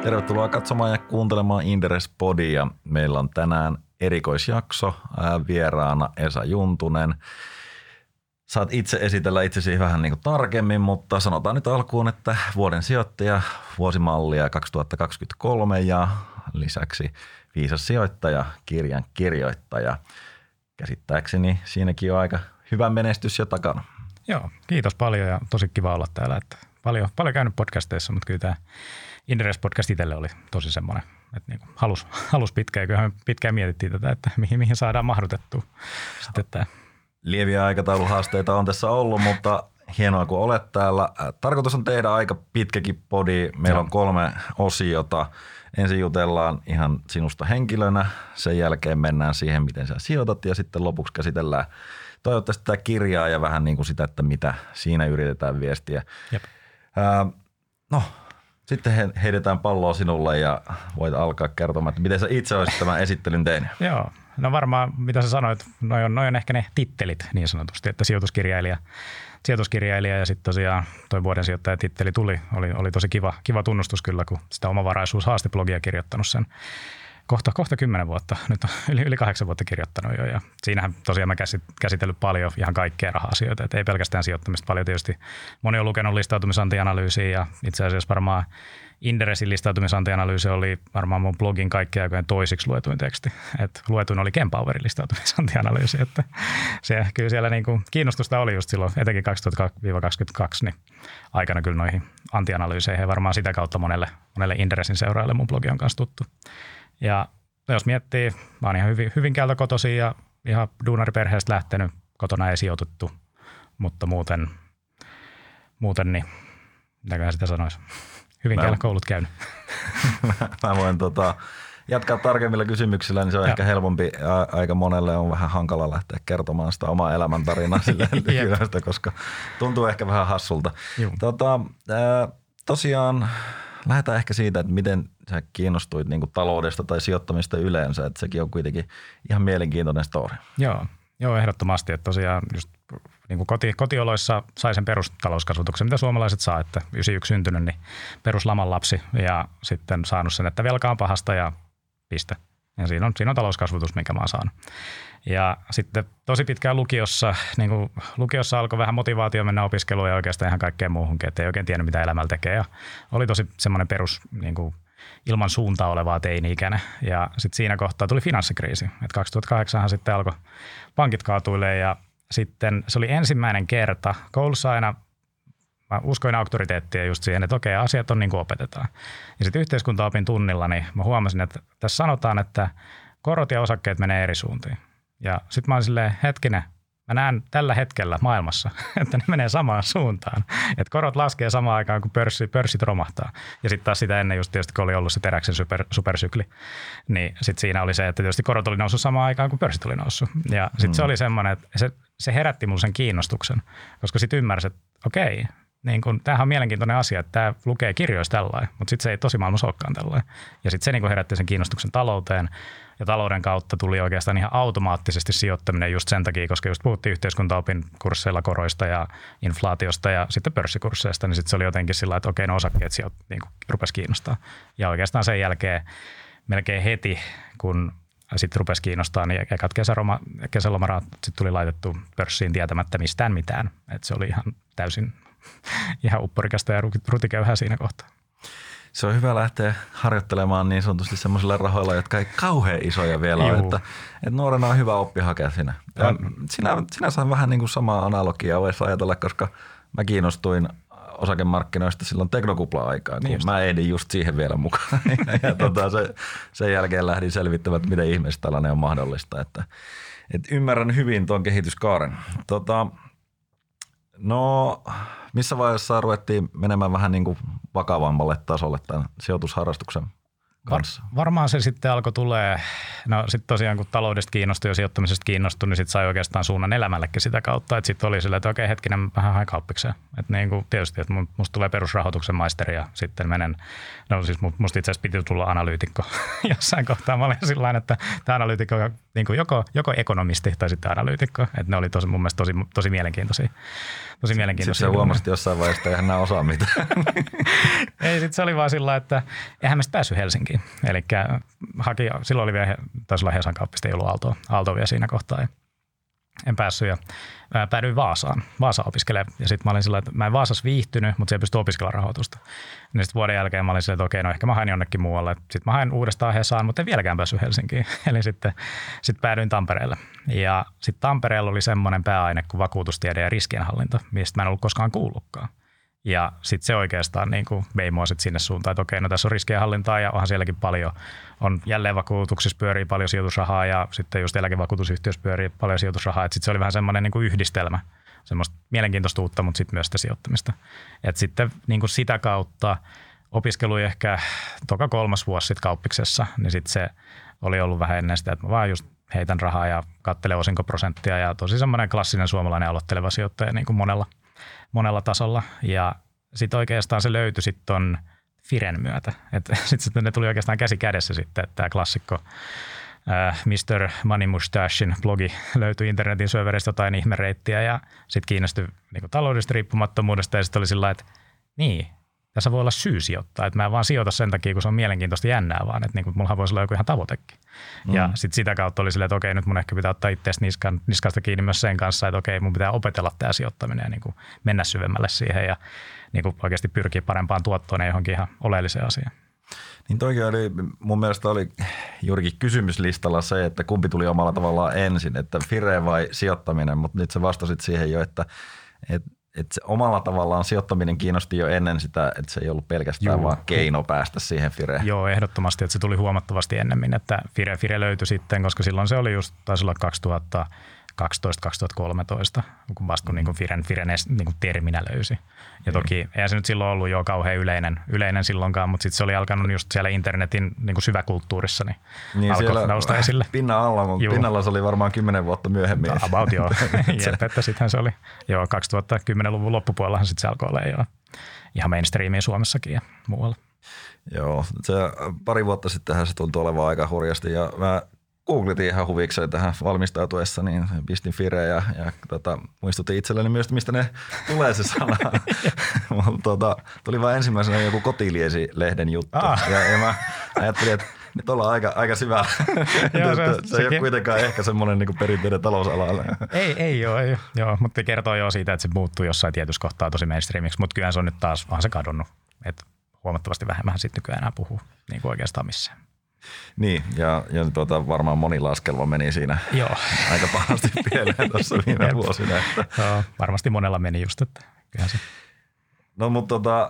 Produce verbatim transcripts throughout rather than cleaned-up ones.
Tervetuloa katsomaan ja kuuntelemaan Inderes-podia. Meillä on tänään erikoisjakso, ää, vieraana Esa Juntunen. Saat itse esitellä itsesi vähän niin kuin tarkemmin, mutta sanotaan nyt alkuun, että vuoden sijoittaja, vuosimallia kaksituhattakaksikymmentäkolme ja lisäksi viisas sijoittaja, kirjan kirjoittaja. Käsittääkseni siinäkin on aika hyvä menestys jo takana. Joo, kiitos paljon ja tosi kiva olla täällä. Että paljon, paljon käynyt podcasteissa, mutta kyllä tämä Inderes-podcast itselle oli tosi semmoinen, että niin halus, halus pitkään ja kyllähän pitkään mietittiin tätä, että mihin, mihin saadaan mahdutettua sitten tämä. Lieviä aikatauluhaasteita on tässä ollut, mutta hienoa kun olet täällä. Tarkoitus on tehdä aika pitkäkin podi. Meillä on kolme osiota. Ensin jutellaan ihan sinusta henkilönä, sen jälkeen mennään siihen, miten sä sijoitat ja sitten lopuksi käsitellään toivottavasti tätä kirjaa ja vähän niin kuin sitä, että mitä siinä yritetään viestiä. Jep. Ää, no, sitten heitetään palloa sinulle ja voit alkaa kertomaan, että miten sä itse olisit tämän esittelyn tehnyt. Joo, no varmaan mitä sä sanoit, noi on, noi on ehkä ne tittelit niin sanotusti, että sijoituskirjailija, sijoituskirjailija ja sitten tosiaan toi vuoden sijoittaja titteli tuli. Oli, oli tosi kiva, kiva tunnustus kyllä, kun sitä omavaraisuushaasteblogia kirjoittanut sen kohta, kohta kymmenen vuotta, nyt on yli, yli kahdeksan vuotta kirjoittanut jo ja siinähän tosiaan mä käsitellyt paljon ihan kaikkea raha-asioita, että ei pelkästään sijoittamista, paljon tietysti moni on lukenut listautumisantianalyysiä ja itse asiassa varmaan Inderesin listautumisantianalyysi oli varmaan mun blogin kaikkien aikojen toisiksi luetuin teksti, että luetuin oli Kempowerin listautumisantianalyysi, että se kyllä siellä niin kuin kiinnostusta oli just silloin, etenkin kaksituhattakaksikymmentäkaksi niin aikana kyllä noihin antianalyyseihin ja varmaan sitä kautta monelle, monelle Inderesin seuraajalle mun blogi on kanssa tuttu. Ja jos miettii, mä oon ihan hyvin, Hyvinkäältä kotoisin ja ihan duunariperheestä lähtenyt, kotona ei sijoitettu, mutta muuten, muuten niin, mitäköhän sitä sanoisi, Hyvinkäällä koulut käynyt. Mä voin tota, jatkaa tarkemmilla kysymyksillä, niin se on ja. ehkä helpompi. Aika monelle on vähän hankala lähteä kertomaan sitä omaa elämäntarinaa sillä lyhyesti, koska tuntuu ehkä vähän hassulta. Tota, tosiaan lähdetään ehkä siitä, että miten sä kiinnostuit niin kuin taloudesta tai sijoittamista yleensä, että sekin on kuitenkin ihan mielenkiintoinen story. Joo, joo ehdottomasti, että tosiaan just niin kuin koti, kotioloissa sai sen perustalouskasvatuksen, mitä suomalaiset saa, että yhdeksänkymmentäyksi syntynyt, niin peruslaman lapsi ja sitten saanut sen, että velka on pahasta ja piste. Ja siinä on, siinä on talouskasvatus, minkä mä oon saanut. Ja sitten tosi pitkään lukiossa, niin kuin lukiossa alkoi vähän motivaatio mennä opiskeluun ja oikeastaan ihan kaikkeen muuhunkin, että ei oikein tiennyt mitä elämällä tekee. Ja oli tosi semmoinen perus niin kuin ilman suuntaa olevaa teini-ikäinen. Ja sitten siinä kohtaa tuli finanssikriisi. Et kaksituhattakahdeksan sitten alkoi pankit kaatuilemaan ja sitten se oli ensimmäinen kerta. Koulussa aina mä uskoin auktoriteettia just siihen, että okei, asiat on niin kuin opetetaan. Ja sitten yhteiskuntaopin tunnilla niin mä huomasin, että tässä sanotaan, että korot ja osakkeet menee eri suuntiin. Ja sitten mä olin silleen, hetkinen, mä näen tällä hetkellä maailmassa, että ne menee samaan suuntaan. Että korot laskee samaan aikaan, kun pörssi, pörssit romahtaa. Ja sitten taas sitä ennen just tietysti, kun oli ollut se teräksen super, supersykli, niin sitten siinä oli se, että tietysti korot oli noussut samaan aikaan, kun pörssit oli noussut. Ja sitten mm. se oli semmoinen, että se, se herätti mulle sen kiinnostuksen, koska sitten ymmärsi, että okei, niin kun, tämähän on mielenkiintoinen asia, että tämä lukee kirjoista tällainen, mutta sitten se ei tosi maailmassa olekaan tällainen. Ja sitten se niin kun herätti sen kiinnostuksen talouteen ja talouden kautta tuli oikeastaan ihan automaattisesti sijoittaminen just sen takia, koska just puhuttiin yhteiskuntaopin kursseilla koroista ja inflaatiosta ja sitten pörssikursseista, niin sitten se oli jotenkin sillä, että okei, no osakkeet sijoit, niin rupesi kiinnostaa. Ja oikeastaan sen jälkeen melkein heti, kun sitten rupesi kiinnostaa, niin ekat kesäroma, kesälomaraat sitten tuli laitettu pörssiin tietämättä mistään mitään. Että se oli ihan täysin ihan upporikasta ja rutiköyhää siinä kohtaa. Se on hyvä lähteä harjoittelemaan niin sanotusti semmoisilla rahoilla, jotka ei kauhean isoja vielä ole, että, että nuorena on hyvä oppi hakea siinä. Ja sinä, sinänsä on vähän niin kuin samaa analogiaa voisi ajatella, koska mä kiinnostuin osakemarkkinoista silloin teknokupla-aikaan, kun niin mä ehdin just siihen vielä mukaan. ja tota, se, sen jälkeen lähdin selvittämään, että miten ihmeessä tällainen on mahdollista. Että, että ymmärrän hyvin tuon kehityskaaren. Tota, no, missä vaiheessa ruvettiin menemään vähän niin kuin vakavammalle tasolle tämän sijoitusharrastuksen kanssa? Var, varmaan se sitten alkoi tulee, no sitten tosiaan kun taloudesta kiinnostui ja sijoittamisesta kiinnostui, niin sitten sai oikeastaan suunnan elämällekin sitä kautta, että sitten oli sillä, että okei hetkinen, vähän hain kauppikseen. Että niin kuin tietysti, että musta tulee perusrahoituksen maisteri ja sitten menen, no siis musta itse asiassa piti tulla analyytikko jossain kohtaa. Mä olin sillain, että tämä analyytikko on niin kuin joko, joko ekonomisti tai sitten analyytikko, että ne oli tosi, mun mielestä tosi, tosi mielenkiintoisia. Tosi mielenkiintoisia. Sitten sä huomasit jossain vaiheessa, että eihän nämä osaa mitään. Ei sitten se oli vaan sillä, että eihän mä sitten päässyt Helsinkiin. Eli haki, silloin oli vielä, taisi olla Hesan kauppista, ei ollut Aaltoa, Aaltoa vielä siinä kohtaa. Ja en päässyt ja päädyin Vaasaan, Vaasaan opiskelemaan. Ja sitten mä olin sillä, että mä en Vaasassa viihtynyt, mutta siellä pystyi opiskella rahoitusta. Ja sitten vuoden jälkeen mä olin sillä, että okei, no ehkä mä hain jonnekin muualle. Sitten mä hain uudestaan Hesaan, mutta en vieläkään päässyt Helsinkiin. Eli sitten sit päädyin Tampereelle. Ja sitten Tampereella oli semmoinen pääaine kuin vakuutustiede ja riskienhallinta, mistä mä en ollut koskaan kuullutkaan. Ja sitten se oikeastaan niin kuin vei mua sit sinne suuntaan, että okei, no tässä on riskienhallintaa ja onhan sielläkin paljon. On jälleen vakuutuksissa pyörii paljon sijoitusrahaa ja sitten just eläkevakuutusyhtiössä pyörii paljon sijoitusrahaa. Sitten se oli vähän semmoinen niin kuin yhdistelmä, semmoista mielenkiintoista uutta, mutta sitten myös sitä sijoittamista. Et sitten niin kuin sitä kautta opiskelu ehkä toka kolmas vuosi sitten kauppiksessa, niin sitten se oli ollut vähän ennen sitä, että mä vaan just heitän rahaa ja katselen osinkoprosenttia ja tosi semmoinen klassinen suomalainen aloitteleva sijoittaja niin kuin monella. monella tasolla ja sitten oikeastaan se löytyi sitten ton Firen myötä. Sitten ne tuli oikeastaan käsi kädessä sitten, että tämä klassikko äh, mister Money Mustachen blogi löytyi internetin syövereistä jotain ihmereittiä ja sitten kiinnostui niinku taloudellisesta riippumattomuudesta ja sitten oli sillä, että niin, tässä voi olla syy sijoittaa, että mä en vaan sijoita sen takia, kun se on mielenkiintoista jännää, vaan että niinku, mullahan voisi olla joku ihan tavoitekin. Mm. Ja sitten sitä kautta oli silleen, että okei, nyt mun ehkä pitää ottaa itseäsi niskan, niskasta kiinni myös sen kanssa, että okei, mun pitää opetella tämä sijoittaminen ja niinku mennä syvemmälle siihen ja niinku oikeasti pyrkiä parempaan tuottoon ja johonkin ihan oleelliseen asiaan. Niin toikin oli, mun mielestä oli juurikin kysymyslistalla se, että kumpi tuli omalla tavallaan ensin, että Fire vai sijoittaminen, mutta nyt sä vastasit siihen jo, että, että että se omalla tavallaan sijoittaminen kiinnosti jo ennen sitä, että se ei ollut pelkästään Juu. vaan keino päästä siihen Fireen. Joo, ehdottomasti, että se tuli huomattavasti ennemmin, että Fire, Fire löytyi sitten, koska silloin se oli just, taisi olla kaksituhattakaksitoista kaksituhattakolmetoista, kun vasta kun niin Firen, Firen niin kuin terminä löysi. Ja toki eihän se nyt silloin ollut jo kauhean yleinen, yleinen silloinkaan, mutta sitten se oli alkanut just siellä internetin niin kuin syväkulttuurissa, niin, niin alkoi nousta esille. Pinnan alla, mutta Juu. pinnalla se oli varmaan kymmenen vuotta myöhemmin. About joo, jep, että sittenhän se oli jo kaksituhattakymmenluvun loppupuolellahan sitten se alkoi olla jo ihan mainstreamia Suomessakin ja muualla. Joo, se pari vuotta sittenhän se tuntui olevan aika hurjasti ja mä googletin ihan huvikseen tähän valmistautuessa, niin pistin Fire ja, ja tota, muistutin itselleni myös, mistä ne tulee se sana. Mutta tota, tuli vaan ensimmäisenä joku Kotiliesi-lehden juttu. Ah. Ja, ja mä ajattelin, että nyt ollaan aika, aika syvällä. Joo, se, se, se ei ole kuitenkaan ehkä semmoinen niin perinteinen talousala. Ei, ei ole, ei ole. Joo, mutta kertoo jo siitä, että se muuttuu jossain tietyssä kohtaa tosi mainstreamiksi, mutta kyllähän se on nyt taas, onhan se kadonnut. Et huomattavasti vähemmän sitten nykyään enää puhuu niin kuin oikeastaan missään. Niin, ja, ja tuota, varmaan moni laskelma meni siinä Joo. aika pahasti pieleen tuossa viime vuosina. Että. Joo, varmasti monella meni just, että kyllähän se. No mutta tota,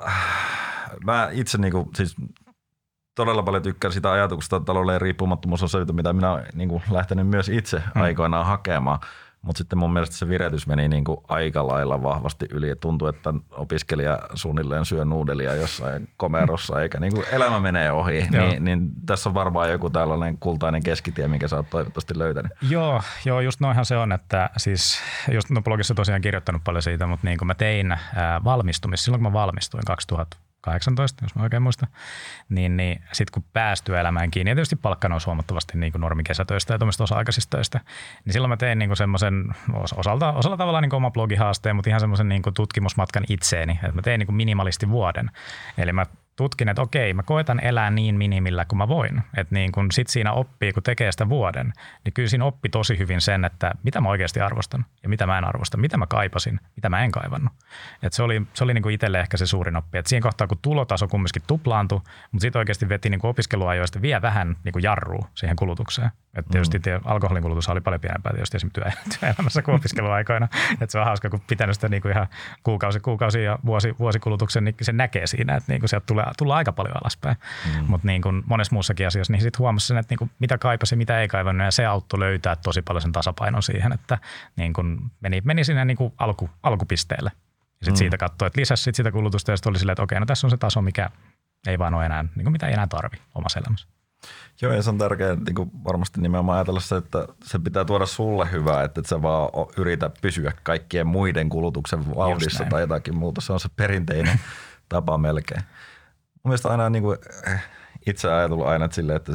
mä itse niinku, siis todella paljon tykkään sitä ajatuksesta, että taloudellinen riippumattomuus on se, mitä minä olen niinku lähtenyt myös itse hmm. aikoinaan hakemaan. Mutta sitten mun mielestä se viretys meni niinku aika lailla vahvasti yli ja tuntuu, että opiskelija suunnilleen syö nuudelia jossain komerossa eikä niinku elämä menee ohi. Niin, niin tässä on varmaan joku tällainen kultainen keskitie, minkä sä oot toivottavasti löytänyt. Joo, joo just noinhan se on, että siis just no blogissa tosiaan kirjoittanut paljon siitä, mutta niin kuin mä tein ää, valmistumista, silloin kun mä valmistuin kaksituhattakahdeksantoista, jos mä oikein muistan, niin, niin sitten kun pääsi työelämään kiinni, ja tietysti palkka nousi huomattavasti niin kuin normikesätöistä ja tuommoista osa-aikaisista töistä, niin silloin mä tein niin kuin semmoisen osalta, osalla tavallaan niin kuin oma blogihaasteen, mutta ihan semmoisen niin kuin tutkimusmatkan itseeni, että mä tein niin kuin minimalisti vuoden. Eli mä tutkin, että okei, mä koetan elää niin minimillä kuin mä voin. Että niin kun sit siinä oppii, kun tekee sitä vuoden, niin kyllä siinä oppi tosi hyvin sen, että mitä mä oikeasti arvostan ja mitä mä en arvosta, mitä mä kaipasin, mitä mä en kaivannut. Että se oli, se oli niin kuin itselle ehkä se suurin oppi. Että siinä kohtaa, kun tulotaso kumminkin tuplaantui, mutta sitten oikeasti veti niin kuin opiskeluajoista vielä vähän niin kuin jarrua siihen kulutukseen. Että tietysti mm. alkoholin kulutus oli paljon pienempää tietysti esimerkiksi työelämässä kuin opiskeluaikoina. Että se on hauska, kun pitänyt sitä niin kuin ihan kuukausi, kuukausi ja vuosi, vuosikulutuksen, niin se näkee siinä, että niin kuin sieltä tulee, tulee aika paljon alaspäin. Mm. Mutta niin kuin monessa muussakin asiassa, niin sitten huomasi sen, että niin kuin mitä kaipasi, mitä ei kaivannut, ja se auttoi löytää tosi paljon sen tasapainon siihen, että niin kuin meni, meni sinne niin kuin alku, alkupisteelle. Ja sitten mm. siitä katsoi, että lisäsi sit sitä kulutusta, ja sitten oli silleen, että okei, no tässä on se taso, mikä ei vaan ole enää, niin kuin mitä ei enää tarvi omassa elämässä. Joo, ja se on tärkeää niin kuin varmasti nimenomaan ajatella se, että se pitää tuoda sulle hyvää, että et sä vaan yritä pysyä kaikkien muiden kulutuksen vauhdissa tai jotakin muuta. Se on se perinteinen tapa melkein. Mun mielestä aina niin kuin itse ajatellut aina että silleen, että se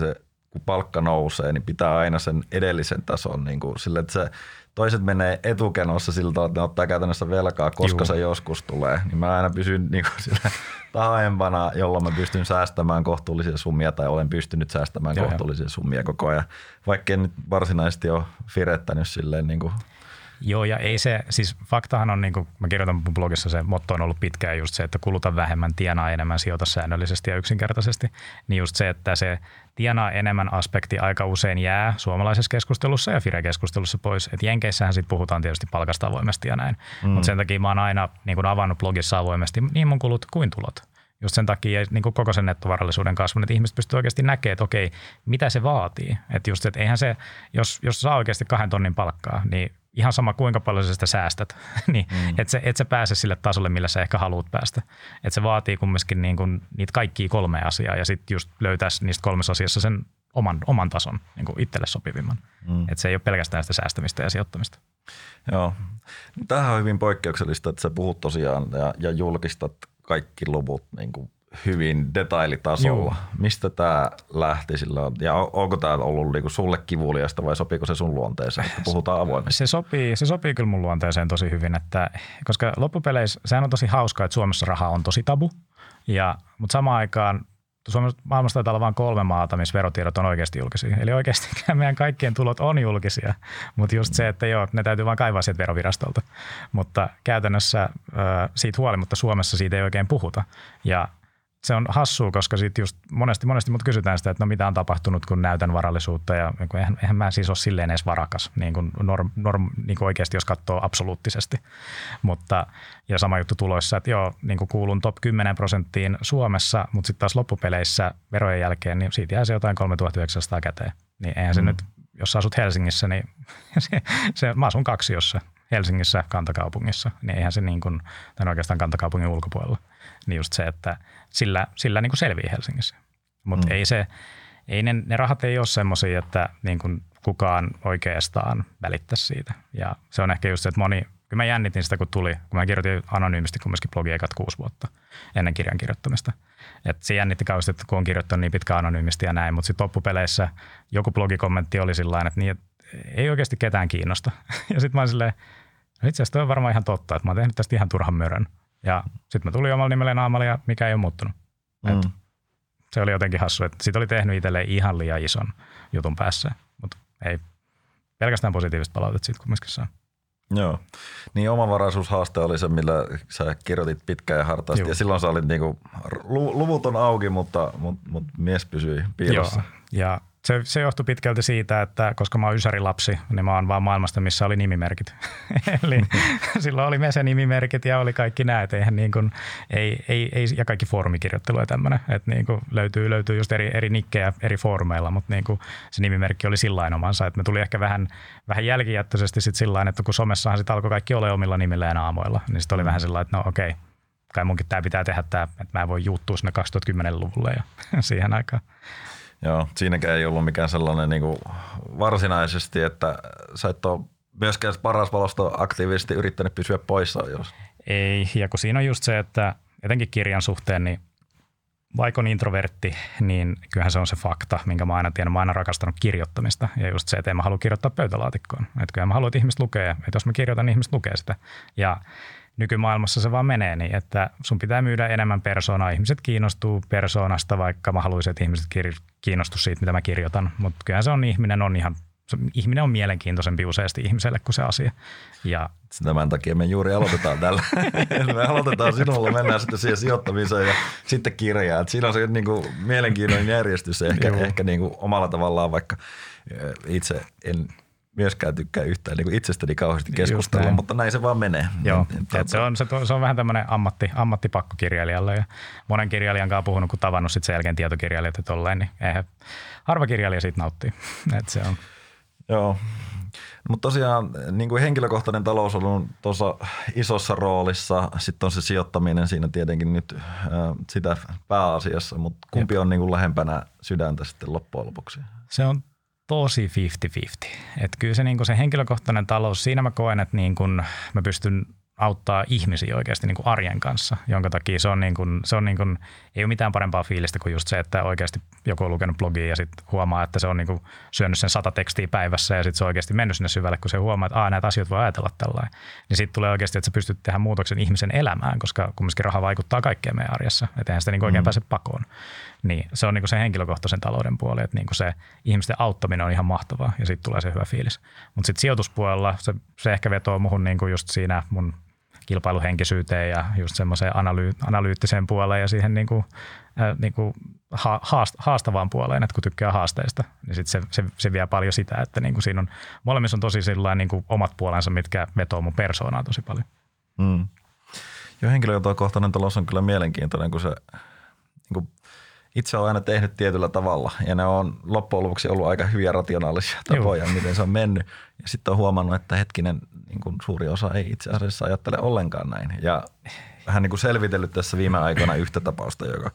kun palkka nousee, niin pitää aina sen edellisen tason niin kuin sille, että se toiset menee etukenossa siltä, että ne ottaa käytännössä velkaa, koska Juu. se joskus tulee. Niin mä aina pysyn niin kuin sillä taempana, jolloin mä pystyn säästämään kohtuullisia summia tai olen pystynyt säästämään Joo, kohtuullisia jo. summia koko ajan, vaikka en nyt varsinaisesti ole firettänyt silleen niin kuin Joo, ja ei se, siis faktahan on, niin kuin mä kirjoitan mun blogissa, se motto on ollut pitkään just se, että kuluta vähemmän, tienaa enemmän, sijoita säännöllisesti ja yksinkertaisesti. Niin just se, että se tienaa enemmän aspekti aika usein jää suomalaisessa keskustelussa ja Fire-keskustelussa pois. Että Jenkeissähän sitten puhutaan tietysti palkasta avoimesti ja näin, mm. mutta sen takia mä oon aina niin kuin avannut blogissa avoimesti niin mun kulut kuin tulot. Just sen takia niin kuin koko sen nettovarallisuuden kasvun, että ihmiset pystyy oikeasti näkemään, että okei, mitä se vaatii. Että just, että eihän se, jos, jos saa oikeasti kahden tonnin palkkaa, niin ihan sama kuinka paljon sä sitä säästät, niin mm. että sä, et sä pääse sille tasolle, millä sä ehkä haluat päästä. Että se vaatii kumminkin niin kuin niitä kaikkia kolme asiaa ja sitten just löytäisi niistä kolmessa asiassa sen oman, oman tason niin kuin itselle sopivimman. Mm. Että se ei ole pelkästään sitä säästämistä ja sijoittamista. Joo. Tämähän on hyvin poikkeuksellista, että sä puhut tosiaan ja, ja julkistat kaikki luvut niin kuin hyvin detailitasolla. Joo. Mistä tämä lähti silloin? Ja onko tämä ollut niinku sulle kivuliasta vai sopiiko se sun luonteeseen, että puhutaan avoimesti? Se sopii, se sopii kyllä mun luonteeseen tosi hyvin, että, koska loppupeleissä sehän on tosi hauskaa, että Suomessa raha on tosi tabu, ja, mutta samaan aikaan Suomessa maailmassa taitaa olla vain kolme maata, missä verotiedot on oikeasti julkisia. Eli oikeasti meidän kaikkien tulot on julkisia, mutta just se, että joo, ne täytyy vain kaivaa sieltä verovirastolta. Mutta käytännössä siitä huolimatta Suomessa siitä ei oikein puhuta, ja se on hassua, koska sitten just monesti, monesti mut kysytään sitä, että no mitä on tapahtunut, kun näytän varallisuutta ja eihän, eihän mä siis ole silleen edes varakas, niin kuin, norm, norm, niin kuin oikeasti jos katsoo absoluuttisesti. Mutta, ja sama juttu tuloissa, että joo, niin kuin kuulun top kymmenen prosenttiin Suomessa, mutta sitten taas loppupeleissä verojen jälkeen, niin siitä jää se jotain kolmetuhattayhdeksänsataa käteen. Niin eihän se mm. nyt, jos sä asut Helsingissä, niin se, se, mä asun kaksiossa Helsingissä kantakaupungissa, niin eihän se niin kuin, tämän oikeastaan kantakaupungin ulkopuolella. Niin just se, että sillä, sillä niin kuin selviää Helsingissä. Mutta mm. ei se, ei ne, ne rahat ei ole semmoisia, että niin kuin kukaan oikeastaan välittäisi siitä. Ja se on ehkä just se, että moni, kyllä mä jännitin sitä, kun tuli, kun mä kirjoitin anonyymisti kumminkin blogia ekat kuusi vuotta ennen kirjan kirjoittamista. Että se jännitti kauheasti, että kun on kirjoittanut niin pitkään anonyymisti ja näin, mutta sitten loppupeleissä joku blogikommentti oli sillain, että, niin, että ei oikeasti ketään kiinnosta. Ja sitten mä oon silleen, no itse asiassa toi on varmaan ihan totta, että mä oon tehnyt tästä ihan turhan mörön. Ja sitten mä tulin omalla nimellä naamalle ja mikä ei ole muuttunut. Mm. Se oli jotenkin hassu, että siitä oli tehnyt itselleen ihan liian ison jutun päässä, mutta ei pelkästään positiivista palautetta siitä kumminkin saa. Joo, niin omavaraisuushaaste oli se, millä sä kirjoitit pitkään ja hartaasti. Joo. Ja silloin sä olit niinku, luvut on auki, mutta, mutta, mutta mies pysyi piilossa. Joo, ja se, se johtui pitkälti siitä, että koska mä oon ysärilapsi, niin mä oon vaan maailmasta, missä oli nimimerkit. Eli silloin oli Mese-nimimerkit ja oli kaikki näet, eihän niin kuin, ei, ei, ei, ja kaikki foorumikirjoittelu ja tämmöinen. Että niin kuin löytyy, löytyy just eri, eri nikkejä eri foorumeilla, mutta niin kuin se nimimerkki oli sillain omansa. Että me tuli ehkä vähän, vähän jälkijättöisesti sitten sillain, että kun somessahan sitten alkoi kaikki ole omilla nimillä ja naamoilla, niin sitten oli vähän sellainen, että no okei, kai munkin tämä pitää tehdä tämä, että mä en voi juuttua sinne kaksituhattakymmenen-luvulle ja siihen aikaan. Joo, siinäkään ei ollut mikään sellainen niin kuin varsinaisesti, että sä et ole myöskään paras valosto aktiivisesti yrittänyt pysyä poissa. Jos. Ei, ja kun siinä on just se, että etenkin kirjan suhteen, niin vaikka on introvertti, niin kyllähän se on se fakta, minkä mä aina tiedän. Mä oon aina rakastanut kirjoittamista ja just se, että en mä halua kirjoittaa pöytälaatikkoon. Että kyllä mä haluan, että ihmiset lukee, että jos mä kirjoitan, niin ihmiset lukee sitä. Ja nykymaailmassa se vaan menee niin, että sun pitää myydä enemmän persoonaa. Ihmiset kiinnostuu persoonasta, vaikka mä haluaisin, että ihmiset kiinnostuu siitä, mitä mä kirjoitan. Mutta kyllähän se on, ihminen on ihan, ihminen on mielenkiintoisempi useasti ihmiselle kuin se asia. Ja tämän takia me juuri aloitetaan tällä. Me aloitetaan sinulla, mennään sitten siihen sijoittamiseen ja sitten kirjaan. Siinä on se niin kuin mielenkiintoinen järjestys ehkä, ehkä niin kuin omalla tavallaan, vaikka itse en myöskään tykkää yhtään niin kuin itsestäni kauheasti keskustella, mutta näin se vaan menee. Joo, et se, on, se, se on vähän tämmöinen ammatti, ammattipakko kirjailijalle ja monen kirjailijan kanssa puhunut, kun tavannut sitten sen jälkeen tietokirjailijat ja tolleen, niin eihän harva kirjailija siitä nauttii. Et se on. Joo, mutta tosiaan niin kuin henkilökohtainen talous on ollut tuossa isossa roolissa, sitten on se sijoittaminen siinä tietenkin nyt äh, sitä pääasiassa, mutta kumpi Jep. on niin kuin lähempänä sydäntä sitten loppujen lopuksi? Se on tosi viisikymmentä viisikymmentä. Että kyllä se, niin kuin se henkilökohtainen talous, siinä mä koen, että niin kuin mä pystyn auttaa ihmisiä oikeasti niin kuin arjen kanssa, jonka takia se on, niin kuin, se on niin kuin, ei ole mitään parempaa fiilistä kuin just se, että oikeasti joku on lukenut blogia ja sitten huomaa, että se on niin kuin syönyt sen sata tekstiä päivässä ja sitten se on oikeasti mennyt sinne syvälle, kun se huomaa, että Aa, näitä asioita voi ajatella tällainen. Niin sitten tulee oikeasti, että sä pystyt tehdä muutoksen ihmisen elämään, koska kumminkin raha vaikuttaa kaikkeen meidän arjessa, että eihän sitä niin kuin oikein mm. pääse pakoon. Niin se on niin kuin se henkilökohtaisen talouden puoli, että niin kuin se ihmisten auttaminen on ihan mahtavaa ja sitten tulee se hyvä fiilis. Mutta sitten sijoituspuolella se, se ehkä vetoo muhun niin kuin just siinä mun kilpailuhenkisyyteen ja just semmoiseen analyy- analyyttiseen puoleen ja siihen niin kuin, äh, niin kuin haast- haastavaan puoleen, että kun tykkää haasteista, niin sit se, se, se vie paljon sitä, että niin kuin siinä on, molemmissa on tosi sillain niin kuin omat puolensa, mitkä vetoo mun persoonaa tosi paljon. Mm. Jo henkilökohtainen talous on kyllä mielenkiintoinen, kun se niin kuin itse on aina tehnyt tietyllä tavalla ja ne on loppujen lopuksi ollut aika hyviä rationaalisia tapoja, Joo. miten se on mennyt. Ja sitten on huomannut, että hetkinen, niin kuin suuri osa ei itse asiassa ajattele ollenkaan näin. Ja vähän niin kuin selvitellyt tässä viime aikoina yhtä tapausta, joka,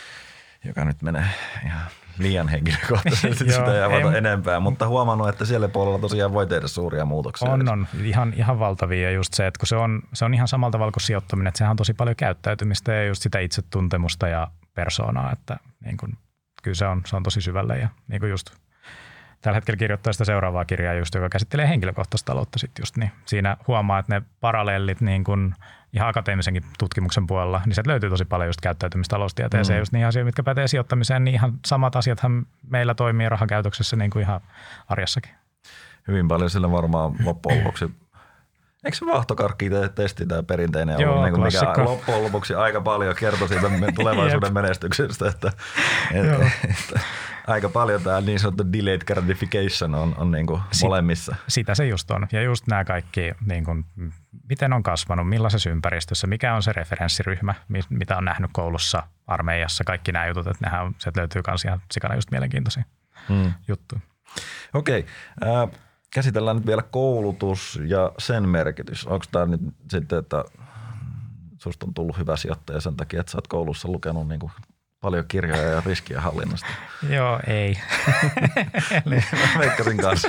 joka nyt menee ihan liian henkilökohtaisesti, sitä ei avata enempää, mutta huomannut, että siellä puolella tosiaan voi tehdä suuria muutoksia. On, on. Ihan, ihan valtavia ja just se, että kun se on, se on ihan samalla tavalla kuin sijoittaminen, että sehän on tosi paljon käyttäytymistä ja just sitä itsetuntemusta ja persoonaa, että niin kun, kyllä se on, se on tosi syvälle ja niin kuin just tällä hetkellä kirjoittaa sitä seuraavaa kirjaa, just, joka käsittelee henkilökohtaista taloutta sit just, niin siinä huomaa, että ne paralleelit niin kun ihan akateemisenkin tutkimuksen puolella, niin sieltä löytyy tosi paljon just käyttäytymistaloustieteeseen, mm. just niihin asioihin, mitkä pätee sijoittamiseen, niin ihan samat asiathan meillä toimii rahakäytöksessä niin kuin ihan arjessakin. Hyvin paljon sillä varmaan loppujen lopuksi. Eikö se vaahtokarkki-testi tämä perinteinen Joo, ollut, niin kuin mikä loppujen lopuksi aika paljon kertoi siitä tulevaisuuden menestyksestä, että, että, että aika paljon tämä niin sanottu delayed gratification on, on niin kuin molemmissa. Sitä se just on. Ja just nämä kaikki, niin kuin, miten on kasvanut, millaisessa ympäristössä, mikä on se referenssiryhmä, mitä on nähnyt koulussa, armeijassa, kaikki nämä jutut, että nehän, sieltä löytyy myös ihan sikana just mielenkiintoisia hmm. juttuja. Okei. Okay. Äh, Käsitellään nyt vielä koulutus ja sen merkitys. Onko tämä nyt sitten, että susta on tullut hyvä sijoittaja sen takia, että sä oot koulussa lukenut niin kuin paljon kirjoja ja riskien hallinnasta? Joo, ei. Mä veikkasin kanssa.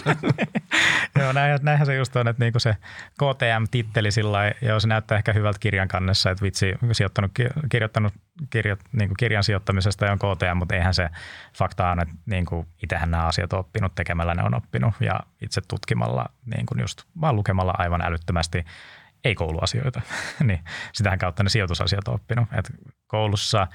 Joo, näinhän se just on, että niinku se K T M-titteli sillä lailla, se näyttää ehkä hyvältä kirjan kannessa, että vitsi, sijoittanut, kirjoittanut kirjat, niinku kirjan sijoittamisesta ja on K T M, mutta eihän se fakta on, että niinku itsehän nämä asiat on oppinut, tekemällä ne on oppinut ja itse tutkimalla, niinku just vaan lukemalla aivan älyttömästi ei kouluasioita, niin sitähän kautta ne sijoitusasiat on oppinut. Et koulussa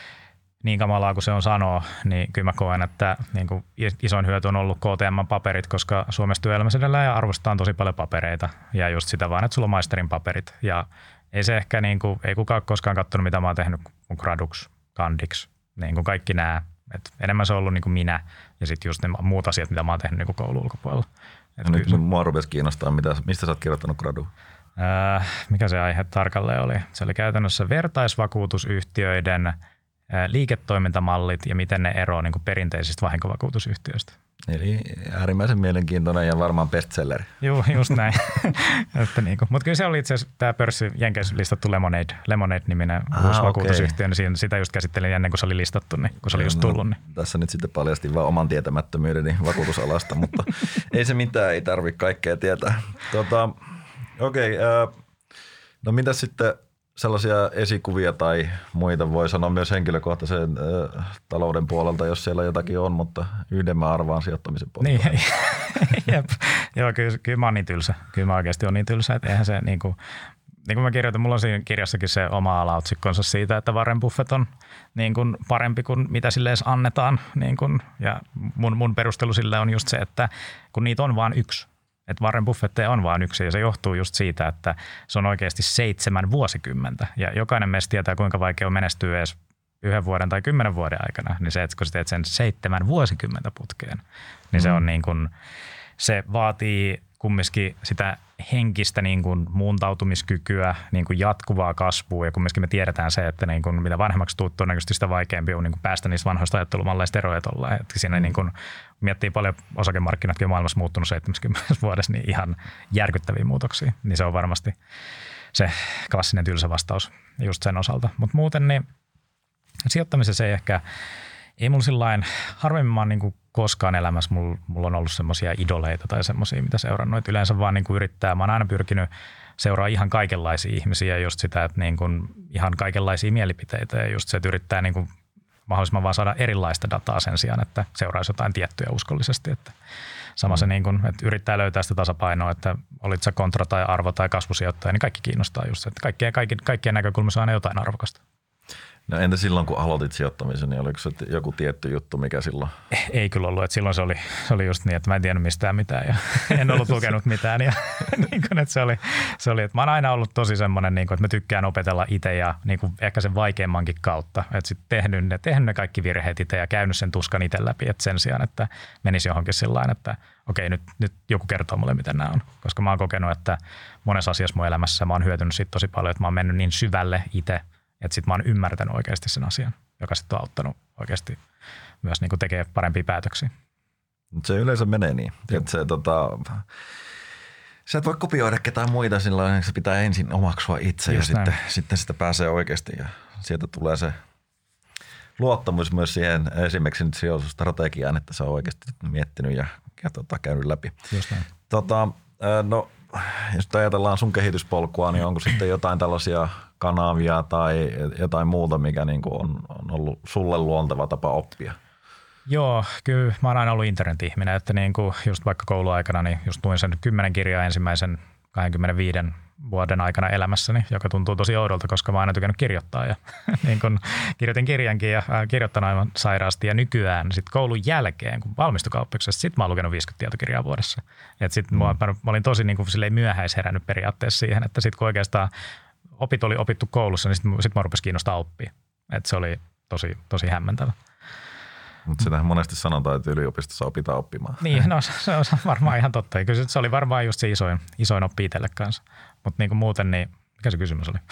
niin kamalaa kuin se on sanoa, niin kyllä mä koen, että niin kuin isoin hyöty on ollut K T M-paperit, koska Suomessa työelämässä edelleen arvostetaan tosi paljon papereita ja just sitä vaan, että sulla on maisterin paperit. Ja ei se ehkä, niin kuin, ei kukaan koskaan katsonut, mitä mä oon tehnyt mun graduksi, kandiksi, niin kuin kaikki nämä. Et enemmän se on ollut niin kuin minä ja sitten just ne muut asiat, mitä mä oon tehnyt niin kuin koulun ulkopuolella. Et nyt se... mua rupesi kiinnostaa, mitä, mistä sä oot kirjoittanut graduun? Äh, mikä se aihe tarkalleen oli? Se oli käytännössä vertaisvakuutusyhtiöiden liiketoimintamallit ja miten ne eroavat niin kuin perinteisistä vahinkovakuutusyhtiöistä. Eli äärimmäisen mielenkiintoinen ja varmaan bestselleri. Joo, just näin. niin Mutta kyllä se oli itse asiassa tämä pörssi Jenkeissä listattu Lemonade, Lemonade-niminen ah, uusi vakuutusyhtiö, okay. niin sitä just käsittelin ennen kuin se oli listattu, niin kun se oli just tullut. Niin. Tässä nyt sitten paljastin vaan oman tietämättömyyden vakuutusalasta, mutta ei se mitään, ei tarvitse kaikkea tietää. Tota, Okei, okay, äh, no mitäs sitten sellaisia esikuvia tai muita voi sanoa myös henkilökohtaisen äh, talouden puolelta, jos siellä jotakin on, mutta yhden mä arvaan sijoittamisen puolelta. Niin, jep. Joo, kyllä, kyllä mä oon niin tylsä. Kyllä mä oikeasti oon niin tylsä, että eihän se niin kuin, niin kuin mä kirjoitan, mulla on siinä kirjassakin se oma alaotsikkonsa siitä, että Warren Buffett on niin kuin parempi kuin mitä sille edes annetaan. Niin kuin, ja mun, mun perustelu sille on just se, että kun niitä on vain yksi. Että Warren Buffetteja on vain yksi ja se johtuu just siitä, että se on oikeasti seitsemän vuosikymmentä. Ja jokainen meistä tietää, kuinka vaikea on menestyä edes yhden vuoden tai kymmenen vuoden aikana. Niin se, että kun sä teet sen seitsemän vuosikymmentä putkeen, niin mm. se on niin kuin, se vaatii kumminkin sitä henkistä niin kuin muuntautumiskykyä, niin kuin jatkuvaa kasvua ja kumminkin me tiedetään se, että niin kuin mitä vanhemmaksi tuut, todennäköisesti sitä vaikeampi on niin kuin päästä niistä vanhoista ajattelumalleista eroja tuolla. Että siinä mm. niin kuin miettii paljon osakemarkkinatkin on maailmassa muuttunut seitsemänkymmentä vuodessa, niin ihan järkyttäviä muutoksia. Niin se on varmasti se klassinen tylsä vastaus just sen osalta. Mutta muuten niin sijoittamisessa ei ehkä, ei mulla sillain, harvemmin mä oon niin kuin koskaan elämässä mulla, mulla on ollut semmoisia idoleita tai semmoisia, mitä seurannut. Et yleensä vaan niin kuin yrittää, mä oon aina pyrkinyt seuraa ihan kaikenlaisia ihmisiä ja just sitä, että niin kuin ihan kaikenlaisia mielipiteitä ja just se, että yrittää niin kuin mahdollisimman vaan saada erilaista dataa sen sijaan, että seuraisi jotain tiettyä uskollisesti. Että sama se, niin kuin, että yrittää löytää sitä tasapainoa, että olit sä kontra tai arvo tai kasvusijoittaja, niin kaikki kiinnostaa just se, että kaikkien, kaikkien, kaikkien näkökulmassa on aina jotain arvokasta. No entä silloin, kun aloitit sijoittamisen, niin oliko se joku tietty juttu, mikä silloin? Ei kyllä ollut, että silloin se oli, se oli just niin, että mä en tiennyt mistään mitään ja en ollut lukenut mitään. Ja, niin kuin, että se oli, se oli, että mä oon aina ollut tosi semmoinen, niin kuin, että mä tykkään opetella itse ja niin kuin ehkä sen vaikeammankin kautta. Että sitten tehnyt ne, tehnyt ne kaikki virheet itse ja käynyt sen tuskan itse läpi, että sen sijaan, että menisi johonkin sillain, että okei, nyt, nyt joku kertoo mulle, miten nämä on. Koska mä oon kokenut, että monessa asiassa mun elämässä mä oon hyötynyt siitä tosi paljon, että mä oon mennyt niin syvälle itse, että sitten mä oon ymmärtänyt oikeasti sen asian, joka sitten on auttanut oikeasti myös niin kuin tekee parempia päätöksiä. Se yleensä menee niin. Että se, tota, sä et voi kopioida ketään muita silloin, että se pitää ensin omaksua itse just ja sitten, sitten sitä pääsee oikeasti ja sieltä tulee se luottamus myös siihen esimerkiksi nyt sijoitusstrategiaan, että se on oikeasti miettinyt ja, ja tota, käynyt läpi. Just näin. Tota, no, jos ajatellaan sun kehityspolkua, niin onko sitten jotain tällaisia kanavia tai jotain muuta, mikä niin kuin on, on ollut sulle luonteva tapa oppia? Joo, kyllä mä oon aina ollut internet-ihminen, että niin kuin just vaikka kouluaikana, niin just luin sen kymmenen kirjaa ensimmäisen kaksikymmentäviisi vuoden aikana elämässäni, joka tuntuu tosi oudolta, koska mä oon aina tykännyt kirjoittaa ja niin kun kirjoitin kirjankin ja kirjoittan aivan sairaasti ja nykyään sit koulun jälkeen, kun valmistui kauppiksesta, sit mä oon lukenut viisikymmentä tietokirjaa vuodessa. Et sit mm. mä, mä olin tosi niin kuin silleen myöhäisherännyt periaatteessa siihen, että sit kun oikeastaan opit oli opittu koulussa, niin sit, sit mä rupesin kiinnostaa oppia. Et se oli tosi, tosi hämmentävä. Mutta sitähän monesti sanotaan, että yliopistossa opitaan oppimaan. Niin, no se on varmaan ihan totta. Kyllä se oli varmaan just se isoin, isoin oppi itselle kanssa. Mutta niin kuin muuten, niin mikä se kysymys oli?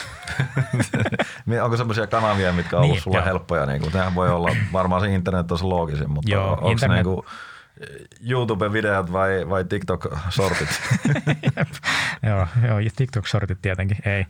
Onko semmoisia kanavia, mitkä on ollut niin, sulle jo. helppoja? Niin kuin, nehän voi olla, varmaan se internet on se loogisin, mutta joo, onko internet. Niin kuin YouTube-videot vai, vai TikTok-sortit? joo, joo, TikTok-sortit tietenkin, ei.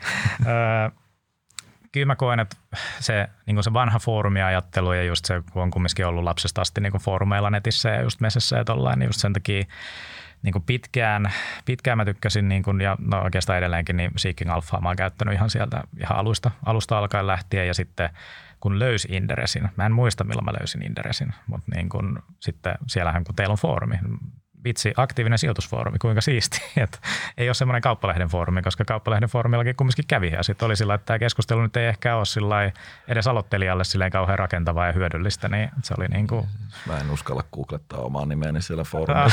Kyllä mä koen, että se, niin se vanha foorumiajattelu ja just se, kun on kumminkin ollut lapsesta asti niin foorumeilla netissä ja just mesessä ja tollain, niin just sen takia niin pitkään, pitkään mä tykkäsin, niin kuin, ja no oikeastaan edelleenkin, niin Seeking Alphaa mä oon käyttänyt ihan sieltä ihan alusta, alusta alkaen lähtien ja sitten kun löysin Inderesin, mä en muista milloin mä löysin Inderesin, mutta niin kun, sitten siellähän kun teillä on foorumi, vitsi, aktiivinen sijoitusfoorumi, kuinka siisti, että ei ole semmoinen Kauppalehden foorumi, koska Kauppalehden foorumillakin kumminkin kävi ja sitten oli sillä, että tämä keskustelu nyt ei ehkä ole sillä edes aloittelijalle silleen kauhean rakentavaa ja hyödyllistä, niin se oli niin kuin... Mä en uskalla googlettaa omaa nimeäni siellä foorumilla.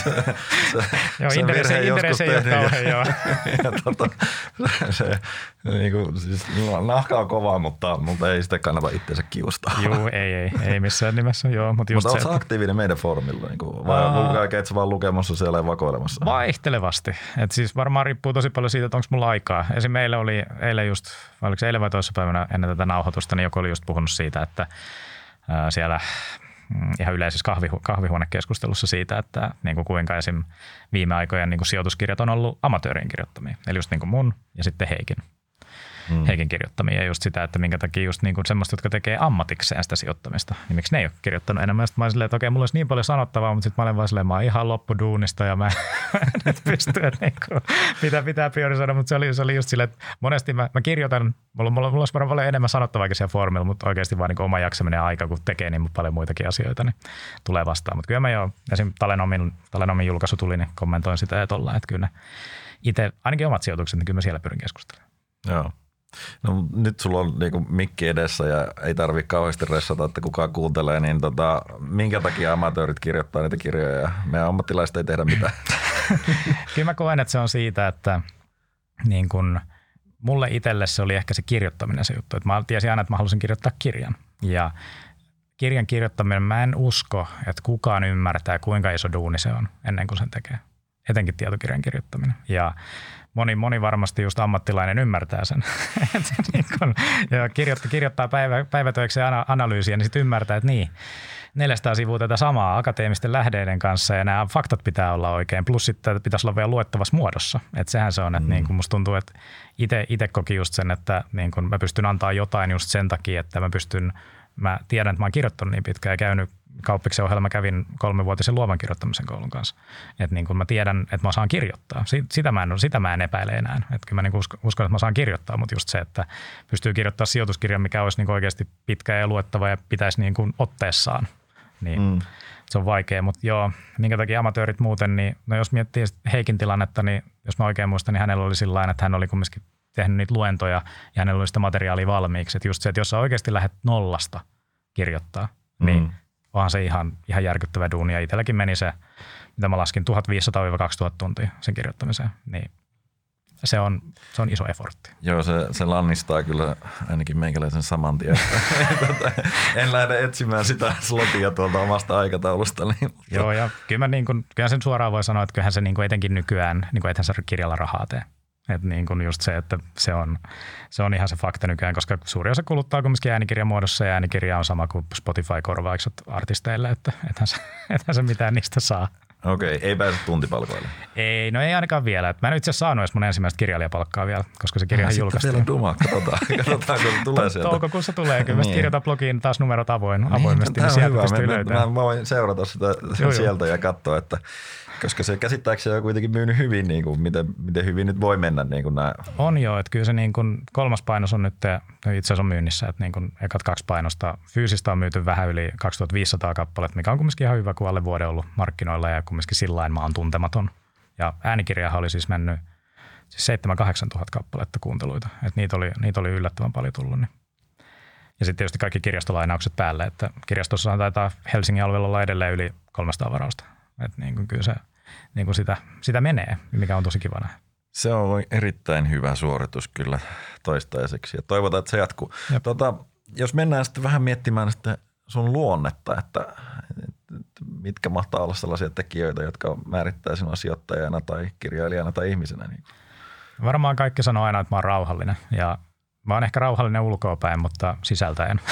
Joo, Inderes ei ole kauhean, joo. Ja tota, se, niin kuin, siis, nahka on kova, mutta, mutta ei sitä kannata itseensä kiustaa. Joo, ei, ei, ei missään nimessä, joo. Mutta mutta oletko aktiivinen meidän foorumilla, niin kuin, vai käytkö sä vaan lukemassa siellä ja vakoilemassa? Vaihtelevasti. Et siis varmaan riippuu tosi paljon siitä, että onko mulla aikaa. Esimerkiksi meillä oli eilen just, vai oliko se eilen vai toisessa päivänä ennen tätä nauhoitusta, niin joku oli just puhunut siitä, että ää, siellä ihan yleisessä kahvihu- kahvihuonekeskustelussa siitä, että niin kuin kuinka esim. Viime aikojen niin kuin sijoituskirjat on ollut amatöörien kirjoittamia. Eli just niin kuin mun ja sitten Heikin. Hmm. Heikin kirjoittamia ja just sitä, että minkä takia just niin kuin semmoista, jotka tekee ammatikseen sitä sijoittamista, niin miksi ne ei ole kirjoittanut enemmän. Sitten mä olin silleen, että okei, mulla olisi niin paljon sanottavaa, mutta sitten mä olin vaan silleen, mä oon ihan loppuduunista ja mä en nyt pysty, että niin kuin, mitä pitää priorisoida, mutta se oli, se oli just silleen, että monesti mä, mä kirjoitan, mulla, mulla, mulla olisi varmaan paljon enemmän sanottavaakin siellä foorumilla, mutta oikeasti vaan niin kuin oma jaksaminen ja aika, kun tekee niin paljon muitakin asioita, niin tulee vastaan. Mutta kyllä mä jo, esim. Talenomin, Talenomin julkaisu tuli, niin kommentoin sitä ja tollaan, että kyllä itse, ainakin omat sijoitukset, niin kyllä mä siellä pyrin keskustelemaan. Joo. No nyt sulla on niinku mikki edessä ja ei tarvitse kauheasti ressata, että kukaan kuuntelee, niin tota, minkä takia amatöörit kirjoittaa niitä kirjoja ja meidän ammattilaiset ei tehdä mitään? Kyllä mä koen, että se on siitä, että niin kun, mulle itselle se oli ehkä se kirjoittaminen se juttu. Että mä tiesin aina, että mä halusin kirjoittaa kirjan ja kirjan kirjoittaminen, mä en usko, että kukaan ymmärtää, kuinka iso duuni se on ennen kuin sen tekee. Etenkin tietokirjan kirjoittaminen ja Moni, moni varmasti just ammattilainen ymmärtää sen. niin kun, ja kirjoittaa, kirjoittaa päivä, päivätöiksi ja analyysiä, niin sitten ymmärtää, että niin, neljäsataa sivua tätä samaa akateemisten lähteiden kanssa ja nämä faktat pitää olla oikein. Plus sitten pitäisi olla vielä luettavassa muodossa. Että sehän se on, että mm. niin kun musta tuntuu, että itse koki just sen, että niin kun mä pystyn antaa jotain just sen takia, että mä pystyn, mä tiedän, että mä oon kirjoittanut niin pitkään ja käynyt Kauppiksen ohjelma kävin kolmevuotisen luovan kirjoittamisen koulun kanssa. Että niin kuin mä tiedän, että mä osaan kirjoittaa. Sitä mä en, sitä mä en epäile enää. Että kyllä mä niin uskon, uskon, että mä osaan kirjoittaa, mutta just se, että pystyy kirjoittamaan sijoituskirjan, mikä olisi niin kuin oikeasti pitkä ja luettava ja pitäisi niin kuin otteessaan. Niin mm. se on vaikea, mutta joo, minkä takia amatöörit muuten, niin no jos miettii Heikin tilannetta, niin jos mä oikein muistan, niin hänellä oli sillä lailla, että hän oli kumminkin tehnyt niitä luentoja ja hänellä oli sitä materiaalia valmiiksi. Että just se, että jos sä oikeasti lähdet nollasta kirjoittaa, mm. niin onhan se ihan, ihan järkyttävä duuni. Ja itselläkin meni se, mitä mä laskin, tuhatviisisataa kaksituhatta tuntia sen kirjoittamiseen. Niin se on, se on iso effortti. Joo, se, se lannistaa kyllä ainakin meikäläisen saman tien. En lähde etsimään sitä slotia tuolta omasta aikataulusta. Niin, Joo, ja kyllä, mä niin kuin, kyllä sen suoraan voi sanoa, että kyllähän se niin kuin etenkin nykyään, niin kuin ethän se kirjalla rahaa tee. Että niin kuin just se, että se on, se on ihan se fakta nykyään, koska suuri osa kuluttaa kumminkin äänikirjamuodossa ja äänikirja on sama kuin Spotify-korvaukset artisteille, että ethän se, ethän se mitään niistä saa. Okei, ei pääse tuntipalkoille. Ei, no ei ainakaan vielä. Mä en itse asiassa saanut edes mun ensimmäistä kirjailijapalkkaa vielä, koska se kirjahan julkaistiin. Sitten vielä dumaa, katsotaan, katsotaan kun se tulee sieltä. Toukokuussa tulee, kyllä niin. Kirjoitan blogiin taas numerot avoin, avoimesti, niin, niin sieltä pystyy löytämään. Mä voin seurata sitä joo, sieltä joo. ja katsoa, että koska se käsittääkseni on kuitenkin myynyt hyvin, niin kuin, miten, miten hyvin nyt voi mennä niin kuin nämä. On joo, että kyllä se niin kuin kolmas painos on nyt itse asiassa on myynnissä, että niin kuin ekat kaksi painosta fyysistä on myyty vähän yli kaksituhattaviisisataa kappaletta, mikä on kumminkin ihan hyvä, kun alle vuoden ollut markkinoilla ja kumminkin sillain maan tuntematon. Ja äänikirjahan oli siis mennyt siis seitsemän kahdeksan tuhatta kappaletta kuunteluita, että niitä oli, niitä oli yllättävän paljon tullut. Niin. Ja sitten tietysti kaikki kirjastolainaukset päälle, että kirjastossa taitaa Helsingin alueella olla edelleen yli kolmesataa varausta, että niin kuin kyllä se niin kuin sitä, sitä menee, mikä on tosi kiva nähdä. Se on erittäin hyvä suoritus kyllä toistaiseksi ja toivotaan, että se jatkuu. Tota, jos mennään sitten vähän miettimään sitten sun luonnetta, että, että mitkä mahtaa olla sellaisia tekijöitä, jotka määrittää sinua sijoittajana tai kirjailijana tai ihmisenä? Niin. Varmaan kaikki sanoo aina, että mä oon rauhallinen ja mä oon ehkä rauhallinen ulkoapäin, mutta sisältäen.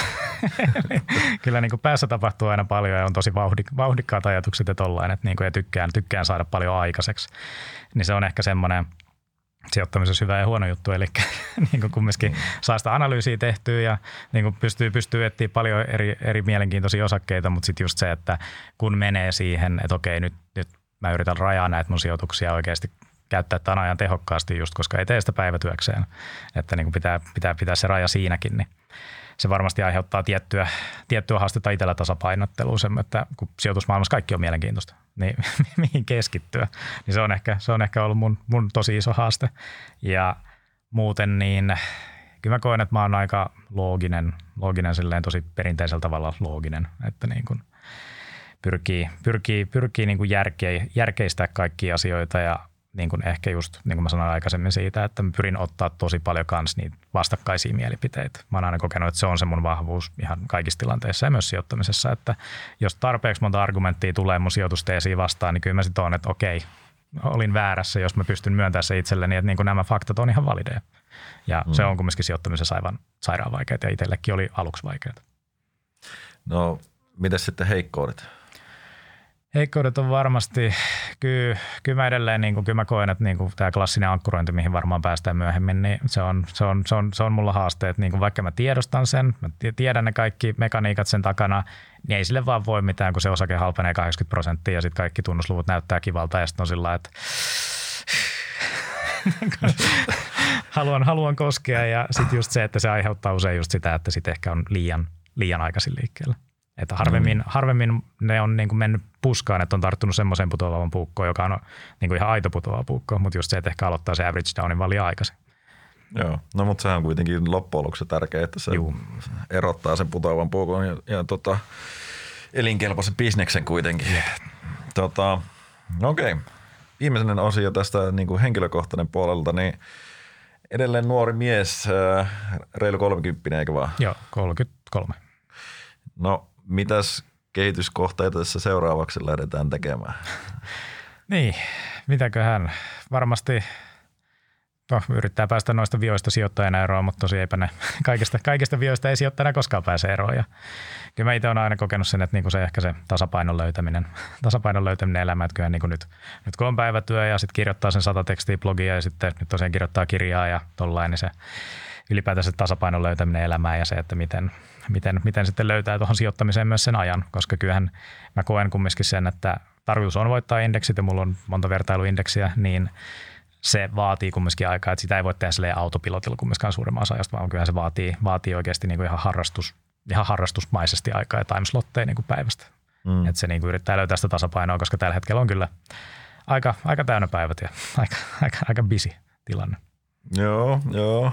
Kyllä niin kuin päässä tapahtuu aina paljon ja on tosi vauhdik- vauhdikkaat ajatukset ja tollain, että niin kuin ja tykkään, tykkään saada paljon aikaiseksi. Niin se on ehkä semmoinen sijoittamisessa hyvä ja huono juttu, eli niin kuin kumminkin mm. saa sitä analyysiä tehtyä ja niin kuin pystyy, pystyy etsimään paljon eri, eri mielenkiintoisia osakkeita, mutta sitten just se, että kun menee siihen, että okei nyt, nyt mä yritän rajaa näitä mun sijoituksia oikeasti käyttää tämän ajan tehokkaasti just, koska ei tee sitä päivätyökseen, että niin kuin pitää, pitää pitää se raja siinäkin, niin se varmasti aiheuttaa tiettyä, tiettyä haastetta itsellä tasapainotteluun, että kun sijoitusmaailmassa kaikki on mielenkiintoista, niin mihin keskittyä, niin se on ehkä, se on ehkä ollut mun, mun tosi iso haaste. Ja muuten niin kyllä mä koen, että mä oon aika looginen, looginen silleen tosi perinteisellä tavalla looginen, että niin kuin pyrkii, pyrkii, pyrkii niin kuin järke, järkeistää kaikkia asioita ja niin kuin ehkä just, niin kuin mä sanoin aikaisemmin siitä, että mä pyrin ottaa tosi paljon kans niitä vastakkaisia mielipiteitä. Mä oon aina kokenut, että se on se mun vahvuus ihan kaikissa tilanteissa ja myös sijoittamisessa, että jos tarpeeksi monta argumenttia tulee mun sijoitusteesiin vastaan, niin kyllä mä sit oon, että okei, olin väärässä, jos mä pystyn myöntämään se itselleni, että niin kuin nämä faktat on ihan valideja. Ja mm. se on kumminkin sijoittamisessa aivan sairaan vaikeaa ja itsellekin oli aluksi vaikeaa. No, mitäs sitten heikkoudet? Heikkoudet on varmasti, kyllä, kyllä mä edelleen, niin kuin, kyllä mä koen, että niin kuin tämä klassinen ankkurointi, mihin varmaan päästään myöhemmin, niin se on, se on, se on, se on mulla haaste, että niin kuin vaikka mä tiedostan sen, mä tiedän ne kaikki mekaniikat sen takana, niin ei sille vaan voi mitään, kun se osake halpenee kahdeksankymmentä prosenttia ja sitten kaikki tunnusluvut näyttää kivalta ja sitten on sillä että haluan, haluan koskea ja sitten just se, että se aiheuttaa usein just sitä, että sitten ehkä on liian, liian aikaisin liikkeellä. Että harvemmin, mm. harvemmin ne on niin kuin mennyt puskaan, että on tarttunut semmoiseen putoavan puukkoon, joka on niin kuin ihan aito putoava puukko, mutta just se, että ehkä aloittaa se average downin vaan liian aikaisin. Joo, no mutta sehän on kuitenkin loppujen lopuksi tärkeää, että se Juu. erottaa sen putoavan puukon ja, ja tota, elinkelpoisen bisneksen kuitenkin. Yep. Tota, okei, okay. Viimeinen osio tästä niin kuin henkilökohtainen puolelta, niin edelleen nuori mies, reilu kolmekymppinen, eikö vaan? Joo, kolmekymmentäkolme. No, mitäs kehityskohteita tässä seuraavaksi lähdetään tekemään? Niin, mitäköhän? Varmasti no, yrittää päästä noista vioista sijoittajana eroon, mutta tosi eipä ne kaikista, kaikista vioista ei sijoittajana koskaan pääse eroon. Ja kyllä mä itse olen aina kokenut sen, että niinku se ehkä se tasapainon löytäminen, tasapainon löytäminen elämään, että kyllä niinku nyt, nyt kun on päivätyö ja sitten kirjoittaa sen sata tekstiä blogia ja sitten nyt tosiaan kirjoittaa kirjaa ja tollain, niin se ylipäätään se tasapainon löytäminen elämään ja se, että miten, miten, miten sitten löytää tuohon sijoittamiseen myös sen ajan, koska kyllähän mä koen kumminkin sen, että tarkoitus on voittaa indeksit ja mulla on monta vertailuindeksiä, niin se vaatii kumminkin aikaa, että sitä ei voi tehdä silleen autopilotilla kumminkaan suurimman osa ajasta, vaan kyllähän se vaatii, vaatii oikeasti niin kuin ihan, harrastus, ihan harrastusmaisesti aikaa ja timeslotteja niin kuin päivästä. Mm. Että se niin kuin yrittää löytää sitä tasapainoa, koska tällä hetkellä on kyllä aika, aika täynnä päivät ja aika, aika, aika busy tilanne. Joo, joo.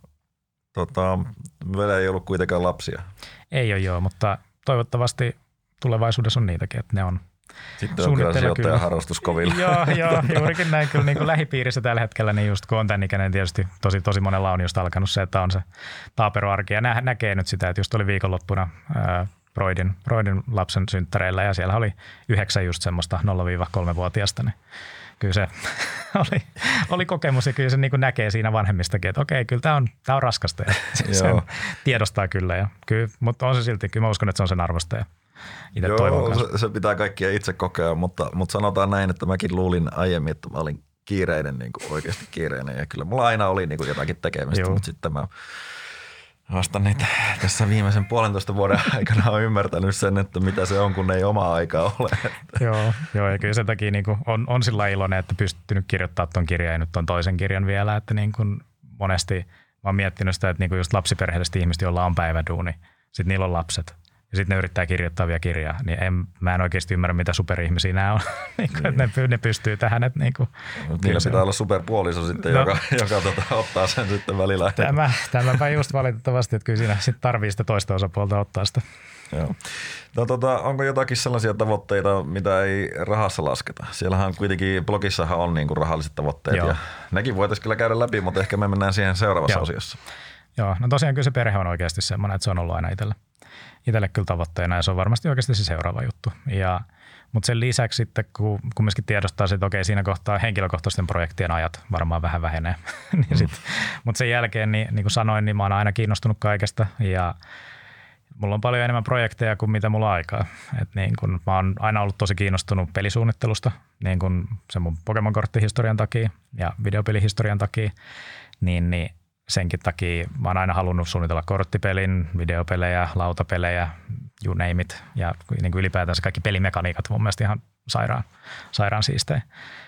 Tota, vielä ei ollut kuitenkaan lapsia. Ei ole joo, mutta toivottavasti tulevaisuudessa on niitäkin, että ne on sitten on kyllä sijoittajan harrastus kovilla. Joo, joo, juurikin näin kyllä niin kuin lähipiirissä tällä hetkellä, niin just kun on tämän ikäinen, tietysti tosi, tosi monella on just alkanut se, että on se taaperoarki ja nä, näkee nyt sitä, että just oli viikonloppuna ää, Broidin, Broidin lapsen synttäreillä ja siellä oli yhdeksän just semmoista nolla kolme-vuotiaasta, niin kyllä se oli, oli kokemus ja kyllä se niin kuin näkee siinä vanhemmistakin, että okei, kyllä tämä on, tämä on raskasta ja sen tiedostaa kyllä, ja kyllä, mutta on se silti, kyllä mä uskon, että se on sen arvosta ja itse Joo, se, se pitää kaikkia itse kokea, mutta, mutta sanotaan näin, että mäkin luulin aiemmin, että mä olin kiireinen, niin kuin oikeasti kiireinen ja kyllä mulla aina oli niin kuin jotakin tekemistä, Joo. mutta sitten mä vasta niitä tässä viimeisen puolentoista vuoden aikana olen ymmärtänyt sen, että mitä se on, kun ei omaa aikaa ole. Joo, joo, ja kyllä sen takia niin kuin on, on sillä iloinen, että pystynyt kirjoittamaan tuon kirjan ja nyt on toisen kirjan vielä, että niin kuin monesti mä oon miettinyt sitä, että niin kuin just lapsiperheelliset ihmiset, joilla on päiväduuni, sitten niillä on lapset. Ja sitten ne yrittää kirjoittaa vielä kirjaa, niin en, mä en oikeasti ymmärrä, mitä superihmisiä nämä on. niin kuin, niin. Ne, ne pystyy tähän. Että niin kuin, niillä pitää olla superpuoliso sitten, no, joka, joka tota, ottaa sen sitten välillä. Tämä, tämäpä just valitettavasti, että kyllä siinä sitten tarvii sitä toista osapuolta ottaa sitä. Joo. No, tota, onko jotakin sellaisia tavoitteita, mitä ei rahassa lasketa? Siellähän kuitenkin, blogissahan on niin kuin rahalliset tavoitteet. Joo. Ja nekin voitaisiin kyllä käydä läpi, mutta ehkä me mennään siihen seuraavassa Joo. osiossa. Joo, no tosiaan kyllä se perhe on oikeasti semmoinen, että se on ollut aina itsellä. Itselle kyllä tavoitteena ja se on varmasti oikeasti se seuraava juttu. Ja, mutta sen lisäksi sitten, kun kumminkin tiedostaa, että okei, siinä kohtaa henkilökohtaisten projektien ajat varmaan vähän vähenee. niin mm. sit, mutta sen jälkeen, niin, niin kuin sanoin, niin mä oon aina kiinnostunut kaikesta ja mulla on paljon enemmän projekteja kuin mitä mulla on aikaa. Et niin kun, mä oon aina ollut tosi kiinnostunut pelisuunnittelusta, niin kun se mun Pokemon-korttihistorian takia ja videopelihistorian takia, niin, niin senkin takia mä oon aina halunnut suunnitella korttipelin, videopelejä, lautapelejä, you name it. Ja niin kuin ylipäätänsä kaikki pelimekaniikat mun mielestä ihan sairaan, sairaan siistejä.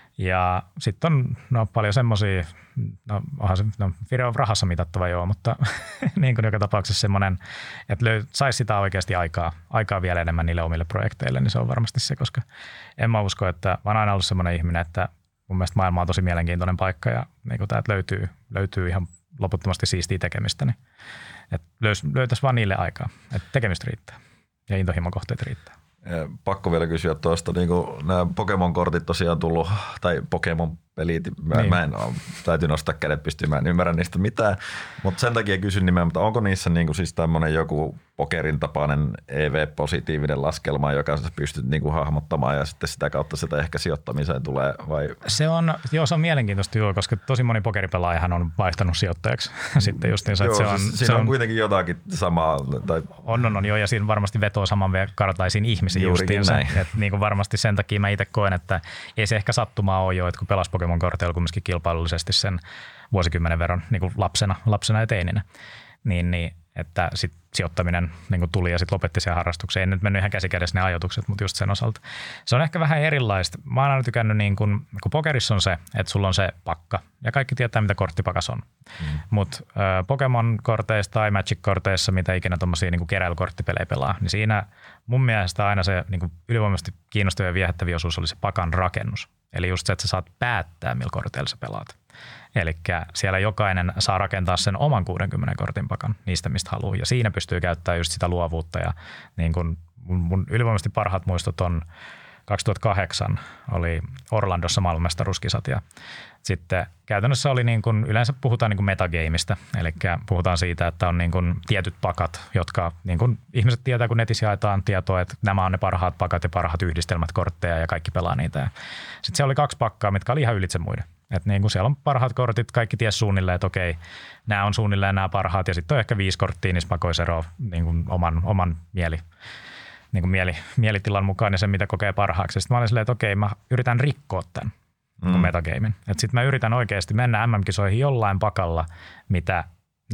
Ja sitten on no, paljon semmoisia, no onhan se no, vire on rahassa mitattava joo, mutta niin kuin joka tapauksessa semmoinen, että löy, saisi sitä oikeasti aikaa, aikaa vielä enemmän niille omille projekteille, niin se on varmasti se, koska en mä usko, että mä oon aina ollut semmoinen ihminen, että mun mielestä maailma on tosi mielenkiintoinen paikka ja niin kuin täältä löytyy, löytyy ihan loputtomasti siistiä tekemistä, niin että löytäisi vaan niille aikaa, että tekemistä riittää ja intohimokohteet riittää. Ja pakko vielä kysyä tuosta, niin kuin nämä Pokemon-kortit tosiaan tullut, tai Pokemon-pelit, mä, niin. mä en ole, täytyy nostaa kädet pystyyn, mä en ymmärrä niistä mitään, mutta sen takia kysyn nimenomaan, mutta onko niissä niin kuin siis tämmöinen joku pokerin tapainen E V-positiivinen laskelma, joka sä pystyt niin kuin hahmottamaan ja sitten sitä kautta sitä ehkä sijoittamiseen tulee vai? Se on, joo, se on mielenkiintoista joo, koska tosi moni pokeripelaajahan on vaihtanut sijoittajaksi sitten justiinsa. Joo, se on, siis, se siinä on, on kuitenkin jotakin samaa. Tai... On, on, on, joo, ja siinä varmasti vetoo samankartaisiin ihmisiin justiinsa. Että niin kuin varmasti sen takia mä itse koen, että ei se ehkä sattumaa ole jo, että kun pelas Pokemon-korteilla kumminkin kilpailullisesti sen vuosikymmenen verran niin kuin lapsena, lapsena ja teininä, niin, niin että sit sijoittaminen niin kuin tuli ja sitten lopetti sen harrastuksen. Ei nyt mennyt ihan käsikädessä ne ajatukset, mutta just sen osalta. Se on ehkä vähän erilaista. Mä oon aina tykännyt, niin kun, kun pokerissa on se, että sulla on se pakka ja kaikki tietää, mitä korttipakas on. Mm. Mutta äh, Pokemon-korteissa tai Magic-korteissa, mitä ikinä tuommoisia niin keräilykorttipelejä pelaa, niin siinä mun mielestä aina se niin kuin ylivoimaisesti kiinnostava ja viehättävä osuus oli se pakan rakennus. Eli just se, että sä saat päättää, millä korteilla sä pelaat. Eli siellä jokainen saa rakentaa sen oman kuudenkymmenen kortin pakan niistä, mistä haluaa. Ja siinä pystyy käyttämään just sitä luovuutta. Ja niin kun mun, mun ylivoimaisesti parhaat muistot on kaksituhattakahdeksan oli Orlandossa maailmanmestaruuskisat. Ja sitten käytännössä oli niin kun, yleensä puhutaan niin kun metagameista. Eli puhutaan siitä, että on niin kun tietyt pakat, jotka niin kun ihmiset tietää, kun netissä jaetaan tietoa, että nämä on ne parhaat pakat ja parhaat yhdistelmät kortteja ja kaikki pelaa niitä. Sitten siellä oli kaksi pakkaa, mitkä oli ihan ylitse muiden. Että niin kuin siellä on parhaat kortit, kaikki ties suunnilleen, että okei, nämä on suunnilleen nämä parhaat ja sitten on ehkä viisi korttia, niissä pakoisi eroa niin kuin oman, oman mieli, niin kuin mieli, mielitilan mukaan ja sen, mitä kokee parhaaksi. Sitten mä olin silleen, että okei, mä yritän rikkoa tämän mm. metagamen. Että sitten mä yritän oikeasti mennä M M-kisoihin jollain pakalla, mitä niin kuin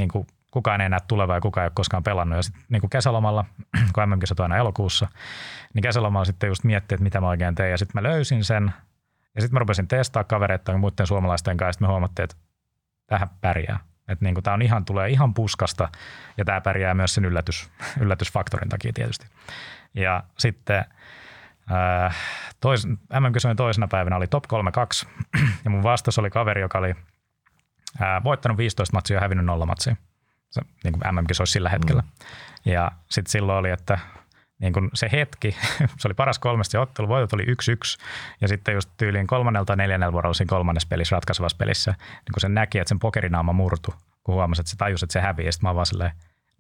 kukaan ei näe tulevaa ja kukaan ei ole koskaan pelannut. Ja sitten niin kuin kesälomalla, kun M M-kisat on aina elokuussa, niin kesälomalla sitten just miettii, että mitä mä oikein teen. Ja sitten mä löysin sen ja sitten mä rupesin testaa kavereita ja muiden suomalaisten kanssa. Ja me huomattiin, että tähän pärjää. Että niin kuin tämä on ihan, tulee ihan puskasta ja tämä pärjää myös sen yllätys, yllätysfaktorin takia tietysti. Ja sitten ää, tois, M M-kisojen toisena päivänä oli top kolme kaksi ja mun vastaus oli kaveri, joka oli ää, voittanut viisitoista matsia ja hävinnyt nolla matsia. Se, niin kuin M M-kisoissa sillä hetkellä. Mm. Ja sitten silloin oli, että niin kuin se hetki, se oli paras kolmesta se ottelu, voitot oli yksi yksi ja sitten just tyyliin kolmannella tai neljännellä vuorolla siinä kolmannessa pelissä, ratkaisevassa pelissä, niin kun se näki, että sen pokerinaama murtui, kun huomasi, että se tajusi, että se hävii ja sitten mä oon vaan silleen,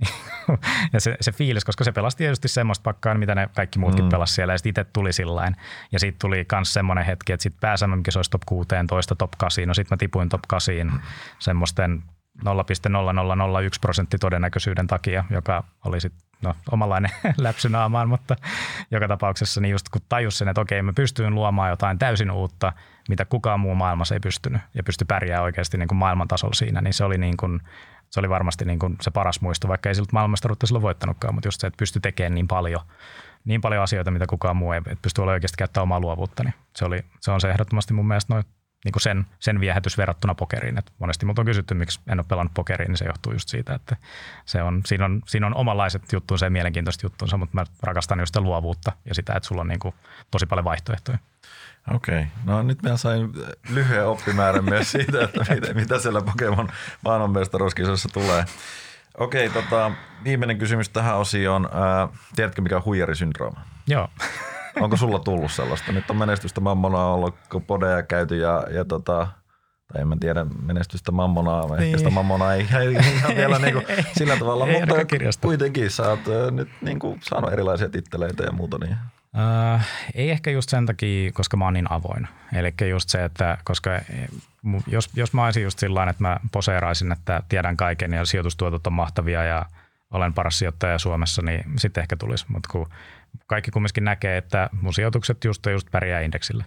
ja se, se fiilis, koska se pelasi tietysti semmoista pakkaa, mitä ne kaikki muutkin mm. pelasi siellä ja sitten itse tuli sillain. Ja sitten tuli myös semmoinen hetki, että sitten pääs M M-kisoissa top kuusitoista, top kahdeksan, no sitten mä tipuin top kahdeksan mm. semmoisten nolla pilkku nolla nolla nolla yksi prosentti todennäköisyyden takia, joka oli sitten no, omanlainen läpsy naamaan, mutta joka tapauksessa niin just kun tajus sen, että okei, mä pystyin luomaan jotain täysin uutta, mitä kukaan muu maailmassa ei pystynyt ja pystyi pärjäämään oikeasti niin kuin maailman tasolla siinä, niin se oli, niin kuin, se oli varmasti niin kuin se paras muisto, vaikka ei siltä maailmanmestaruutta silloin voittanutkaan, mutta just se, että pystyi tekemään niin paljon, niin paljon asioita, mitä kukaan muu ei, että pystyi oikeasti käyttämään omaa luovuutta, niin se, oli, se on se ehdottomasti mun mielestä noin niin kuin sen, sen viehätys verrattuna pokeriin. Et monesti minulta on kysytty, miksi en ole pelannut pokeriin, niin se johtuu just siitä, että se on, siinä, on, siinä on omanlaiset juttunsa ja mielenkiintoiset juttunsa, mutta mä rakastan just sitä luovuutta ja sitä, että sulla on niin kuin tosi paljon vaihtoehtoja. Okei, no nyt mä sain lyhyen oppimäärän myös siitä, että mitä, mitä siellä Pokemon maailmanmestaruuskisoissa tulee. Okei, tota, viimeinen kysymys tähän osioon. Ää, tiedätkö, mikä on huijarisyndrooma? Joo. Onko sulla tullut sellaista? Nyt on menestystä mammonaa ollut, kun podeja käyty ja, ja tota, tai en mä tiedä menestystä mammonaa, niin. Ehkä sitä mammonaa ei, ei ihan vielä niin kuin sillä tavalla, ei, mutta kuitenkin sä oot nyt niin kuin saanut erilaisia titteleitä ja muuta. Niin. Uh, ei ehkä just sen takia, koska mä oon niin avoin. Eli just se, että koska jos, jos mä olisin just sillain, että mä poseeraisin, että tiedän kaiken ja sijoitustuotot on mahtavia ja olen paras sijoittaja Suomessa, niin sitten ehkä tulisi. Mutta kun kaikki kumminkin näkee, että mun sijoitukset just, just pärjää indeksillä.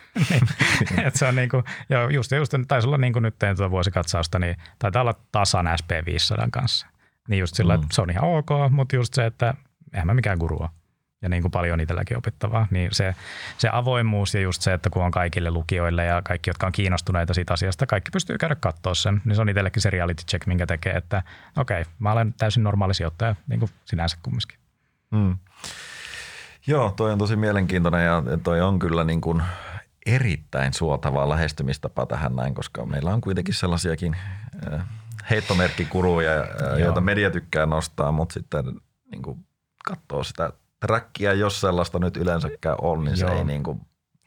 Et se on niinku, ja just, just taisi olla niin kuin nyt tein tuota vuosikatsausta, niin taitaa olla tasan S P viisisataa kanssa. Niin just sillä, mm. että se on ihan ok, mutta just se, että eihän mä mikään guru ole. Ja niin kuin paljon itselläkin opittavaa, niin se, se avoimuus ja just se, että kun on kaikille lukijoille ja kaikki, jotka on kiinnostuneita siitä asiasta, kaikki pystyy käydä katsoa sen, niin se on itsellekin se reality check, minkä tekee, että okei, okay, mä olen täysin normaali sijoittaja, niin kuin sinänsä kumminkin. Mm. Joo, toi on tosi mielenkiintoinen ja toi on kyllä niin kuin erittäin suotavaa lähestymistapa tähän näin, koska meillä on kuitenkin sellaisiakin heittomerkkikuruja, joita media tykkää nostaa, mutta sitten niin kuin katsoo sitä trackia, jos sellaista nyt yleensäkään on, niin Joo. se ei niin kuin,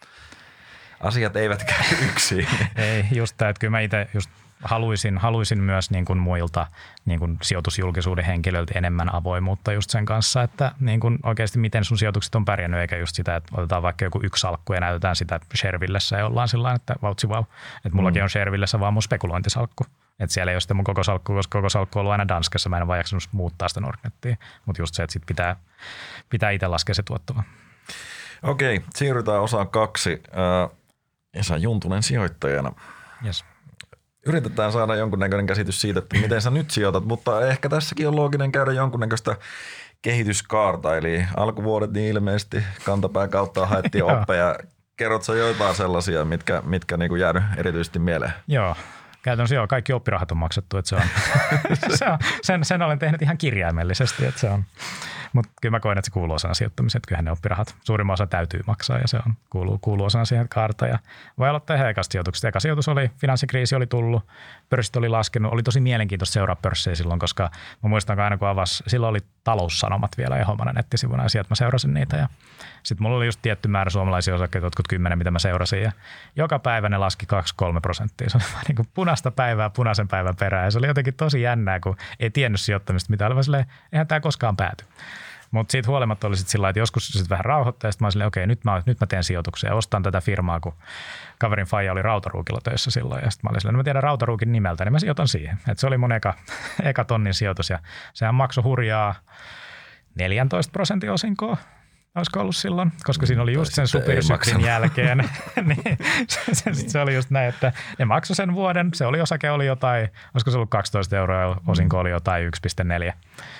asiat eivät käy yksin. Ei, just tämä, että kyllä mä itse just haluaisin, haluaisin myös niin kuin muilta niin kuin sijoitusjulkisuuden henkilöiltä enemmän avoimuutta just sen kanssa, että niin kuin oikeasti miten sun sijoitukset on pärjännyt, eikä just sitä, että otetaan vaikka joku yksi salkku ja näytetään sitä Sharevillessä ja ollaan sillä että vautsi vau, että mullakin mm. on Sharevillessä vaan mun spekulointisalkku. Että siellä ei ole sitten mun koko salkku, koska koko salkku on ollut aina Danskassa. Mä en ole vaan jaksanut muuttaa sitä Nordnettia. Mutta just se, että sit pitää, pitää itse laskea se tuottava. Okei, siirrytään osaan kaksi. Äh, Esa Juntunen sijoittajana. Yes. Yritetään saada jonkunnäköinen käsitys siitä, että miten sä nyt sijoitat, mutta ehkä tässäkin on looginen käydä jonkunnäköistä kehityskaarta. Eli alkuvuodet niin ilmeisesti kantapään kautta haettiin oppeja. Kerrotko joitain sellaisia, mitkä, mitkä niinku jäänyt erityisesti mieleen? Joo. Käytännössä joo, kaikki oppirahat on maksettu, että se on, se on sen, sen olen tehnyt ihan kirjaimellisesti, että se on, mutta kyllä mä koen, että se kuuluu osana sijoittamiseen, että kyllähän ne oppirahat, suurimman osa täytyy maksaa ja se on, kuuluu, kuuluu osana siihen kaartaan ja voi aloittaa ihan ekasta sijoituksesta. Eka sijoitus oli, finanssikriisi oli tullut, pörssit oli laskenut, oli tosi mielenkiintoista seuraa pörssejä silloin, koska mä muistan aina kun avasi, silloin oli taloussanomat vielä ehomana nettisivuna ja sieltä mä seurasin niitä ja sitten mulla oli just tietty määrä suomalaisia osakkeita, jotkut kymmenen, mitä mä seurasin ja joka päivä ne laski kaksi kolme prosenttia. Se oli vaan niin kuin punaista päivää punaisen päivän perään ja se oli jotenkin tosi jännää, kun ei tiennyt sijoittamista mitään. Oli vaan silleen, eihän tämä koskaan pääty. Mutta siitä huolimatta oli sitten sillä, että joskus se vähän rauhoittaa ja sitten mä olin silleen, okei, nyt mä, nyt mä teen sijoituksia ja ostan tätä firmaa, kun kaverin faija oli Rautaruukilla töissä silloin. Ja sitten mä olin silleen, no mä tiedän Rautaruukin nimeltä, niin mä sijoitan siihen. Et se oli mun eka, eka tonnin sijoitus ja sehän maksoi hurjaa neljäntoista prosentin osinkoa. olisiko ollut silloin, koska siinä oli just sen supersyklin jälkeen. niin, se, se, niin. se oli just näin, että ne maksoi sen vuoden, se oli osake oli jotain, olisiko se ollut kaksitoista euroa, osinko oli jotain yksi pilkku neljä.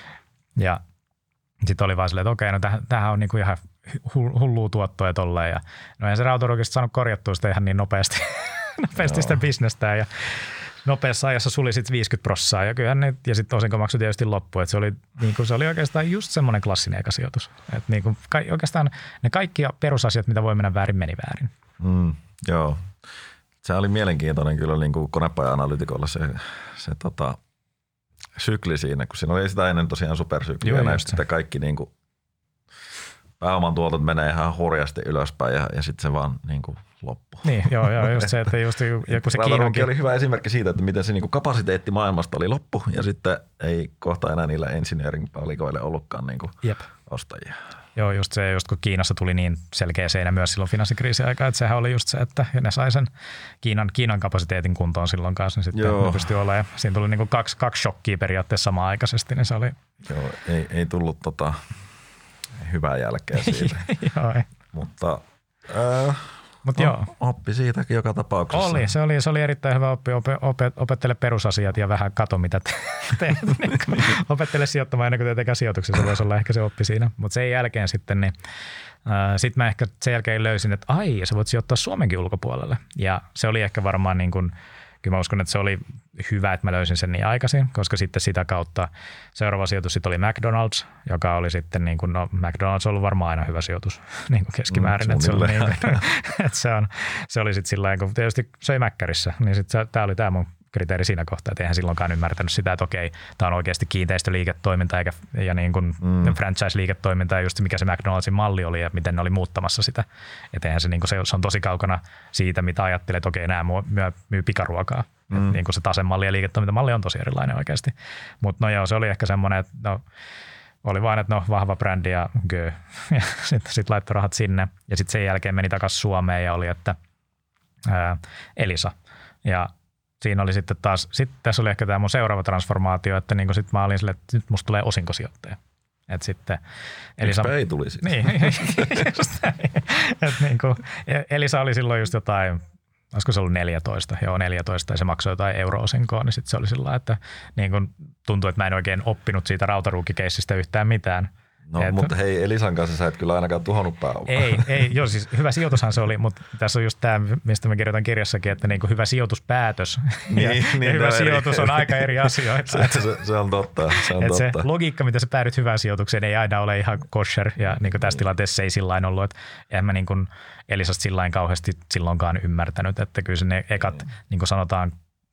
Ja sitten oli vaan silleen, että okei, no tämähän on niinku ihan hullua tuottoa ja tolleen. Ja no eihän se Rautaruukista saanut korjattua sitä ihan niin nopeasti, nopeasti sitä bisnestään. Ja nopeassa ajassa suli sitten viisikymmentä prossaa ja kyllähän ne, ja sitten osinkomaksu tietysti loppui. Että se, oli, niinku, se oli oikeastaan just semmoinen klassinen ekasijoitus. Että niinku, ka, oikeastaan ne kaikki perusasiat, mitä voi mennä väärin, meni väärin. Mm, joo. Se oli mielenkiintoinen kyllä niin kuin konepaja-analytikolla se, se tota, sykli siinä, kun siinä oli sitä ennen tosiaan supersykliä. Ja sitten kaikki niin kuin pääoman tuotot menee ihan hurjasti ylöspäin ja, ja sitten se vaan niin kuin loppu. Niin, joo, joo, just se, että just joku se Kiinankin oli hyvä esimerkki siitä, että miten se niin kuin kapasiteetti maailmasta oli loppu ja sitten ei kohta enää niillä insinöörin palikoille ollutkaan niin kuin ostajia. Joo, just se, just kun Kiinassa tuli niin selkeä seinä myös silloin finanssikriisin aikaa, että sehän oli just se, että ne sai sen Kiinan, Kiinan kapasiteetin kuntoon silloin kanssa, niin sitten Joo. ne pystyi olemaan. Siinä tuli niin kuin kaksi, kaksi shokkia periaatteessa samaan aikaisesti, niin se oli. Joo, ei, ei tullut tota hyvää jälkeä siitä. Joo, ei. Mutta äh, Mut joo. oppi siitäkin joka tapauksessa. Oli, se oli, se oli erittäin hyvä oppi. Opet, opettele perusasiat ja vähän kato, mitä teet. Opettele sijoittamaan ennen kuin teetekään sijoituksia. Se voisi olla ehkä se oppi siinä. Mutta sen jälkeen sitten, niin äh, sitten mä ehkä sen jälkeen löysin, että ai, sä voit sijoittaa Suomenkin ulkopuolelle. Ja se oli ehkä varmaan niin kuin, kyllä mä uskon, että se oli hyvä, että mä löysin sen niin aikaisin, koska sitten sitä kautta seuraava sijoitus sitten oli McDonald's, joka oli sitten niin kuin, no McDonald's on ollut varmaan aina hyvä sijoitus niin kuin keskimäärin. Mm, että se, oli niin, että se, on, se oli sitten sillä tavalla, kun tietysti söi Mäkkärissä, niin sitten tämä oli tämä mun kriteeri siinä kohtaa, että eihän silloinkaan ymmärtänyt sitä, että okei, tämä on oikeasti kiinteistöliiketoiminta eikä, ja niin kuin mm. franchise-liiketoiminta ja just mikä se McDonald'sin malli oli ja miten ne oli muuttamassa sitä. Että eihän se, niin kuin se, se on tosi kaukana siitä, mitä ajattelee, että okei, nämä myy, myy pikaruokaa. Mm. Niin kuin se tasemalli ja liiketoimintamalli on tosi erilainen oikeasti. Mutta no joo, se oli ehkä semmoinen, että no, oli vain, että no vahva brändi ja gö. Ja sitten sit laittoi rahat sinne. Ja sitten sen jälkeen meni takaisin Suomeen ja oli, että ää, Elisa. Ja siinä oli sitten taas, sitten tässä oli ehkä tämä mun seuraava transformaatio, että niin sitten mä olin silleen, että nyt musta tulee osinkosijoittaja. Että sitten Elisa ei tulisi. Niin, just että niin kuin, Elisa oli silloin just jotain, olisiko se ollut neljätoista, joo neljätoista ja se maksoi jotain euro-osinkoa, niin sitten se oli sillä että niin kuin tuntui, että mä en oikein oppinut siitä Rautaruukki-keissistä yhtään mitään. No, et, mutta hei, Elisan kanssa sä et kyllä ainakaan tuhonnut pääomaa. Ei, ei, joo siis hyvä sijoitushan se oli, mutta tässä on just tämä, mistä mä kirjoitan kirjassakin, että niin kuin hyvä sijoituspäätös niin, ja, niin, ja hyvä sijoitus eri. On aika eri asioita. se, se, se on totta. Se, on totta. Se logiikka, mitä sä päädyt hyvään sijoitukseen, ei aina ole ihan kosher ja niin kuin tässä tilanteessa se ei sillain ollut, että en mä niin kuin Elisasta sillain kauheasti silloinkaan ymmärtänyt, että kyllä se ne ekat, mm. niin kuin sanotaan,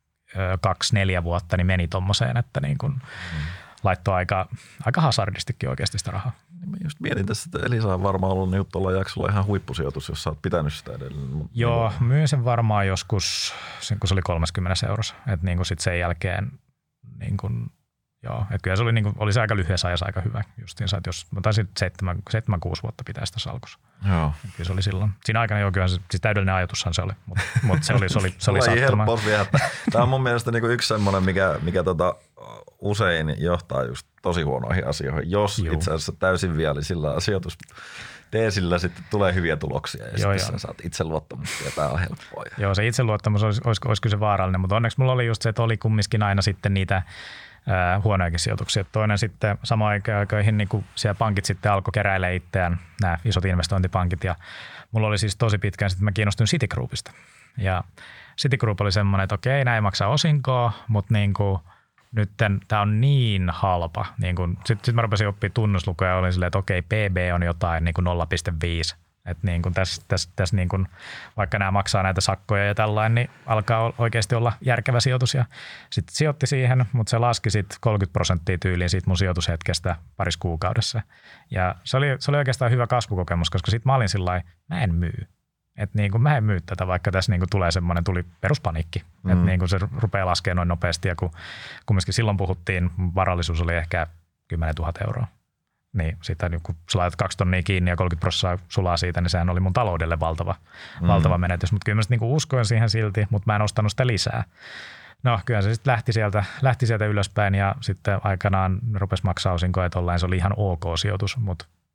kaksi, neljä vuotta, niin meni tommoseen, että niin kuin mm. laittoi aika, aika hazardistikin oikeasti sitä rahaa. Mä just mietin tässä, että Elisa on varmaan ollut nyt tuolla jaksolla ihan huippusijoitus, jos sä oot pitänyt sitä edelleen. Joo, myin sen varmaan joskus, kun se oli kolmekymmentä eurossa. Että niin kuin sit sen jälkeen, niin kuin, joo, että kyllä se oli, niin kuin, oli se aika lyhyessä ajassa aika hyvä justiinsa, että jos mä taisin seitsemän, seitsemän kuusi vuotta pitää sitä salkussa. Joo. Kyllä se oli silloin. Siinä aikana jo kyllä se, siis täydellinen ajatushan se oli, mutta, mutta se oli, se oli, se oli sattuma. Tämä on mun mielestä niin kuin yksi semmoinen, mikä, mikä tota, usein johtaa just tosi huonoihin asioihin, jos Juu. itse asiassa täysin viallisilla sijoitusteesillä sitten tulee hyviä tuloksia ja joo, sitten sä saat itseluottamusta ja tämä on helppoa. Joo, se itseluottamus olisi, olisi, olisi kyllä se vaarallinen, mutta onneksi mulla oli just se, että oli kumminkin aina sitten niitä ää, huonojakin sijoituksia. Toinen sitten samaan aikoihin niin kuin siellä pankit sitten alkoi keräillä itseään, nämä isot investointipankit ja mulla oli siis tosi pitkään sitten mä kiinnostuin Citigroupista ja Citigroup oli semmoinen, että okei, näin maksaa osinkoa, mutta niin kuin nyt tämä on niin halpa. Niin Sitten sit mä rupesin oppimaan tunnuslukuja ja olin silleen, että okei, P B on jotain niin kuin nolla pilkku viisi. Että niin kuin tässä, tässä, tässä niin kuin, vaikka nämä maksaa näitä sakkoja ja tällainen, niin alkaa oikeasti olla järkevä sijoitus. Ja sitten sijoitti siihen, mutta se laski sitten kolmekymmentä prosenttia tyyliin siitä mun sijoitushetkestä parissa kuukaudessa. Ja se oli, se oli oikeastaan hyvä kasvukokemus, koska sitten mä olin sillä lailla, mä en myy. Että niin kuin mä en myy tätä, vaikka tässä niin kuin tulee semmoinen, tuli peruspaniikki, mm. että niin kuin se rupeaa laskemaan noin nopeasti ja kun kumminkin silloin puhuttiin, varallisuus oli ehkä kymmenen tuhatta euroa. Niin sitten kun sä laitat kaksi tonnia kiinni ja kolmekymmentä prosenttia sulaa siitä, niin sehän oli mun taloudelle valtava, mm. valtava menetys. Mutta kyllä mä niin kuin uskoin siihen silti, mutta mä en ostanut sitä lisää. No kyllä se sitten lähti sieltä, lähti sieltä ylöspäin ja sitten aikanaan rupesi maksaa osinkoja, että ollaan se oli ihan ok sijoitus, mutta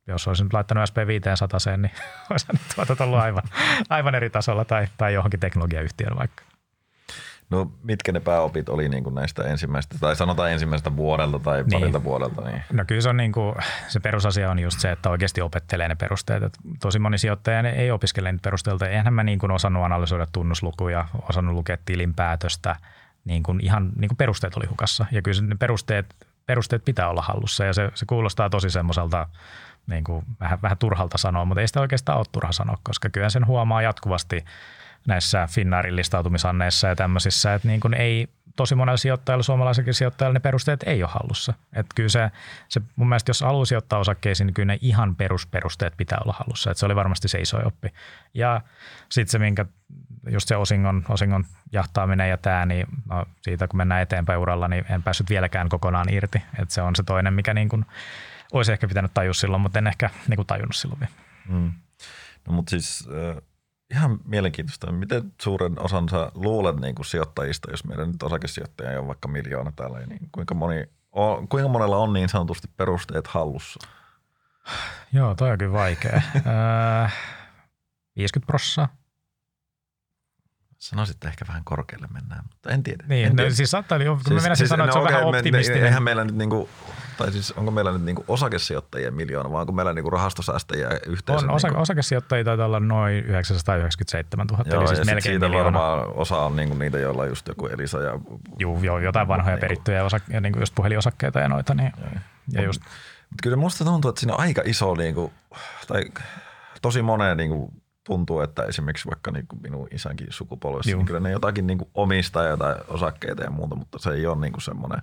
jos olisin laittanut S P viisisataa, niin olisi tuotot ollut aivan, aivan eri tasolla tai, tai johonkin teknologiayhtiön vaikka. No mitkä ne pääopit oli niin kuin näistä ensimmäistä, tai sanotaan ensimmäisestä vuodelta tai niin. parilta vuodelta? Niin. No kyllä se on niin kuin, se perusasia on just se, että oikeasti opettelee ne perusteet. Et tosi moni sijoittaja ei opiskele niitä perusteita. Eihän mä niin kuin osannut analysoida tunnuslukuja, osannut lukea tilinpäätöstä. Niin kuin ihan niin kuin perusteet oli hukassa. Ja kyllä ne perusteet, perusteet pitää olla hallussa ja se, se kuulostaa tosi semmoiselta niin kuin vähän, vähän turhalta sanoa, mutta ei sitä oikeastaan ole turha sanoa, koska kyllä sen huomaa jatkuvasti näissä Finnairin listautumisanneissa ja tämmöisissä, että niin kuin ei tosi monella sijoittajalla, suomalaisellakin sijoittajalla ne perusteet ei ole hallussa. Että kyllä se, se mun mielestä jos haluaa sijoittaa osakkeisiin, niin kyllä ne ihan perusperusteet pitää olla hallussa. Että se oli varmasti se iso oppi. Ja sitten se, minkä just se osingon, osingon jahtaaminen ja tämä, niin no siitä kun mennään eteenpäin uralla, niin en päässyt vieläkään kokonaan irti. Että se on se toinen, mikä niin kuin olisi ehkä pitänyt tajua silloin, mutta en ehkä niin kuin tajunnut silloin vielä. Mm. No mutta siis äh, ihan mielenkiintoista. Miten suuren osan sä luulet niin kuin sijoittajista, jos meidän nyt osakesijoittajia ei ole vaikka miljoona täällä, niin kuinka, moni on, kuinka monella on niin sanotusti perusteet hallussa? Joo, toi on kyllä vaikea. viisikymmentä prosenttia. Sanoisit, että ehkä vähän korkealle mennään, mutta en tiedä. Niin, en no, tiedä. siis saattaa, siis, mä mennä siis, sanoa, että se on okay, vähän optimistinen. Eihän meillä nyt niinku, tai siis onko meillä nyt niinku osakesijoittajien miljoona, vai onko meillä niinku rahastosäästäjiä yhteensä? On, osa, niinku? osakesijoittajia taitaa olla noin yhdeksänsataayhdeksänkymmentäseitsemäntuhatta, Joo, eli siis ja melkein siitä miljoona. varmaan osa on niinku niitä, joilla on just joku Elisa ja... Juu, joo, jotain vanhoja niinku, perittyjä osak- ja niinku just puhelinosakkeita ja noita. Niin, ja ja just. Mutta kyllä musta tuntuu, että siinä on aika iso, niinku, tai tosi moneen niinku, tuntuu, että esimerkiksi vaikka niin kuin minun isänkin sukupolvessa, niin kyllä ne jotakin niin kuin omistaa jotain osakkeita ja muuta, mutta se ei ole niin kuin semmoinen,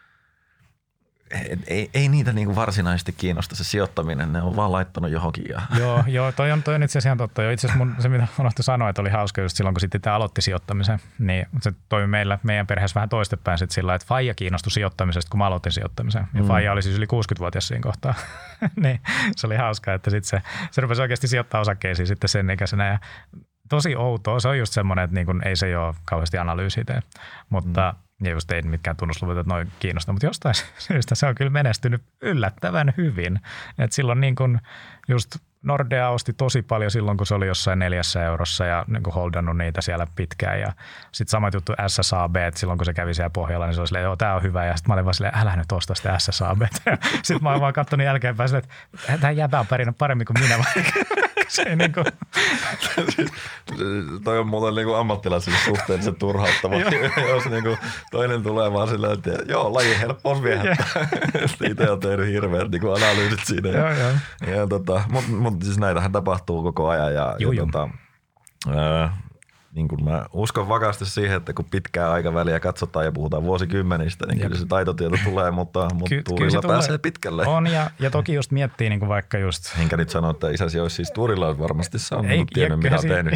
ei, ei niitä niin kuin varsinaisesti kiinnosta se sijoittaminen, ne on vaan laittanut johonkin. Ja. Joo, joo, toi on, toi on itse asiassa ihan totta. Itse asiassa mun, se mitä unohtui sanoa, että oli hauska just silloin, kun sitten tämä aloitti sijoittamisen, niin se toimi meillä, meidän perheessä vähän toistepäin sitten sillä, että faija kiinnostui sijoittamisesta, kun mä aloitin sijoittamisen. Ja mm. faija oli siis yli kuusikymmentävuotias siinä kohtaa. Niin se oli hauska, että sitten se, se rupesi oikeasti sijoittaa osakkeisiin sitten sen ikäisenä. Ja tosi outoa, se on just semmoinen, että niin kun ei se ole kauheasti analyysiä tee, mutta mm. ja just ei mitkään tunnusluvut, että noin kiinnostaa, mutta jostain syystä se on kyllä menestynyt yllättävän hyvin. Et silloin niin kun just Nordea osti tosi paljon silloin, kun se oli jossain neljässä eurossa ja niin kuin holdannut niitä siellä pitkään. Ja sitten sama juttu S S A B, että silloin kun se kävi siellä pohjalla, niin se oli silleen, joo, tämä on hyvä. Ja sitten mä olin vaan silleen, älä nyt osta sitä S S A B. Sitten mä olin vaan katsonut jälkeenpäin silleen, että tämä jäbä on pärjännyt paremmin kuin minä. Se ei niin kuin... Toi on muuten niin kuin ammattilaisille suhteellisen turhauttava. Jos niin kuin toinen tulee vaan silleen, että joo, laji helppous viehättää. Itse on tehnyt hirveät niin kuin analyysit siinä. Ja, ja, ja, tota, mutta mut siis näitähän tapahtuu koko ajan. Ja, juu, ja tota, ää, niin kuin mä uskon vakaasti siihen, että kun pitkää aikaväliä katsotaan ja puhutaan vuosikymmenistä, niin Jep. kyllä se taitotieto tulee, mutta, mutta Ky- tuurilla pääsee tulee. Pitkälle. On ja, ja toki just miettii niin kuin vaikka just... Enkä nyt sano, että isäsi olisi siis tuurilla varmasti saanut tiennyt, mitä on tehnyt.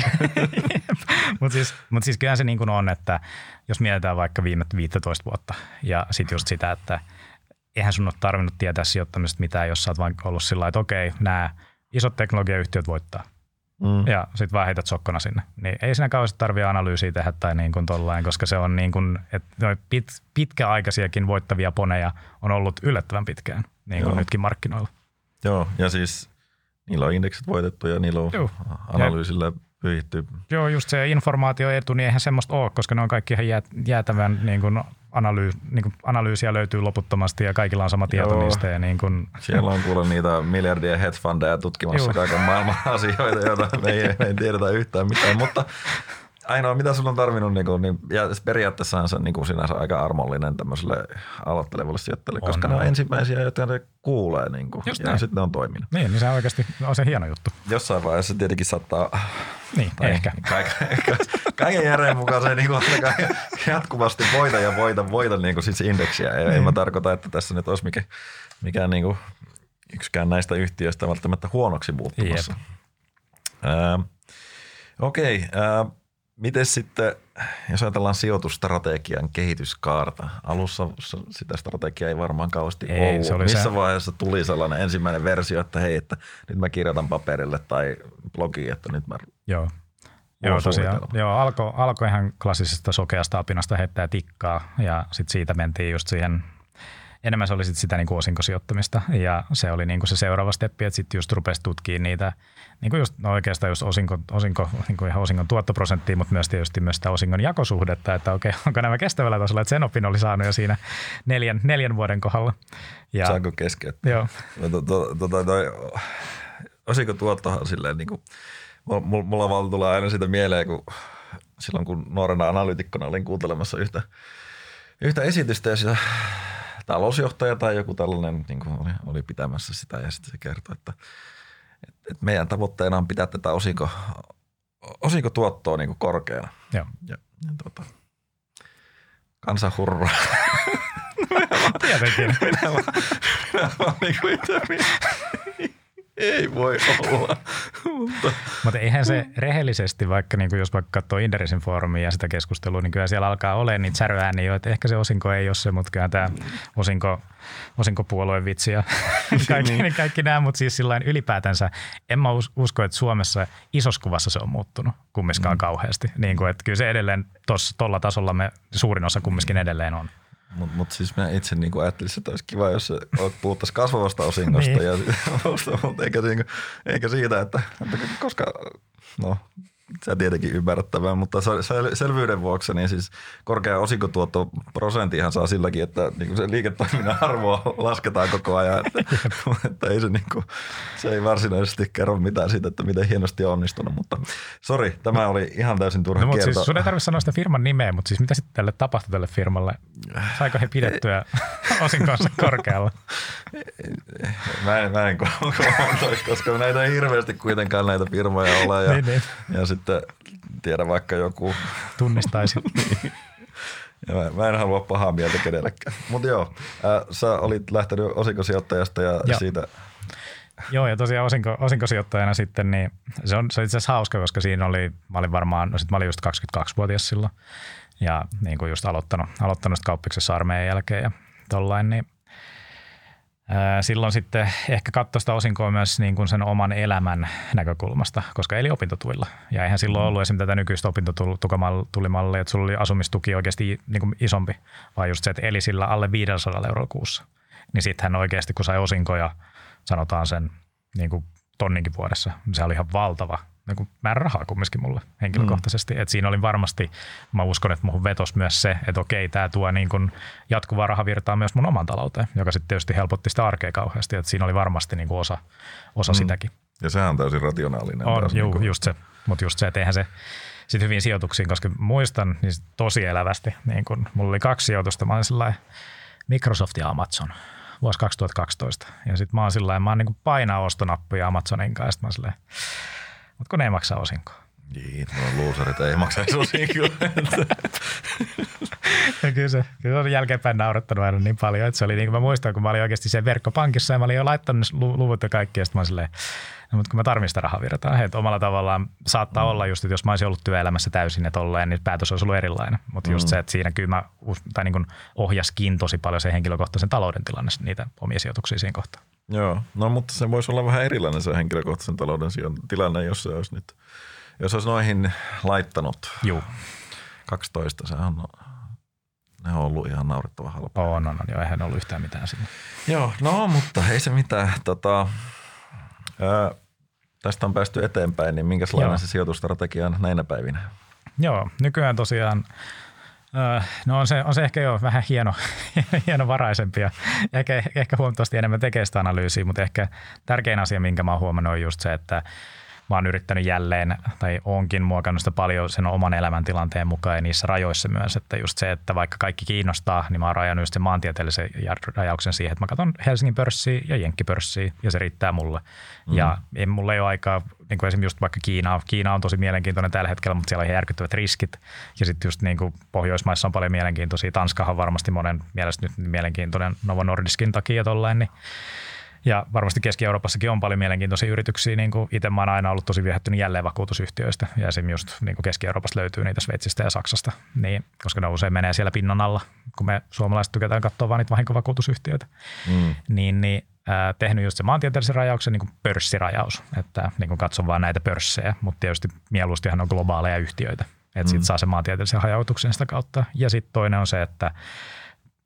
Mutta siis, mut siis kyllähän se niin kuin on, että jos mietitään vaikka viime viisitoista vuotta ja sitten just sitä, että eihän sun ole tarvinnut tietää sijoittamisesta mitään, jos sä oot vaan ollut sillä lailla, että okei, nämä isot teknologiayhtiöt voittaa. Mm. Ja sitten vaan heität sokkona sinne. Niin ei siinä kauheasti tarvitse analyysiä tehdä tai niin kuin tollain, koska se on niin kuin, että pit, pitkäaikaisiakin voittavia poneja on ollut yllättävän pitkään, niin kuin Joo. nytkin markkinoilla. Joo, ja siis niillä on indeksit voitettu ja niillä on Joo. analyysillä pyhitty. Joo, just se informaatioetu, niin eihän semmoista ole, koska ne on kaikki ihan jäätävän niin kuin analyy, niin kuin analyysiä löytyy loputtomasti ja kaikilla on sama tieto Joo. niistä. Ja niin kuin... Siellä on kuule niitä miljardien hedgefundeja tutkimassa Joo. kaiken maailman asioita, joita me ei, me ei tiedetä yhtään mitään, mutta ainoa mitä sulla on tarvinnut, niin, kuin, niin ja periaatteessa on se niin kuin sinänsä aika armollinen tämmöiselle aloittelevalle sijoittajalle, on, koska on. Ne on ensimmäisiä, jotka ne kuulee niin kuin, ja näin. Sitten ne on toiminut. Niin, niin se on oikeasti on se hieno juttu. Jossain vaiheessa tietenkin saattaa... Niin, tai ehkä. Kaiken, kaiken järjen mukaan se niin kuin, jatkuvasti voita ja voita, voita niin kuin siis indeksiä. Ei, niin. En mä tarkoita, että tässä nyt olisi mikään, mikään niin kuin yksikään näistä yhtiöistä välttämättä huonoksi muuttumassa. Äh, Okei, okay, äh, miten sitten, jos ajatellaan sijoitusstrategian kehityskaarta, alussa sitä strategiaa ei varmaan kauheasti ei, ollut. Se Missä se... vaiheessa tuli sellainen ensimmäinen versio, että hei, että nyt mä kirjoitan paperille tai blogiin, että nyt mä Joo. Joo, tosiaan. Joo, alkoi alko ihan klassisesta sokeasta apinasta heittää tikkaa ja sitten siitä mentiin just siihen enemmän se oli sit sitä niin kuin osinkosijoittamista ja se oli niin kuin se seuraava steppi, että sitten just rupesi tutkimaan niitä, niin kuin just, no oikeastaan just osinko, osinko, niin kuin ihan osingon tuottoprosenttia, mutta myös tietysti myös sitä osingon jakosuhdetta, että okei, onko nämä kestävällä tasolla, että sen opin oli saanut jo siinä neljän, neljän vuoden kohdalla. Ja, saanko keskeyttää? Joo. No, to, to, to, toi osinkotuottohan silleen niin kuin, mulla vaan tulee aina siitä mieleen, kun silloin kun nuorena analyytikkona olin kuuntelemassa yhtä, yhtä esitystä ja sitä talousjohtaja tai joku tällainen niin kuin oli, oli pitämässä sitä ja sitten se kertoi, että, että meidän tavoitteena on pitää tätä osinko, osinkotuottoa niin kuin korkeana. Joo. Ja, ja tuota, kansa hurraa. Tietenkin. Minä vaan, minä vaan niin kuin itse, ei voi olla. Mutta Mutta eihän se rehellisesti, vaikka niin kuin jos vaikka katsoo Inderesin foorumia ja sitä keskustelua, niin kyllä siellä alkaa olemaan niitä säröääniä, että ehkä se osinko ei ole se, mutta kyllä tämä osinko, osinkopuolueen vitsi ja kaikki, niin. kaikki nämä, mutta siis sillain ylipäätänsä en mä usko, että Suomessa isossa kuvassa se on muuttunut kummiskaan mm. kauheasti. Niin kuin, että kyllä se edelleen tuolla tasolla me suurin osa kumminkin edelleen on. Mutta mut siis mä itse niinku ajattelisin, että olisi kiva, jos puhuttaisiin kasvavasta osingosta, niin. ja, mutta eikä, niinku, eikä siitä, että, että koska, no sä tietenkin ymmärrettävää, mutta sel, selvyyden vuoksi niin siis korkea osinkotuotto prosenttihan saa silläkin, että niinku se liiketoiminnan arvoa lasketaan koko ajan, että, että ei se, niinku, se ei varsinaisesti kerro mitään siitä, että miten hienosti on onnistunut, mutta sori, tämä oli ihan täysin turha no, kierto. Siis sun ei tarvitse sanoa sitä firman nimeä, mutta siis mitä sitten tälle tapahtui tälle firmalle? Saiko he pidettyä osinkonsa korkealla? Mä en, mä en kommentoisi, koska näitä ei hirveästi kuitenkaan näitä firmoja ole ja, niin, niin. ja sitten tiedä vaikka joku tunnistaisi. niin. Ja mä, mä en halua pahaa mieltä kenellekään. Mutta joo, äh, sä olit lähtenyt osinkosijoittajasta ja joo. siitä. Joo, ja tosiaan osinko, osinkosijoittajana sitten, niin se on, se on itse asiassa hauska, koska siinä oli, mä olin varmaan, no sit mä olin just kaksikymmentäkaksivuotias silloin ja niin kuin just aloittanut, aloittanut kauppiksessa armeijan jälkeen ja tollain, niin ää, silloin sitten ehkä katsoi sitä osinkoa myös niin kuin sen oman elämän näkökulmasta, koska eli opintotuilla. Ja eihän silloin ollut esimerkiksi tätä nykyistä opintotulimallia, että sulla oli asumistuki oikeasti niin kuin isompi, vaan just se, että eli sillä alle viisisataa euroa kuussa. Niin sittenhän oikeasti, kun sai osinkoja, sanotaan sen niin kuin tonninkin vuodessa, se oli ihan valtava niin kuin määrä rahaa kumminkin mulle henkilökohtaisesti. Mm. Et siinä oli varmasti, mä uskon, että muhun vetosi myös se, että okei, tämä tuo niin kuin jatkuvaa rahavirtaa myös mun oman talouteen, joka sitten tietysti helpotti sitä arkea kauheasti. Et siinä oli varmasti niin kuin osa, osa mm. sitäkin. Ja sehän on täysin rationaalinen. On, juu, niin kuin just se. Mutta just se, että eihän se sitten hyvin sijoituksiin, koska muistan niin tosi elävästi, niin kun mulla oli kaksi sijoitusta. Mä olin sellainen Microsoft ja Amazon vuosi kaksituhattakaksitoista. Ja sitten mä oon sillä mä oon niin kuin painaa ostonappia Amazonin kanssa. Mä oon silleen, mutta kun ne ei maksaa osinkoa. Niin, no loserit ei maksaisi osinkoa. Ja kyllä se, kyllä se on jälkeenpäin naurattanut aina niin paljon, että se oli niin kuin mä muistan, kun mä olin oikeasti sen verkkopankissa ja mä olin jo laittanut ne luvut ja kaikki, ja sitten mä olin silleen, no, mutta kun mä tarvitsen sitä rahavirtaa, että omalla tavallaan saattaa mm. olla just, että jos mä olisin ollut työelämässä täysin ja tolleen, niin päätös olisi ollut erilainen. Mutta just mm. se, että siinä kyllä mä tai niin kuin ohjaskin tosi paljon se henkilökohtaisen talouden tilanne, niitä omia sijoituksia siinä kohtaa. Joo, no mutta se voisi olla vähän erilainen se henkilökohtaisen talouden tilanne, jos se olisi nyt, jos olisi noihin laittanut. Juu. kaksitoista, se on, ne on ollut ihan naurettava halpaa. On, on, on, joo, eihän ollut yhtään mitään siinä. Joo, no mutta ei se mitään. Tota, ää, tästä on päästy eteenpäin, niin minkälainen joo. se sijoitusstrategia on näinä päivinä? Joo, nykyään tosiaan no on se, on se ehkä jo vähän hieno, hienovaraisempi ja ehkä, ehkä huomattavasti enemmän tekee sitä analyysiä, mutta ehkä tärkein asia, minkä mä oon huomannut on just se, että mä oon yrittänyt jälleen tai oonkin muokannut sitä paljon sen oman elämäntilanteen mukaan ja niissä rajoissa myös, että just se, että vaikka kaikki kiinnostaa, niin mä oon rajannut just sen maantieteellisen rajauksen siihen, että mä katson Helsingin pörssiä ja Jenkkipörssiä ja se riittää mulle. Mm. Ja ei, mulla ei ole aikaa, niin kuin esimerkiksi just vaikka Kiina, Kiina on tosi mielenkiintoinen tällä hetkellä, mutta siellä on ihan järkyttävät riskit ja sitten just niin kuin Pohjoismaissa on paljon mielenkiintoisia. Tanskahan on varmasti monen mielestä nyt mielenkiintoinen Novo Nordiskin takia tollain, niin ja varmasti Keski-Euroopassakin on paljon mielenkiintoisia yrityksiä. Niin kuin itse mä oon aina ollut tosi viehättynyt jälleen vakuutusyhtiöistä. Ja esimerkiksi just niin kuin Keski-Euroopasta löytyy niitä Sveitsistä ja Saksasta. Niin, koska ne usein menee siellä pinnan alla, kun me suomalaiset tykätään katsoa vaan niitä vahinkovakuutusyhtiöitä. Mm. Niin, niin äh, tehnyt just se maantieteellisen rajauksen niin kuin pörssirajaus. Että niin kuin katson vaan näitä pörssejä, mutta tietysti mieluustihan on globaaleja yhtiöitä. Että mm. sitten saa sen maantieteellisen hajautuksen sitä kautta. Ja sitten toinen on se, että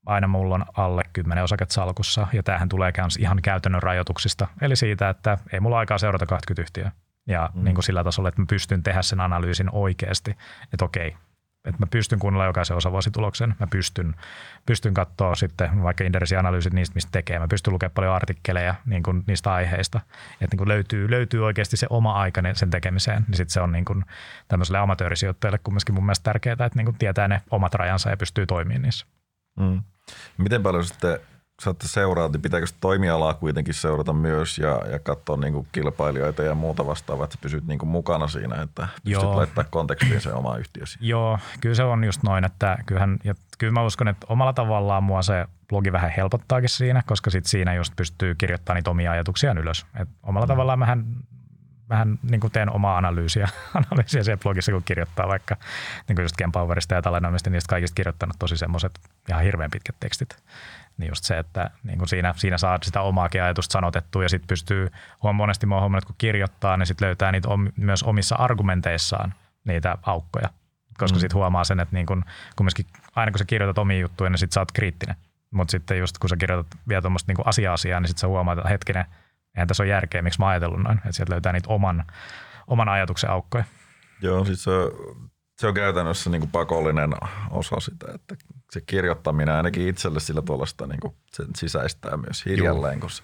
aina mulla on alle kymmenen osaketta salkussa ja tämähän tulee ihan käytännön rajoituksista. Eli siitä, että ei mulla aikaa seurata kaksikymmentä yhtiöä. Ja mm. niin kuin sillä tasolla, että mä pystyn tehdä sen analyysin oikeasti, että okei, että mä pystyn kuunnella jokaisen osavuosituloksen, mä pystyn, pystyn katsoa sitten vaikka Inderesin analyysit niistä, mistä tekee, mä pystyn lukemaan paljon artikkeleja niin kuin niistä aiheista, että niin kuin löytyy, löytyy oikeasti se oma aika sen tekemiseen, niin sitten se on niin kuin tämmöiselle amatöörisijoittajalle kumminkin mun mielestä tärkeää, että niin kuin tietää ne omat rajansa ja pystyy toimimaan niissä. Mm. Miten paljon sitten sä seuraat, niin pitääkö toimialaa kuitenkin seurata myös ja, ja katsoa niin kuin kilpailijoita ja muuta vastaavaa, että sä pysyt niin kuin mukana siinä, että pystyt Joo. laittaa kontekstiin se oma yhtiösi? Joo, kyllä se on just noin, että kyllähän, ja kyllä mä uskon, että omalla tavallaan mua se blogi vähän helpottaakin siinä, koska sit siinä just pystyy kirjoittamaan niitä omia ajatuksiaan ylös. Et omalla mm. tavallaan mähän, mähän niin kuin teen omaa analyysiä, analyysiä siellä blogissa, kun kirjoittaa vaikka niin kuin just Kempowerista ja Talenomista, niistä kaikista kirjoittanut tosi semmoiset ihan hirveän pitkät tekstit. Niin just se, että niin kuin siinä, siinä saa sitä omaakin ajatusta sanotettua ja sitten pystyy, on monesti mä oon huomannut, kun kirjoittaa, niin sitten löytää niitä om, myös omissa argumenteissaan niitä aukkoja. Koska mm. sitten huomaa sen, että niin kun, kumminkin aina kun sä kirjoitat omia juttuja, niin sitten sä oot kriittinen. Mutta sitten just kun sä kirjoitat vielä tuommoista niin asia-asiaa, niin sitten sä huomaat, että hetkinen, eihän tässä ole järkeä, miksi mä oon ajatellut noin. Että sieltä löytää niitä oman, oman ajatuksen aukkoja. Joo, siis se, se on käytännössä niin kuin pakollinen osa sitä, että se kirjoittaminen ainakin itselle sillä tuollaista niin kuin sen sisäistää myös hiljalleen. Koska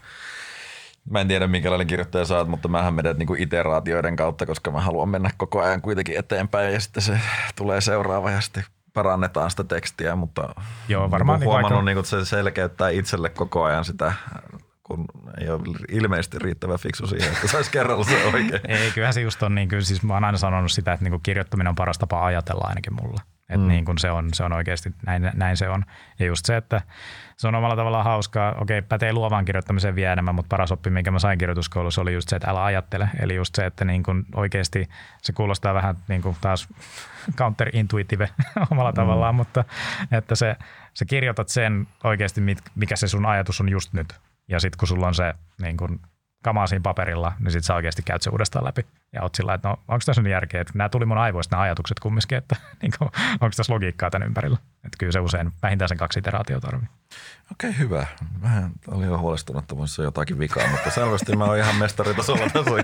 mä en tiedä, minkälainen kirjoittaja sä oot, mutta mähän menen niin kuin iteraatioiden kautta, koska mä haluan mennä koko ajan kuitenkin eteenpäin ja sitten se tulee seuraava ja sitten parannetaan sitä tekstiä, mutta Joo, varmaan niin huomannut, aika... niin kuin, että se selkeyttää itselle koko ajan sitä, kun ei ole ilmeisesti riittävän fiksu siihen, että saisi kerralla se oikein. Ei, kyllähän se just on niin, kyllä siis mä oon aina sanonut sitä, että niin kuin kirjoittaminen on paras tapa ajatella ainakin mulla. Että mm. niin kuin se on, se on oikeasti, näin, näin se on. Ja just se, että se on omalla tavallaan hauskaa, okei, pätee luovaan kirjoittamiseen vielä enemmän, mutta paras oppi, minkä mä sain kirjoituskoulussa, oli just se, että älä ajattele. Eli just se, että niin kuin oikeasti se kuulostaa vähän niin kuin taas counterintuitive omalla mm. tavallaan, mutta että se, se kirjoitat sen oikeasti, mikä se sun ajatus on just nyt. Ja sitten kun sulla on se niin kuin kamaa siinä paperilla, niin sitten sä oikeasti käyt se uudestaan läpi. Ja oot sillä, että no onko tässä nyt järkeä, että nämä tuli mun aivoista nämä ajatukset kumminkin, että niin kuin, onko tässä logiikkaa tämän ympärillä. Että kyllä se usein vähintään sen kaksi iteraatiota tarvii. Okei, hyvä. Vähän olin jo huolestunut, että voisi jotakin vikaa, mutta selvästi mä oon ihan mestaritasolla tasoja.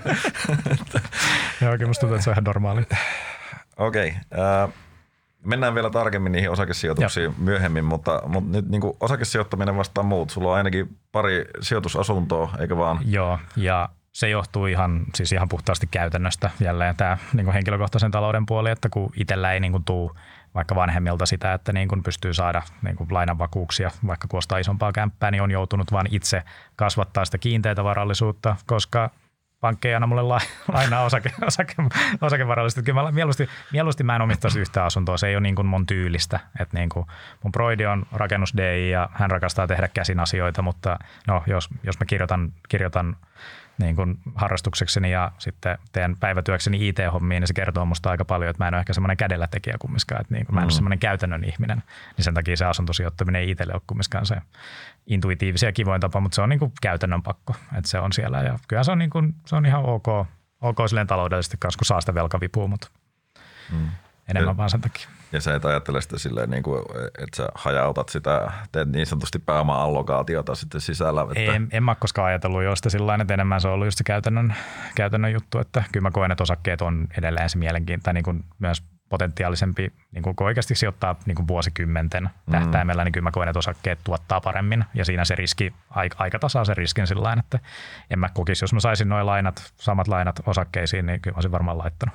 Ja oikein musta tuntuu, että se on ihan normaali. Okei. Äh, mennään vielä tarkemmin niihin osakesijoituksiin ja. myöhemmin, mutta, mutta nyt niin kuin osakesijoittaminen vastaan muut. Sulla on ainakin pari sijoitusasuntoa, eikö vaan? Joo, ja se johtuu ihan, siis ihan puhtaasti käytännöstä jälleen tämä niin kuin henkilökohtaisen talouden puoli, että kun itsellä ei niin kuin tule vaikka vanhemmilta sitä, että niin kuin pystyy saada niin kuin lainanvakuuksia, vaikka kun ostaa isompaa kämppää, niin on joutunut vaan itse kasvattaa sitä kiinteätä varallisuutta, koska pankki ei anna mulle lainaa osake, osake, osakevarallisuutta. Kyllä mä mieluusti, mieluusti mä en omistaisi yhtä asuntoa, se ei ole niin kuin mun tyylistä. Et niin kuin mun broidi on rakennus D I ja hän rakastaa tehdä käsin asioita, mutta no, jos, jos mä kirjoitan, kirjoitan niin kuin harrastuksekseni ja sitten teen päivätyökseni I T-hommiin, niin se kertoo musta aika paljon, että mä en ole ehkä semmoinen kädellä tekijä kumminkaan, että niin kuin mä en ole semmoinen käytännön ihminen, niin sen takia se asuntosijoittaminen ei itselle ole kumminkaan se intuitiivisia ja kivoin tapa, mutta se on niin kuin käytännön pakko, että se on siellä ja kyllä se on, niin kuin, se on ihan ok, ok silleen taloudellisesti kanssa, kun saa sitä velkavipua, mutta mm. enemmän ja, vaan sen takia. Ja sä et ajattele sitä silleen, niin kuin, että sä hajautat sitä, teet niin sanotusti pääoma-allokaatiota sitten sisällä. Että... En, en mä koskaan ajatellut jo sitä sillä että enemmän se on ollut just se käytännön, käytännön juttu, että kyllä mä koen, että osakkeet on edelleen se mielenkiintoinen, tai niin kuin myös potentiaalisempi, niin kuin kun oikeasti sijoittaa niin kuin vuosikymmenten tähtäimellä, mm. niin kyllä mä koen, että osakkeet tuottaa paremmin. Ja siinä se riski, aika tasaa se riskin sillä tavalla, että en mä kokisi, jos mä saisin nuo lainat, samat lainat osakkeisiin, niin kyllä mä olisin varmaan laittanut.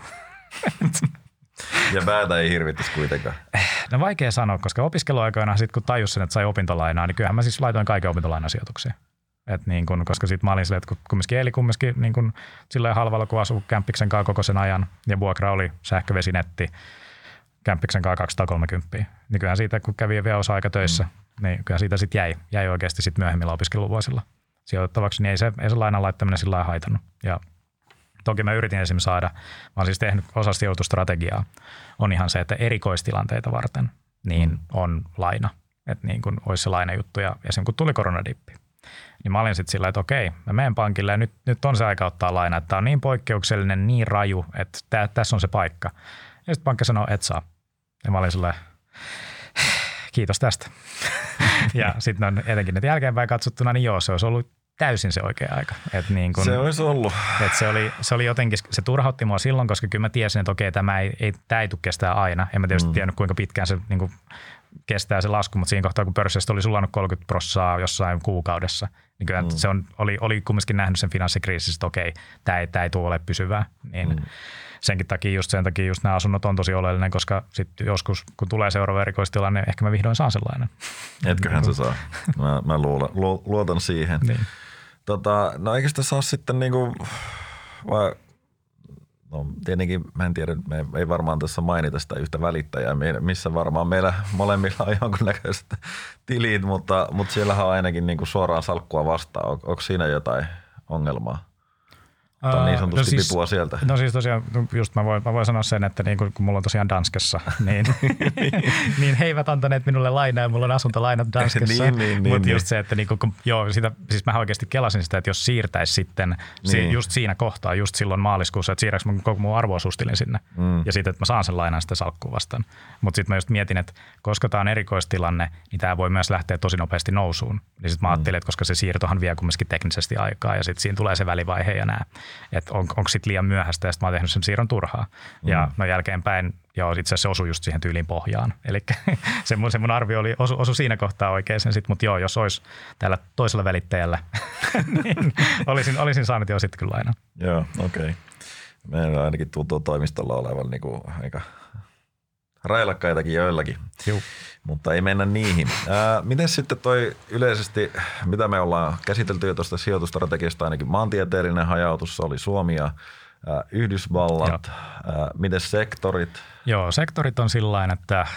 Ja päätä ei hirvittäisi kuitenkaan. No vaikea sanoa, koska opiskeluaikoina sitten kun tajus sen, että sai opintolainaa, niin kyllähän mä siis laitoin kaiken opintolainasijoituksiin. Et niin kun, koska sitten mä olin silleen, että kumminkin eli kumminkin niin kun silleen halvalla, kun asui kämppiksen kanssa koko sen ajan ja vuokra oli sähkövesinetti kämppiksen kanssa kaksisataakolmekymmentä. Niin kyllähän siitä, kun kävi vielä osa-aika töissä, mm. niin kyllähän siitä sitten jäi, jäi oikeasti sitten myöhemmillä opiskeluvuosilla sijoitettavaksi, niin ei se, ei se lainan laittaminen sillä lailla haitannut. Ja toki mä yritin esimerkiksi saada, mä oon siis tehnyt osa sijoitustrategiaa, on ihan se, että erikoistilanteita varten niin on laina. Että niin kuin olisi se lainajuttu ja esimerkiksi kun tuli koronadippi, niin mä olin sitten sillä, että okei, mä menen pankille ja nyt, nyt on se aika ottaa laina, että tämä on niin poikkeuksellinen, niin raju, että tää, tässä on se paikka. Ja sitten pankki sanoo, et saa. Ja mä olin sillä kiitos tästä. Ja sitten on etenkin nyt jälkeenpäin katsottuna, niin joo, se olisi ollut täysin se oikea aika. Et niin kun, se olisi ollut. Et se, oli, se oli jotenkin, se turhautti mua silloin, koska kyllä mä tiesin, että okei, tämä ei, ei, tämä ei tule kestää aina. En mä tietysti mm. tiennyt, kuinka pitkään se niin kuin kestää se lasku, mutta siinä kohtaa, kun pörssistä oli sulannut kolmekymmentä prosenttia jossain kuukaudessa, niin kyllä mm. se on, oli, oli kumminkin nähnyt sen finanssikriisissä, että okei, tämä ei, tämä ei tule ole pysyvää. Niin mm. senkin takia just sen takia just nämä asunnot on tosi oleellinen, koska sitten joskus, kun tulee seuraava erikoistilanne, ehkä mä vihdoin saan sellainen. Etköhän se saa. Mä, mä luulen, lu, luotan siihen. Niin. Tota, no eikö sitä saa sitten niinku, vai, no tietenkin mä en tiedä, me ei varmaan tässä mainita sitä yhtä välittäjää, missä varmaan meillä molemmilla on jonkunnäköiset tilit, mutta, mutta siellähän on ainakin niinku suoraan salkkua vastaan. On, onko siinä jotain ongelmaa? On niin sanotusti no siis, pipua sieltä. No siis tosiaan, just mä voin, mä voin sanoa sen, että niin kun, kun mulla on tosiaan Danskessa, niin, niin he eivät antaneet minulle lainaa ja mulla on asuntolainat Danskessa. niin, niin, niin, mutta just niin. se, että niin kun, joo, sitä, siis mä oikeasti kelasin sitä, että jos siirtäisi sitten niin. si, just siinä kohtaa, just silloin maaliskuussa, että siirräks mä koko mun arvo-osuustilin sinne mm. ja sitten, että mä saan sen lainan sitä salkkuun vastaan. Mutta sitten mä just mietin, että koska tämä on erikoistilanne, niin tämä voi myös lähteä tosi nopeasti nousuun. Niin sitten mä ajattelin, mm. että koska se siirtohan vie kumminkin teknisesti aikaa ja sitten siinä tulee se välivaihe ja nää. Että on, onko sitten liian myöhäistä ja sitten mä oon tehnyt sen siirron turhaa. Mm. Ja no jälkeenpäin, joo, itse asiassa se osui just siihen tyyliin pohjaan. Eli se, mun, se mun arvio oli, osu, osu siinä kohtaa oikein sen sitten, mutta joo, jos olisi täällä toisella välittäjällä, niin olisin, olisin saanut jo sitten kyllä lainan. Joo, okei. Okay. Meillä ainakin tuntuu toimistolla olevan niinku aika railakkaitakin joillakin, Juh. mutta ei mennä niihin. Ää, miten sitten toi yleisesti, mitä me ollaan käsitelty jo tuosta sijoitustrategiasta, ainakin maantieteellinen hajautus, oli Suomi ja ää, Yhdysvallat. Ää, miten sektorit? Joo, sektorit on sillain, että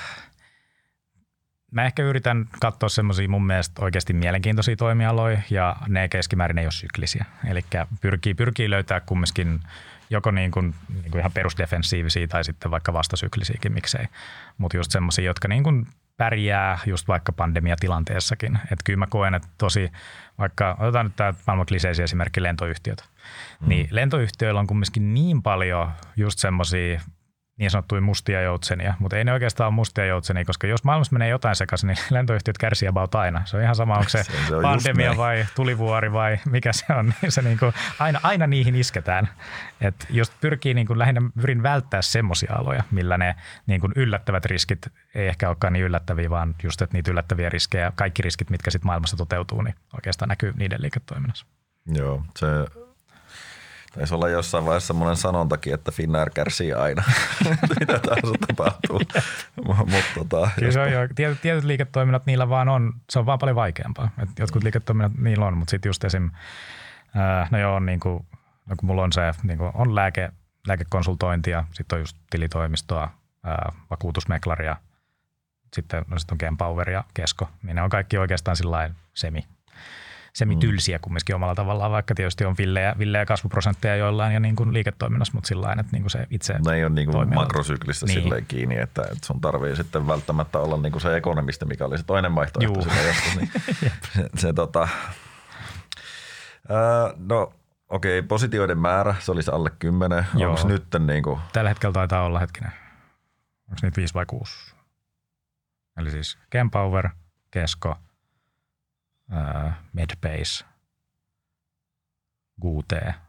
mä ehkä yritän katsoa semmoisia mun mielestä oikeasti mielenkiintoisia toimialoja ja ne keskimäärin ei ole syklisiä. Eli pyrkii, pyrkii löytää kumminkin joko niin kuin, niin kuin ihan perusdefensiivisiä tai sitten vaikka vastasyklisiäkin, miksei. Mutta just semmoisia, jotka niin kuin pärjää just vaikka pandemiatilanteessakin. Että kyllä mä koen, että tosi, vaikka otetaan nyt tämä maailman kliseisiä esimerkki lentoyhtiöt, mm. niin lentoyhtiöillä on kumminkin niin paljon just semmoisia niin sanottuja mustia joutsenia, mutta ei ne oikeastaan ole mustia joutsenia, koska jos maailmassa menee jotain sekaisin, niin lentoyhtiöt kärsii about aina. Se on ihan sama, onko se, se, se pandemia vai tulivuori vai mikä se on. Niin se niinku, aina, aina niihin isketään. Et jos pyrkii niinku, lähinnä pyrin välttää semmoisia aloja, millä ne niinku, yllättävät riskit ei ehkä olekaan niin yllättäviä, vaan just että niitä yllättäviä riskejä, kaikki riskit, mitkä sitten maailmassa toteutuu, niin oikeastaan näkyy niiden liiketoiminnassa. Joo, se taisi olla jossain vaiheessa semmoinen sanontakin, että Finnair kärsii aina, mitä tahansa tapahtuu. Mut, tota, Kyllä se on jo, tietyt, tietyt liiketoiminnat niillä vaan on, se on vaan paljon vaikeampaa. Et jotkut liiketoiminnat niillä on, mutta sitten just esim. Ää, no joo, niin kuin, no kun mulla on se, niin kuin on lääke, lääkekonsultointia, sitten on just tilitoimistoa, ää, vakuutusmeklaria, sitten no sit on Kempower ja Kesko, niin ne on kaikki oikeastaan sillain semi. semitylsiä kumminkin omalla tavallaan, vaikka tietysti on villejä, villejä kasvuprosentteja joillain ja niin kuin liiketoiminnassa, mutta sillä lailla, että niin kuin se itse ne ei ole niin kuin makrosyklistä niin. silleen kiinni, että, että sun tarvii sitten välttämättä olla niin kuin se ekonomisti, mikä oli se toinen vaihtoehto sillä joskus. Niin se, se, tota, ää, no okei, okay, positioiden määrä, se olisi alle kymmenen. Onko nyt niin kuin tällä hetkellä taitaa olla hetkinen. Onko niitä viisi vai kuusi? Eli siis Kempower, Kesko, Uh, Medbase, G U T. Kyllä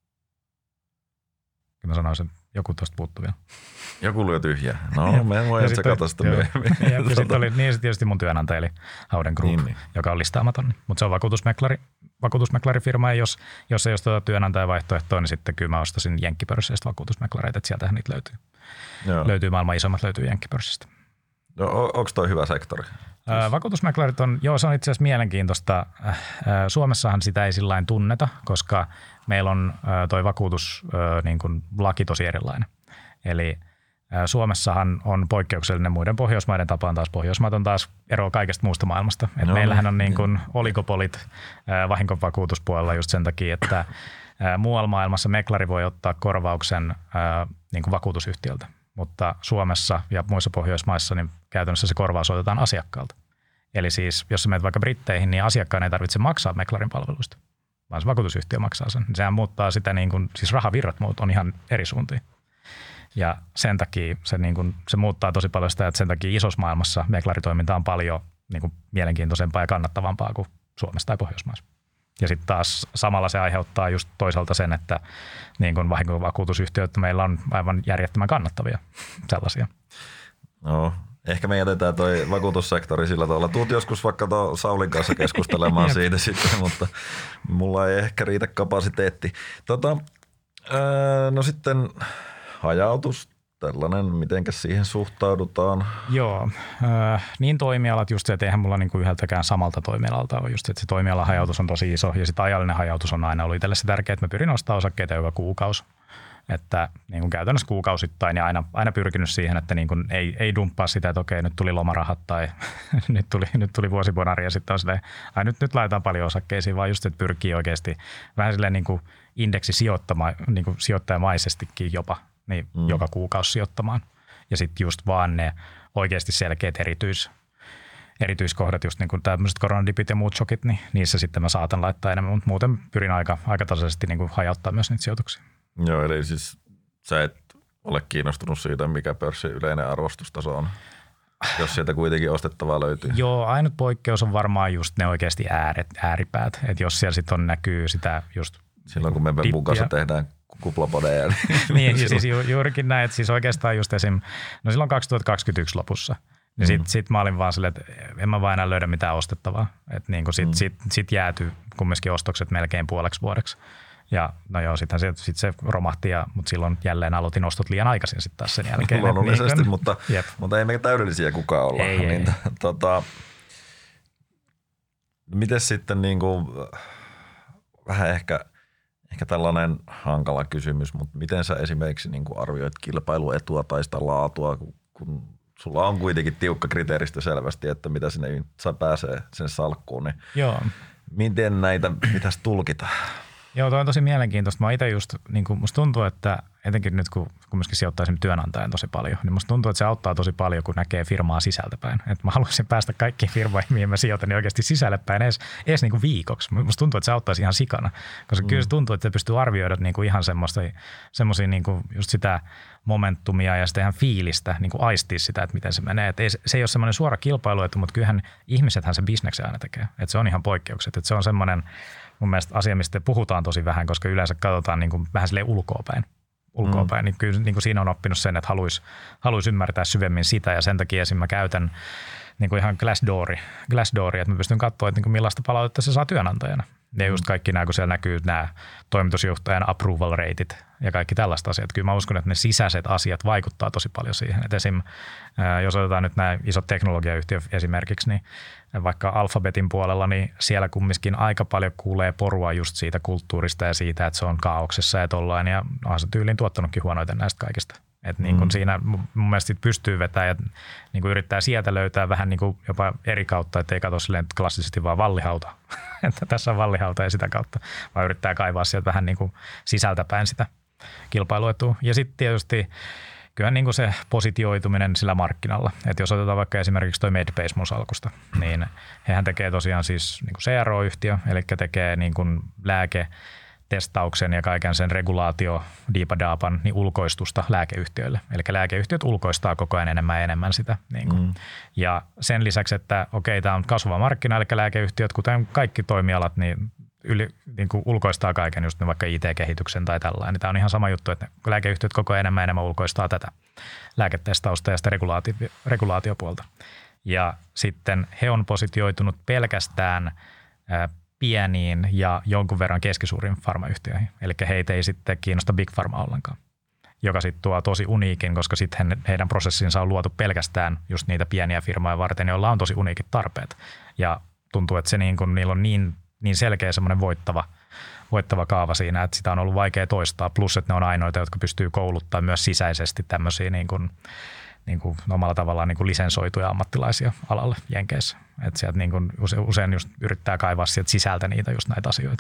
mä sanoisin, että joku tuosta puuttuu vielä. Joku lyö tyhjää. No, me voidaan tsekata sitä myöhemmin. Ja, ja sitten oli niin tietysti mun työnantaja, eli Howden Group, niin, niin. joka on listaamaton. Mutta se on vakuutusmeklari, vakuutusmeklarifirma, ja jos, jos ei olisi tuota työnantajavaihtoehtoa, niin sitten kyllä mä ostaisin jenkkipörsseistä vakuutusmeklareita, että sieltähän niitä löytyy. Joo. Löytyy maailman isommat, löytyy jenkkipörssistä. No, onko toi hyvä sektori? Äh, vakuutusmeklarit on, joo se on itse asiassa mielenkiintoista. Äh, Suomessahan sitä ei sillain tunneta, koska meillä on äh, toi vakuutus äh, niin kuin laki tosi erilainen. Eli äh, Suomessahan on poikkeuksellinen muiden Pohjoismaiden tapaan taas. Pohjoismaat on taas eroa kaikesta muusta maailmasta. Et no, meillähän on niin kuin oligopolit äh, vahinkovakuutuspuolella just sen takia, että äh, muualla maailmassa meklari voi ottaa korvauksen äh, niin kuin vakuutusyhtiöltä. Mutta Suomessa ja muissa Pohjoismaissa niin käytännössä se korvaus otetaan asiakkaalta. Eli siis, jos sä menet vaikka Britteihin, niin asiakkaan ei tarvitse maksaa meklarin palveluista, vaan se vakuutusyhtiö maksaa sen. Sehän muuttaa sitä, niin kuin, siis rahavirrat muut on ihan eri suuntiin. Ja sen takia se, niin kuin, se muuttaa tosi paljon sitä, että sen takia isossa maailmassa meklaritoiminta on paljon niin kuin mielenkiintoisempaa ja kannattavampaa kuin Suomessa tai Pohjoismaissa. Ja sitten taas samalla se aiheuttaa just toisaalta sen, että niin kuin vahinkovakuutusyhtiöt meillä on aivan järjettömän kannattavia sellaisia. No, ehkä me jätetään toi vakuutussektori sillä tavalla. Tuut joskus vaikka tuon Saulin kanssa keskustelemaan siitä sitten, mutta mulla ei ehkä riitä kapasiteetti. Tota, ää, no sitten hajautus, tällainen, mitenkäs siihen suhtaudutaan? Joo, äh, niin toimialat just se, että eihän mulla niinku yhdeltäkään samalta toimialalta ole just se, että se toimialan hajautus on tosi iso ja sitten ajallinen hajautus on aina ollut itselle se tärkeää, että mä pyrin ostamaan osakkeita joka kuukausi. Että niin kuin käytännössä kuukausittain ja aina, aina pyrkinyt siihen, että niin kuin ei, ei dumppaa sitä, että okei, nyt tuli lomarahat tai nyt tuli, nyt tuli vuosibonari ja sitten on silleen, ai nyt, nyt laitetaan paljon osakkeisiin, vaan just, että pyrkii oikeasti vähän silleen niin kuin indeksi sijoittamaan, niin kuin sijoittajamaisestikin jopa, niin mm. joka kuukausi sijoittamaan. Ja sitten just vaan ne oikeasti selkeät erityis, erityiskohdat, just niin kuin tämmöiset koronadipit ja muut shokit, niin niissä sitten mä saatan laittaa enemmän, mutta muuten pyrin aika, aika tasaisesti niin kuin hajauttaa myös niitä sijoituksia. Joo, eli siis sä et ole kiinnostunut siitä, mikä pörssin yleinen arvostustaso on, jos sieltä kuitenkin ostettavaa löytyy. Joo, ainut poikkeus on varmaan just ne oikeasti ääret, ääripäät, että jos siellä sitten näkyy sitä just silloin kun me mun kanssa tehdään kuplapodeja. Niin, ja siis ju, juurikin näin, että siis oikeastaan just esim. No silloin kaksituhattakaksikymmentäyksi lopussa, niin mm. sitten sit mä olin vaan silleen, että en mä vaan enää löydä mitään ostettavaa. Että niin sitten mm. sit, sit jääty kumminkin ostokset melkein puoleksi vuodeksi. Ja no joo, sitten se, sit se romahti, ja, mutta silloin jälleen aloitin ostot liian aikaisin sitten taas sen jälkeen. Luonnollisesti, niin, mutta, mutta ei me täydellisiä kukaan olla. Ei, niin, ei. Tota, miten sitten niin kuin, vähän ehkä, ehkä tällainen hankala kysymys, mutta miten sä esimerkiksi niin kuin arvioit kilpailuetua tai sitä laatua, kun, kun sulla on kuitenkin tiukka kriteeristö selvästi, että mitä sinne saa pääsee sen salkkuun, niin joo. Miten näitä pitäisi tulkita? Joo, toi on tosi mielenkiintoista. Mä itse just, niin kuin musta tuntuu, että etenkin nyt kun kumminkin sijoittaa esimerkiksi työnantajan tosi paljon, niin musta tuntuu, että se auttaa tosi paljon, kun näkee firmaa sisältäpäin. Että mä haluaisin päästä kaikkiin firmoihin, mihin mä sijoitan, niin oikeasti sisällepäin edes, edes niin kuin viikoksi. Musta tuntuu, että se auttaisi ihan sikana, koska mm. kyllä se tuntuu, että se pystyy arvioida niin kuin ihan semmoisia niin kuin just sitä momentumia ja sitä ihan fiilistä, niin kuin aistia sitä, että miten se menee. Että ei, se ei ole semmoinen suora kilpailuetu, mutta kyllähän ihmisethän sen bisneksen aina tekee. Että se on ihan poikkeukset. Että se on semmoinen mun mielestä asia, mistä puhutaan tosi vähän, koska yleensä katsotaan niin kuin vähän silleen ulkoapäin. ulkoapäin. Mm. Niin kyllä niin kuin siinä on oppinut sen, että haluaisi, haluaisi ymmärtää syvemmin sitä ja sen takia esim. Mä käytän niin kuin ihan Glassdoori, Glassdooria, että mä pystyn katsoa, että niin kuin millaista palautetta se saa työnantajana. Ja just kaikki nämä, kun siellä näkyy nämä toimitusjohtajan approval rateit ja kaikki tällaista asiat. Kyllä mä uskon, että ne sisäiset asiat vaikuttaa tosi paljon siihen. Että esim. Jos otetaan nyt nämä isot teknologiayhtiöt esimerkiksi, niin vaikka Alphabetin puolella, niin siellä kumminkin aika paljon kuulee porua just siitä kulttuurista ja siitä, että se on kaauksessa ja tollain. Ja onhan se tyyliin tuottanutkin huonoiten näistä kaikista. Että niin kuin mm. siinä mun mielestä pystyy vetämään ja niin kuin yrittää sieltä löytää vähän niin kuin jopa eri kautta, että ei katso silleen klassisesti vaan vallihauta. Että tässä on vallihauta ja sitä kautta, vaan yrittää kaivaa sieltä vähän niin kuin sisältäpäin sitä kilpailuetua. Ja sitten tietysti kyllä niin kuin se positioituminen sillä markkinalla. Että jos otetaan vaikka esimerkiksi toi Medbase mun salkusta, niin hehän tekee tosiaan siis niin kuin C R O-yhtiö, eli tekee niin kuin lääke testauksen ja kaiken sen regulaatio, diipadaapan, niin ulkoistusta lääkeyhtiöille. Eli lääkeyhtiöt ulkoistaa koko ajan enemmän ja enemmän sitä. Niin kuin. Mm. Ja sen lisäksi, että okei, tämä on kasvava markkina, eli lääkeyhtiöt, kuten kaikki toimialat, niin, yli, niin kuin ulkoistaa kaiken, just vaikka I T-kehityksen tai tällainen. Niin tämä on ihan sama juttu, että lääkeyhtiöt koko ajan enemmän ja enemmän ulkoistaa tätä lääketestausta ja sitä regulaatio, regulaatiopuolta. Ja sitten he on positioitunut pelkästään ää, pieniin ja jonkun verran keskisuuriin farmayhtiöihin. Eli heitä ei sitten kiinnosta Big Pharma ollenkaan, joka sitten tuo tosi uniikin, koska sitten heidän prosessinsa on luotu pelkästään just niitä pieniä firmoja varten, joilla on tosi uniikit tarpeet. Ja tuntuu, että se niin kun, niillä on niin, niin selkeä semmoinen voittava, voittava kaava siinä, että sitä on ollut vaikea toistaa. Plus, että ne on ainoita, jotka pystyy kouluttamaan myös sisäisesti tämmöisiä niin kuin niin kuin omalla tavallaan niin kuin lisensoituja ammattilaisia alalle Jenkeissä. Että sieltä niin kuin usein just yrittää kaivaa sieltä sisältä niitä just näitä asioita.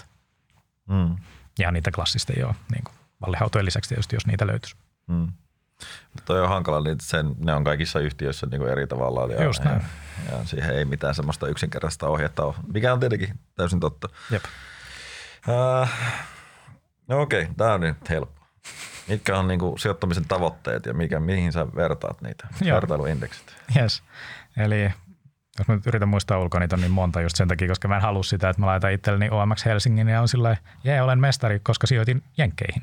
Mm. Ja niitä klassista ei ole, niin kuin vallihautojen lisäksi tietysti, jos niitä löytyisi. Mm. Mutta on hankala, niin sen, ne on kaikissa yhtiöissä niin kuin eri tavalla. Ja, just näin. Ja, ja siihen ei mitään semmoista yksinkertaista ohjetta ole, mikä on tietenkin täysin totta. Jep. Uh, no okei, okay, tämä on nyt helppo. Mitkä on niinku sijoittamisen tavoitteet ja mikä, mihin sä vertaat niitä vertailuindeksit? Yes. Eli jos mä nyt yritän muistaa ulkoa, niitä on niin monta just sen takia, koska mä en halua sitä, että mä laitan itselleni O M X Helsingin ja on sillä jee, olen mestari, koska sijoitin jenkkeihin.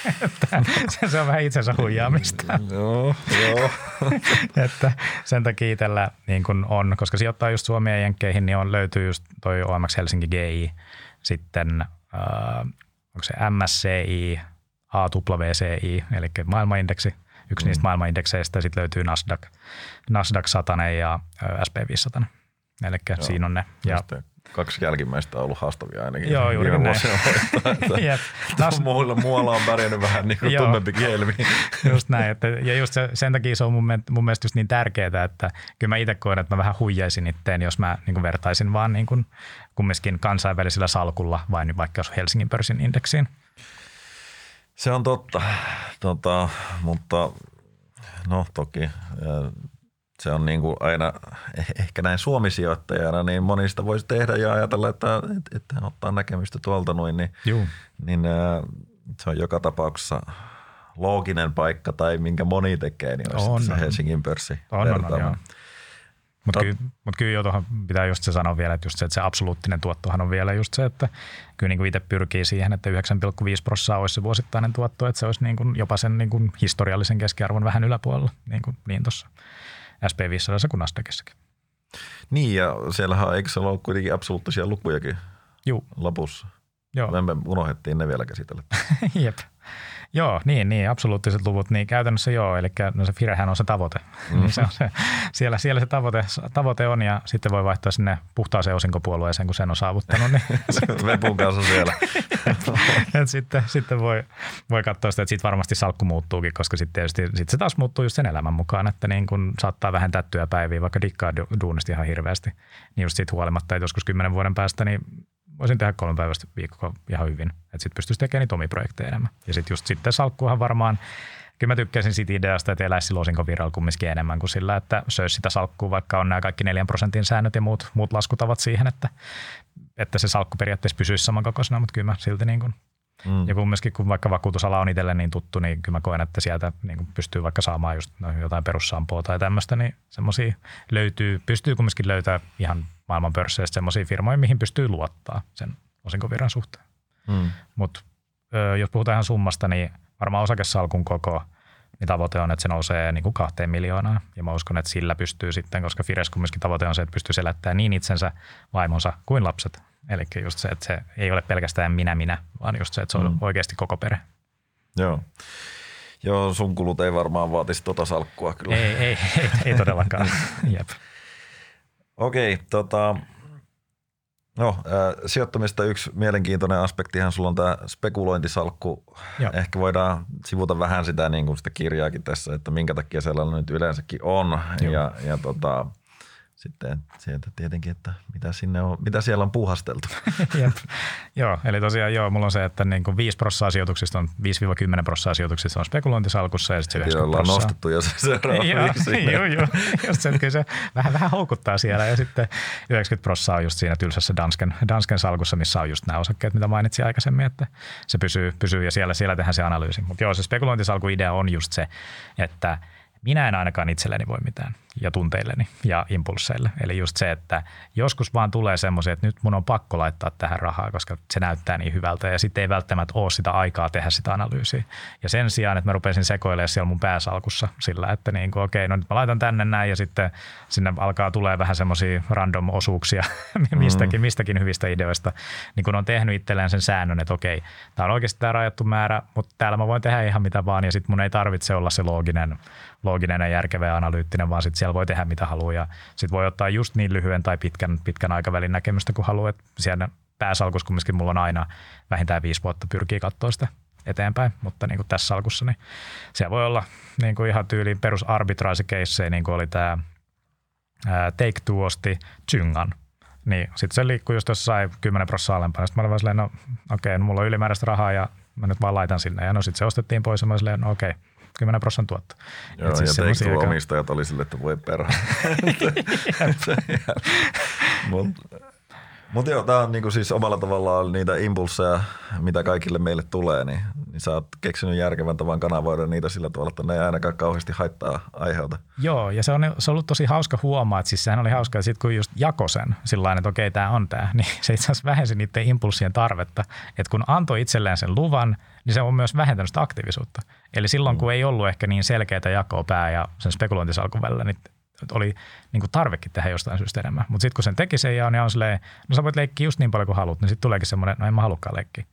Se on vähän itsensä huijaamista. Joo, joo. Että sen takia itsellä niin kun on, koska sijoittaa just Suomeen ja jenkkeihin, niin on, löytyy just toi O M X Helsinki G I, sitten äh, onko se M S C I, A W C I, eli maailmanindeksi. Yksi mm. niistä maailmanindekseistä, sitten löytyy Nasdaq, Nasdaq sata ja S P viisisataa. Eli joo, siinä on ne. Ja kaksi jälkimmäistä on ollut haastavia ainakin. Joo, juuri näin. Nas... Muualla, muualla on pärjännyt vähän niin kuin tummempi kielmi. Just näin. Että, ja just se, sen takia se on mun, mun mielestä just niin tärkeää, että kyllä mä itse koen, että mä vähän huijaisin itteen, jos mä niin kuin vertaisin vaan niin kuin kumminkin kansainvälisellä salkulla vain vaikka jos Helsingin pörssin indeksiin. Se on totta, tota, mutta no toki se on niin kuin aina ehkä näin Suomi-sijoittajana, niin monista voisi tehdä ja ajatella, että, että ottaa näkemystä tuolta noin, niin, niin se on joka tapauksessa looginen paikka tai minkä moni tekee, niin olisi on, se Helsingin pörssi vertaama. Mutta kyllä, mut kyllä jo tuohon pitää just se sanoa vielä, että, just se, että se absoluuttinen tuottohan on vielä just se, että kyllä niin kuin itse pyrkii siihen, että yhdeksän pilkku viisi prosenttia olisi se vuosittainen tuotto, että se olisi niin kuin jopa sen niin kuin historiallisen keskiarvon vähän yläpuolella, niin, kuin, niin tuossa S P viisisataa kuin Nasdaqissakin. Niin ja siellähän eikö se ole kuitenkin absoluuttisia lukujakin Juu. lopussa? Joo. Me unohdettiin ne vielä käsitellä. Jep. Joo, niin, niin, absoluuttiset luvut, niin käytännössä joo, eli no se Firehän on se tavoite. Mm-hmm. Niin se on se, siellä, siellä se tavoite, tavoite on ja sitten voi vaihtaa sinne puhtaaseen osinkopuolueeseen, kun sen on saavuttanut. Niin Vepun kanssa siellä. et sitten sitten voi, voi katsoa sitä, että siitä varmasti salkku muuttuukin, koska sitten tietysti sit se taas muuttuu just sen elämän mukaan, että niin kun saattaa vähentää työpäiviä, vaikka dikkaa duunista ihan hirveästi, niin just siitä huolimatta, että joskus kymmenen vuoden päästä, niin voisin tehdä kolme päivästä viikkoa ihan hyvin, että sitten pystyisi tekemään niitä omia projekteja enemmän. Ja sitten just sitten salkkuhan varmaan, kyllä mä tykkäisin siitä ideasta, että eläisi sillä osinkovirralla kumminkin enemmän kuin sillä, että söisi sitä salkkua, vaikka on nämä kaikki neljän prosentin säännöt ja muut, muut laskutavat siihen, että, että se salkku periaatteessa pysyisi samankokoisena, mutta kyllä mä silti niin kuin, mm. ja kumminkin kun vaikka vakuutusala on itselle niin tuttu, niin kyllä mä koen, että sieltä niin kuin pystyy vaikka saamaan just no, jotain perussampoa tai tämmöistä, niin semmoisia löytyy, pystyy kumminkin löytää ihan maailman pörsseistä semmoisia firmoja, mihin pystyy luottaa sen osinkovirran suhteen. Mm. Mutta jos puhutaan ihan summasta, niin varmaan osakesalkun koko, niin tavoite on, että se nousee niin kuin kahteen miljoonaan. Ja mä uskon, että sillä pystyy sitten, koska Fires kumminkin tavoite on se, että pystyy elättämään niin itsensä, vaimonsa kuin lapset. Eli just se, että se ei ole pelkästään minä minä, vaan just se, että se on mm. oikeasti koko perhe. Joo. Joo, sun kulut ei varmaan vaatisi tota salkkua kyllä. Ei, ei, ei, ei todellakaan. Jep. Okei, tota, no äh, sijoittamista yksi mielenkiintoinen aspektihan sulla on tämä spekulointisalkku. Joo. Ehkä voidaan sivuta vähän sitä, niin kuin sitä kirjaakin tässä, että minkä takia sellainen nyt yleensäkin on. Joo. Ja, ja tota, sitten sieltä tietenkin, että mitä, sinne on, mitä siellä on puuhasteltu. Joo, eli tosiaan joo, mulla on se, että niin kuin viisi prosenttia sijoituksista on, viisi kymmenen prosenttia sijoituksista on spekulointisalkussa ja sitten se ollaan nostettu jo se seuraava Joo, joo, just se, että se vähän, vähän houkuttaa siellä ja sitten yhdeksänkymmentä prosenttia on just siinä tylsässä Dansken, Dansken salkussa, missä on just nämä osakkeet, mitä mainitsin aikaisemmin, että se pysyy, pysyy ja siellä, siellä tehdään se analyysi. Mutta joo, se spekulointisalkun idea on just se, että minä en ainakaan itselleni voi mitään ja tunteilleni ja impulseille. Eli just se, että joskus vaan tulee semmoisia, että nyt mun on pakko laittaa tähän rahaa, koska se näyttää niin hyvältä ja sitten ei välttämättä ole sitä aikaa tehdä sitä analyysiä. Ja sen sijaan, että mä rupesin sekoilemaan siellä mun pääsalkussa sillä, että niin kuin, okei, no nyt mä laitan tänne näin ja sitten sinne alkaa tulee vähän semmoisia random osuuksia mistäkin, mistäkin hyvistä ideoista. Niin kun on tehnyt itselleen sen säännön, että okei, tää on oikeasti tämä rajattu määrä, mutta täällä mä voin tehdä ihan mitä vaan ja sitten mun ei tarvitse olla se looginen looginen ja järkevä ja analyyttinen, vaan sitten siellä voi tehdä mitä haluaa ja sitten voi ottaa just niin lyhyen tai pitkän, pitkän aikavälin näkemystä kuin haluaa, että siellä pääsalkussa kumminkin mulla on aina vähintään viisi vuotta pyrkii katsoa sitä eteenpäin, mutta niin kuin tässä salkussa, niin siellä voi olla niin kuin ihan tyyliin perus arbitraasikeissejä, niin kuin oli tämä Take Two osti Zyngan, niin sitten se liikkuu just, jos sai kymmenen prosenttia alempana, sitten mä olin vaan silleen, no okei, okay, no mulla on ylimääräistä rahaa ja mä nyt vaan laitan sinne ja no sitten se ostettiin pois ja mä silleen, no okei, okay, kymmenen prosenttia tuotto. Joo, et siis ja Take omistajat oli sille, että voi perä. Mutta joo, tämä on niinku siis omalla tavallaan niitä impulseja, mitä kaikille meille tulee, niin, niin sä oot keksinyt järkevän tavan kanavoida niitä sillä tavalla, että ne ei ainakaan kauheasti haittaa aiheuta. Joo, ja se on, se on ollut tosi hauska huomaa, että siis sehän oli hauska, että sit kun just jakoi sen sillain, että okei, tämä on tämä, niin se itse asiassa vähensi niiden impulssien tarvetta, että kun antoi itselleen sen luvan, niin se on myös vähentänyt sitä aktiivisuutta. Eli silloin, kun ei ollut ehkä niin selkeää jakoa pää ja sen spekulointisalkun välillä, niin oli niin kuin tarvekin tehdä jostain syystä enemmän. Mutta sitten kun sen teki sen ja on silleen, no sä voit leikkiä just niin paljon kuin haluat, niin sitten tuleekin semmoinen, no en mä halukkaan leikkiä.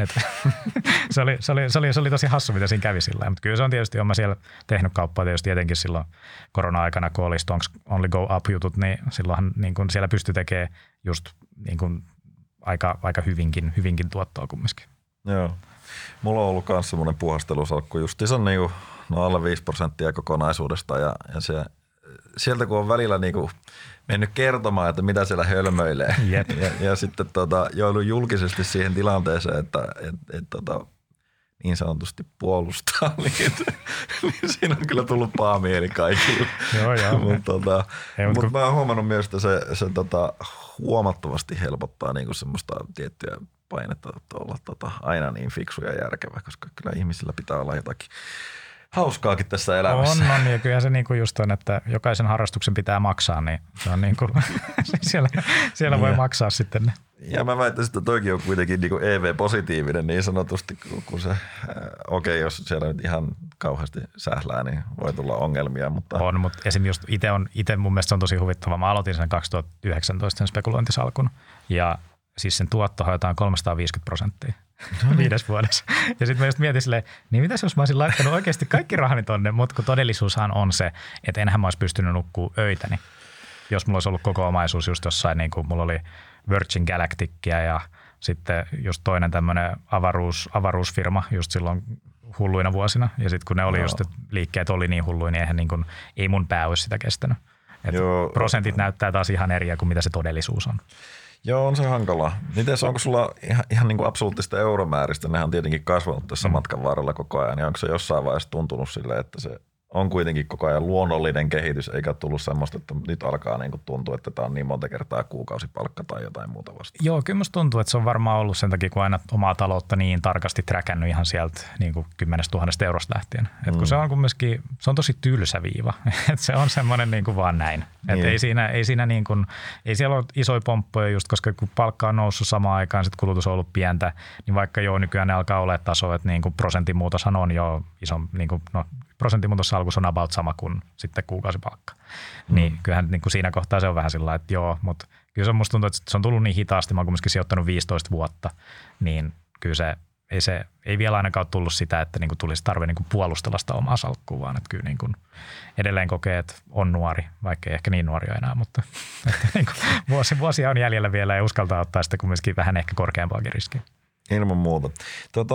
se, oli, se, oli, se, oli, se oli tosi hassu, mitä siinä kävi sillä. Mutta kyllä se on tietysti, olen mä siellä tehnyt kauppaa tietysti etenkin silloin korona-aikana, kun oli Stonks Only Go Up -jutut, niin silloinhan niin kuin siellä pystyi tekemään just niin kuin aika, aika hyvinkin, hyvinkin tuottoa kumminkin. Joo. Mulla on ollut myös semmoinen puhastelusalkku justiinsa on niin kuin, no alle viisi prosenttia kokonaisuudesta ja, ja se sieltä kun on välillä niinku mennyt kertomaan, että mitä siellä hölmöilee yep. ja, ja sitten tota, joudun julkisesti siihen tilanteeseen, että et, et, tota, niin sanotusti puolustaa niitä, niin siinä on kyllä tullut paha mieli kaikille. Joo, joo. Mutta tota, mut mut mä oon huomannut myös, että se, se tota, huomattavasti helpottaa niinku semmoista tiettyä painetta olla tota, aina niin fiksu ja järkevä, koska kyllä ihmisillä pitää olla jotakin hauskaakin tässä elämässä. On, on, ja kyllä se niinku just on, että jokaisen harrastuksen pitää maksaa, niin se on niinku, siellä, siellä voi maksaa sitten ne. Ja mä väittäisin, että toikin on kuitenkin niinku E V-positiivinen niin sanotusti, kun se, äh, okei, okay, jos siellä nyt ihan kauheasti sählää, niin voi tulla ongelmia. Mutta on, mutta esimerkiksi just itse on, itse mun mielestä se on tosi huvittava. Mä aloitin sen kaksituhattayhdeksäntoista sen spekulointisalkun, ja siis sen tuotto haetaan kolmesataaviisikymmentä prosenttia. Viides vuodessa. Ja sitten mä just mietin silleen, niin mitäs jos mä olisin laittanut oikeasti kaikki rahani tonne, mutta kun todellisuushan on se, että enhän mä olisi pystynyt nukkuu öitäni, jos mulla olisi ollut koko omaisuus just jossain, niin kuin mulla oli Virgin Galacticia ja sitten just toinen tämmöinen avaruus, avaruusfirma just silloin hulluina vuosina. Ja sitten kun ne oli just, että liikkeet oli niin hulluina, niin eihän niin kuin, ei mun pää olisi sitä kestänyt. Että prosentit näyttää taas ihan eriä kuin mitä se todellisuus on. Joo, on se hankala. Mites, onko sulla ihan, ihan niin kuin absoluuttista euromääristä? Nehän on tietenkin kasvanut tässä mm. matkan varrella koko ajan. Ja onko se jossain vaiheessa tuntunut silleen, että se on kuitenkin koko ajan luonnollinen kehitys, eikä tullut semmoista, että nyt alkaa niin kuin tuntua, että tämä on niin monta kertaa kuukausipalkka tai jotain muuta vastaan? Joo, kyllä musta tuntuu, että se on varmaan ollut sen takia, kun aina omaa taloutta niin tarkasti träkännyt ihan sieltä niin kuin kymmenestä tuhannesta eurosta lähtien. Et kun mm. se on kumminkin, se on tosi tylsä viiva, että se on semmoinen niin kuin vaan näin. Niin. Ei siinä, ei siinä niin kuin, ei siellä ole isoja pomppoja just, koska kun palkka on noussut samaan aikaan, sitten kulutus on ollut pientä, niin vaikka joo nykyään ne alkaa olla taso, että niin kuin prosentin muutoshan on jo iso, niin kuin, no prosentin muutossalkussa on about sama kuin sitten kuukausipalkka. Mm. Niin kyllähän niin kuin siinä kohtaa se on vähän sillä että joo, mutta kyllä se musta tuntuu, että se on tullut niin hitaasti, mä oon kumminkin sijoittanut viisitoista vuotta, niin kyllä se ei, se, ei vielä ainakaan ole tullut sitä, että niin kuin tulisi tarve niin kuin puolustella sitä omaa salkkua, vaan että kyllä niin kuin edelleen kokee, että on nuori, vaikka ei ehkä niin nuori enää, mutta että niin kuin vuosi, vuosia on jäljellä vielä ja uskaltaa ottaa sitä kumminkin vähän ehkä korkeampaakin riskiä. Ilman muuta. Tota,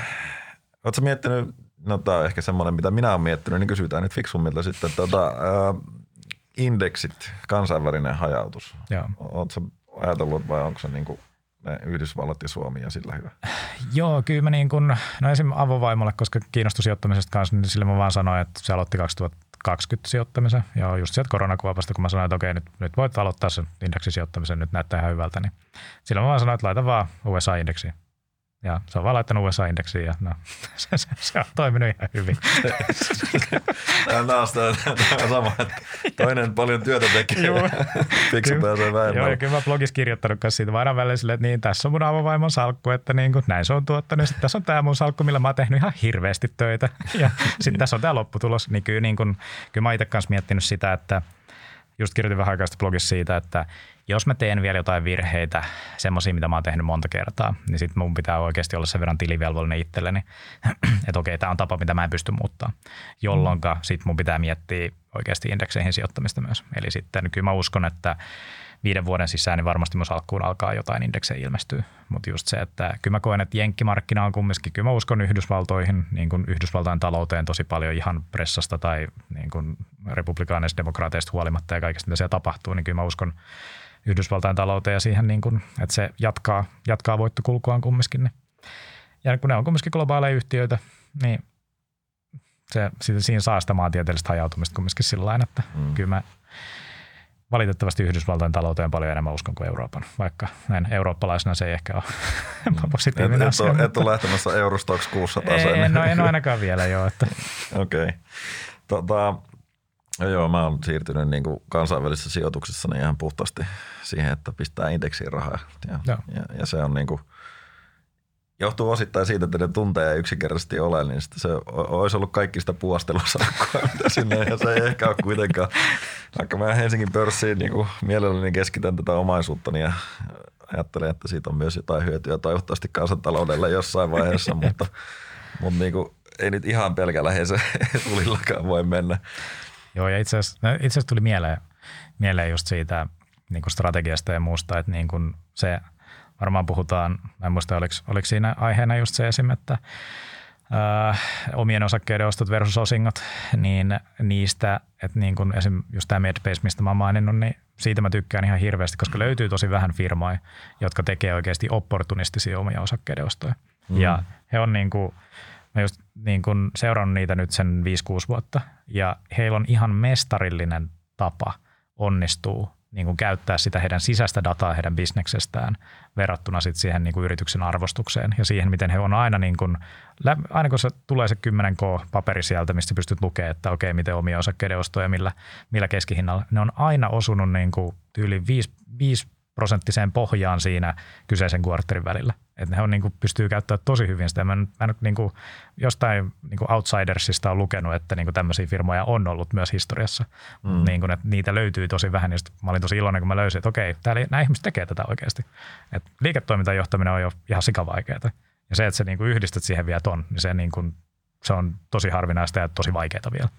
ootko miettinyt, no tämä on ehkä semmoinen, mitä minä olen miettinyt, niin kysytään nyt fiksummilta sitten, tota, ää, indeksit, kansainvälinen hajautus. Oletko ajatellut vai onko se niin kuin ne Yhdysvallat ja Suomi ja sillä hyvä? Joo, kyllä mä niin kuin, no esimerkiksi avovaimolle, koska kiinnostui sijoittamisesta kanssa, niin sille mä vaan sanoin, että se aloitti kaksituhattakaksikymmentä sijoittamisen ja just sieltä koronakuopasta, kun mä sanoin, että okei, nyt, nyt voit aloittaa sen indeksisijoittamisen, nyt näyttää ihan hyvältä, niin sillä mä vaan sanoin, että laita vaan U S A-indeksiin. Ja se on vaan laittanut U S A-indeksiin ja no, se, se, se on toiminut ihan hyvin. Tämä on sama, että toinen paljon työtä tekee, fiksu pääsee vähemmän. Joo, ja kyllä mä blogissa kirjoittanut kanssa siitä vaan välillä silleen, että niin, tässä on mun avovaimon salkku, että niin kuin, näin se on tuottanut. Sitten tässä on tämä mun salkku, millä mä oon tehnyt ihan hirveästi töitä. Ja sitten tässä on tämä lopputulos. Niin kyllä, niin kuin, kyllä mä oon itse kanssa miettinyt sitä, että just kirjoitin vähän aikaa blogissa siitä, että jos mä teen vielä jotain virheitä, semmoisia, mitä mä oon tehnyt monta kertaa, niin sit mun pitää oikeasti olla sen verran tilivelvollinen itselleni, että okei, tää on tapa, mitä mä en pysty muuttaa, jolloin sit mun pitää miettiä oikeasti indekseihin sijoittamista myös. Eli sitten kyllä mä uskon, että viiden vuoden sisään niin varmasti mun salkkuun alkaa jotain indeksejä ilmestyä. Mutta just se, että kyllä mä koen, että jenkkimarkkina on kumminkin, kyllä mä uskon Yhdysvaltoihin, niin kuin Yhdysvaltain talouteen tosi paljon ihan pressasta tai niin kuin republikaaneista demokraateista huolimatta ja kaikesta, mitä siellä tapahtuu, niin kyllä mä uskon Yhdysvaltain talouteen ja siihen, niin kuin, että se jatkaa, jatkaa voittokulkuaan kumminkin. Niin. Ja kun ne on kumminkin globaaleja yhtiöitä, niin se, siinä saa sitä maantieteellistä hajautumista kumminkin sillä lailla, että mm. kyllä mä valitettavasti Yhdysvaltain talouteen paljon enemmän uskon kuin Euroopan, vaikka näin eurooppalaisena se ei ehkä ole positiivinen et, asia. Et, et ole lähtemässä Eurostox kuusisataa. Ei, no en ole ainakaan vielä joo. Okei. Okay. Tota, joo, mä oon siirtynyt niin kuin kansainvälisessä sijoituksessa niin ihan puhtaasti siihen, että pistää indeksiin rahaa. Ja, ja, ja se on niin kuin, johtuu osittain siitä, että ne tuntee yksinkertaisesti ole, niin se olisi ollut kaikki sitä puostelusalkkua, mitä sinne, ja se ei ehkä ole kuitenkaan. Vaikka mä Helsingin pörssiin niin kuin mielelläni keskitän tätä omaisuutta, niin ajattelen, että siitä on myös jotain hyötyä toivottavasti kansantaloudelle jossain vaiheessa, mutta, mutta niin kuin, ei nyt ihan pelkällä tulillakaan voi mennä. Joo, ja itse asiassa, no itse asiassa tuli mieleen, mieleen just siitä niin kuin strategiasta ja muusta, että niin kuin se varmaan puhutaan, mä en muista oliko, oliko siinä aiheena just se esim, että ää, omien osakkeiden ostot versus osingot, niin niistä, että niin kuin esim. Just tämä Medbase, mistä mä oon maininnut, niin siitä mä tykkään ihan hirveästi, koska löytyy tosi vähän firmoja, jotka tekee oikeasti opportunistisia omia osakkeiden ostoja. Mm. Ja he on niin kuin, mä just niin kuin seurannut niitä nyt sen viisi kuusi vuotta, ja heillä on ihan mestarillinen tapa onnistuu niin kuin käyttää sitä heidän sisäistä dataa heidän bisneksestään verrattuna sit siihen niin kuin yrityksen arvostukseen ja siihen, miten he on aina, niin kuin, aina kun se tulee se kymmenen K-paperi sieltä, mistä pystyt lukemaan, että okei, miten omia osakkeiden ostoja, millä, millä keskihinnalla, ne on aina osunut niin kuin tyyli viisi prosenttiseen pohjaan siinä kyseisen kuartterin välillä. Että he on, niin kuin, pystyy käyttämään tosi hyvin sitä. Mä, mä nyt niin kuin, jostain niin kuin outsidersista on lukenut, että niin kuin tämmöisiä firmoja on ollut myös historiassa. Mm. Niin kuin, että niitä löytyy tosi vähän. Ja mä olin tosi iloinen, kun mä löysin, että okei, täällä nämä ihmiset tekee tätä oikeasti. Et liiketoiminnan johtaminen on jo ihan sikavaikeaa. Ja se, että sä niin kuin yhdistät siihen vielä ton, niin se, niin kuin, se on tosi harvinaista ja tosi vaikeaa vielä.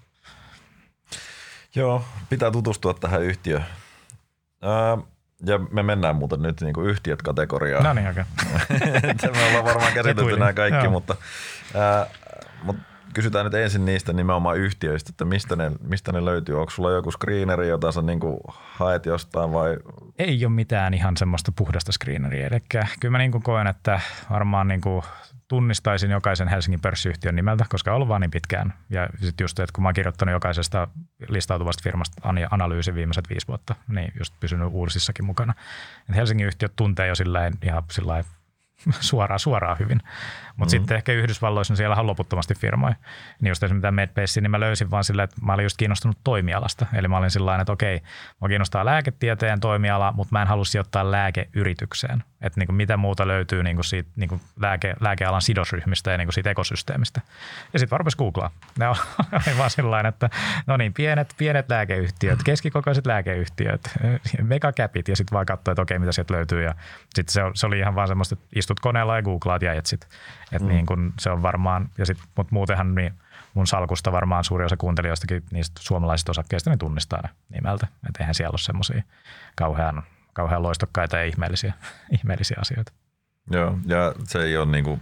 Joo, pitää tutustua tähän yhtiöön. Äh, Ja me mennään muuten nyt niin kuin yhtiöt kategoriaan. No niin, okei. Okay. Me ollaan varmaan käsitelty nämä kaikki, mutta, ää, mutta kysytään nyt ensin niistä nimenomaan yhtiöistä, että mistä ne, mistä ne löytyy. Onko sulla joku screeneri, jota sä niin kuin haet jostain vai? Ei ole mitään ihan semmoista puhdasta screeneriä. Eli kyllä mä niin kuin koen, että varmaan niin kuin tunnistaisin jokaisen Helsingin pörssiyhtiön nimeltä, koska on ollut vaan niin pitkään. Ja sitten just, että kun mä oon kirjoittanut jokaisesta listautuvasta firmasta analyysin viimeiset viisi vuotta, niin just pysynyt uusissakin mukana. Et Helsingin yhtiöt tuntee jo sillain, ihan sillain suoraan, suoraan hyvin. Mutta mm-hmm. sitten ehkä Yhdysvalloissa siellä on loputtomasti firmoja. Niin just esimerkiksi tämä Medbase, niin mä löysin vaan silleen, että mä olin just kiinnostunut toimialasta. Eli mä olin sillain, että okei, mä kiinnostaa lääketieteen toimiala, mutta mä en halua sijoittaa lääkeyritykseen. Että niinku mitä muuta löytyy niinku siitä niinku lääke, lääkealan sidosryhmistä ja niinku siitä ekosysteemistä. Ja sitten varmaan googlaa. Ne on vaan sillain, että no niin, pienet, pienet lääkeyhtiöt, keskikokoiset lääkeyhtiöt, megacapit ja sitten vaan katsoa, että okei, mitä sieltä löytyy. Ja sitten se, se oli ihan vaan semmoista, että istut koneella ja googlaat ja etsit. Että mm. niin kun se on varmaan, ja sit, mutta muutenhan niin mun salkusta varmaan suuri osa kuuntelijoistakin niistä suomalaisista osakkeista ne tunnistaa ne nimeltä. Että eihän siellä ole semmoisia kauhean, kauhean loistokkaita ja ihmeellisiä, ihmeellisiä asioita. Joo, ja se ei ole niinku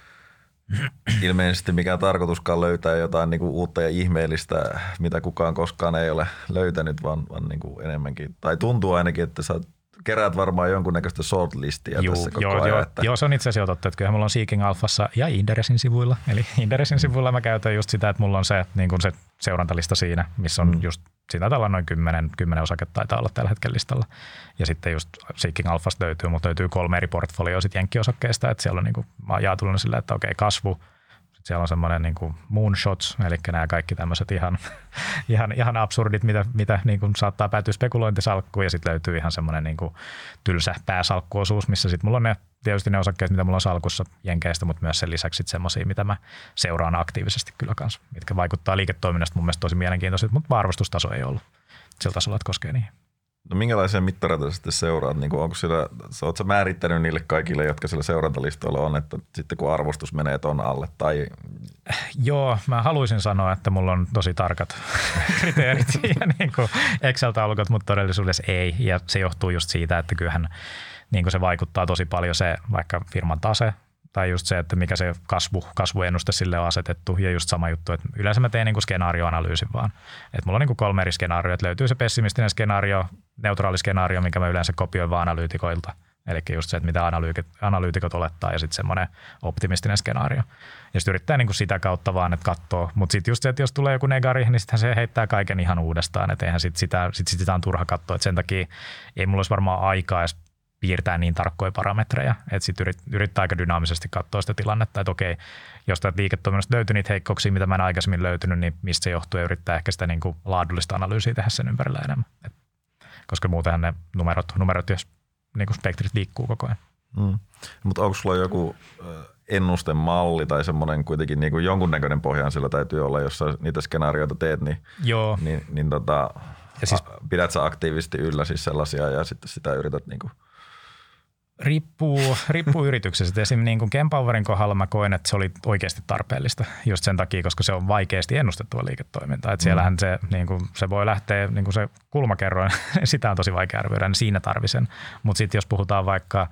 ilmeisesti mikään tarkoituskaan löytää jotain niinku uutta ja ihmeellistä, mitä kukaan koskaan ei ole löytänyt, vaan, vaan niinku enemmänkin, tai tuntuu ainakin, että sä keräät varmaan jonkunnäköistä shortlistia Juu, tässä koko joo, ajan. Joo, että joo, se on itse asiassa totta, että kyllähän mulla on Seeking Alphassa ja Inderesin sivuilla. Eli Inderesin sivuilla mä käytän just sitä, että mulla on se, niin kuin se seurantalista siinä, missä on mm. just, siinä taitaa olla noin kymmenen, kymmenen osaketta taitaa olla tällä hetkellä listalla. Ja sitten just Seeking Alphasta löytyy, mutta löytyy kolme eri portfolioa sitten jenkkiosakkeista, että siellä on niin kuin, mä oon jaatullut sillä, että okei, kasvu. Sitten siellä on semmoinen niin kuin moonshots, eli nämä kaikki tämmöiset ihan, ihan, ihan absurdit, mitä, mitä niin kuin saattaa päätyä spekulointisalkkuun. Ja sitten löytyy ihan semmoinen niin kuin tylsä pääsalkkuosuus, missä sitten mulla on ne, tietysti ne osakkeet, mitä mulla on salkussa jenkeistä, mutta myös sen lisäksi sitten semmoisia, mitä mä seuraan aktiivisesti kyllä kanssa, mitkä vaikuttaa liiketoiminnasta mun mielestä tosi mielenkiintoiset, mutta arvostustaso ei ollut sillä tasolla, että koskee niihin. No minkälaisia mittareita sitten seuraat? Niin onko siellä, oletko sä määrittänyt niille kaikille, jotka siellä seurantalistoilla on, että sitten kun arvostus menee ton alle? Tai... Joo, mä haluaisin sanoa, että mulla on tosi tarkat kriteerit ja niin kuin Excel-taulukot, mutta todellisuudessa ei. Ja se johtuu just siitä, että kyllähän niin kuin se vaikuttaa tosi paljon se vaikka firman tase, tai just se, että mikä se kasvu, kasvuennuste sille on asetettu. Ja just sama juttu, että yleensä mä teen niin kuin skenaarioanalyysin vaan. Että mulla on niin kuin kolme eri skenaarioa, että löytyy se pessimistinen skenaario, neutraali skenaario, minkä mä yleensä kopioin vaan analyytikoilta. Eli just se, että mitä analyytikot olettaa ja sitten semmoinen optimistinen skenaario. Ja sitten yrittää niin kuin sitä kautta vaan, että katsoo. Mutta sitten just se, että jos tulee joku negari, niin sitten se heittää kaiken ihan uudestaan. Että eihän sit sitä, sit sitä on turha katsoa. Että sen takia ei mulla olisi varmaan aikaa edes piirtää niin tarkkoja parametreja. Että sitten yrit, yrittää aika dynaamisesti katsoa sitä tilannetta, että okei, jos täältä liiketoiminnasta löytyy niitä heikkouksia, mitä mä en aikaisemmin löytynyt, niin mistä se johtuu ja yrittää ehkä sitä niin kuin laadullista analyysiä tehdä sen ympärillä enemmän. Et, koska muutenhan ne numerot, numerot ja niin kuin spektrit liikkuu koko ajan. Mm. Mutta onko sulla joku ennustemalli tai semmoinen kuitenkin niin kuin jonkunnäköinen pohjaan sillä täytyy olla, jos sä niitä skenaarioita teet, niin, Joo. niin, niin tota, ja siis, pidät sä aktiivisesti yllä siis sellaisia ja sitten sitä yrität niin kuin Riippuu, riippuu yrityksestä. Esimerkiksi niin kuin Kempowerin kohdalla mä koen, että se oli oikeasti tarpeellista just sen takia, koska se on vaikeasti ennustettava liiketoiminta. Että siellähän se, niin kuin, se voi lähteä, niin kuin se kulmakerroin, sitä on tosi vaikea arvioida, niin siinä tarvisen. Mutta sitten jos puhutaan vaikka,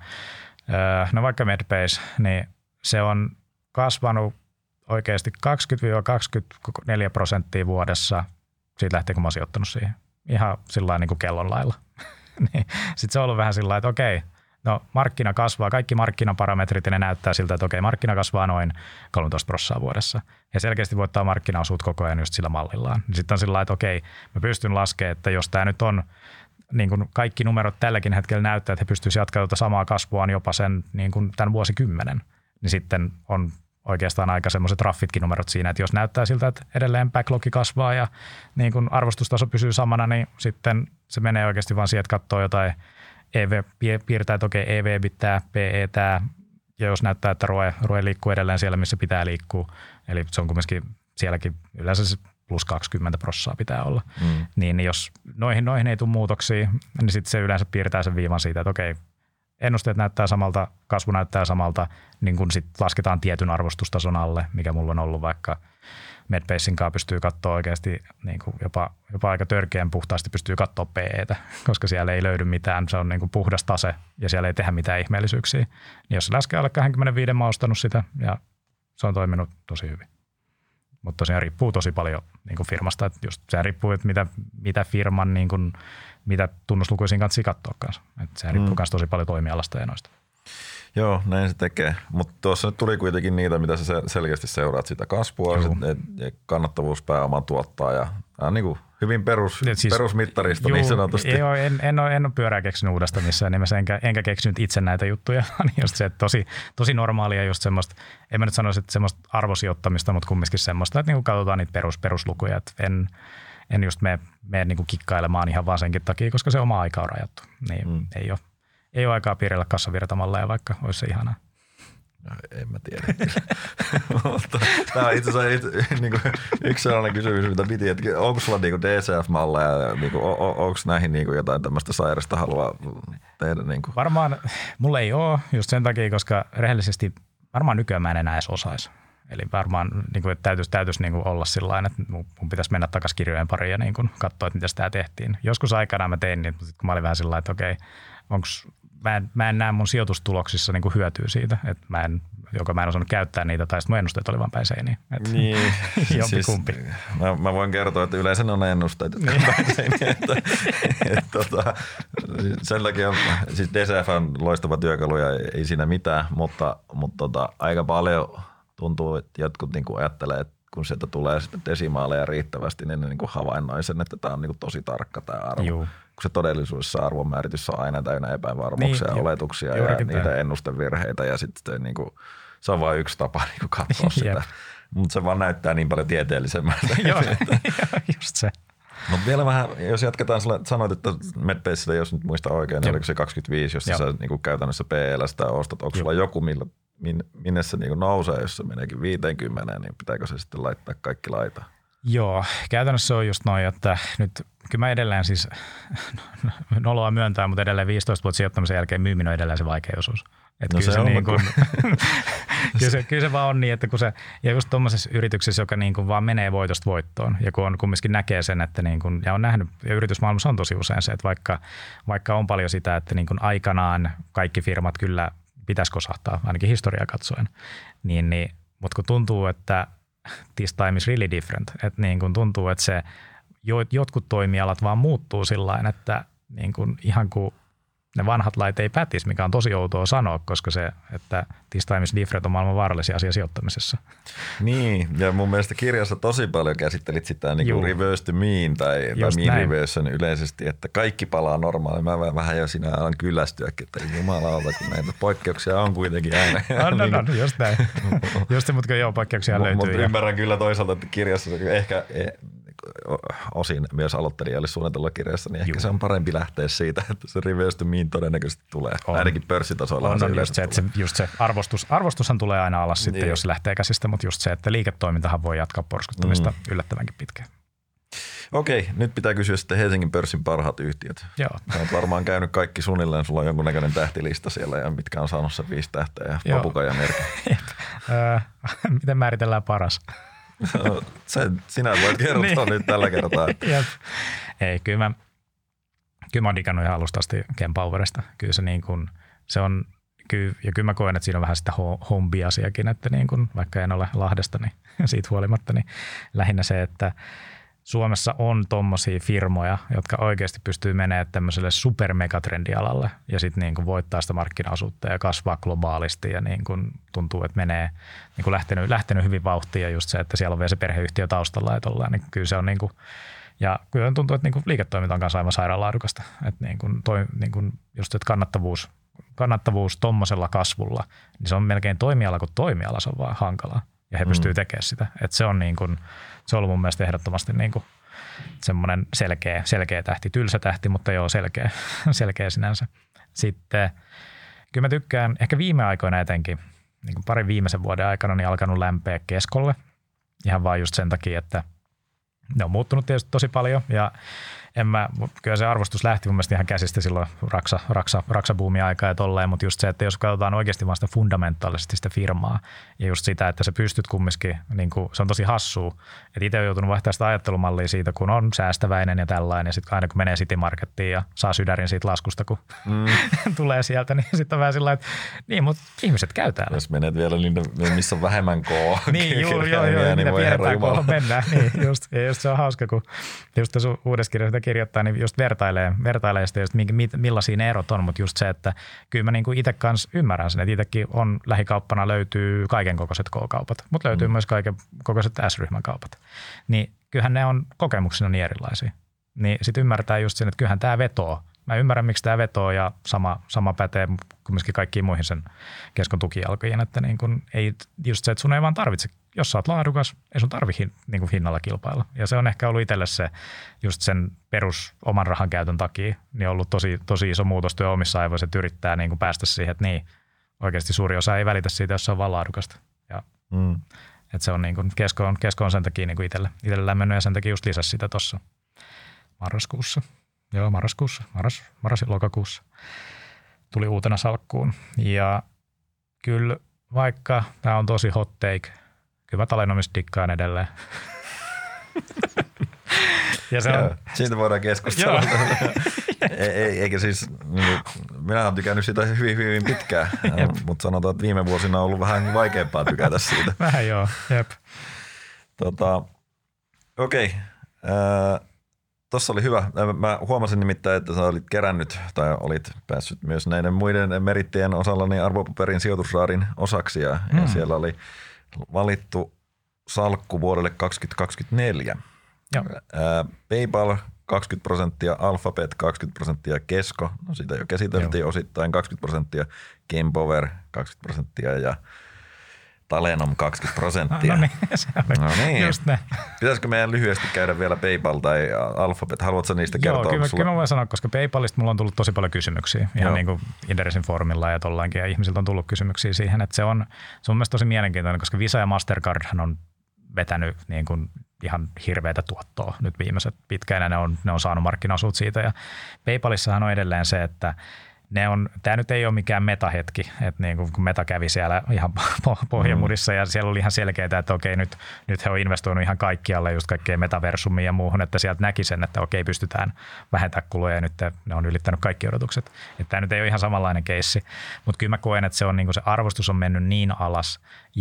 no vaikka Medbase, niin se on kasvanut oikeasti kaksikymmentä kaksikymmentäneljä prosenttia vuodessa siitä lähtien, kun mä oon sijoittanut siihen. Ihan sillä niin kuin kellon lailla. niin. Sitten se on ollut vähän sillä lailla, että okei, no markkina kasvaa, kaikki markkinaparametrit ja ne näyttää siltä, että okei, markkina kasvaa noin kolmetoista prosenttia vuodessa. Ja selkeästi voittaa markkinaosuut koko ajan just sillä mallillaan. Sitten on sillä lailla, että okei, mä pystyn laskemaan, että jos tämä nyt on, niin kuin kaikki numerot tälläkin hetkellä näyttää, että he pystyisivät jatkamaan tuota samaa kasvua jopa sen niin kuin tämän vuosikymmenen, niin sitten on oikeastaan aika semmoiset raffitkin numerot siinä, että jos näyttää siltä, että edelleen backlogi kasvaa ja niin kuin arvostustaso pysyy samana, niin sitten se menee oikeasti vaan siihen, että katsoo jotain E V, piirtää, että okei, E V bittää, P E tää, ja jos näyttää, että ROE, ROE liikkuu edelleen siellä, missä pitää liikkua, eli se on kumminkin sielläkin yleensä se plus kaksikymmentä prosenttia pitää olla, mm. niin jos noihin, noihin ei tule muutoksia, niin sitten se yleensä piirtää sen viivan siitä, että okei, ennusteet näyttää samalta, kasvu näyttää samalta, niin kun sitten lasketaan tietyn arvostustason alle, mikä mulla on ollut vaikka Medbasen kanssa pystyy katsoa oikeasti niin kuin jopa, jopa aika törkeän puhtaasti pystyy katsoa P E:tä, koska siellä ei löydy mitään, se on niin kuin puhdas tase ja siellä ei tehdä mitään ihmeellisyyksiä. Niin jos se laskee alle kaksikymmentäviisi, mä oon ostanut sitä ja se on toiminut tosi hyvin. Mutta tosiaan riippuu tosi paljon niin kuin firmasta, että just se riippuu, että mitä, mitä firman, niin kuin, mitä tunnuslukuisiin kannattaa katsoa kanssa. Että se riippuu myös mm. tosi paljon toimialasta ja noista. Joo, näin se tekee. Mutta tuossa nyt tuli kuitenkin niitä, mitä sä selkeästi seuraat sitä kasvua, sit, et, et kannattavuuspääoma tuottaa ja äh, niin kuin hyvin perus, siis, perusmittarista juu, niin sanotusti. Joo, en, en, ole, en ole pyörää keksinyt uudestaan missään nimessä, enkä, enkä keksinyt itse näitä juttuja, vaan just se, että tosi, tosi normaalia just semmoista, en mä nyt sanoisi, että semmoista arvosijoittamista, mutta kumminkin semmoista, että niin katsotaan niitä perus, peruslukuja, että en, en just mene, mene niin kikkailemaan ihan vaan senkin takia, koska se oma aika on rajattu, niin mm. ei ole. Ei ole aikaa piirrellä kassavirtamalleja, vaikka olisi se ihanaa. No, en mä tiedä. Mutta tämä on itse asiassa niin kuin, yksi sellainen kysymys, mitä piti, että onko sulla niin D C F-malleja, niin kuin, onko näihin niin kuin jotain tämmöistä sairasta haluaa tehdä? Niin kuin? Varmaan mulla ei ole just sen takia, koska rehellisesti varmaan nykyään mä en enää edes osaisi. Eli varmaan niin kuin, että täytyisi, täytyisi niin kuin olla sillain, että mun pitäisi mennä takaisin kirjojen pariin ja niin kuin, katsoa, että miten sitä tehtiin. Joskus aikanaan mä tein niin, mutta kun mä olin vähän sillä että okei, onks, mä, en, mä en näe mun sijoitustuloksissa niin kuin hyötyä siitä, että mä en, joka mä en osannut käyttää niitä, tai sitten mun ennusteet oli vaan päin seiniin. Niin. Jompi kumpi. Mä, mä voin kertoa, että yleensä ne on ennusteet, jotka niin. on päin seiniin. Että, et, tota, sen takia siis D C F on loistava työkalu ja ei siinä mitään, mutta, mutta tota, aika paljon tuntuu, että jotkut niin kuin ajattelee, että kun sieltä tulee sitten desimaaleja riittävästi, niin ne niin kuin havainnoi sen, että tämä on niin kuin tosi tarkka tämä arvo. Juu. Kun se todellisuudessa arvonmääritys on aina täynnä epävarmuuksia niin, ja oletuksia ja niitä tämä. ennustevirheitä ja sitten niin kuin, se on vain yksi tapa niin kuin katsoa sitä. Mutta se vaan näyttää niin paljon tieteellisemmältä. Joo, just se. Mutta vielä vähän, jos jatketaan, sanoit, että Medbasella, jos nyt muista oikein, niin oliko se kaksikymmentäviisi, jossa sä niin kuin käytännössä P L sitä ostat. Onko sulla joku, millä, minne se niin kuin nousee, jos se meneekin viisikymmentä, niin pitääkö se sitten laittaa kaikki laita? Joo, käytännössä on just noin, että nyt kyllä mä edelleen siis, noloa myöntää, mutta edelleen viisitoista vuotta sijoittamisen jälkeen myyminen on edelleen se vaikea osuus. Että no kyllä, se se niin kuin, kyllä, se, kyllä se vaan on niin, että kun se, ja just tuommoisessa yrityksessä, joka niin kuin vaan menee voitosta voittoon, ja kun on kumminkin näkee sen, että niin kuin, ja on nähnyt, ja yritysmaailmassa on tosi usein se, että vaikka, vaikka on paljon sitä, että niin kuin aikanaan kaikki firmat kyllä pitäisi kosahtaa, ainakin historiaa katsoen, niin, niin, mutta kun tuntuu, että this time is really different, että niin kuin tuntuu, että se, jotkut toimialat vaan muuttuu sillain, että niin kuin ihan kuin ne vanhat lait ei pätisi, mikä on tosi outoa sanoa, koska se, että this time is different on maailman vaarallisia asia sijoittamisessa. Niin, ja mun mielestä kirjassa tosi paljon käsittelit sitä niin kuin reverse to mean tai, tai mean reversion yleisesti, että kaikki palaa normaaliin. Mä vähän jo sinä alan kyllästyäkin, että jumalauta, kun näitä poikkeuksia on kuitenkin aina. On, on, on, just näin. Just se, mutta joo, poikkeuksia löytyy. Mutta ymmärrän kyllä toisaalta, että kirjassa ehkä osin myös aloittelijalle suunnitella kirjassa, niin ehkä Juh. se on parempi lähteä siitä, että se reverse to mean todennäköisesti tulee. On. Ainakin pörssitasoilla on, on, on just se, että se, just se arvostus, arvostushan tulee aina alas sitten, niin. jos se lähtee käsistä, mutta just se, että liiketoimintahan voi jatkaa porskuttamista mm. yllättävänkin pitkään. Okei, nyt pitää kysyä sitten Helsingin pörssin parhaat yhtiöt. Joo. Olet varmaan käynyt kaikki suunnilleen, sulla on jonkunnäköinen tähtilista siellä ja mitkä on saanut se viisi tähteä ja papukaija merkki. Miten määritellään paras? Sen, sinä voit kertoa niin. nyt tällä kertaa. Ei, kyllä mä, kyllä mä oon digannut ihan alusta asti Ken Powerista. Kyllä se, niin kuin, se on, kyllä, ja kyllä mä koen, että siinä on vähän sitä home-asiakin, että niin kuin, vaikka en ole Lahdesta, niin siitä huolimatta, niin lähinnä se, että Suomessa on tommosia firmoja, jotka oikeasti pystyy menemään tämmöiselle supermegatrendialalle ja sitten niin kuin voittaa sitä markkinaosuutta ja kasvaa globaalisti ja niin kuin tuntuu, että menee niin kuin lähtenyt, lähtenyt hyvin vauhtiin ja just se, että siellä on vielä se perheyhtiö taustalla ja tollaan, niin kyllä se on niin kuin, ja kyllä tuntuu, että niin kuin liiketoiminta on kanssa aivan sairaanlaadukasta, että niin kuin toi, niin kuin just että kannattavuus, kannattavuus tommosella kasvulla, niin se on melkein toimiala kuin toimiala, se on vaan hankalaa. Ja he mm. pystyy tekemään sitä. Et se on niin kuin, se on ollut mun mielestä ehdottomasti niin kuin semmoinen selkeä, selkeä tähti, tylsä tähti, mutta joo selkeä, selkeä sinänsä. Sitten kyllä mä tykkään, ehkä viime aikoina etenkin, niin kuin parin viimeisen vuoden aikana, niin alkanut lämpeä Keskolle. Ihan vaan just sen takia, että ne on muuttunut tietysti tosi paljon ja en mä, kyllä se arvostus lähti mun mielestä ihan käsistä silloin raksa, raksa, raksabuumin aikaa ja tolleen, mutta just se, että jos katsotaan oikeasti vaan sitä fundamentaalisesti sitä firmaa ja just sitä, että sä pystyt kumminkin, niin kuin, se on tosi hassua, että itse on joutunut vaihtamaan sitä ajattelumallia siitä, kun on säästäväinen ja tällainen ja sitten aina kun menee City Markettiin ja saa sydärin siitä laskusta, kun mm. tulee sieltä, niin sitten on vähän sillä että niin, mutta ihmiset käy täällä. Jos menet vielä niitä, missä on vähemmän koo. niin, joo, joo, joo, niin mitä pienempään koolla mennään. Niin, just, ja just se on hauska, kun just tässä uudessa kirjassa kirjoittaa, niin just vertailee, vertailee sitä, just millaisia ne erot on, mutta just se, että kyllä mä niinku itse kanssa ymmärrän sen, että itsekin on lähikauppana löytyy kaiken kokoiset K-kaupat, mutta löytyy mm. myös kaiken kokoiset S-ryhmän kaupat. Niin kyllähän ne on kokemuksena niin erilaisia. Niin sitten ymmärtää just sen, että kyllähän tämä vetoo. Mä ymmärrän, miksi tämä vetoo ja sama, sama pätee kumminkin kaikkiin muihin sen Keskon tukijalkoihin, että niin kun ei just se, että sun ei vaan tarvitse, jos sä oot laadukas, ei sun tarvi hin, niin kuin hinnalla kilpailla. Ja se on ehkä ollut itselle se just sen perus oman rahan käytön takia, niin on ollut tosi, tosi iso muutostyö omissa aivoissa, että yrittää niin kuin päästä siihen, että niin oikeasti suuri osa ei välitä siitä, jos se on vaan laadukasta. Ja, mm. että se on niin kuin, Kesko on, Kesko on sen takia niin kuin itselle, itselle lämmennyt ja sen takia just lisäsi sitä tuossa marraskuussa. Joo, marraskuussa, marras, marras lokakuussa tuli uutena salkkuun. Ja kyllä vaikka tämä on tosi hot take, kyllä mä Talenomista dikkaan edelleen. ja se on, siitä voidaan keskustella. ei, ei, eikä siis, minä olen tykännyt siitä hyvin, hyvin pitkään, mutta sanotaan, että viime vuosina on ollut vähän vaikeampaa tykätä siitä. Vähän joo, jep. Tota, okei. Okay. Tuossa oli hyvä. Mä huomasin nimittäin, että sä olit kerännyt tai olit päässyt myös näiden muiden merittien osalla niin arvopaperin sijoitusraarin osaksi ja, mm. ja siellä oli valittu salkku vuodelle kaksituhattakaksikymmentäneljä. Joo. Ää, PayPal kaksikymmentä prosenttia, Alphabet kaksikymmentä prosenttia, Kesko, no sitä jo käsiteltiin Joo. osittain kaksikymmentä prosenttia, Kempower kaksikymmentä prosenttia ja Talenom kaksikymmentä prosenttia. No niin, se oli no niin. Just näin. Pitäisikö meidän lyhyesti käydä vielä PayPal tai Alphabet? Haluatko niistä kertoa? Joo, kyllä, sulla... kyllä mä voin sanoa, koska PayPalista mulla on tullut tosi paljon kysymyksiä. Ihan Joo. niin kuin Inderesin foorumilla ja tollainkin. Ja ihmisiltä on tullut kysymyksiä siihen, että se on, se on mielestäni tosi mielenkiintoinen, koska Visa ja Mastercardhan on vetänyt niin kuin ihan hirveätä tuottoa nyt viimeiset pitkään ja ne on, ne on saanut markkinaosuut siitä. Ja PayPalissahan on edelleen se, että ne on, tämä nyt ei ole mikään metahetki, että niin kun meta kävi siellä ihan pohjamudissa ja siellä oli ihan selkeää, että okei nyt, nyt he on investoinut ihan kaikkialle just kaikkeen metaversumiin ja muuhun, että sieltä näki sen, että okei pystytään vähentämään kuluja ja nyt ne on ylittänyt kaikki odotukset. Että tämä nyt ei ole ihan samanlainen keissi, mutta kyllä mä koen, että se, on, niin kuin se arvostus on mennyt niin alas ja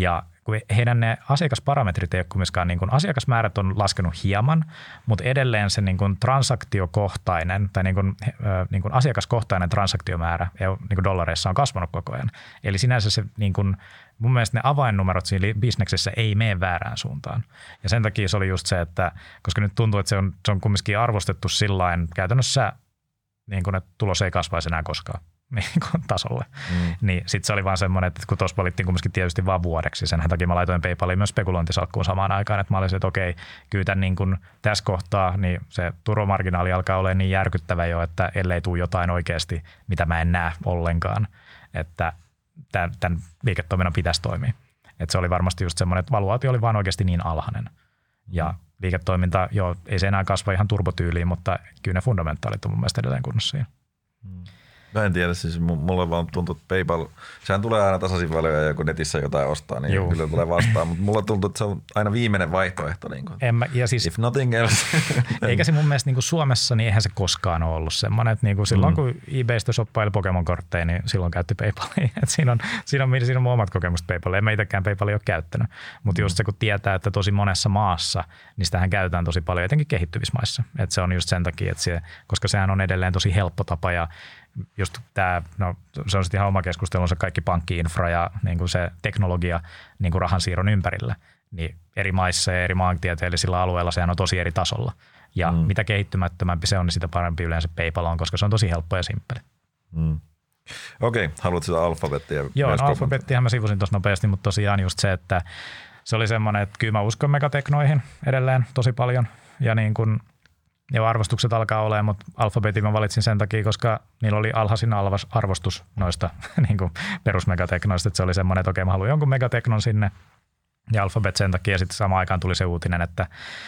kun heidän ne asiakasparametrit ei ole kumminkaan, niin kuin asiakasmäärät on laskenut hieman, mutta edelleen se niin kuin transaktiokohtainen tai niin kuin, niin kuin asiakaskohtainen transaktiomäärä niin kuin dollareissa on kasvanut koko ajan. Eli sinänsä se niin kuin, mun mielestä ne avainnumerot siinä bisneksessä ei mene väärään suuntaan. Ja sen takia se oli just se, että koska nyt tuntuu, että se on, se on kumminkin arvostettu sillain käytännössä, niin kuin, että tulos ei kasvaisi enää koskaan niin kuin tasolle. Mm. Niin sitten se oli vaan semmoinen, että kun tuossa valittiin kumminkin tietysti vaan vuodeksi, sen takia mä laitoin PayPaliin myös spekulointisalkkuun samaan aikaan, että mä olisin, että okei, kyllä tämän niin kuin tässä kohtaa niin se turvamarginaali alkaa olla niin järkyttävä jo, että ellei tule jotain oikeasti, mitä mä en näe ollenkaan, että tämän, tämän liiketoiminnan pitäisi toimia. Että se oli varmasti just semmoinen, että valuaatio oli vaan oikeasti niin alhainen. Ja liiketoiminta, joo, ei se enää kasva ihan turbotyyliin, mutta kyllä ne fundamentaalit on mun mielestä edelleen kunnossa siinä. Hmm. Mä en tiedä, siis mulle vaan tuntuu, että PayPal, sehän tulee aina tasaisin väliä ja kun netissä jotain ostaa, niin Juu. kyllä tulee vastaan, mutta mulle tuntuu, että se on aina viimeinen vaihtoehto. Niin kuin, en mä, ja siis, if nothing else. Eikä se mun mielestä niin kuin Suomessa, niin eihän se koskaan ole ollut semmoinen, että niin kuin silloin mm. kun eBaystä shoppaili Pokemon-kortteja, niin silloin käytti PayPalia. Että siinä, on, siinä, on, siinä on mun omat kokemukset PayPalia, en mä itsekään PayPalia ole käyttänyt, mutta mm. just se kun tietää, että tosi monessa maassa, niin sitähän käytetään tosi paljon, etenkin kehittyvissä maissa. Että se on just sen takia, että se, koska sehän on edelleen tosi helppo tapa ja just tämä, no se on sitten ihan oma keskustelunsa, kaikki pankki-infra ja niin kuin se teknologia niin kuin rahansiirron ympärillä, niin eri maissa ja eri maantieteellisillä alueilla sehän on tosi eri tasolla. Ja mm. mitä kehittymättömämpi se on, niin sitä parempi yleensä PayPal on, koska se on tosi helppo ja simppeli. Mm. Okei, okay, haluat sitä alfabettia? Joo, no, alfabettiahan mä sivusin tuossa nopeasti, mutta tosiaan just se, että se oli semmoinen, että kyllä mä uskon megateknoihin edelleen tosi paljon ja niin kuin ja arvostukset alkaa olemaan, mutta Alphabetin mä valitsin sen takia, koska niillä oli alhaisin arvostus noista niin kuin perusmegateknoista. Että se oli semmoinen, että okei, mä haluan jonkun megateknon sinne. Ja Alphabet sen takia sitten samaan aikaan tuli se uutinen, että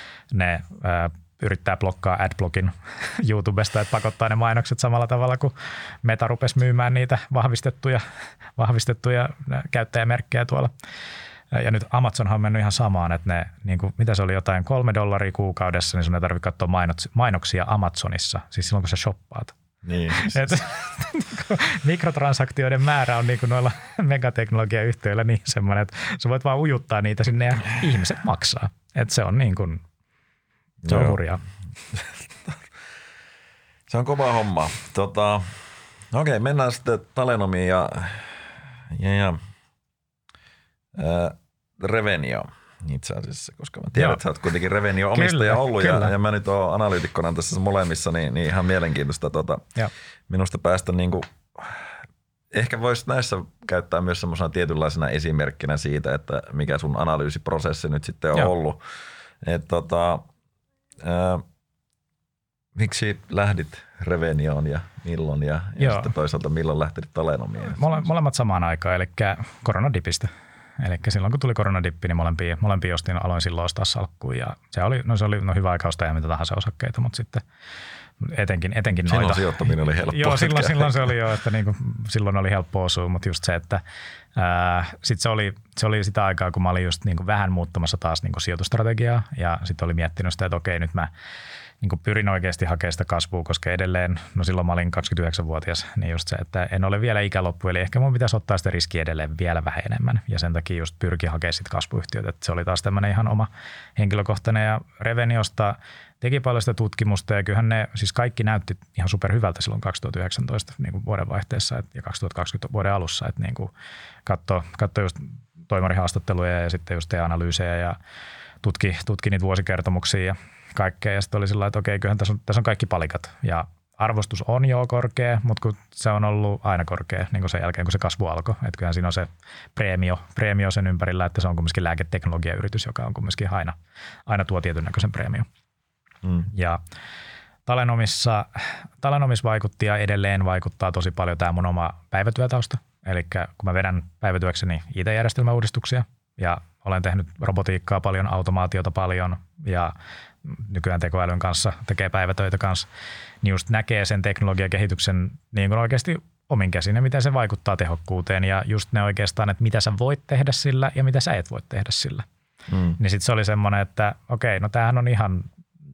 ne ää, yrittää blokkaa adblockin YouTubesta, että pakottaa ne mainokset samalla tavalla kuin Meta rupesi myymään niitä vahvistettuja, vahvistettuja käyttäjämerkkejä tuolla. Ja nyt Amazonhan on mennyt ihan samaan, että ne, niin kuin, mitä se oli, jotain kolme dollaria kuukaudessa, niin sun ei tarvitse katsoa mainoksia Amazonissa, siis silloin kun sä shoppaat. Niin. Et, mikrotransaktioiden määrä on niin kuin noilla megateknologiayhtiöillä niin semmoinen, että sä voit vaan ujuttaa niitä sinne ja ihmiset maksaa. Että se on niin kuin, se on hurjaa. Se on kova homma. Tota, okei, mennään sitten Talenomiin ja, ja, ja Äh, Revenio itse asiassa, koska mä tiedän, että sä oot kuitenkin Revenio-omistaja ollut ja, ja mä nyt oon analyytikkona tässä molemmissa, niin, niin ihan mielenkiintoista tota, minusta päästä niinku, ehkä voisi näissä käyttää myös semmoisena tietynlaisena esimerkkinä siitä, että mikä sun analyysiprosessi nyt sitten on Joo. ollut. Et, tota, äh, miksi lähdit Revenioon ja milloin ja, ja sitten toisaalta milloin lähtit Talenomiin? Mole, molemmat samaan aikaan, eli koronadipistä. Eli silloin kun tuli koronadippi, niin molempia, molempia ostin, aloin silloin ostaa salkkuun ja se oli, no se oli no hyvä aika ostaa ja mitä tahansa osakkeita, mutta sitten etenkin, etenkin silloin noita. Silloin sijoittaminen oli helppoa. Joo, silloin, silloin se oli jo, että niin kuin, silloin oli helppo osua, mutta just se, että sitten se oli, se oli sitä aikaa, kun mä olin just niin kuin vähän muuttamassa taas niin kuin sijoitustrategiaa ja sitten oli miettinyt sitä, että okei, nyt mä niin kuin pyrin oikeasti hakemaan sitä kasvua, koska edelleen, no silloin mä olin kaksikymmentäyhdeksänvuotias, niin just se, että en ole vielä ikäloppu, eli ehkä mun pitäisi ottaa sitä riskiä edelleen vielä vähän enemmän, ja sen takia just pyrki hakemaan sitä kasvuyhtiötä, että se oli taas tämmöinen ihan oma henkilökohtainen, ja Reveniosta teki paljon sitä tutkimusta, ja kyllähän ne, siis kaikki näytti ihan superhyvältä silloin kaksituhattayhdeksäntoista niin kuin vuodenvaihteessa et, ja kaksituhattakaksikymmentä vuoden alussa, että niin kuin katso, katso just toimarihaastatteluja ja sitten just analyysejä ja tutki, tutki niitä vuosikertomuksia ja kaikkea. Ja sitten oli sillä että okei, kyllähän tässä on, tässä on kaikki palikat. Ja arvostus on jo korkea, mutta kun se on ollut aina korkea niin kuin sen jälkeen, kun se kasvu alkoi. Että kyllähän siinä on se preemio, preemio sen ympärillä, että se on kumminkin lääketeknologiayritys, joka on kumminkin aina, aina tuo tietyn näköisen preemio. Mm. Ja Talenomissa, Talenomissa vaikutti ja edelleen vaikuttaa tosi paljon tämä mun oma päivätyötausta. Eli kun mä vedän päivätyökseni I T-järjestelmäuudistuksia ja olen tehnyt robotiikkaa paljon, automaatiota paljon ja nykyään tekoälyn kanssa tekee päivätöitä kanssa, niin just näkee sen teknologiakehityksen niin kuin oikeasti omin käsin ja miten se vaikuttaa tehokkuuteen ja just ne oikeastaan, että mitä sä voit tehdä sillä ja mitä sä et voi tehdä sillä. Mm. Niin sitten se oli semmoinen, että okei, no tämähän on ihan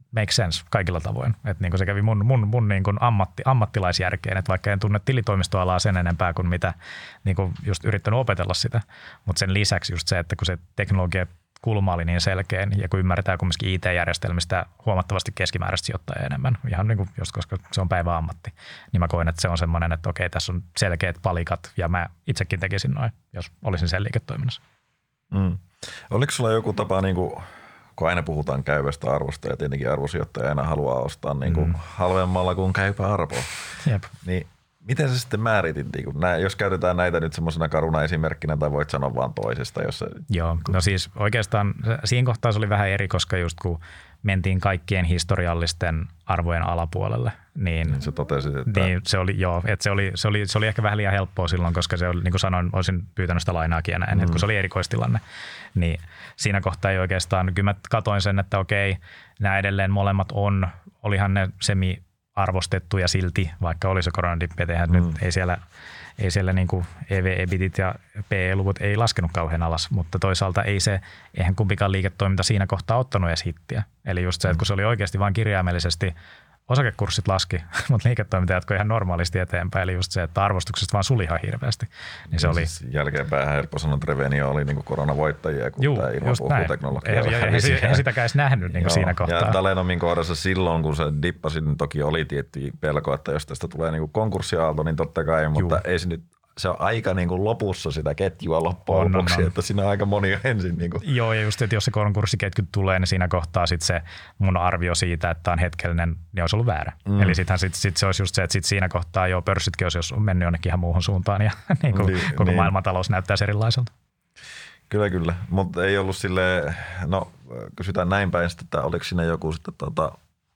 make sense kaikilla tavoin. Että niin kuin se kävi mun, mun, mun niin kuin ammatti, ammattilaisjärkeen, että vaikka en tunne tilitoimistoalaa sen enempää kuin mitä niin kuin just yrittänyt opetella sitä, mutta sen lisäksi just se, että kun se teknologia kulma oli niin selkeä ja kun ymmärretään kumminkin I T-järjestelmistä huomattavasti keskimääräistä sijoittajia enemmän, ihan niin kuin just koska se on päiväammatti, niin mä koen, että se on semmoinen, että okei, tässä on selkeät palikat ja mä itsekin tekisin noin, jos olisin sen liiketoiminnassa. Mm. Oliko sulla joku tapa, niin kuin, kun aina puhutaan käyvästä arvosta ja tietenkin arvosijoittaja aina haluaa ostaa niin kuin mm. halvemmalla kuin käypä arvo, Jep. niin miten sä sitten määritit, jos käytetään näitä nyt semmoisena karuna esimerkkinä tai voit sanoa vaan toisesta? Jos se, Joo, no siis oikeastaan siinä kohtaa se oli vähän eri, koska just kun mentiin kaikkien historiallisten arvojen alapuolelle, niin, niin se totesit, että niin se oli, joo, että se oli, se oli, se oli ehkä vähän liian helppoa silloin, koska se oli, niin kuin sanoin, olisin pyytänyt sitä lainaakin ja näin, mm. että kun se oli erikoistilanne, niin siinä kohtaa ei oikeastaan, kyllä mä katoin sen, että okei, nämä edelleen molemmat on, olihan ne semi arvostettuja silti, vaikka olisi koronadippi, mm. nyt ei siellä, ei siellä niin kuin E V-EBITit ja P E-luvut ei laskenut kauhean alas, mutta toisaalta ei se, eihän kumpikaan liiketoiminta siinä kohtaa ottanut edes hittiä. Eli just se, että kun se oli oikeasti vain kirjaimellisesti, osakekurssit laski, mutta liiketoiminta jatkoi ihan normaalisti eteenpäin. Eli just se, että arvostuksesta vaan suli ihan hirveästi. Niin se oli... siis jälkeenpäin helppo sanoa, että Revenio oli niin koronavoittajia, kun Juu, tämä ilmapuhkuteknologia oli hävisi. Eihän sitäkään edes nähnyt niin siinä kohtaa. Ja Talenomin kohdassa silloin, kun se dippasi, niin toki oli tietty pelko, että jos tästä tulee niin konkurssiaalto, niin totta kai, Juu. mutta ei se nyt... Se on aika niin kuin lopussa sitä ketjua loppujen lopuksi, että siinä on aika moni ensin. Niin kuin. Joo, ja just, että jos se konkurssiketju tulee, niin siinä kohtaa sit se mun arvio siitä, että on hetkellinen, niin olisi ollut väärä. Mm. Eli sittenhän sit, sit se olisi just se, että sit siinä kohtaa jo pörssitkin olisi jos mennyt jonnekin ihan muuhun suuntaan, ja niin kuin niin, koko niin. maailmantalous näyttäisi erilaiselta. Kyllä, kyllä. Mutta ei ollut silleen, no kysytään näin päin, että oliko siinä joku sitten tota,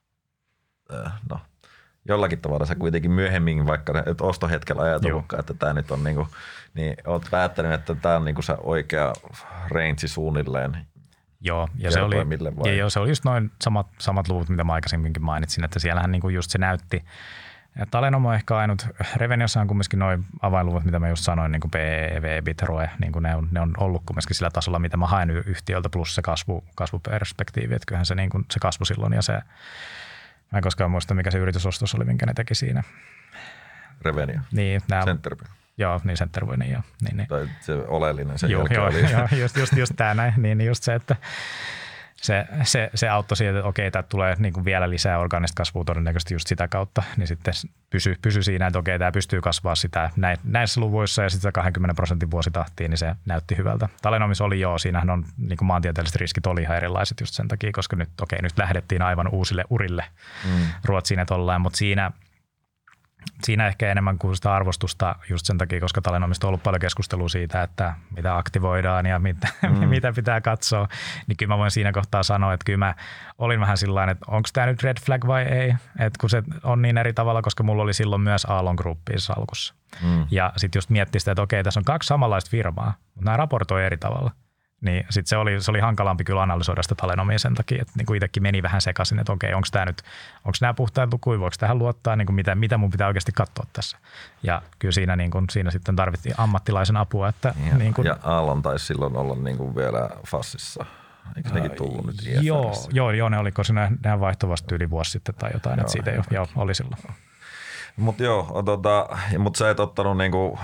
no. jollakin tavalla sä kuitenkin myöhemmin, vaikka et ostohetkellä ajatellutkaan, että tämä nyt on niinku, niin oot päättänyt, että tämä on niinku se oikea range suunnilleen. Joo, ja se oli, ja joo, se oli just noin samat, samat luvut, mitä mä aikaisemminkin mainitsin, että siellähän niinku just se näytti. Ja Talenom on ehkä ainut, Reveniossa on kumminkin noin avainluvut, mitä mä just sanoin, niin kuin P E, E V, EBIT, R O E, niin kuin ne, on, ne on ollut kumminkin sillä tasolla, mitä mä haen yhtiöltä, plus se kasvu, kasvuperspektiivi, että kyllähän se, niin kuin, se kasvu silloin ja se. Mä en koskaan muista, mikä se yritysostos oli, minkä ne teki siinä. Revenio. Niin, nämä, Centerpoint. Joo, niin Centerpoint, niin joo. Niin, niin. Tai se oleellinen sen joo, jälkeen joo, oli. Joo, just, just, just tämä näin. Niin, niin just se, että se, se, se auttoi siitä, että okei, tämä tulee niin kuin vielä lisää orgaanista kasvua todennäköisesti just sitä kautta. Niin sitten pysy, pysy siinä, että okei, tämä pystyy kasvaa sitä näissä luvuissa ja sitten kaksikymmentä prosentin vuositahtiin, niin se näytti hyvältä. Talenomissa oli joo, siinähän on niin kuin maantieteelliset riskit oli ihan erilaiset just sen takia, koska nyt okei, nyt lähdettiin aivan uusille urille mm. Ruotsiin, että ollaan, mutta siinä Siinä ehkä enemmän kuin sitä arvostusta just sen takia, koska Talenomista on ollut paljon keskustelua siitä, että mitä aktivoidaan ja mitä, mm. mitä pitää katsoa. Niin kyllä mä voin siinä kohtaa sanoa, että kyllä mä olin vähän sillain, että onko tämä nyt red flag vai ei. Että kun se on niin eri tavalla, koska mulla oli silloin myös Aallon Groupia salkussa. Mm. Ja sitten just mietti sitä, että okei, tässä on kaksi samanlaista firmaa, mutta nämä raportoi eri tavalla. Niin sitten se oli, se oli hankalampi kyllä analysoida sitä Talenomia sen takia, että niin kuin itsekin meni vähän sekaisin, että okei, onko tämä nyt, onko nämä puhtaat lukuja, voiko tähän luottaa, niin kuin mitä, mitä mun pitää oikeasti katsoa tässä. Ja kyllä siinä, niin kuin, siinä sitten tarvittiin ammattilaisen apua. Että, ja niin kuin, ja Aallon taisi silloin olla niin kuin vielä Fassissa. Eikö nekin tullut nyt I F R:ssä? Joo, joo, joo, ne oliko siinä, nehän vaihtuvasti yli vuosi sitten tai jotain, joo, että siitä jo, joo, oli silloin. Mutta joo, tota, mutta sä et ottanut niin kuin,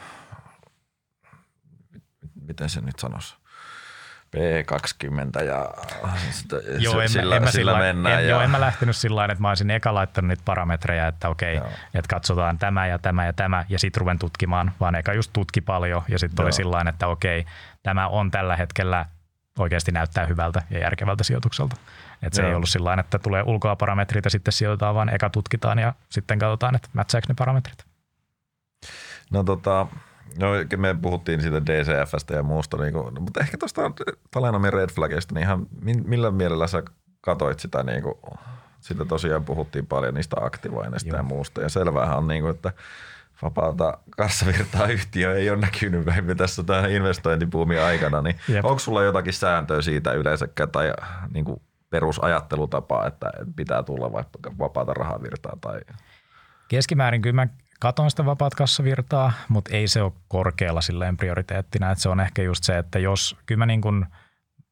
miten se nyt sanoisi? P kaksikymmentä ja joo, en, sillä, en mä sillä sillä, mennään. En, ja... joo, en mä lähtenyt sillä lailla, että mä olisin eka laittanut niitä parametreja, että okei, joo. että katsotaan tämä ja tämä ja tämä ja sitten ruven tutkimaan, vaan eka just tutki paljon ja sitten oli sillä lailla, että okei, tämä on tällä hetkellä oikeasti näyttää hyvältä ja järkevältä sijoitukselta. Että se joo. ei ollut sillä lailla, että tulee ulkoa parametrit ja sitten sijoitetaan, vaan eka tutkitaan ja sitten katsotaan, että mätsääkö ne parametrit. No tota... No me puhuttiin siitä D C F:stä ja muusta, niin kuin, mutta ehkä tuosta Talenomin red flagista, niin ihan millä mielellä sä katoit sitä, niin kuin, sitä tosiaan puhuttiin paljon niistä aktivoinneista Joo. ja muusta. Ja selvähän on, niin kuin, että vapaata kassavirtaa yhtiö ei ole näkynyt tässä tämän investointipuumin aikana. Niin onko sulla jotakin sääntöä siitä yleensäkään tai niin kuin perusajattelutapaa, että pitää tulla vaikka vapaata rahavirtaa? Tai... Keskimäärin kyllä mä katon sitä vapaat kassavirtaa, mutta ei se ole korkealla silleen prioriteettina. Että se on ehkä just se, että jos kyllä mä niin kuin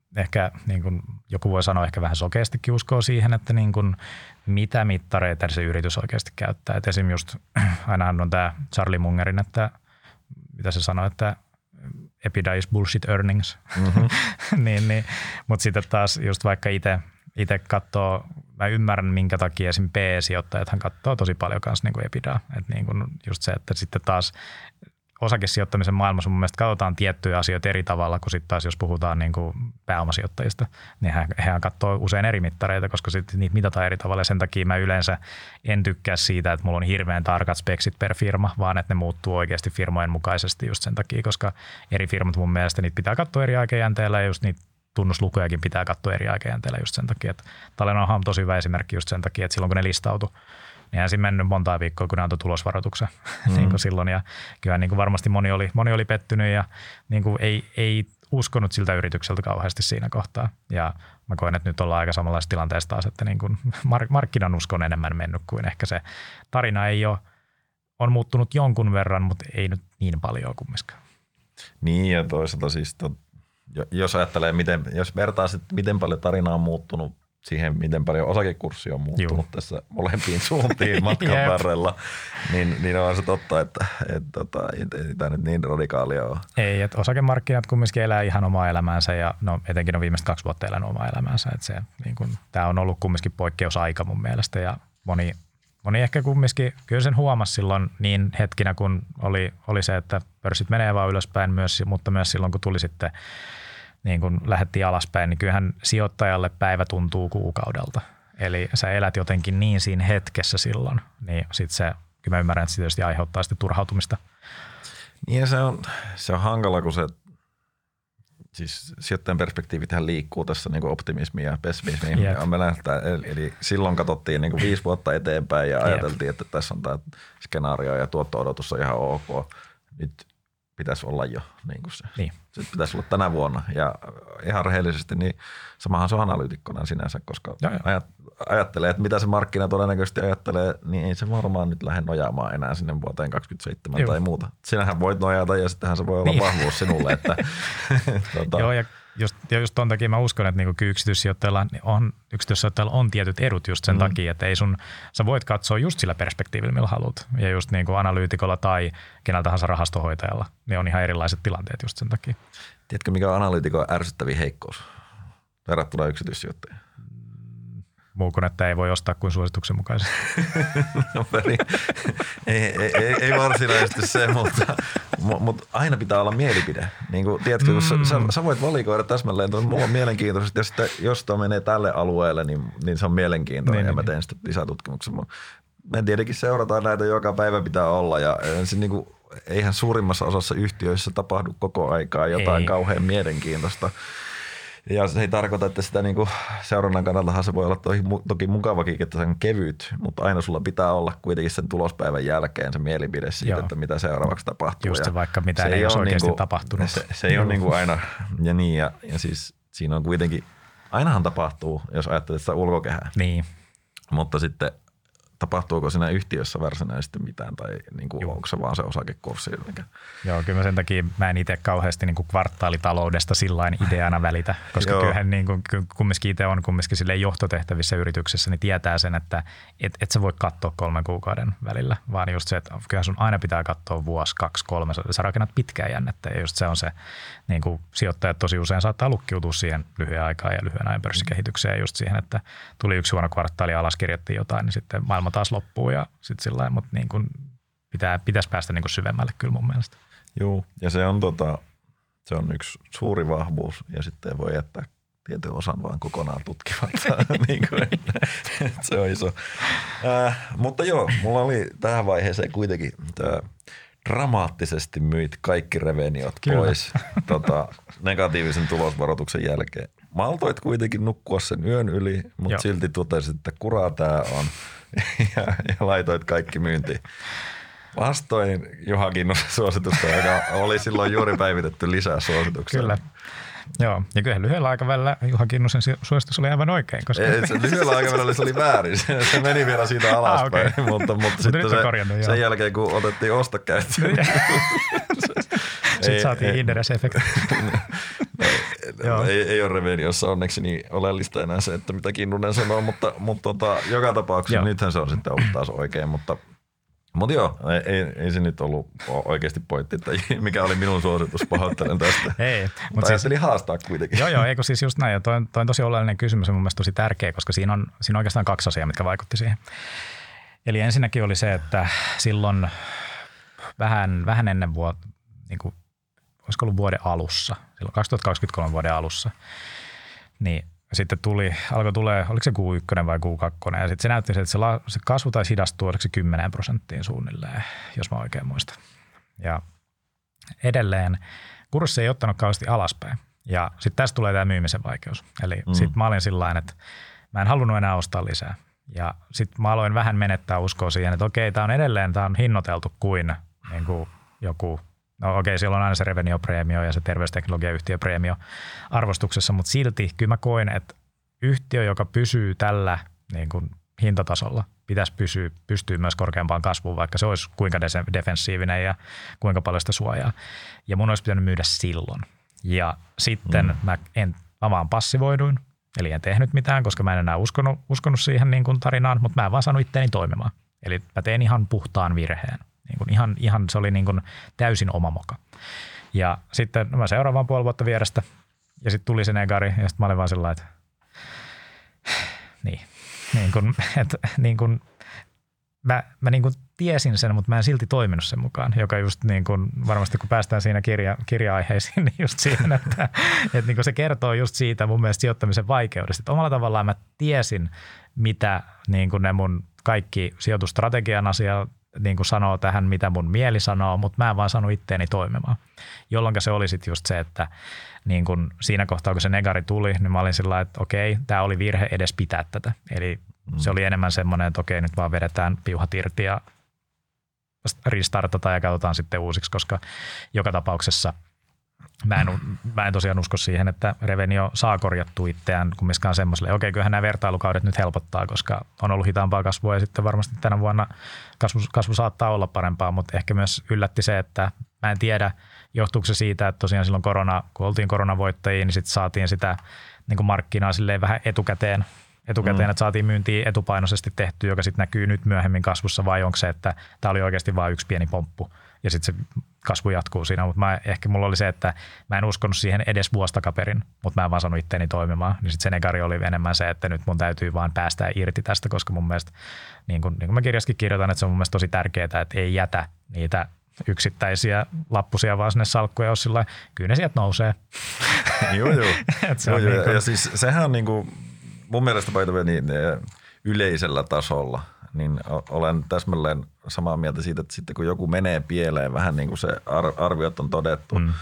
ehkä niin kuin joku voi sanoa ehkä vähän sokeastikin uskoo siihen, että niin kuin mitä mittareita se yritys oikeasti käyttää. Et esim. Just ainahan on tämä Charlie Mungerin, että mitä se sanoo, että EBITDA is bullshit earnings. Mm-hmm. niin, niin. Mutta sitten taas just vaikka itse itse katsoo, mä ymmärrän minkä takia esim. P E-sijoittajathan katsoo tosi paljon kanssa niin kuin EBITDAa. Että niin kuin just se, että sitten taas osakesijoittamisen maailmassa mun mielestä katsotaan tiettyjä asioita eri tavalla kuin sitten taas jos puhutaan niin kuin pääomasijoittajista, niin he, hehän katsoo usein eri mittareita, koska sitten niitä mitataan eri tavalla ja sen takia mä yleensä en tykkää siitä, että mulla on hirveän tarkat speksit per firma, vaan että ne muuttuu oikeasti firmojen mukaisesti just sen takia, koska eri firmat mun mielestä niitä pitää katsoa eri aikajänteellä ja just niitä tunnuslukujakin pitää katsoa eri aikajänteellä just sen takia, että Talenoahan on tosi hyvä esimerkki just sen takia, että silloin kun ne listautui, niin eihän siinä mennyt montaa viikkoa, kun ne antoi tulosvaroituksen mm. niin kuin silloin. Ja kyllä niin kuin varmasti moni oli, moni oli pettynyt ja niin kuin ei, ei uskonut siltä yritykseltä kauheasti siinä kohtaa. Ja mä koen, että nyt ollaan aika samanlaisessa tilanteessa taas, että niin kuin markkinan usko on enemmän mennyt kuin ehkä se tarina ei ole, on muuttunut jonkun verran, mutta ei nyt niin paljon kumminkaan. Niin ja toisaalta siis, to, jos ajattelee, miten, jos vertaa sitten, miten paljon tarina on muuttunut siihen, miten paljon osakekurssi on muuttunut Juh. tässä molempiin suuntiin matkan varrella, niin, niin on se totta, että, että, että ei tämä nyt niin radikaalia ole. Ei, että osakemarkkinat kumminkin elää ihan omaa elämäänsä ja no etenkin on viimeiset kaksi vuotta elänyt omaa elämäänsä. Että se, niin kun, tämä on ollut kumminkin poikkeusaika mun mielestä ja moni, moni ehkä kumminkin, kyllä sen huomasi silloin niin hetkinä, kun oli, oli se, että pörssit menee vaan ylöspäin myös, mutta myös silloin, kun tuli sitten niin kun lähdettiin alaspäin, niin kyllähän sijoittajalle päivä tuntuu kuukaudelta. Eli sä elät jotenkin niin siinä hetkessä silloin, niin sit se, kyllä mä ymmärrän, että se tietysti aiheuttaa sitten turhautumista. Niin ja se on, se on hankala, kun se, siis sijoittajan perspektiivithän liikkuu tässä niin kuin optimismi ja pessimismi. Yep. Eli silloin katsottiin niin kuin viisi vuotta eteenpäin ja ajateltiin, yep. että tässä on tämä skenaario ja tuotto-odotus on ihan ok. Nyt pitäisi olla jo niin kuin se. Niin. Se pitäisi olla tänä vuonna. Ja ihan rehellisesti, niin samahan se on analyytikkona sinänsä, koska ajat, ajattelee, että mitä se markkina todennäköisesti ajattelee, niin ei se varmaan nyt lähde nojaamaan enää sinne vuoteen kaksikymmentäseitsemän Juh. tai muuta. Sinähän voit nojata ja sittenhän se voi olla niin. vahvuus sinulle. Että, tuota. Joo, ja just, ja just ton takia mä uskon, että niinku yksityissijoittajalla on, yksityissijoittajalla on tietyt edut just sen mm. takia, että ei sun, sä voit katsoa just sillä perspektiivillä, millä haluat. Ja just niin kuin analyytikolla tai kenellä tahansa rahastohoitajalla, niin on ihan erilaiset tilanteet just sen takia. Tiedätkö, mikä on analyytikon ärsyttävin heikkous verrattuna yksityissijoittajien? Muu kuin, että ei voi ostaa kuin suosituksen mukaisesti. No, ei, ei, ei, ei varsinaisesti se, mutta, mutta aina pitää olla mielipide. Niin kuin, tiedätkö, kun sä, sä, sä voit valikoida täsmälleen, että mulla on mielenkiintoista, ja sitten jos tuo menee tälle alueelle, niin, niin se on mielenkiintoinen, niin, ja mä teen sitten lisätutkimuksen. Me tietenkin seurataan näitä, joka päivä pitää olla, ja se, niin kuin, eihän suurimmassa osassa yhtiöissä tapahdu koko aikaa jotain ei. kauhean mielenkiintoista. Ja se ei tarkoita, että sitä niinku seurannan kannaltahan se voi olla toki, toki mukavakin, että se on kevyt, mutta aina sulla pitää olla kuitenkin sen tulospäivän jälkeen se mielipide siitä, Joo. että mitä seuraavaksi tapahtuu. Just ja vaikka mitä ei ole oikeasti niinku, tapahtunut. Se, se ei ole niinku aina, ja niin, ja, ja siis siinä on kuitenkin, ainahan tapahtuu, jos ajattelet sitä ulkokehää. Niin. Mutta sitten tapahtuuko siinä yhtiössä varsinaisesti mitään tai niin kuin onko se vaan se osakekurssi? Mikä? Joo, kyllä mä sen takia mä en itse kauheasti niin kuin kvartaalitaloudesta sillain ideana välitä, koska kyllähän niin kuin, kumminkin itse on kumminkin silleen johtotehtävissä yrityksessä, niin tietää sen, että et, et sä voi katsoa kolmen kuukauden välillä, vaan just se, että kyllähän sun aina pitää katsoa vuosi, kaksi, kolme, sä rakennat pitkää jännettä ja just se on se, niin kuin sijoittajat tosi usein saattaa lukkiutua siihen lyhyen aikaa ja lyhyen ajan pörssikehitykseen just siihen, että tuli yksi huono kvartaali ja alas kirjattiin jotain, niin sitten maailma taas loppuu ja sitten sillä lailla, mutta niin kuin pitää, pitäisi päästä niin kuin syvemmälle kyllä mun mielestä. Joo, ja se on, tota, se on yksi suuri vahvuus ja sitten voi jättää tietyn osan vaan kokonaan tutkimatta. niin kuin, se on iso. Äh, mutta joo, mulla oli tähän vaiheeseen kuitenkin tämä dramaattisesti myit kaikki reveniot pois tota, negatiivisen tulosvaroituksen jälkeen. Maltoit kuitenkin nukkua sen yön yli, mutta Joo. silti totesit, että kuraa tää on ja, ja laitoit kaikki myyntiin. Vastoin Juha Kinnusen suositusta, joka oli silloin juuri päivitetty lisää suosituksia. Kyllä. Joo, ja kyllä lyhyellä aikavälillä Juha Kinnusen suositus oli aivan oikein. Koska Ei, se lyhyellä aikavälillä se oli väärin. Se, se meni vielä siitä alaspäin, ah, okay. mutta, mutta sitten se, sen joo. jälkeen kun otettiin ostokäyttöön. Sitten saatiin Inderes-efekti. ei, ei ole Reveniossa onneksi niin oleellista enää se, että mitä Kinnunen sanoo, mutta, mutta tota, joka tapauksessa joo. Nythän se on sitten ollut taas oikein, mutta Mutta joo, ei, ei, ei se nyt ollut oikeasti pointti, että mikä oli minun suositus, pahoittelen tästä. Ei, mutta siis, ajattelin haastaa kuitenkin. Joo, joo, eikö siis just näin. Ja toi, on, toi on tosi oleellinen kysymys ja mun mielestä tosi tärkeä, koska siinä on, siinä on oikeastaan kaksi asiaa, mitkä vaikutti siihen. Eli ensinnäkin oli se, että silloin vähän, vähän ennen vuotta, niin kuin, olisiko ollut vuoden alussa, silloin kaksituhattakaksikymmentäkolme vuoden alussa, niin sitten tuli, alkoi tulee, oliko se Q yksi vai Q kaksi, ja sitten se näytti, että se, la, se kasvu taisi hidastua, oliko se kymmenen prosenttiin suunnilleen, jos mä oikein muistan. Ja edelleen kurssi ei ottanut kauheasti alaspäin. Ja sitten tästä tulee tämä myymisen vaikeus. Eli mm. sitten mä olin sillain, että mä en halunnut enää ostaa lisää. Ja sitten mä aloin vähän menettää uskoa siihen, että okei, tämä on edelleen, tämä on hinnoiteltu kuin, niin kuin joku, no okei, siellä on aina se revenue-preemio ja se terveysteknologiayhtiö-preemio arvostuksessa, mutta silti kyllä mä koin, että yhtiö, joka pysyy tällä niin kuin hintatasolla, pitäisi pysyä, pystyä myös korkeampaan kasvuun, vaikka se olisi kuinka defensiivinen ja kuinka paljon sitä suojaa. Ja mun olisi pitänyt myydä silloin. Ja sitten mm. mä, en, mä vaan passivoiduin, eli en tehnyt mitään, koska mä en enää uskonut, uskonut siihen niin kuin tarinaan, mutta mä en vaan saanut itteeni toimimaan. Eli mä tein ihan puhtaan virheen. Niin kuin ihan, ihan se oli niin kuin täysin oma moka. Ja sitten no mä seuraavaan puoli vuotta vierestä ja sitten tuli se negari ja sitten mä olin vaan sellainen, että niin, niin kuin, että niin kuin, mä, mä niin kuin tiesin sen, mutta mä en silti toiminut sen mukaan, joka just niin kuin varmasti kun päästään siinä kirja, kirja-aiheisiin, niin just siihen, että, että niin kuin se kertoo just siitä mun mielestä sijoittamisen vaikeudesta. Että omalla tavallaan mä tiesin, mitä niin kuin ne mun kaikki sijoitustrategian asiat niin kuin sanoo tähän, mitä mun mieli sanoo, mutta mä en vaan saanut itteeni toimimaan. Jolloin se oli sitten just se, että niin kuin siinä kohtaa, kun se negari tuli, niin mä olin sillä lailla, että okei, tämä oli virhe edes pitää tätä. Eli mm. se oli enemmän semmoinen, että okei, nyt vaan vedetään piuhat irti ja restartataan ja katsotaan sitten uusiksi, koska joka tapauksessa mä en, mä en tosiaan usko siihen, että Revenio saa korjattua itseään kumminkaan semmoiselle. Okei, kyllähän nämä vertailukaudet nyt helpottaa, koska on ollut hitaampaa kasvua ja sitten varmasti tänä vuonna kasvu, kasvu saattaa olla parempaa, mutta ehkä myös yllätti se, että mä en tiedä, johtuuko se siitä, että tosiaan silloin korona, kun oltiin koronavoittajia, niin sitten saatiin sitä niin kuin markkinaa silleen vähän etukäteen, etukäteen mm. että saatiin myyntiä etupainoisesti tehty, joka sitten näkyy nyt myöhemmin kasvussa, vai onko se, että tämä oli oikeasti vain yksi pieni pomppu ja sitten se kasvu jatkuu siinä, mutta mä, ehkä mulla oli se, että mä en uskonut siihen edes vuosi takaperin, mutta mä en vaan saanut itteeni toimimaan, niin sitten se negari oli enemmän se, että nyt mun täytyy vaan päästää irti tästä, koska mun mielestä, niin kuin, niin kuin mä kirjaskin kirjoitan, että se on mun mielestä tosi tärkeää, että ei jätä niitä yksittäisiä lappusia vaan sinne salkkuun ja ole sillä kyllä ne sieltä nousee. Joo, joo. joo, joo. Niin kuin... Ja siis sehän on niin kuin, mun mielestä paitavia niin yleisellä tasolla, niin olen täsmälleen samaa mieltä siitä, että sitten kun joku menee pieleen, vähän niin kuin se arviot on todettu, mm.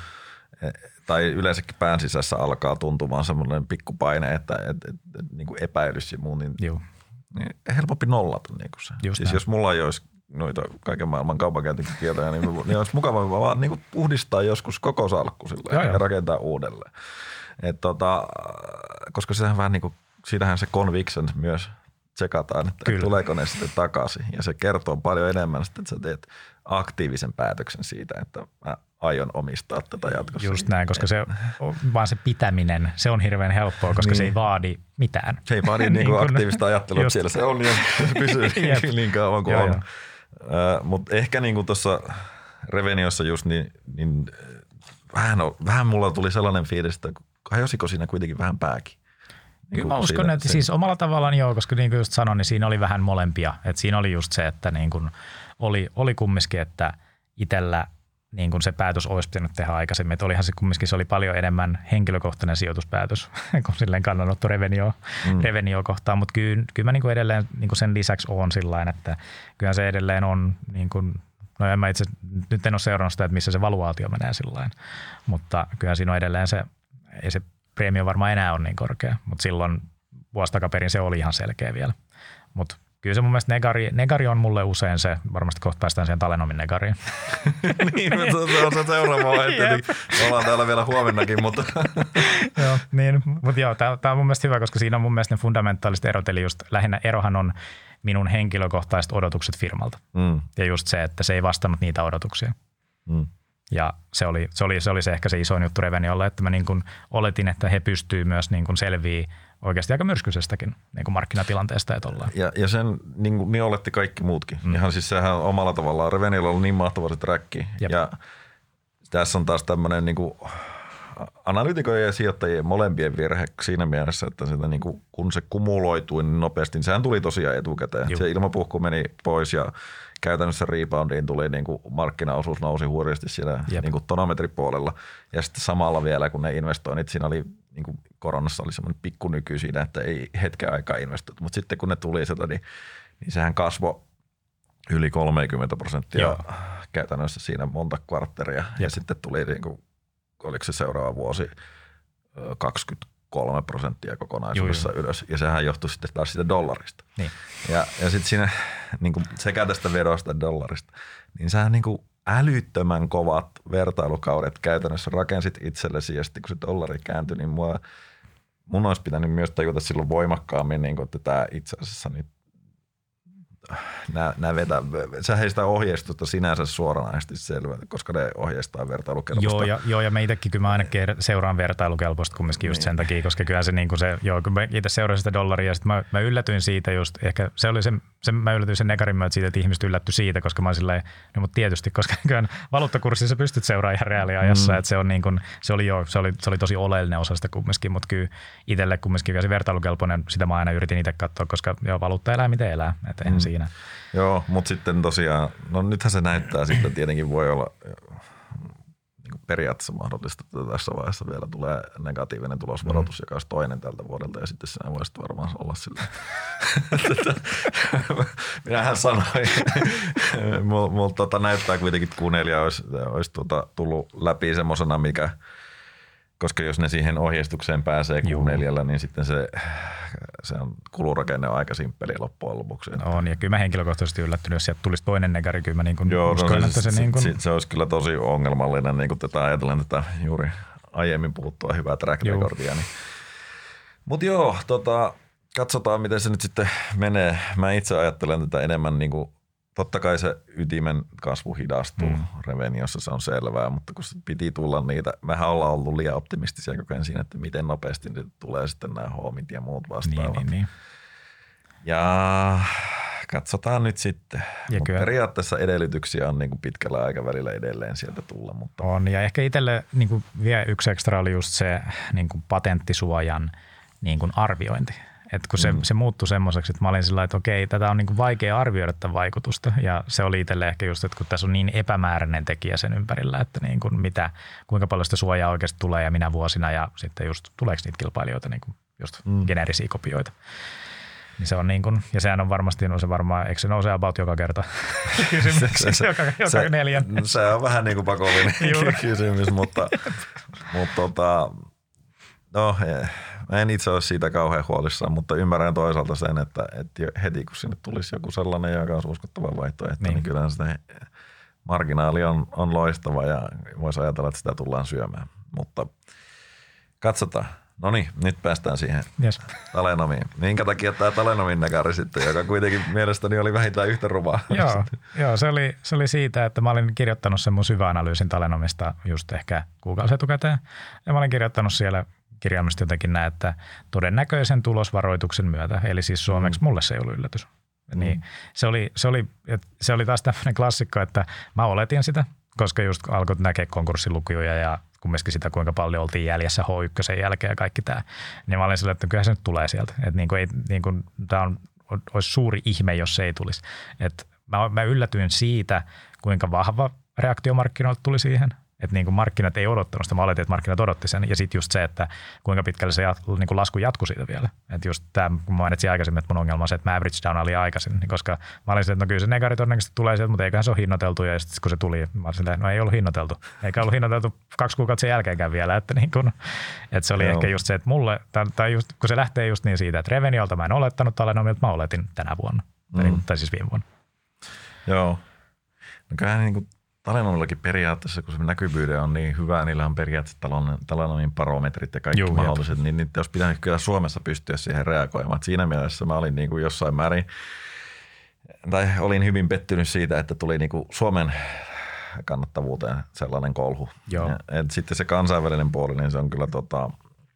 tai yleensäkin pään sisässä alkaa tuntumaan semmoinen pikkupaine, että, että, että, että niin kuin epäilys ja muu, niin, niin helpompi nollata niin kuin se. Just siis näin. Jos mulla ei olisi noita kaiken maailman kaupankäyntikieltoja, niin, niin olisi mukava vaan niin kuin puhdistaa joskus koko salkku sillä ja, ja rakentaa uudelleen. Et tota, koska sehän vähän niin kuin, siitähän se conviction myös tsekataan, että Kyllä. tuleeko ne sitten takaisin. Ja se kertoo paljon enemmän sitten, että sä teet aktiivisen päätöksen siitä, että mä aion omistaa tätä jatkossa. Just näin, koska se, vaan se pitäminen, se on hirveän helppoa, koska niin. se ei vaadi mitään. Se ei vaadi niin kuin aktiivista ajattelua, että siellä se on ja se pysyy niin kauan kuin joo, on. Uh, mutta ehkä niin kuin tuossa Reveniossa just niin, niin vähän, vähän mulla tuli sellainen fiilis, että hajosiko siinä kuitenkin vähän pääkin. Kyllä mä uskon, siitä, että sen... siis omalla tavallaan joo, koska niin kuin just sanoin, niin siinä oli vähän molempia. Että siinä oli just se, että niin kuin oli, oli kumminkin, että itsellä niin kuin se päätös olisi pitänyt tehdä aikaisemmin. Että olihan se kumminkin, se oli paljon enemmän henkilökohtainen sijoituspäätös kuin silleen kannanotto Revenio, mm. Revenio kohtaan. Mutta kyllä, kyllä mä niin kuin edelleen niin kuin sen lisäksi olen sillain, että kyllä se edelleen on niin kuin, no en mä itse, nyt en ole seurannut sitä, että missä se valuaatio menee sillain. Mutta kyllä siinä on edelleen se, ei se preemio varmaan enää on niin korkea, mutta silloin vuosi takaperin se oli ihan selkeä vielä. Mutta kyllä se mun mielestä negari, negari on mulle usein se, varmasti kohta päästään siihen Talenomin negariin. niin, se on se seuraava vaihe. Ollaan täällä vielä huomennakin, mutta... joo, niin, mutta joo, tämä on mun mielestä hyvä, koska siinä on mun mielestä ne fundamentaaliset erot, eli just lähinnä erohan on minun henkilökohtaiset odotukset firmalta. Mm. Ja just se, että se ei vastannut niitä odotuksia. Mm. Ja se oli se, oli, se, oli se ehkä se isoin juttu Reveniolle, että mä niin kuin oletin, että he pystyy myös niin kuin selviä oikeasti aika myrskyisestäkin niin kuin markkinatilanteesta. Että ollaan. Ja, ja sen niin, niin oletti kaikki muutkin. Mm. Ihan siis sehän omalla tavallaan Reveniolla oli niin mahtava se träkki. Jep. Ja tässä on taas tämmöinen niin kuin analyytikojen ja sijoittajien molempien virhe siinä mielessä, että sitä niin kuin, kun se kumuloitui niin nopeasti, niin sehän tuli tosiaan etukäteen. Juh. Se ilmapuhku meni pois ja käytännössä reboundiin tuli niin kuin markkinaosuus nousi hurjasti siellä niin kuin tonometripuolella. Ja sitten samalla vielä, kun ne investoinnit, siinä oli niin kuin koronassa oli semmoinen pikku nyky siinä, että ei hetken aikaa investoitu. Mutta sitten kun ne tuli sieltä, niin, niin sehän kasvoi yli kolmekymmentä prosenttia Joo. käytännössä siinä monta kvartteria. Jep. Ja sitten tuli niin kuin, oliko se seuraava vuosi kaksikymmentäkolme prosenttia kokonaisuudessa Juu, ylös. Ja sehän johtui sitten taas siitä dollarista. Niin. Ja, ja sitten siinä niin kuin sekä tästä vedosta dollarista, niin sähän niin kuin älyttömän kovat vertailukaudet käytännössä rakensit itsellesi ja sitten kun se dollari kääntyi, niin mua, mun olisi pitänyt myös tajuta silloin voimakkaammin, niin kuin, että tämä itse asiassa nyt Nää, nää vetä, sehän ei sitä ohjeistusta sinänsä suoranaisesti selvä, koska ne ohjeistaa vertailukelpoista. Joo, ja, joo, ja me itsekin, kyllä mä ainakin seuraan vertailukelpoista kumminkin just niin. sen takia, koska kyllä se, niin kuin se joo, kun mä itse seurasin sitä dollaria, ja sitten mä, mä yllätyin siitä just, ehkä se oli se, se mä yllätyin sen negarin myötä siitä, että ihmiset yllättyi siitä, koska mä olin silleen, no mutta tietysti, koska valuuttakurssissa pystyt seuraamaan ihan reaaliajassa, mm. että se on niin kuin, se oli joo, se oli, se oli tosi oleellinen osa sitä kumminkin, mutta kyllä itselle kumminkin se vertailukelpoinen, sitä mä aina yritin itse katsoa, koska joo, valuutta elää miten elää, että eihän mm. siinä. Joo, mutta sitten tosiaan, no nythän se näyttää sitten tietenkin voi olla niin periaatteessa mahdollista, että tässä vaiheessa vielä tulee negatiivinen tulosvaroitus, mm. joka olisi toinen tältä vuodelta ja sitten sinä voisit varmaan olla sillä. Minähän sanoin, mulla tota, näyttää kuitenkin, että Q neljä olisi, olisi tuota, tullut läpi semmoisena, mikä koska jos ne siihen ohjeistukseen pääsee Q neljä, niin sitten se, se on kulurakenne on aika simppeli loppujen lopuksi. On, ja kyllä mä henkilökohtaisesti yllättynyt, jos sieltä tulisi toinen negari, kyllä mä niin kuin Joo, uskoin, no, että se, se, niin kuin se, se olisi kyllä tosi ongelmallinen, niin kuin tätä ajatellen tätä juuri aiemmin puhuttua hyvää track recordia. Niin. Mutta joo, tota, katsotaan miten se nyt sitten menee. Mä itse ajattelen tätä enemmän niin kuin totta kai se ytimen kasvu hidastuu mm. Reveniossa, se on selvää, mutta kun piti tulla niitä, mehän ollaan ollut liian optimistisia koko ajan siinä, että miten nopeasti tulee sitten nämä hommit ja muut vastaavat. Niin, niin, niin. Ja katsotaan nyt sitten. Periaatteessa edellytyksiä on niin kuin pitkällä aikavälillä edelleen sieltä tulla. Mutta on, ja ehkä itselle niin kuin vielä yksi ekstra oli just se niin kuin patenttisuojan niin kuin arviointi. Että kun se, mm. se muuttui semmoiseksi, että mä olin sillä että okei, tätä on niin kuin vaikea arvioida tämän vaikutusta. Ja se oli itselle ehkä just, että kun tässä on niin epämääräinen tekijä sen ympärillä, että niin kuin mitä, kuinka paljon sitä suojaa oikeasti tulee ja minä vuosina ja sitten just tuleeko niitä kilpailijoita, niin kuin just mm. geneerisiä kopioita. Niin se on niin kuin, ja sehän on varmasti, no se varmaan, eikö se nouse about joka kerta kysymyksessä, joka, joka se, neljän? Se on vähän niin kuin pakollinen kysymys, mutta, mutta tota, no mä en itse ole siitä kauhean huolissaan, mutta ymmärrän toisaalta sen, että, että heti kun sinne tulisi joku sellainen, joka on uskottava vaihtoehto, niin, niin kyllähän sitä marginaali on, on loistava ja voisi ajatella, että sitä tullaan syömään, mutta katsotaan. No niin, nyt päästään siihen yes. Talenomiin. Minkä takia tämä Talenomin negari sitten, joka kuitenkin mielestäni oli vähintään yhtä ruvaa? Joo, joo se, oli, se oli siitä, että mä olin kirjoittanut sen mun syväanalyysin Talenomista just ehkä kuukausi etukäteen. Ja mä olin kirjoittanut siellä kirjaimesti jotenkin näin, että todennäköisen tulosvaroituksen myötä, eli siis suomeksi mm. mulle se ei ollut yllätys. Mm. Niin se, oli, se, oli, se oli taas tämmöinen klassikko, että mä oletin sitä, koska just alkoi näkeä konkurssilukuja ja kumminkin sitä, kuinka paljon oltiin jäljessä H yksi jälkeen ja kaikki tämä. Niin mä olin sillä, että kyllä se nyt tulee sieltä. Että niin kuin ei, niin kuin, tämä on, olisi suuri ihme, jos se ei tulisi. Että mä, mä yllätyin siitä, kuinka vahva reaktio markkinoilta tuli siihen. Että niin kuin markkinat ei odottanut sitä. Mä oletin, että markkinat odotti sen. Ja sitten just se, että kuinka pitkälle se jat, niin kuin lasku jatkui siitä vielä. Että just tämä, kun mä mainitsin aikaisemmin, että mun ongelma on se, että mä average down oli aikaisin. Niin koska mä olin se, että no kyllä se negari todennäköisesti tulee sieltä, mutta eiköhän se ole hinnoiteltu. Ja sitten kun se tuli, mä olin silleen, no ei ollut hinnoiteltu. Eikä ollut hinnoiteltu kaksi kuukautta sen jälkeenkään vielä. Että, niin kuin, että se oli Joo. ehkä just se, että mulle, tai, tai just, kun se lähtee just niin siitä, että Reveniolta mä en olettanut, Talenomilta mä oletin tänä vuonna. Mm. Tai, tai siis viime vuonna. Joo. No kyllähän niin kuin Talenomillakin periaatteessa, kun se näkyvyyden on niin hyvä, niillä on periaatteessa Talenomin barometrit ja kaikki Juu, mahdolliset, jep. niin niitä olisi pitänyt kyllä Suomessa pystyä siihen reagoimaan. Siinä mielessä mä olin niin kuin jossain määrin, tai olin hyvin pettynyt siitä, että tuli niin kuin Suomen kannattavuuteen sellainen kolhu. Joo. Ja, et sitten se kansainvälinen puoli, niin se on kyllä tota,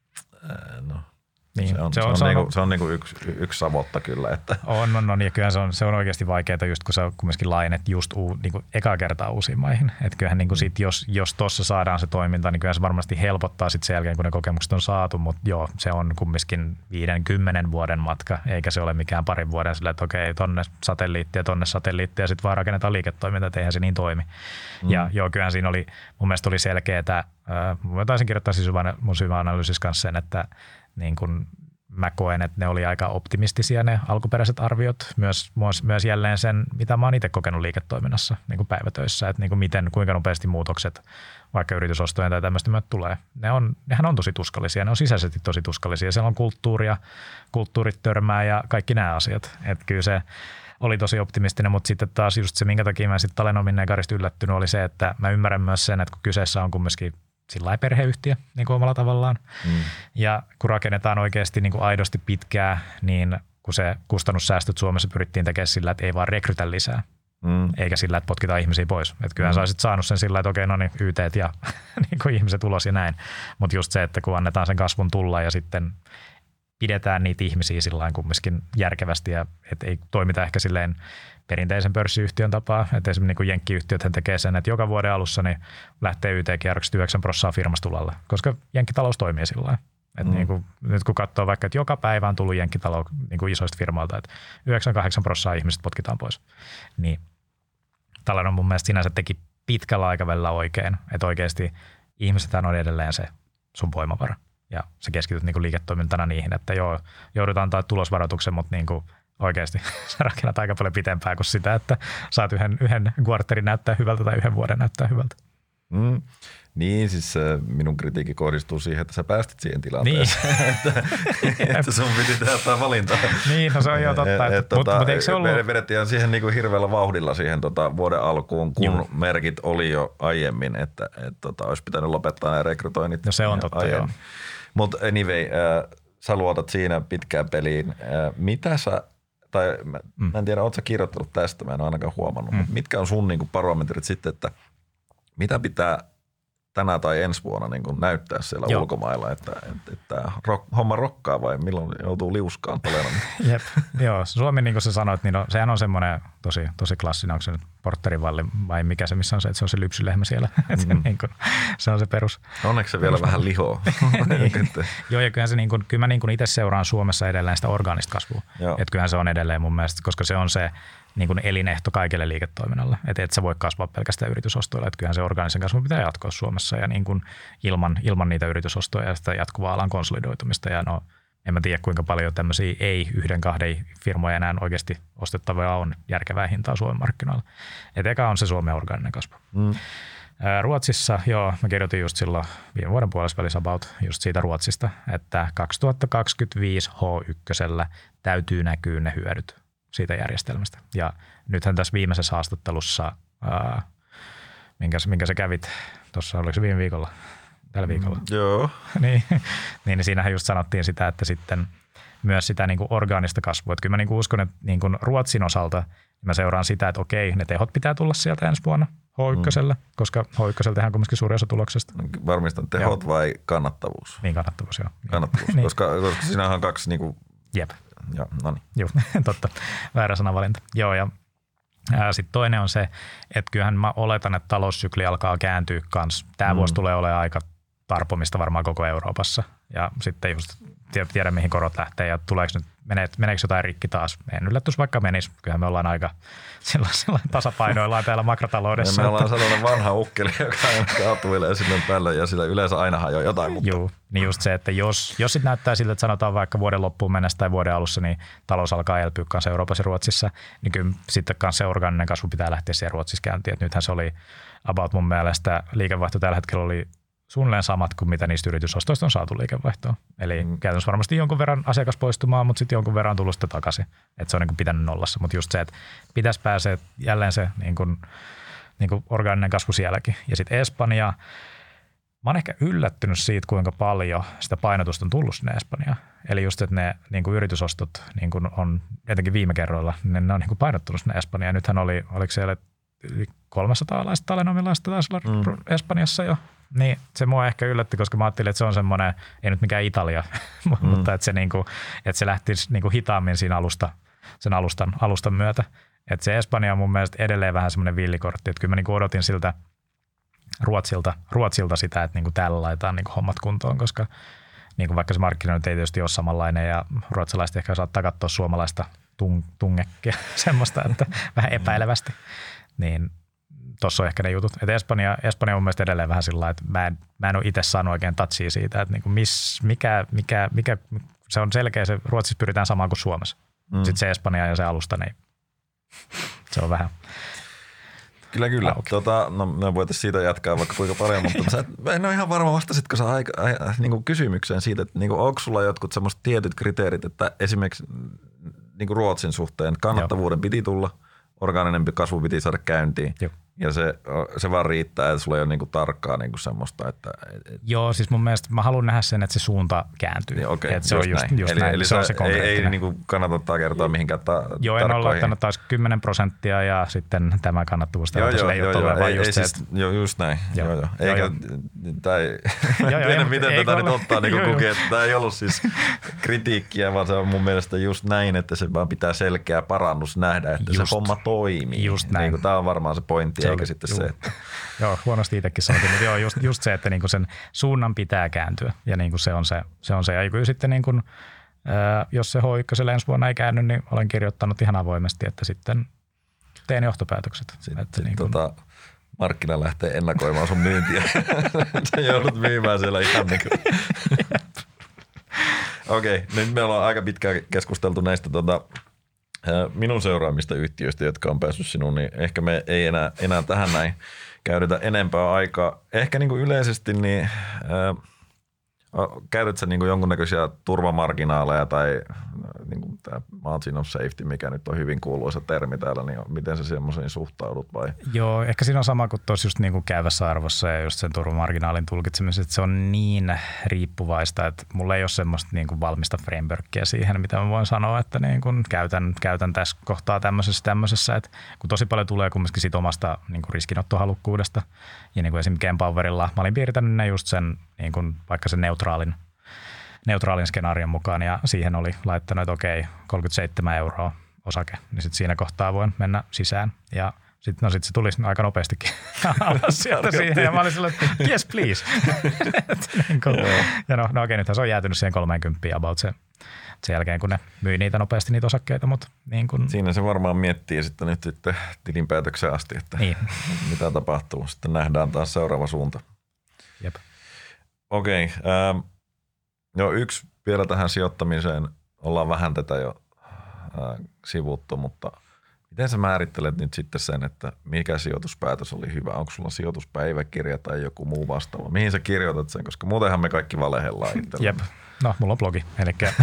no, niin, se on, se on, se on, niinku, se on niinku yksi, yksi savotta kyllä. Että. On, on, on, ja kyllähän se on, se on oikeasti vaikeaa just kun sä kumminkin laajennet just uu, niinku ekaa kertaa uusiin maihin. Että kyllähän niinku sit, jos, jos tuossa saadaan se toiminta, niin kyllähän se varmasti helpottaa sit sen jälkeen, kun ne kokemukset on saatu, mutta joo, se on kumminkin viiden, kymmenen vuoden matka, eikä se ole mikään parin vuoden sillä, että okei, tonne satelliitti ja tonne satelliitti ja sitten vaan rakennetaan liiketoimintaa, että eihän se niin toimi. Mm. Ja joo, kyllähän siinä oli, mun mielestä oli selkeää, mä taisin kirjoittaa siis mun syvä analyysis kanssa sen, että niin kun mä koen, että ne oli aika optimistisia ne alkuperäiset arviot, myös, myös jälleen sen, mitä mä oon itse kokenut liiketoiminnassa niin kuin päivätöissä, että niin kuin miten, kuinka nopeasti muutokset vaikka yritysostojen tai tämmöistä myötä tulee. Ne on, nehän on tosi tuskallisia, ne on sisäisesti tosi tuskallisia, siellä on kulttuuria, kulttuurit törmää ja kaikki nämä asiat, että kyllä se oli tosi optimistinen, mutta sitten taas just se, minkä takia mä sitten Talenomin nekarista yllättynyt, oli se, että mä ymmärrän myös sen, että kun kyseessä on kumminkin sillä lailla perheyhtiö niin kuin omalla tavallaan. Mm. Ja kun rakennetaan oikeasti niin kuin aidosti pitkää, niin kun se kustannussäästöt Suomessa pyrittiin tekemään sillä, että ei vaan rekrytä lisää, mm. eikä sillä, että potkitaan ihmisiä pois. Että kyllähän mm. sä olisit saanut sen sillä, että okei, no niin, Y T:t ja niin kuin ihmiset ulos ja näin. Mutta just se, että kun annetaan sen kasvun tulla ja sitten pidetään niitä ihmisiä sillain kumminkin järkevästi ja että ei toimita ehkä silleen perinteisen pörssiyhtiön tapaa. Että esimerkiksi niin jenkkiyhtiöthän tekee sen, että joka vuoden alussa niin lähtee Y T-kierrokset yhdeksän prosenttia firmasta tulalle, koska jenkkitalous toimii sillä lailla. Mm. Niin kuin, nyt kun katsoo vaikka, että joka päivä on tullut jenkkitalous niin kuin isoista firmoilta, että yhdeksän kahdeksan prosenttia ihmiset potkitaan pois. Niin tällainen on mun mielestä sinänsä teki pitkällä aikavälillä oikein, että oikeasti ihmisethän on edelleen se sun voimavara. Ja sä keskityt niin kuin liiketoimintana niihin, että joo, joudutaan antaa tulosvaroituksen, mutta niin kuin oikeasti sä rakennat aika paljon pitempää kuin sitä, että saat yhden, yhden kvartterin näyttää hyvältä tai yhden vuoden näyttää hyvältä. Mm. Niin, siis minun kritiikki kohdistuu siihen, että sä päästit siihen tilanteeseen, niin. että, että sun piti tehdä jotain valintaa. Niin, no se on jo totta. Et, et, tota, mutta mut eikö se ollut? Vedettiin siihen niinku hirveällä vauhdilla siihen tota vuoden alkuun, kun Juh. merkit oli jo aiemmin, että et, tota, olisi pitänyt lopettaa nämä rekrytoinnit. No se on totta, aiemmin. Joo. Mutta anyway, äh, sä luotat siinä pitkään peliin. Äh, mitä sä, tai mä, mm. mä en tiedä, ootko sä kirjoittanut tästä, mä en ole ainakaan huomannut, mm. mutta mitkä on sun niinku parametrit sitten, että mitä pitää tänä tai ensi vuonna niin kuin näyttää siellä Joo. ulkomailla, että, että, että rock, homma rokkaa vai milloin joutuu liuskaan Talenomi? Jep, joo. Suomi, niin kuin sä sanoit, niin no, sehän on semmoinen tosi, tosi klassinen, onko se nyt porttarivalli vai mikä se, missä on se, että se on se lypsylehmä siellä. Mm. niin kuin, se on se perus. Onneksi se vielä vähän lihoa. niin. Joo, ja kyllähän se, niin kuin, kyllä mä niin kuin itse seuraan Suomessa edelleen sitä orgaanista kasvua. Että kyllähän se on edelleen mun mielestä, koska se on se niin kuin elinehto kaikelle liiketoiminnalle. Että et sä voi kasvaa pelkästään yritysostoilla. Että kyllähän se orgaanisen kasvu pitää jatkoa Suomessa ja niin kuin ilman, ilman niitä yritysostoja ja sitä jatkuvaa alan konsolidoitumista. Ja no, en mä tiedä kuinka paljon tämmöisiä ei yhden kahden firmoja enää oikeasti ostettavia on järkevää hintaa Suomen markkinoilla. Että eka on se Suomen orgaaninen kasvu. Mm. Ruotsissa, joo, mä kirjoitin just silloin viime vuoden puolesvälissä about just siitä Ruotsista, että kaksituhattakaksikymmentäviisi H yksi täytyy näkyä ne hyödyt siitä järjestelmästä. Ja nythän tässä viimeisessä haastattelussa, ää, minkä, minkä sä kävit tuossa, oliko se viime viikolla, tällä viikolla? Mm, joo. niin, niin siinähän just sanottiin sitä, että sitten myös sitä niin kuin orgaanista kasvua. Että kyllä mä niin kuin uskon, että niin kuin Ruotsin osalta mä seuraan sitä, että okei, ne tehot pitää tulla sieltä ensi vuonna H yksi, mm. koska H yksi tehdään kumminkin suurin osa tuloksesta. Varmistan tehot joo. vai kannattavuus? Niin, kannattavuus, joo. Kannattavuus, niin. koska, koska siinähän on kaksi niin kuin Jep. Joo, no niin. Joo, totta. Väärä sanavalinta. Joo, ja sitten toinen on se, että kyllähän mä oletan, että taloussykli alkaa kääntyä kanssa. Tämä mm. vuosi tulee olemaan aika tarpomista varmaan koko Euroopassa. Ja sitten just tiedä, mihin korot lähtee ja tuleeko nyt, meneekö jotain rikki taas. En yllätys vaikka menisi. Kyllähän me ollaan aika silloin, silloin tasapainoillaan täällä makrotaloudessa. Ja me ollaan sellainen vanha ukkeli, joka aina kaatuilee silloin päälle ja sillä yleensä ainahan jo jotain. Mutta. Joo, niin just se, että jos, jos sitten näyttää siltä, että sanotaan vaikka vuoden loppuun mennessä tai vuoden alussa, niin talous alkaa elpyä kanssa Euroopassa ja Ruotsissa, niin kyllä sitten kanssa se orgaaninen kasvu pitää lähteä siihen Ruotsissa käyntiin. Että nythän se oli about mun mielestä liikevaihto tällä hetkellä oli suunnilleen samat kuin mitä niistä yritysostoista on saatu liikevaihtoa. Eli mm. käytännössä varmasti jonkun verran asiakas poistumaan, mutta sitten jonkun verran tullut sitä takaisin. Että se on niin kuin pitänyt nollassa. Mutta just se, että pitäisi pääsee jälleen se niin kuin, niin kuin orgaaninen kasvu sielläkin. Ja sitten Espanja. Mä oon ehkä yllättynyt siitä, kuinka paljon sitä painotusta on tullut sinne Espanjaan. Eli just, että ne niin kuin yritysostot niin kuin on jotenkin viime kerroilla, niin ne on niin kuin painottunut sinne Espanjaan. Nythän oli, oliko siellä yli kolmesataa talenomilaista taisi olla mm. Espanjassa jo. Niin se mua ehkä yllätti, koska mä ajattelin, että se on semmoinen, ei nyt mikään Italia, mm. mutta että se, niinku, että se lähtisi niinku hitaammin siinä alusta, sen alustan, alustan myötä. Että se Espanja on mun mielestä edelleen vähän semmoinen villikortti, että kyllä mä niinku odotin siltä Ruotsilta, Ruotsilta sitä, että niinku täällä laitetaan niinku hommat kuntoon, koska niinku vaikka se markkinointi ei tietysti ole samanlainen ja ruotsalaiset ehkä saattaa katsoa suomalaista tung, tungekkia semmoista, että vähän epäilevästi, niin tuossa on ehkä ne jutut. Että Espanja, Espanja on mun mielestä edelleen vähän sillä lailla, että mä en, mä en ole itse saanut oikein touchia siitä, että niinku miss, mikä, mikä, mikä, se on selkeä, se Ruotsissa pyritään samaan kuin Suomessa. Mm. Sitten se Espanja ja se alusta, niin se on vähän. Kyllä, kyllä. Tota, no, me voitaisiin siitä jatkaa vaikka kuinka paljon, mutta sä et, en ole ihan varma vastasitko sä aika, aika, niin kuin kysymykseen siitä, että niin kuin, onko sulla jotkut semmoiset tietyt kriteerit, että esimerkiksi niin kuin Ruotsin suhteen kannattavuuden Joo. piti tulla, orgaaninen kasvu piti saada käyntiin. Joo. Ja se, se vaan riittää, että sulla ei ole niinku tarkkaa niinku semmoista, että... Et... Joo, siis mun mielestä mä haluan nähdä sen, että se suunta kääntyy. Niin, okei, että se just on just, näin. just eli, näin. Eli se on se ei, ei niinku kannata kertoa mihinkään ta- Joo, en ole laittanut taas kymmenen prosenttia ja sitten tämä kannattavuus. Joo, joo, joo, joo, vaan ei, just ei se, siis, joo, just näin. Joo, joo. Eikä, joo, tai, tiedä miten tätä nyt ottaa niinku kukin, että tämä ei ollut siis kritiikkiä, vaan se on mun mielestä just näin, että se vaan pitää selkeä parannus nähdä, että se homma toimii. Just näin. Tämä on varmaan se pointti, eikä sitten se, että... Joo, huonosti itsekin sanotin, mutta joo, just, just se, että niinku sen suunnan pitää kääntyä ja niinku se on se. se, on se. Ja kyllä sitten niinku, ää, jos se H yksi ensi vuonna ei käänny, niin olen kirjoittanut ihan avoimesti, että sitten teen johtopäätökset. Sitten että niinku, tota, markkina lähtee ennakoimaan sun myyntiä. Sä joudut myymään siellä ihan niin kuin. Okei, okay, nyt me ollaan aika pitkään keskusteltu näistä tota, minun seuraamista yhtiöistä, jotka on päässyt sinuun, niin ehkä me ei enää, enää tähän näin käytetä enempää aikaa. Ehkä niin kuin yleisesti, niin ää, käytät sä niin kuin jonkunnäköisiä turvamarginaaleja tai niin kuin tämä margin of safety, mikä nyt on hyvin kuuluisa termi täällä, niin miten sä semmoiseen suhtaudut vai? Joo, ehkä siinä on sama kuin tuossa just niin kuin käyvässä arvossa ja just sen turvamarginaalin tulkitsemisessa, että se on niin riippuvaista, että mulla ei ole semmoista niin kuin valmista frameworkia siihen, mitä mä voin sanoa, että niin kuin käytän, käytän tässä kohtaa tämmöisessä tämmöisessä, että kun tosi paljon tulee kumminkin siitä omasta niin kuin riskinottohalukkuudesta ja niin kuin esimerkiksi Empowerilla, mä olin piirtänyt ne just sen niin kuin vaikka sen neutraalin neutraalin skenaarion mukaan ja siihen oli laittanut, että okei, kolmekymmentäseitsemän euroa osake, niin sitten siinä kohtaa voin mennä sisään ja sitten no sit se tuli aika nopeastikin alas sieltä siihen ja mä olin silleen, että yes please. niin kuin, ja no, no okei, nythän se on jäätynyt siihen kolmekymmentä about se, sen jälkeen, kun ne myi niitä nopeasti niitä osakkeita, mutta niin kuin. Siinä se varmaan miettii sitten nyt sitten tilinpäätökseen asti, että niin. mitä tapahtuu. Sitten nähdään taas seuraava suunta. Jep. Okei, okay, ähm, no yksi vielä tähän sijoittamiseen, ollaan vähän tätä jo ää, sivuttu, mutta miten sä määrittelet nyt sitten sen, että mikä sijoituspäätös oli hyvä? Onko sulla sijoituspäiväkirja tai joku muu vastaava? Mihin sä kirjoitat sen? Koska muutenhan me kaikki valehellaan itsellemme. Jep. No, mulla on blogi. Elikkä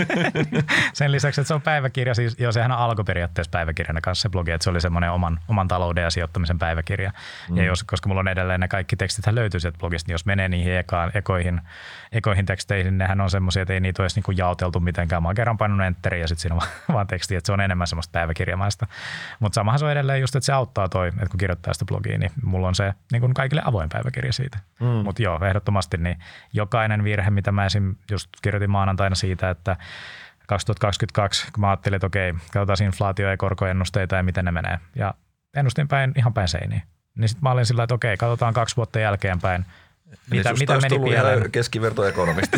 sen lisäksi, että se on päiväkirja, siis jo sehän alkoi periaatteessa päiväkirjana kanssa se blogi, että se oli semmoinen oman, oman talouden ja sijoittamisen päiväkirja. Mm. Ja jos, koska mulla on edelleen ne kaikki tekstithän löytyy sieltä blogista, niin jos menee niihin ekaan, ekoihin, ekoihin teksteihin, niin nehän on semmoisia, että ei niitä ole edes niinku jaoteltu mitenkään. Mä oon kerran painunut enterin ja sitten siinä on vaan teksti, että se on enemmän semmoista päiväkirjamaista. Mutta samahan se on edelleen just, että se auttaa toi, että kun kirjoittaa sitä blogia, niin mulla on se niin kuin kaikille avoin päiväkirja siitä. Mm. Mutta joo, ehdottomasti niin jokainen virhe, mitä mä esim. Just kirjoitin maanantaina siitä, että kaksituhattakaksikymmentäkaksi, kun mä ajattelin, että okei, katsotaan inflaatio- ja korkoennusteita ja miten ne menee. Ja ennustin päin ihan päin seiniin. Niin sitten mä olin sillä, että okei, katsotaan kaksi vuotta jälkeenpäin. Mitä, mitä meni pieleen? Keskivertoekonomisti.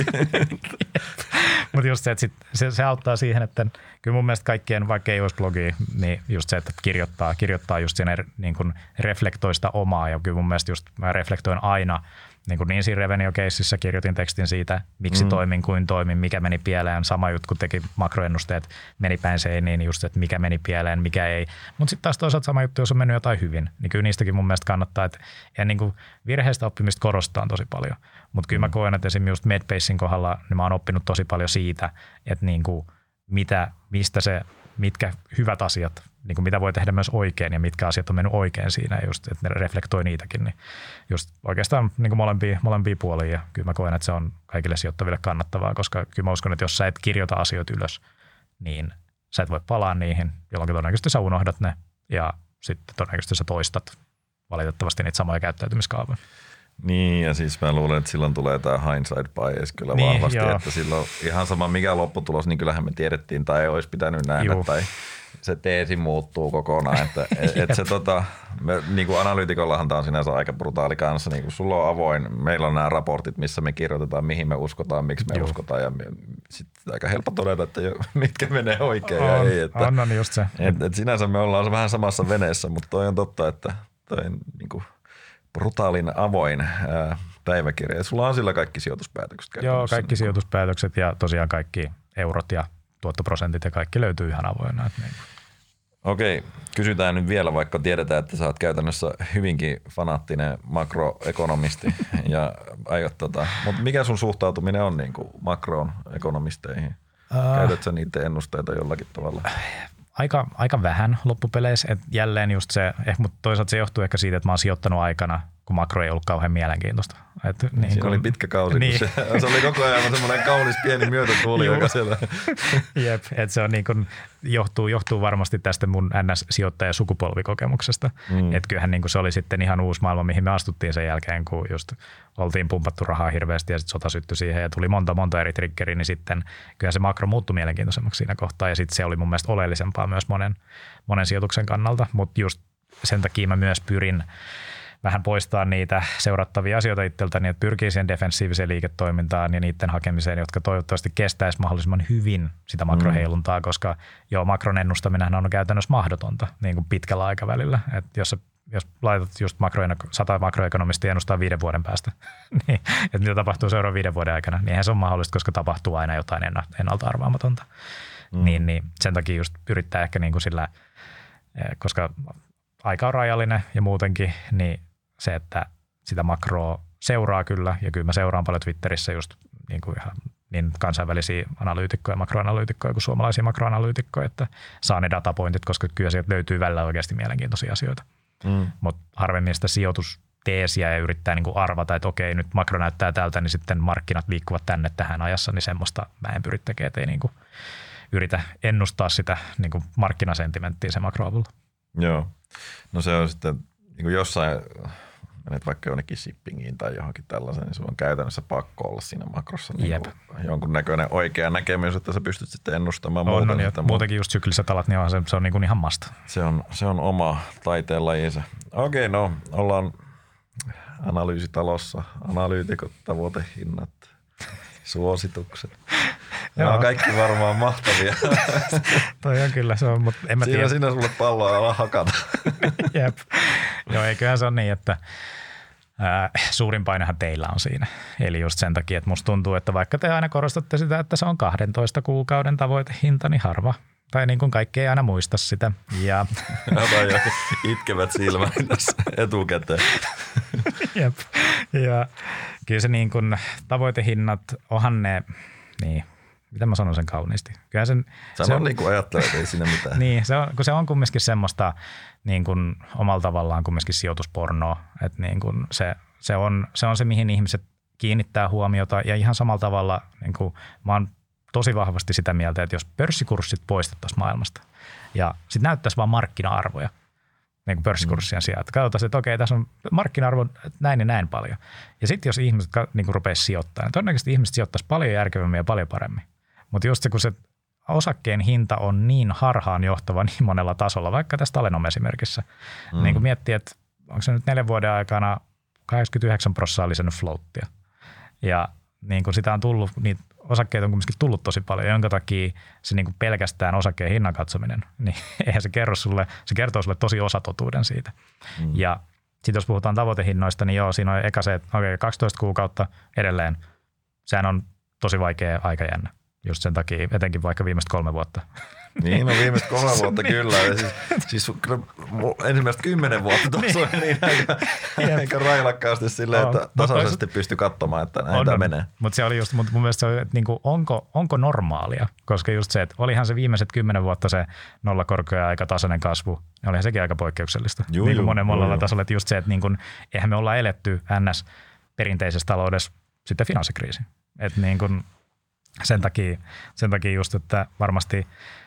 Mutta just se, että sit, se, se auttaa siihen, että kyllä mun mielestä kaikkien, vaikka ei olisi blogia, niin just se, että kirjoittaa, kirjoittaa just siinä niin kuin reflektoi sitä omaa. Ja kyllä mun mielestä just mä reflektoin aina, niin kuin niin siinä revenue-keississä kirjoitin tekstin siitä, miksi mm. toimin, kuin toimin, mikä meni pieleen. Sama juttu, kun teki makroennusteet, meni päin seiniin, just että mikä meni pieleen, mikä ei. Mutta sitten taas toisaalta sama juttu, jos on mennyt jotain hyvin, niin kyllä niistäkin mun mielestä kannattaa. Että, ja niin kuin virheistä oppimista korostaa tosi paljon. Mutta kyllä mä koen, että esimerkiksi just Medbasein kohdalla, niin mä oon oppinut tosi paljon siitä, että niin kuin mitä, mistä se, mitkä hyvät asiat, niin kuin mitä voi tehdä myös oikein ja mitkä asiat on mennyt oikein siinä, just, että ne reflektoi niitäkin. Niin just oikeastaan niin kuin molempia, molempia puolia ja kyllä mä koen, että se on kaikille sijoittaville kannattavaa, koska kyllä mä uskon, että jos sä et kirjoita asioita ylös, niin sä et voi palaa niihin, jolloin todennäköisesti sä unohdat ne ja sitten todennäköisesti sä toistat valitettavasti niitä samoja käyttäytymiskaavoja. Niin, ja siis mä luulen, että silloin tulee tämä hindsight bias kyllä niin, vahvasti, joo. että silloin ihan sama mikä lopputulos, niin kyllähän me tiedettiin tai ei olisi pitänyt nähdä Juh. tai se teesi muuttuu kokonaan. Että et se, tota, me, niin kuin analyytikollahan tämä on sinänsä aika brutaali kanssa. Niin kuin sulla on avoin, meillä on nämä raportit, missä me kirjoitetaan, mihin me uskotaan, miksi me Juh. uskotaan. Ja sitten aika helppo todeta, että jo, mitkä menee oikein on, ja ei. Että, on, on just se. Et, et sinänsä me ollaan vähän samassa veneessä, mutta toi on totta, että toi niin kuin brutaalin avoin ää, päiväkirja. Sulla on sillä kaikki sijoituspäätökset. Joo, kaikki niin sijoituspäätökset ja tosiaan kaikki eurot ja tuottoprosentit ja kaikki löytyy ihan avoinna. Niin. Okei, kysytään nyt vielä, vaikka tiedetään, että sä oot käytännössä hyvinkin fanaattinen makroekonomisti. ja aiot, tota, mutta mikä sun suhtautuminen on niin kuin makroon ekonomisteihin? Uh, Käytät sä niiden ennusteita jollakin tavalla? Aika, aika vähän loppupeleissä. Et jälleen just se, mutta toisaalta se johtuu ehkä siitä, että mä oon sijoittanut aikana, kun makro ei ollut kauhean mielenkiintoista. Et niin Siinä kun, oli pitkä kausi, niin. se, se oli koko ajan semmoinen kaunis pieni myötätuuli, joka siellä... Jep, että se on niin kun, johtuu, johtuu varmasti tästä mun N S-sijoittajasukupolvikokemuksesta. Mm. Että kyllähän niin kun se oli sitten ihan uusi maailma, mihin me astuttiin sen jälkeen, kun just oltiin pumpattu rahaa hirveästi ja sitten sota syttyi siihen ja tuli monta monta eri triggeriä, niin sitten kyllähän se makro muuttui mielenkiintoisemmaksi siinä kohtaa ja sitten se oli mun mielestä oleellisempaa myös monen, monen sijoituksen kannalta, mutta just sen takia mä myös pyrin vähän poistaa niitä seurattavia asioita itseltäni, että pyrkii siihen defensiiviseen liiketoimintaan ja niiden hakemiseen, jotka toivottavasti kestäisi mahdollisimman hyvin sitä makroheiluntaa, koska joo, makron ennustaminen on käytännössä mahdotonta niin kuin pitkällä aikavälillä. Että jos, jos laitat just makro, sata makroekonomistia ennustaa viiden vuoden päästä, niin, että mitä tapahtuu seuraavan viiden vuoden aikana, niin eihän se ole mahdollista, koska tapahtuu aina jotain ennalta arvaamatonta. Mm. Niin, niin sen takia just yrittää ehkä niin kuin sillä, koska aika on rajallinen ja muutenkin, niin se, että sitä makroa seuraa kyllä, ja kyllä mä seuraan paljon Twitterissä just niin kuin ihan niin kansainvälisiä analyytikkoja, makroanalyytikkoja kuin suomalaisia makroanalyytikkoja, että saa ne datapointit, koska kyllä sieltä löytyy välillä oikeasti mielenkiintoisia asioita. Mm. Mutta harvemmin sitä sijoitusteesiä ja yrittää niin kuin arvata, että okei, nyt makro näyttää tältä, niin sitten markkinat liikkuvat tänne tähän ajassa, niin semmoista mä en pyri tekemään, että ei niin kuin yritä ennustaa sitä niin kuin markkinasentimenttiä se makroavulla. Joo, no se on sitten niin kuin jossain... menet vaikka jonnekin shippingiin tai johonkin tällaiseen, niin sulla on käytännössä pakko olla siinä makrossa niin jonkun näköinen oikea näkemys, että sä pystyt sitten ennustamaan on, muuta. No niin, muutenkin just sykliset alat, niin se, se on niin kuin ihan must. Se on, se on oma taiteenlajinsa. Okei, no ollaan analyysitalossa, analyytikot, tavoitehinnat, suositukset. Nämä on kaikki varmaan mahtavia. Toi on kyllä, se on, mutta en mä Siinä tiedä. sinä sulle palloa ja ala hakata. Jep. Joo, eiköhän se ole niin, että ää, suurin painehan teillä on siinä. Eli just sen takia, että musta tuntuu, että vaikka te aina korostatte sitä, että se on kahdentoista kuukauden tavoitehinta, niin harva. Tai niin kuin kaikki ei aina muista sitä. Ja tai jo itkevät silmät tässä etukäteen. Jep. Ja kyllä se niin kuin tavoitehinnat, onhan ne, niin miten mä sanon sen kauniisti? Kyllä sen, se on niin kuin ajattelet, ei siinä mitään. Niin, se on, kun se on kumminkin semmoista niin kuin omalla tavallaan kumminkin sijoituspornoa, että niin kuin se, se, on, se on se, mihin ihmiset kiinnittää huomiota ja ihan samalla tavalla niin kuin mä oon tosi vahvasti sitä mieltä, että jos pörssikurssit poistettaisiin maailmasta ja sitten näyttäisi vaan markkina-arvoja niin kuin pörssikurssien sijaan, että katsotaan, että okei, tässä on markkina-arvo näin ja näin paljon. Ja sitten jos ihmiset niin kuin rupeaisi sijoittamaan, niin todennäköisesti ihmiset sijoittaisi paljon järkevämmin ja paljon paremmin. Mutta just se, kun se osakkeen hinta on niin harhaan johtava niin monella tasolla, vaikka tässä Talenom-esimerkissä, mm. niin kun miettii, että onko se nyt neljän vuoden aikana kahdeksankymmentäyhdeksän prosenttia on lisännyt floattia. Ja niin kun sitä on tullut, niitä osakkeita on kuitenkin tullut tosi paljon, jonka takia se niin kun pelkästään osakkeen hinnan katsominen, niin eihän se kerro sulle, se kertoo sulle tosi osatotuuden siitä. Mm. Ja sitten jos puhutaan tavoitehinnoista, niin joo, siinä on eka se, että okei, kaksitoista kuukautta edelleen, sehän on tosi vaikea aikajänne. Just sen takia, etenkin vaikka viimeiset kolme vuotta. Niin, no viimeiset kolme vuotta kyllä. Ja siis, siis kyllä ensimmäiset kymmenen vuotta tuossa on niin aika, aika railakkaasti silleen, että tasaisesti pystyy katsomaan, että näin tämä menee. Mutta se oli just, mutta mun mielestä se oli, että niinku, onko, onko normaalia? Koska just se, että olihan se viimeiset kymmenen vuotta se nollakorko ja aika tasainen kasvu, niin olihan sekin aika poikkeuksellista. Juu, niin kuin monen monella tasolla, että just se, että niinku, eihän me olla eletty N S perinteisessä taloudessa sitten finanssikriisi. Että niin kuin sen takia, sen takia just, että varmasti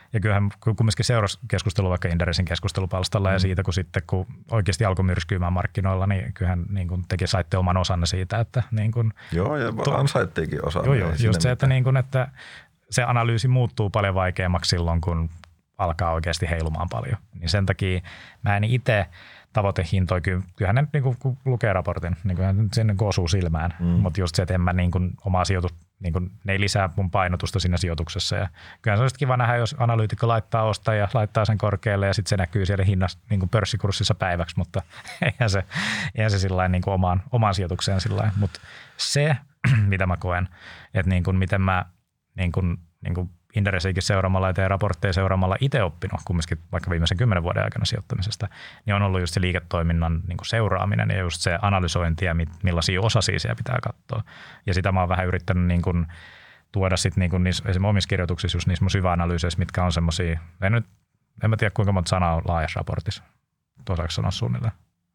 Ja kyllähän kumminkin seurasi keskustelua vaikka Inderesin keskustelupalstalla mm. ja siitä, kun sitten kun oikeasti alkoi myrskyymään markkinoilla, niin kyllähän niin kuin teki saitte oman osanne siitä, että niin kuin, joo, ja to, saitteekin osan. Joo, joo just se, että, niin kuin, että se analyysi muuttuu paljon vaikeammaksi silloin, kun alkaa oikeasti heilumaan paljon. Niin sen takia mä en itse tavoitehintoja, kyllähän ne niin kun lukee raportin, niin kyllähän se niin osuu silmään, mm. mutta just se, että en mä niin kuin omaa sijoitus, niin kuin, ne ei lisää mun painotusta siinä sijoituksessa. Ja kyllähän se olisi kiva nähdä, jos analyytikko laittaa ostaa ja laittaa sen korkealle ja sitten se näkyy siellä hinnassa niin kuin pörssikurssissa päiväksi, mutta eihän se, eihän se sillain, niin kuin omaan, omaan sijoitukseen sillain. Mutta se, mitä mä koen, että niin kuin, miten mä niin kuin, niin kuin Inderesiäkin seuraamalla ja teidän raportteja seuraamalla itse oppinut, kumminkin vaikka viimeisen kymmenen vuoden aikana sijoittamisesta, niin on ollut just se liiketoiminnan niin kuin seuraaminen ja just se analysointi ja millaisia osasia siellä pitää katsoa. Ja sitä mä oon vähän yrittänyt niin kuin tuoda sitten niin kuin niissä, esimerkiksi omissa kirjoituksissa just niissä mun syväanalyyseissä, mitkä on semmoisia, en nyt, en mä tiedä kuinka monta sanaa on laajassa raportissa. Osaako sanoa suunnilleen?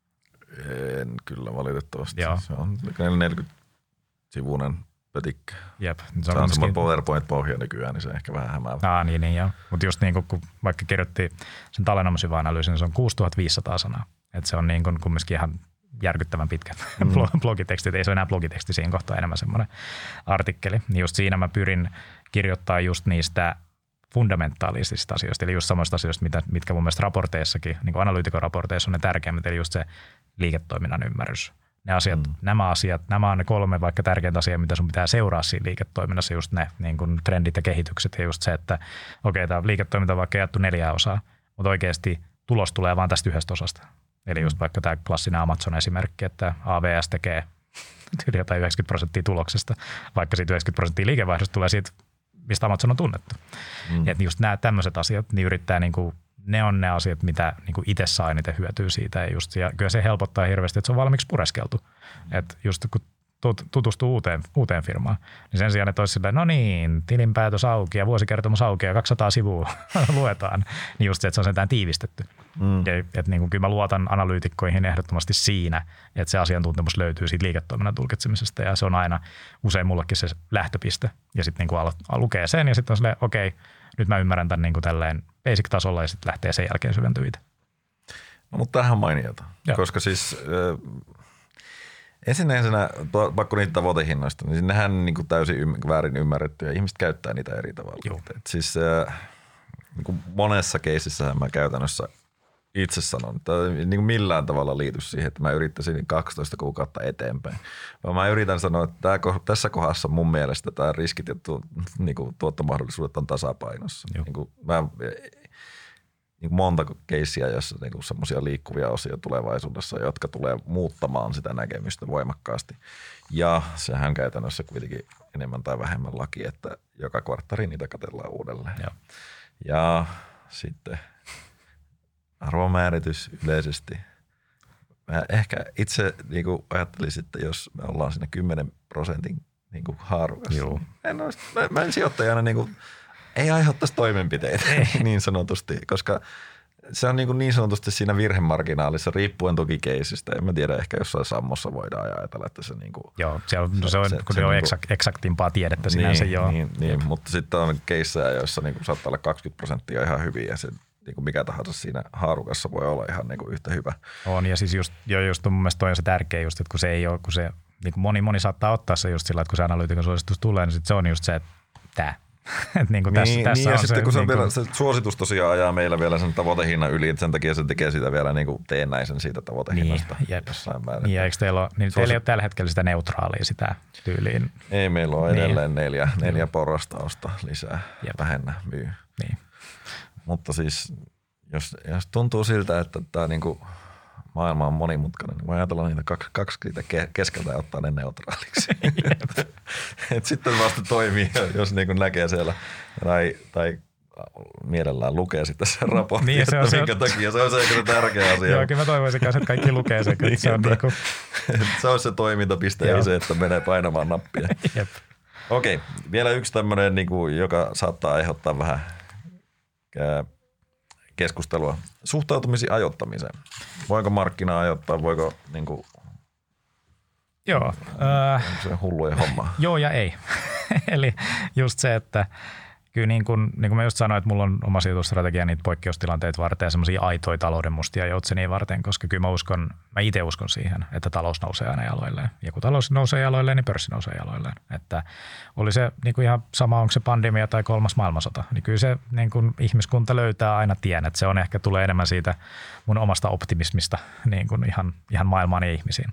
En kyllä valitettavasti. Joo. Se on neljäkymmentä-sivuinen pötikkä. Jep. Se on, on semmoinen PowerPoint-pohja nykyään, niin se ehkä vähän hämää. Ah, niin, niin joo. Mutta just niin kuin, kun vaikka kirjoitti sen Talenom syväanalyysin, niin se on kuusituhattaviisisataa sanaa. Että se on niin kuin kumminkin ihan järkyttävän pitkä mm. blogiteksti. Ei se ole enää blogiteksti siinä kohtaa, enemmän semmoinen artikkeli. Niin just siinä mä pyrin kirjoittaa just niistä fundamentaalisista asioista, eli just samoista asioista, mitä, mitkä mun mielestä raporteissakin, niin kuin analyytikon raporteissa on ne tärkeimmät, eli just se liiketoiminnan ymmärrys. Ne asiat, mm. nämä asiat, nämä on ne kolme vaikka tärkeintä asiaa, mitä sun pitää seuraa siinä liiketoiminnassa, just ne niin kuin trendit ja kehitykset ja just se, että okei, okay, tämä liiketoiminta on vaikka jaettu neljää osaa, mutta oikeasti tulos tulee vaan tästä yhdestä osasta. Eli just vaikka tämä klassinen Amazon-esimerkki, että A W S tekee yli jotain yhdeksänkymmentä prosenttia tuloksesta, vaikka siitä yhdeksänkymmentä prosenttia liikevaihdosta tulee siitä, mistä Amazon on tunnettu. Mm. Että just nämä tämmöiset asiat, niin yrittää niin kuin, ne on ne asiat, mitä niin itse saa eniten hyötyä siitä. Ja, just, ja kyllä se helpottaa hirveästi, että se on valmiiksi pureskeltu. Mm. Että just kun tutustuu uuteen, uuteen firmaan, niin sen sijaan, että olisi silleen, no niin, tilinpäätös auki ja vuosikertomus auki ja kaksisataa sivua luetaan, niin just se, että se on sentään tiivistetty. Mm. Ja, että niin kuin, kyllä mä luotan analyytikkoihin ehdottomasti siinä, että se asiantuntemus löytyy siitä liiketoiminnan tulkitsemisesta ja se on aina usein mullekin se lähtöpiste. Ja sitten niin kuin lukee sen ja sitten on silleen, okei, okay, nyt mä ymmärrän tämän niin kuin tälleen basic-tasolla ja sitten lähtee sen jälkeen syventyä itse. No, mutta tämähän mainiota, Joo. koska siis äh, ensinnäisenä, pakko niitä tavoitehinnoista, niin nehän niin kuin täysin ym, väärin ymmärretty ja ihmiset käyttää niitä eri tavalla. Et siis äh, niin kuin monessa keisissä mä käytännössä itse sanon, että niin kuin millään tavalla liity siihen, että mä yrittäisin kaksitoista kuukautta eteenpäin. Vaan mä yritän sanoa, että tämä, tässä kohdassa mun mielestä tämä riskit ja tu, niin kuin tuottomahdollisuudet on tasapainossa. Niin kuin mä, niin kuin monta keissiä, jossa niin semmoisia liikkuvia osia tulevaisuudessa, jotka tulee muuttamaan sitä näkemystä voimakkaasti. Ja sehän käytännössä kuitenkin enemmän tai vähemmän laki, että joka kvarttari niitä katsellaan uudelleen. Joo. Ja sitten arvomääritys yleisesti. Mä ehkä itse niin kuin ajattelisin, että jos me ollaan siinä kymmenen prosentin niin kuin haarukassa. Joo. En olisi, mä, mä en sijoittajana niin kuin, ei aiheuttaisi toimenpiteitä niin sanotusti, koska se on niin, kuin niin sanotusti siinä virhemarginaalissa riippuen toki keisistä. En mä tiedä, ehkä jossain sammossa voidaan ajatella, että se niin kuin, joo, se on, se, se on, se, kun se, se on niin kuin, eksaktimpaa tiedettä sinänsä niin, joo. Niin, niin, mutta sitten on keissejä, joissa niin kuin saattaa olla kaksikymmentä prosenttia ihan hyviä ja se niin kuin mikä tahansa siinä haarukassa voi olla ihan niin kuin yhtä hyvä. On ja siis just, jo, just mun mielestä toi on se tärkeä just, että kun se ei ole, kun se niin kuin moni, moni saattaa ottaa se just sillä, että kun se analyytikon suositus tulee, niin sit se on just se, että tämä. niin kuin tässä, niin, tässä niin on ja sitten se, kun se, niin vielä, kuin, se suositus tosiaan ajaa meillä vielä sen tavoitehinnan yli, että sen takia se tekee sitä vielä niin kuin teennäisen siitä tavoitehinnasta. Niin, jossain määrin. Niin, eikö teillä ole, niin teillä ei ole tällä hetkellä sitä neutraalia sitä tyyliin? Ei, meillä on edelleen niin. neljä, neljä porrasta osta lisää, Jep. vähennä, myy. Niin. Mutta siis jos, jos tuntuu siltä, että tämä niin kuin maailma on monimutkainen, niin voi ajatella niitä kaksi, kaksi niitä keskeltä ja ottaa ne neutraaliksi. Et sitten vasta toimii, jos niin kuin näkee siellä tai, tai mielellään lukee sitten sen raportin, niin, se on, että minkä se on, takia. Se on se tärkeä asia. Joo, kyllä mä toivoisin kanssa, että kaikki lukee sen. niin, se, on niin kuin se on se toimintapiste, ei se, että menee painamaan nappia. Jep. Okei, vielä yksi tämmöinen, niin kuin, joka saattaa aiheuttaa vähän keskustelua. Suhtautumisi ajoittamiseen. Voiko markkinaa ajoittaa, voiko niin kuin, joo, äh, se hulluja hommaa? Joo ja ei. Eli just se, että kyllä niin kuin, niin kuin mä just sanoin, että mulla on oma sijoitusstrategia niitä poikkeustilanteita varten ja semmoisia aitoja talouden mustia joutsenia varten, koska kyllä mä uskon, mä itse uskon siihen, että talous nousee aina jaloilleen. Ja kun talous nousee jaloilleen, niin pörssi nousee jaloilleen. Että oli se niin kuin ihan sama, onko se pandemia tai kolmas maailmansota, niin kyllä se niin kuin ihmiskunta löytää aina tien, että se on ehkä tulee enemmän siitä mun omasta optimismista niin kuin ihan, ihan maailmaan ja ihmisiin.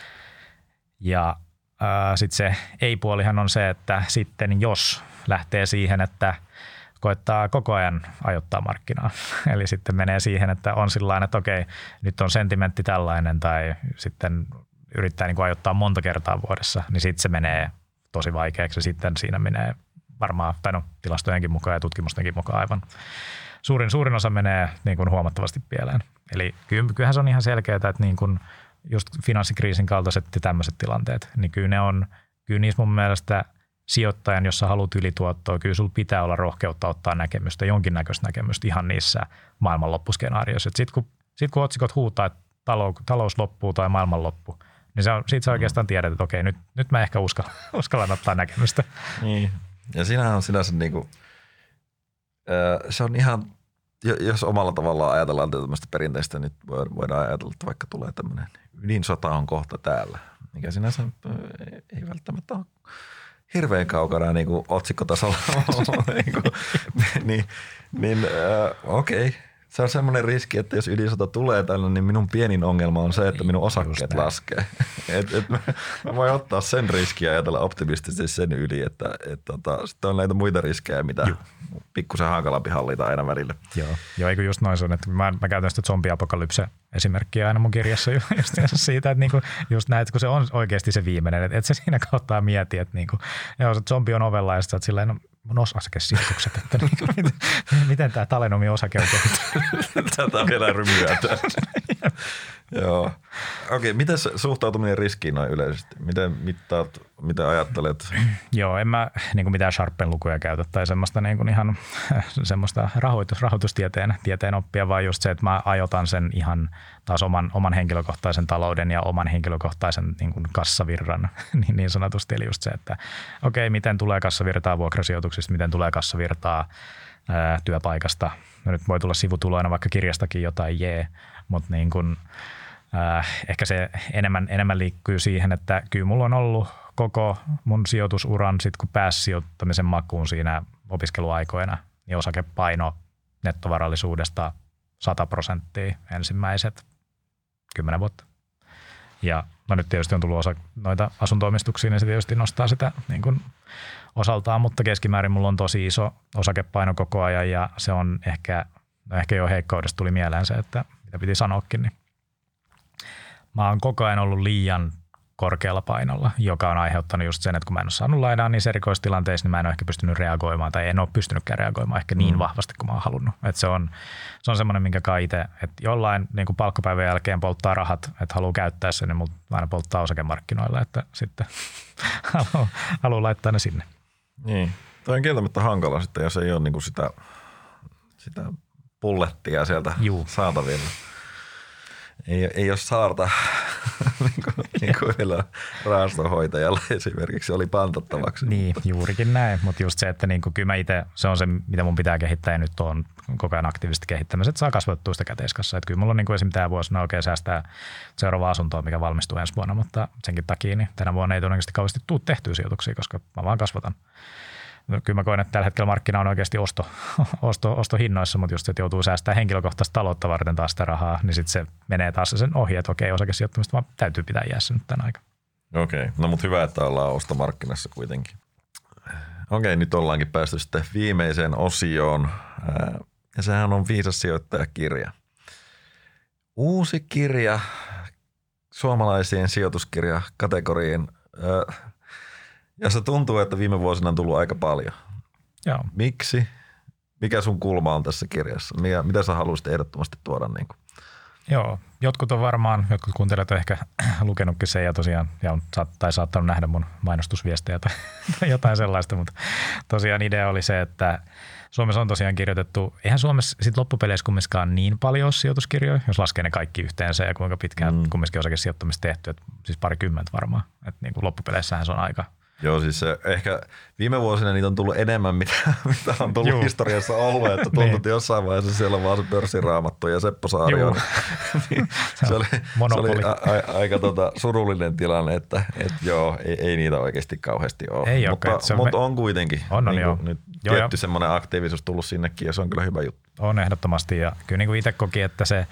Ja sitten se ei-puolihan on se, että sitten jos lähtee siihen, että koettaa koko ajan ajoittaa markkinaa. Eli sitten menee siihen, että on sillain, että okei, nyt on sentimentti tällainen tai sitten yrittää niin kuin ajoittaa monta kertaa vuodessa, niin sitten se menee tosi vaikeaksi. Sitten siinä menee varmaan, tai no tilastojenkin mukaan ja tutkimustenkin mukaan aivan suurin, suurin osa menee niin kuin huomattavasti pieleen. Eli kyllähän se on ihan selkeää, että niin kuin just finanssikriisin kaltaiset ja tämmöiset tilanteet, niin kyllä ne on, kyllä niissä mun mielestä sijoittajan, jos sä haluat ylituottoa, kyllä sulla pitää olla rohkeutta ottaa näkemystä, jonkinnäköistä näkemystä ihan niissä maailmanloppuskenaarioissa. Sitten kun, sit kun otsikot huutaa, että talous, talous loppuu tai maailman loppu, niin se on, siitä sä oikeastaan tiedät, että okei, nyt, nyt mä ehkä uskallan, uskallan ottaa näkemystä. Niin, ja siinähän on sinänsä niin kuin, se on ihan, jos omalla tavallaan ajatellaan tämmöistä perinteistä, niin voidaan ajatella, että vaikka tulee tämmöinen ydinsota on kohta täällä, mikä sinänsä ei välttämättä ole hirveän kaukana niin kuin otsikkotasolla. niin, kuin, niin, niin äh, okei. Okay. Se on semmoinen riski, että jos ydinsota tulee tällä, niin minun pienin ongelma on se, että minun osakkeet laskee. et, et mä, mä voin ottaa sen riskiä ja ajatella optimistisesti sen yli, että et, tota, sitten on näitä muita riskejä, mitä Juh. pikkusen hankalampi hallita aina välillä. Joo, Joo eikö just noin se on, että mä, mä käytän sitä zombiapokalypse esimerkkiä aina mun kirjassa just siitä, että niinku, just näet, kun se on oikeasti se viimeinen, että et se siinä kautta mieti, että niinku, joo, se zombi on ovella ja sitten sä silleen, no mun osakesijoitukset, että niinku, miten, miten tämä Talenomin osake on tehty. Tätä on vielä rymyätä. Joo. Okei, miten suhtautuminen riskiin noin yleisesti? Miten mittaat, mitä ajattelet? Joo, en mä niin kuin mitään Sharpen-lukuja käytä tai semmoista niin kuin ihan semmoista rahoitus, rahoitustieteen tieteen oppia, vaan just se, että mä ajotan sen ihan taas oman, oman henkilökohtaisen talouden ja oman henkilökohtaisen niin kuin kassavirran niin, niin sanotusti. Eli just se, että okei, miten tulee kassavirtaa vuokrasijoituksista, miten tulee kassavirtaa ää, työpaikasta. No nyt voi tulla sivutuloina vaikka kirjastakin jotain, jee, mutta niin kuin Äh, ehkä se enemmän, enemmän liikkyy siihen, että kyllä mulla on ollut koko mun sijoitusuran, sit kun pääsi sijoittamisen makuun siinä opiskeluaikoina, niin osakepaino nettovarallisuudesta sata prosenttia ensimmäiset kymmenen vuotta. Ja no nyt tietysti on tullut osa noita asunto-omistuksia, niin se tietysti nostaa sitä niin kuin osaltaan, mutta keskimäärin mulla on tosi iso osakepaino koko ajan ja se on ehkä, no ehkä jo heikkoudesta tuli mieleen se, että mitä piti sanoakin, niin mä oon koko ajan ollut liian korkealla painolla, joka on aiheuttanut just sen, että kun mä en ole saanut lainaa niissä erikoistilanteissa, niin mä en ole ehkä pystynyt reagoimaan tai en ole pystynytkään reagoimaan ehkä niin mm. vahvasti kuin mä oon halunnut. Että se on, se on semmoinen, minkä kai itse, että jollain niin kuin palkkapäivän jälkeen polttaa rahat, että haluaa käyttää sen, niin mulla aina polttaa osakemarkkinoilla, että sitten haluaa, haluaa laittaa ne sinne. Niin, toi on kieltämättä hankala sitten, jos ei ole niin kuin sitä, sitä pullettia sieltä Juu. saatavilla. Ei, ei ole saarta, niin kuin, niin kuin vielä rahastonhoitajalla esimerkiksi oli pantattavaksi. Niin, juurikin näin, mutta just se, että niin kuin, kyllä mä itse, se on se, mitä mun pitää kehittää ja nyt on koko ajan aktiivisesti kehittämässä, että saa kasvattua sitä käteiskassa. Että kyllä mulla on niin kuin esimerkiksi tämä vuosina oikein säästää seuraavaa asuntoa, mikä valmistuu ensi vuonna, mutta senkin takia niin tänä vuonna ei todennäköisesti kauheasti tule tehtyä sijoituksia, koska mä vaan kasvatan. No, kyllä mä koen, että tällä hetkellä markkina on oikeasti osto, osto, ostohinnoissa, mutta just, että joutuu säästämään henkilökohtaista taloutta varten taas sitä rahaa, niin sitten se menee taas sen ohi, että okei, osakesijoittamista vaan täytyy pitää jäässä nyt tämän aikaan. Okei, no mutta hyvä, että ollaan ostomarkkinassa kuitenkin. Okei, nyt ollaankin päästy sitten viimeiseen osioon, ja sehän on Viisas sijoittajakirja. Uusi kirja suomalaisiin sijoituskirjakategoriin. Ja se tuntuu, että viime vuosina on tullut aika paljon. Joo. Miksi? Mikä sun kulma on tässä kirjassa? Mitä, mitä sä haluaisit ehdottomasti tuoda? Niin kuin? Joo, jotkut on varmaan, jotkut kuuntelijat on ehkä lukenutkin sen ja tosiaan, ja on, tai saattanut nähdä mun mainostusviestejä tai, tai jotain sellaista, mutta tosiaan idea oli se, että Suomessa on tosiaan kirjoitettu, eihän Suomessa sit loppupeleissä kumminkaan niin paljon sijoituskirjoja, jos laskee ne kaikki yhteensä ja kuinka pitkään mm. kumminkin osakesijoittamista tehty, että siis parikymmentä varmaan, että niin kuin loppupeleissähän se on aika, Joo, siis se, ehkä viime vuosina niitä on tullut enemmän, mitä, mitä on tullut Juh. historiassa ollut, että tuntuu, niin. että jossain vaiheessa siellä on vaan se pörssiraamattu ja Seppo Saario. Niin, niin, se oli, se oli a, a, aika tota, surullinen tilanne, että et joo, ei, ei niitä oikeasti kauheasti ole. Ei mutta ole, on, mutta on kuitenkin on, on, niin joo. nyt joo, tietty jo. semmoinen aktiivisuus tullut sinnekin ja se on kyllä hyvä juttu. On ehdottomasti ja kyllä niin kuin itse koki, että se,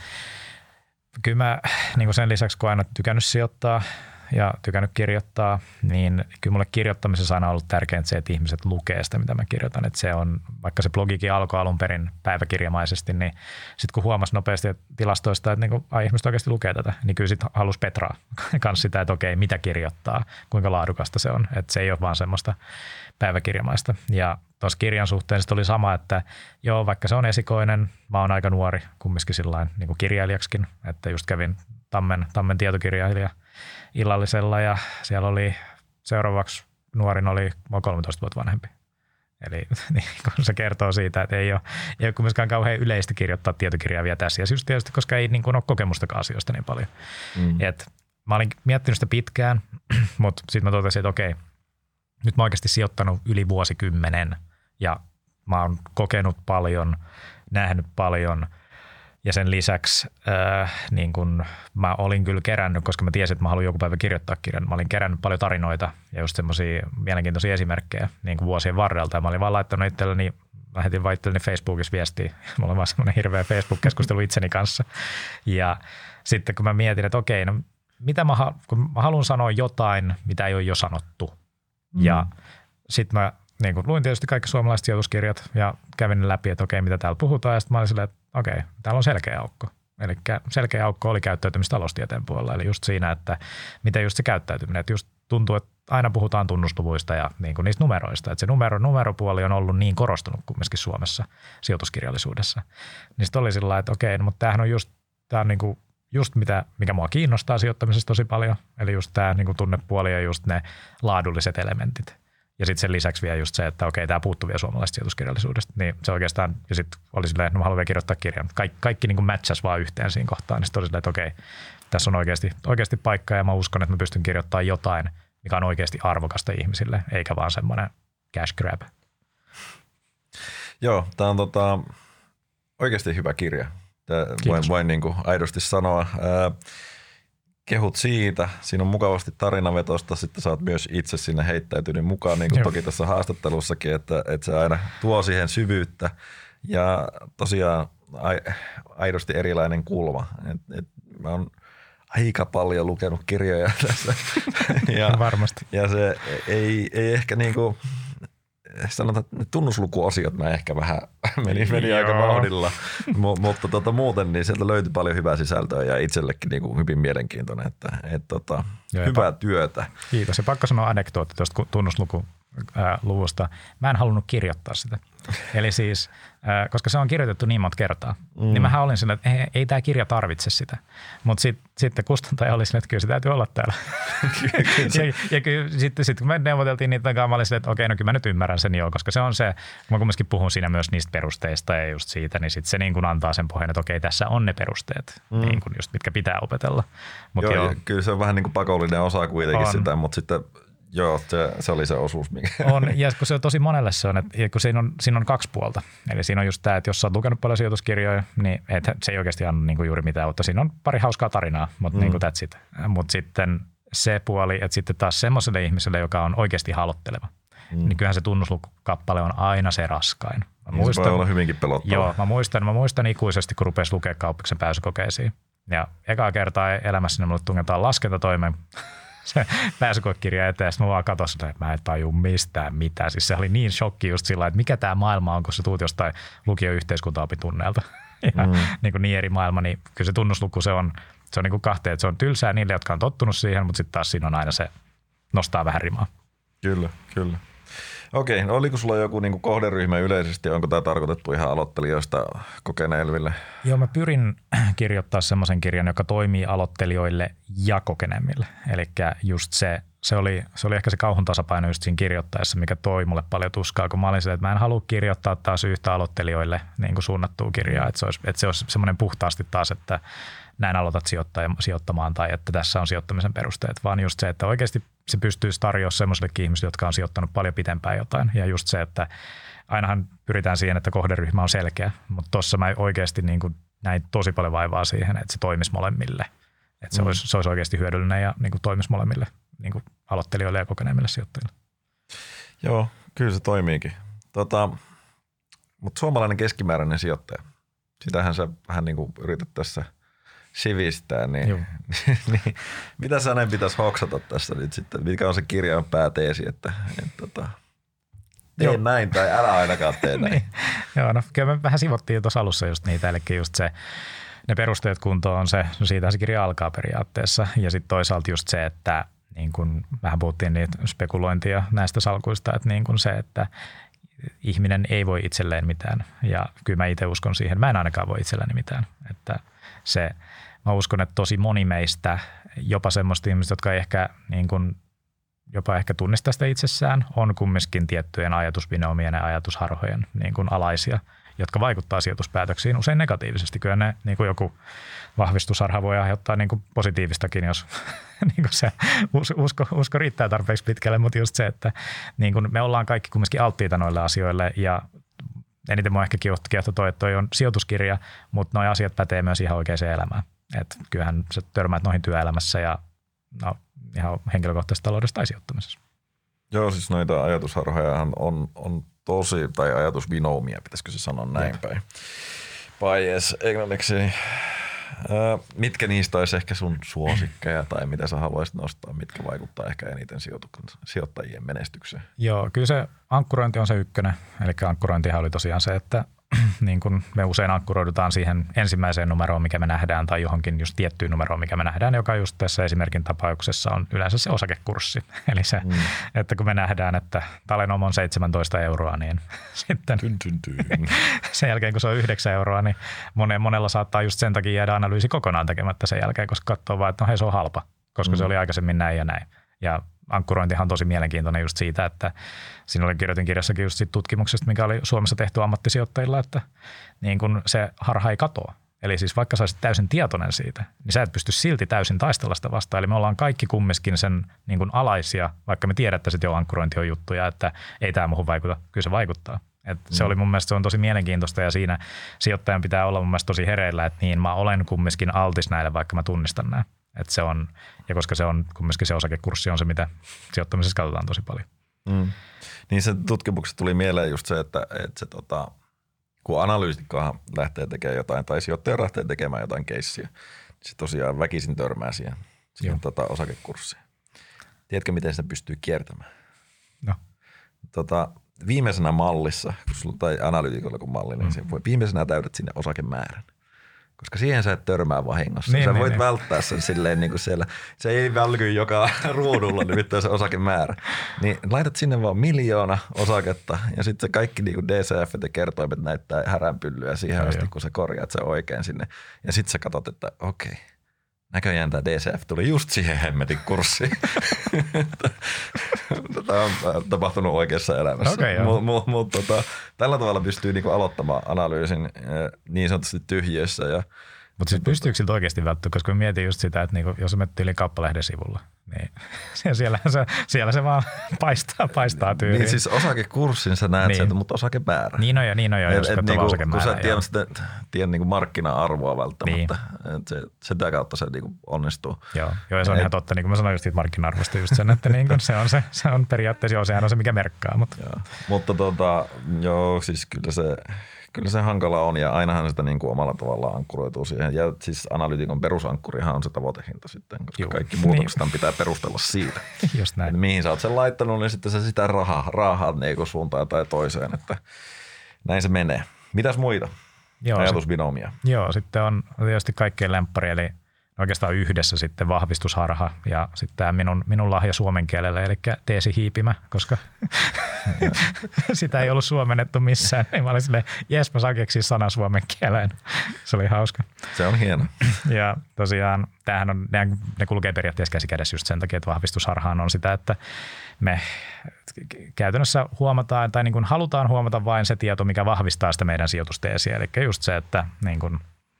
kyllä mä niin kuin sen lisäksi kun aina tykännyt sijoittaa ja tykännyt kirjoittaa, niin kyllä mulle kirjoittamisessa on aina ollut tärkeintä se, että ihmiset lukee sitä, mitä mä kirjoitan. Että se on, vaikka se blogikin alkoi alun perin päiväkirjamaisesti, niin sitten kun huomasi nopeasti tilastoista, että niin ai, ihmiset oikeasti lukee tätä, niin kyllä sitten halusi petraa kanssa sitä, että okei, mitä kirjoittaa, kuinka laadukasta se on. Että se ei ole vaan semmoista päiväkirjamaista. Ja tuossa kirjan suhteen sitten oli sama, että joo, vaikka se on esikoinen, mä oon aika nuori kumminkin sillain niin kuin kirjailijaksikin, että just kävin Tammen, Tammen tietokirjailija illallisella ja siellä oli seuraavaksi nuorin oli kolmetoista vuotta vanhempi. Eli niin, se kertoo siitä, että ei ole, ei ole kumminkaan kauhean yleistä kirjoittaa tietokirjaa vielä tässä. Ja just tietysti, koska ei niin kuin ole kokemustakaan asioista niin paljon. Mm. Et mä olin miettinyt sitä pitkään, mutta sitten mä totesin, että okei, nyt mä oon oikeasti sijoittanut yli vuosikymmenen ja mä oon kokenut paljon, nähnyt paljon. Ja sen lisäksi äh, niin kun mä olin kyllä kerännyt, koska mä tiesin, että mä haluan joku päivä kirjoittaa kirjan. Mä olin kerännyt paljon tarinoita ja just semmoisia mielenkiintoisia esimerkkejä niin kuin vuosien varrelta. Ja mä olin vaan laittanut itselleni, lähetin vaan itselleni Facebookissa viestiä. Mulla on vaan semmoinen hirveä Facebook-keskustelu itseni kanssa. Ja sitten kun mä mietin, että okei, no mitä mä, kun mä haluan sanoa jotain, mitä ei ole jo sanottu. Mm. Ja sitten mä niin kun luin tietysti kaikki suomalaiset sijoituskirjat ja kävin ne läpi, että okei, mitä täällä puhutaan. Ja sitten mä olin silleen, että okei, täällä on selkeä aukko. Eli selkeä aukko oli käyttäytymistaloustieteen puolella. Eli just siinä, että miten just se käyttäytyminen. Että just tuntuu, että aina puhutaan tunnusluvuista ja niin kuin niistä numeroista. Että se numero, numeropuoli on ollut niin korostunut kumminkin Suomessa sijoituskirjallisuudessa. Niin sitten oli sillä lailla, että okei, no, mutta tämähän on just, tämä on niin kuin just mitä, mikä mua kiinnostaa sijoittamisessa tosi paljon. Eli just tämä niin kuin tunnepuoli ja just ne laadulliset elementit. Ja sitten sen lisäksi vielä just se, että okei, tämä puuttuu vielä suomalaisesta sijoituskirjallisuudesta. Niin se oikeastaan, ja sitten oli silleen, että no mä haluan vielä kirjoittaa kirjan. Kaik, kaikki niin kuin matchas vaan yhteen siinä kohtaan. Niin sitten oli silleen, että okei, tässä on oikeasti, oikeasti paikka ja mä uskon, että mä pystyn kirjoittamaan jotain, mikä on oikeasti arvokasta ihmisille, eikä vaan semmoinen cash grab. Joo, tämä on tota, oikeasti hyvä kirja. Tämä voin, voin niin kuin aidosti sanoa. Ää, Kehut siitä. Siinä on mukavasti tarinavetosta. Sitten sä oot myös itse sinne heittäytynyt mukaan, niin kuin toki tässä haastattelussakin, että, että se aina tuo siihen syvyyttä. Ja tosiaan aidosti erilainen kulma. Et, et mä oon aika paljon lukenut kirjoja tässä. ja, Varmasti. Ja se ei, ei ehkä niinku, sanotaan, että ne tunnuslukuosiot mä ehkä vähän meni, meni aika vauhdilla, M- mutta tota, muuten niin sieltä löytyi paljon hyvää sisältöä ja itsellekin niin kuin hyvin mielenkiintoinen, että et, tota, Joo, hyvää pa- työtä. Kiitos. Ja pakko sanoa anekdootti tuosta tunnusluvusta. Mä en halunnut kirjoittaa sitä. Eli siis, äh, koska se on kirjoitettu niin monta kertaa, mm. niin mähän olin sillä, että ei, ei tämä kirja tarvitse sitä. Mutta sitten sit kustantaja oli sillä, että kyllä se täytyy olla täällä. ja ja kyllä, sitten sit, kun me neuvoteltiin niitä kanssa, mä olin sillä, että okei, no kyllä mä nyt ymmärrän sen jo, koska se on se, kun mä kumminkin puhun siinä myös niistä perusteista ja just siitä, niin sitten se niin kuin antaa sen pohjan, että okei, tässä on ne perusteet, mm. niin kuin just mitkä pitää opetella. Mut joo, joo, kyllä se on vähän niin kuin pakollinen osa kuitenkin on. Sitä, mutta sitten joo, se, se oli se osuus. Mikä. On, ja kun se on tosi monelle se on, että kun siinä on, siinä on kaksi puolta. Eli siinä on just tämä, että jos sä oot lukenut paljon sijoituskirjoja, niin et, se ei oikeasti anna niin kuin juuri mitään uutta. Siinä on pari hauskaa tarinaa, mutta mm. niin kuin that's it. Mutta sitten se puoli, että sitten taas semmoiselle ihmiselle, joka on oikeasti halotteleva, mm. niin kyllähän se tunnuslukukappale on aina se raskain. Mä niin muistan, se voi olla hyvinkin pelottava. Joo, mä muistan, mä muistan ikuisesti, kun rupesi lukea Kauppiksen pääsykokeisiin. Ja ekaa kertaa elämässäni mulle tungetaan laskentatoimen se pääsykoekirja eteen, ja sitten mä vaan katsoin, että mä en tajua mistään mitään. Siis se oli niin shokki just sillä, että mikä tämä maailma on, kun sä tuut jostain lukio-yhteiskuntaopitunneelta. Ja mm. niin, kuin niin eri maailma, niin kyllä se tunnusluku se on, se on niin kuin kahteen, että se on tylsää niille, jotka on tottunut siihen, mutta sitten taas siinä on aina se, nostaa vähän rimaa. Kyllä, kyllä. Okei, no oliko sulla joku niin kuin kohderyhmä yleisesti, onko tämä tarkoitettu ihan aloittelijoista kokeneille? Joo, mä pyrin kirjoittaa semmoisen kirjan, joka toimii aloittelijoille ja kokeneemmille. Eli just se se oli, se oli ehkä se kauhun tasapaino just siinä kirjoittaessa, mikä toi mulle paljon tuskaa, kun mä olin silleen, että mä en halua kirjoittaa taas yhtä aloittelijoille niin kuin suunnattua kirjaa, että se olisi, että se olisi semmoinen puhtaasti taas, että näin aloitat sijoittamaan tai että tässä on sijoittamisen perusteet, vaan just se, että oikeasti se pystyisi tarjoamaan semmoisillekin ihmisille, jotka on sijoittanut paljon pitempään jotain ja just se, että ainahan pyritään siihen, että kohderyhmä on selkeä, mutta tuossa mä oikeasti niin kuin näin tosi paljon vaivaa siihen, että se toimisi molemmille, että se, mm. olisi, se olisi oikeasti hyödyllinen ja niin kuin toimisi molemmille niin kuin aloittelijoille ja kokeneemmille sijoittajille. Joo, kyllä se toimiikin. Tota, mutta suomalainen keskimääräinen sijoittaja, sitähän sä vähän niin kuin yrität tässä sivistää, niin, niin mitä sä näin pitäisi hoksata tässä nyt sitten? Mikä on se kirjan pääteesi, että, että tota, tee Joo. näin tai älä ainakaan tee näin. niin. Joo, no kyllä me vähän sivottiin tuossa alussa just niitä, eli just se, ne perusteet kuntoon on se, no siitä se kirja alkaa periaatteessa ja sitten toisaalta just se, että niin kun vähän puhuttiin niitä spekulointia näistä salkuista, että niin kun se, että ihminen ei voi itselleen mitään ja kyllä mä itse uskon siihen, mä en ainakaan voi itselläni mitään, että se, mä uskon, että tosi moni meistä, jopa semmoista ihmistä, jotka ei ehkä niin kun, jopa ehkä tunnistaa sitä itsessään, on kumminkin tiettyjen ajatusbinoomien ja ajatusharhojen niin kun alaisia, jotka vaikuttaa sijoituspäätöksiin usein negatiivisesti. Kyllä ne niin kuin joku vahvistusharha voi aiheuttaa niin kuin positiivistakin, jos niin kuin se usko, usko riittää tarpeeksi pitkälle, mutta just se, että niin kuin me ollaan kaikki kumminkin alttiita noille asioille ja eniten mua ehkä kiehtoi toi, että toi on sijoituskirja, mutta nuo asiat pätee myös ihan oikeaan elämään. Et kyllähän sä törmäät noihin työelämässä ja no, ihan henkilökohtaisessa taloudessa tai sijoittamisessa. Joo, siis noita ajatusharhojahan on, on tosi, tai ajatusvinoumia, pitäisikö se sanoa näin päin. Bias englanniksi. Ää, mitkä niistä olisi ehkä sun suosikkeja tai mitä sä haluaisit nostaa, mitkä vaikuttaa ehkä eniten sijoittajien menestykseen? Joo, kyllä se ankkurointi on se ykkönen. Eli ankkurointihan oli tosiaan se, että niin kun me usein ankkuroidutaan siihen ensimmäiseen numeroon, mikä me nähdään, tai johonkin just tiettyyn numeroon, mikä me nähdään, joka just tässä esimerkin tapauksessa on yleensä se osakekurssi. Eli se, mm. että kun me nähdään, että Talenom on seitsemäntoista euroa, niin sitten tyn, tyn, tyn. sen jälkeen, kun se on yhdeksän euroa, niin monella saattaa just sen takia jäädä analyysi kokonaan tekemättä sen jälkeen, koska katsoo vaan, että no hei, se on halpa, koska mm. se oli aikaisemmin näin ja näin. Ja ankkurointihan on tosi mielenkiintoinen just siitä, että siinä oli kirjoitin kirjassakin just siitä tutkimuksesta, mikä oli Suomessa tehty ammattisijoittajilla, että niin kun se harha ei katoa. Eli siis vaikka sä olisit täysin tietoinen siitä, niin sä et pysty silti täysin taistella sitä vastaan. Eli me ollaan kaikki kumminkin sen niin kun alaisia, vaikka me tiedät, että se jo ankkurointi on juttuja, että ei tämä muuhun vaikuta. Kyllä se vaikuttaa. Et mm. Se oli mun mielestä se on tosi mielenkiintoista ja siinä sijoittajan pitää olla mun mielestä tosi hereillä, että niin mä olen kumminkin altis näille, vaikka mä tunnistan nämä. Että se on, ja koska se on kumminkin se osakekurssi on se, mitä sijoittamisessa katsotaan tosi paljon. Mm. Niin se tutkimuksessa tuli mieleen just se, että, että se, tota, kun analyytikkohan lähtee tekemään jotain tai sijoittaja lähtee tekemään jotain keissiä, se tosiaan väkisin törmää siihen, siihen tota, osakekurssiin. Tiedätkö, miten sitä pystyy kiertämään? No. Tota, viimeisenä mallissa, kun sulla, tai analyytikolla kun malli, niin mm. voi, viimeisenä täytät sinne osakemäärän. Koska siihen sä et törmää vahingossa. Niin, sä niin, voit niin. välttää sen silleen niin kuin siellä. Se ei välky joka ruudulla, nimittäin se osakemäärä. Niin laitat sinne vaan miljoona osaketta ja sitten se kaikki niin kuin D C F ja kertoimet näyttää häränpyllyä siihen no, asti, jo. kun sä korjaat sen oikein sinne. Ja sitten sä katsot, että okei, näköjään tämä D C F tuli just siihen hemmetin kurssiin. Tämä on tapahtunut oikeassa elämässä. Okay, Mutta mut, mut, tota, tällä tavalla pystyy niinku aloittamaan analyysin niin sanotusti tyhjiössä. Mutta siis pystyykö siltä oikeasti välttyä, koska mä mietin just sitä, että niinku, jos menet yli kauppalehden sivulla, niin siellä se, siellä se vaan paistaa, paistaa tyyliin. Niin siis osakekurssin sä näet niin. sieltä, mutta osakemäärä. Niin on jo, niin on jo, jos katsoo niinku, osakemäärä. Kun sä tiedät sitä tiedät niinku markkina-arvoa välttämättä, niin. se, sitä kautta se niinku onnistuu. Joo, joo ja se on et, ihan totta, niin kuin mä sanoin just siitä markkina-arvosta just sen, että niin se, on se, se on periaatteessa, joo, sehän on se mikä merkkaa. Mutta, joo. mutta tota, joo, siis kyllä se... Kyllä se hankala on ja ainahan sitä niin kuin omalla tavallaan ankkuroituu siihen. Ja siis analyytikon perusankkurihan on se tavoitehinta sitten, koska Juu. kaikki muutokset niin. pitää perustella siitä. Just näin. Että mihin sä oot sen laittanut, niin sitten sä sitä rahaa, rahaa niin suuntaan tai toiseen. Että näin se menee. Mitäs muita joo, ajatusbinomia? Sit, joo, sitten on tietysti kaikkein lemppari, eli oikeastaan yhdessä sitten vahvistusharha ja sitten tämä minun, minun lahja suomen kielelle, eli teesihiipimä, koska sitä ei ollut suomennettu missään. Niin mä olin silleen, jes mä saan keksiä sanan suomen kieleen. Se oli hauska. Se on hieno. Ja tosiaan tämähän on, ne kulkee periaatteessa käsikädessä just sen takia, että vahvistusharhaan on sitä, että me käytännössä huomataan tai niin kuin halutaan huomata vain se tieto, mikä vahvistaa sitä meidän sijoitusteesiä. Eli just se, että niin kuin,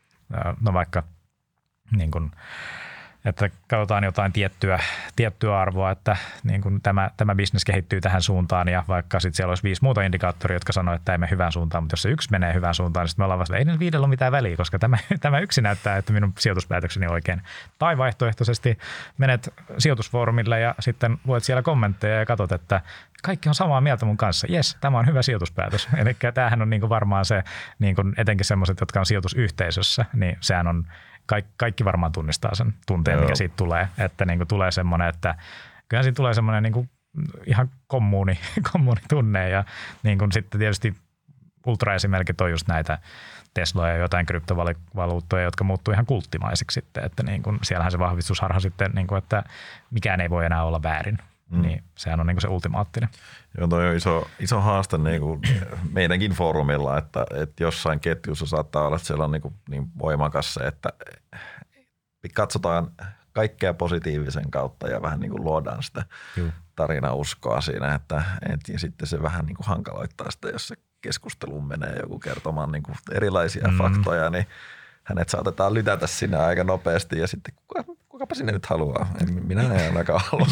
no vaikka niin kuin, että katsotaan jotain tiettyä, tiettyä arvoa, että niin kuin tämä, tämä bisnes kehittyy tähän suuntaan ja vaikka sitten siellä olisi viisi muuta indikaattoria, jotka sanoo, että ei mene hyvään suuntaan, mutta jos se yksi menee hyvään suuntaan, niin sitten me ollaan vasta, ei niillä viidellä ole mitään väliä, koska tämä, tämä yksi näyttää, että minun sijoituspäätökseni on oikein. Tai vaihtoehtoisesti menet sijoitusfoorumille ja sitten luet siellä kommentteja ja katsot, että kaikki on samaa mieltä mun kanssa. Jes, tämä on hyvä sijoituspäätös. Eli tämähän on niin kuin varmaan se, niin kuin etenkin sellaiset, jotka on sijoitusyhteisössä, niin sehän on Kaikki, kaikki varmaan tunnistaa sen tunteen, Joo. mikä siitä tulee. Että niin kuin tulee semmoinen, että kyllähän siitä tulee semmoinen niin kuin ihan kommuuni, kommuunitunne. Ja niin kuin sitten tietysti ultraesimerkit on just näitä Tesloja ja jotain kryptovaluuttoja, jotka muuttuu ihan kulttimaisiksi sitten. Että niin kuin, siellähän se vahvistusharha sitten, niin kuin, että mikään ei voi enää olla väärin. Mm. Niin sehän on niin kuin se ultimaattinen. Joo, toi on iso, iso haaste niin kuin meidänkin foorumilla, että, että jossain ketjussa saattaa olla, että siellä on niin, kuin niin voimakas se, että katsotaan kaikkea positiivisen kautta ja vähän niin kuin luodaan sitä Juh. tarinauskoa siinä, että, että ja sitten se vähän niin kuin hankaloittaa sitä, jos se keskusteluun menee joku kertomaan niin kuin erilaisia mm. faktoja, niin hänet saatetaan lytätä sinne aika nopeasti ja sitten kuka, kukapa sinne nyt haluaa. En, minä en ainakaan halua.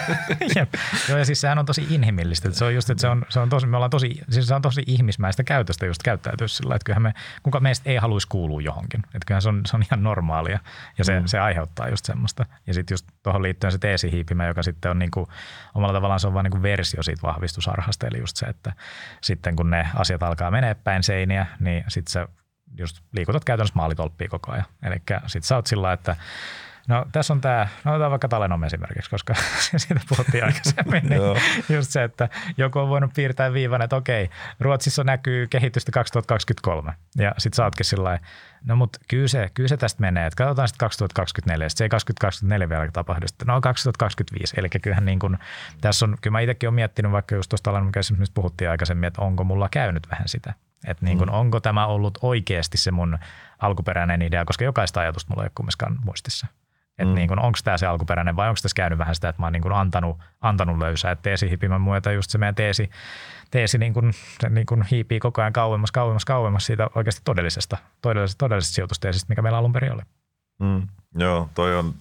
Joo, ja siis sehän on tosi inhimillistä. Se on just, että se on, se on tosi, me ollaan tosi, siis se on tosi ihmismäistä käytöstä just käyttäytyä sillä, että kyllähän me, kuka meistä ei haluaisi kuulua johonkin. Että kyllähän se on, se on ihan normaalia ja se, mm. se aiheuttaa just semmoista. Ja sitten just tuohon liittyen se teesihiipimä, joka sitten on niinku, omalla tavallaan se on vain niinku versio siitä vahvistusarhasta. Eli just se, että sitten kun ne asiat alkaa menee päin seiniä, niin sitten se just liikutat käytännössä maalitolppia koko ajan. Eli sit sä oot sillä, että no tässä on tämä, no otetaan vaikka Talenom esimerkiksi, koska siitä puhuttiin aikaisemmin. Niin just se, että joku on voinut piirtää viivan, että okei, Ruotsissa näkyy kehitystä kaksituhattakaksikymmentäkolme. Ja sit sä ootkin sillä lailla, no mutta kyllä se, kyllä se tästä menee, että katsotaan sitten kaksituhattakaksikymmentäneljä, sitten se ei kaksituhattakaksikymmentäneljä vielä tapahdu, sitten no kaksituhattakaksikymmentäviisi. Eli kyllähän niin kuin, tässä on, kyllä mä itsekin olen miettinyt vaikka just tuosta Talenom, mistä puhuttiin aikaisemmin, että onko mulla käynyt vähän sitä. Että niin kuin, mm. onko tämä ollut oikeasti se mun alkuperäinen idea, koska jokaista ajatusta mulla ei ole kumminkaan muistissa. Että mm. niin kuin, onko tämä se alkuperäinen vai onko tässä käynyt vähän sitä, että mä oon niin kuin antanut, antanut löysää. Että teesihipimän myötä just se meidän teesi, teesi niin kuin, se niin kuin hiipii koko ajan kauemmas, kauemmas, kauemmas siitä oikeasti todellisesta, todellisesta, todellisesta sijoitusteesistä, mikä meillä alun perin oli. Mm. Joo, toi on.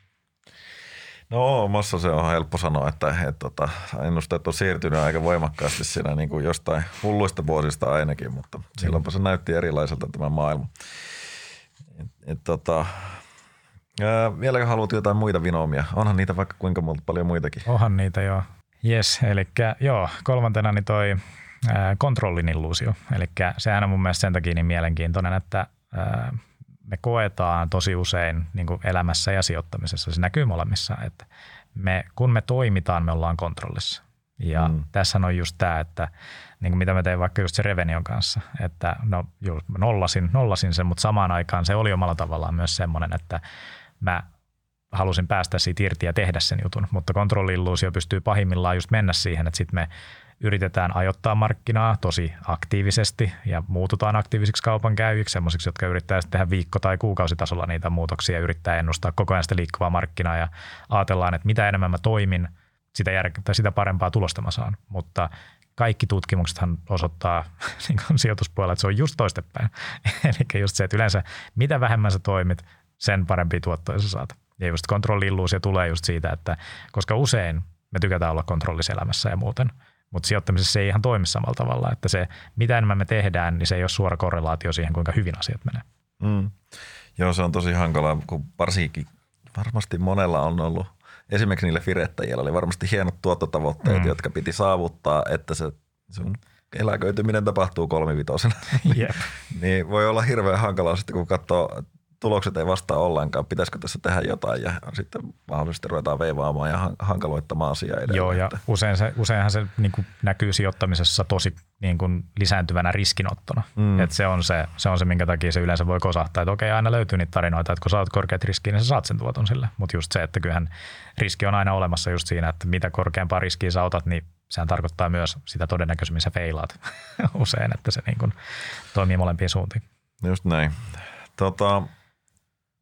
No omassa se on helppo sanoa, että, että, että ennusteet on siirtynyt aika voimakkaasti siinä niin kuin jostain hulluista vuosista ainakin, mutta silloinpa se näytti erilaiselta tämä maailma. Et, et, tota, ää, vieläkö haluat jotain muita vinoomia? Onhan niitä vaikka kuinka paljon muitakin. Onhan niitä joo. Jes, eli joo, kolmantena niin toi ää, kontrollin illuusio. Eli sehän on mun mielestä sen takia niin mielenkiintoinen, että ää, me koetaan tosi usein niin kuin elämässä ja sijoittamisessa, se näkyy molemmissa, että me, kun me toimitaan, me ollaan kontrollissa. Ja mm. tässä on just tämä, että niin kuin mitä mä tein vaikka just se Revenion kanssa, että no just nollasin, nollasin sen, mutta samaan aikaan se oli omalla tavallaan myös semmoinen, että mä halusin päästä siitä irti ja tehdä sen jutun, mutta kontrolli-illuusio pystyy pahimmillaan just mennä siihen, että sitten me yritetään ajoittaa markkinaa tosi aktiivisesti ja muututaan aktiivisiksi kaupankäyjiksi, semmoisiksi, jotka yrittää tehdä viikko- tai kuukausitasolla niitä muutoksia ja yrittää ennustaa koko ajan sitä liikkuvaa markkinaa ja ajatellaan, että mitä enemmän mä toimin, sitä, jär- tai sitä parempaa tulosta mä saan. Mutta kaikki tutkimuksethan osoittaa niin kuin sijoituspuolella, että se on just toistepäin. Eli just se, että yleensä mitä vähemmän sä toimit, sen parempia tuottoja sä saat. Ja just kontrolli-illuusio tulee just siitä, että koska usein me tykätään olla kontrollissa elämässä ja muuten, mutta sijoittamisessa se ei ihan toimi samalla tavalla, että se mitä enemmän me tehdään, niin se ei ole suora korrelaatio siihen, kuinka hyvin asiat menee. Mm. Joo, se on tosi hankalaa, kun varsinkin varmasti monella on ollut, esimerkiksi niille firettäjillä oli varmasti hienot tuottotavoitteet, mm. jotka piti saavuttaa, että se sun eläköityminen tapahtuu kolmivitosena. Yep. Niin voi olla hirveän hankalaa sitten, kun katsoo, tulokset ei vastaa ollenkaan, pitäisikö tässä tehdä jotain ja sitten mahdollisesti ruvetaan veivaamaan ja hankaloittamaan asiaa edelleen. Joo, ja usein se, useinhan se niin kuin näkyy sijoittamisessa tosi niin kuin lisääntyvänä riskinottona. Mm. Et se, on se, se on se, minkä takia se yleensä voi kosahtaa, että okei, aina löytyy niitä tarinoita, että kun saat korkeat riskiä, niin sä saat sen tuoton sille. Mutta just se, että kyllähän riski on aina olemassa just siinä, että mitä korkeampaa riskiä sä otat, niin sehän tarkoittaa myös sitä todennäköisemmin sä feilaat usein, että se niin kuin toimii molempiin suuntiin. Just näin. Tota,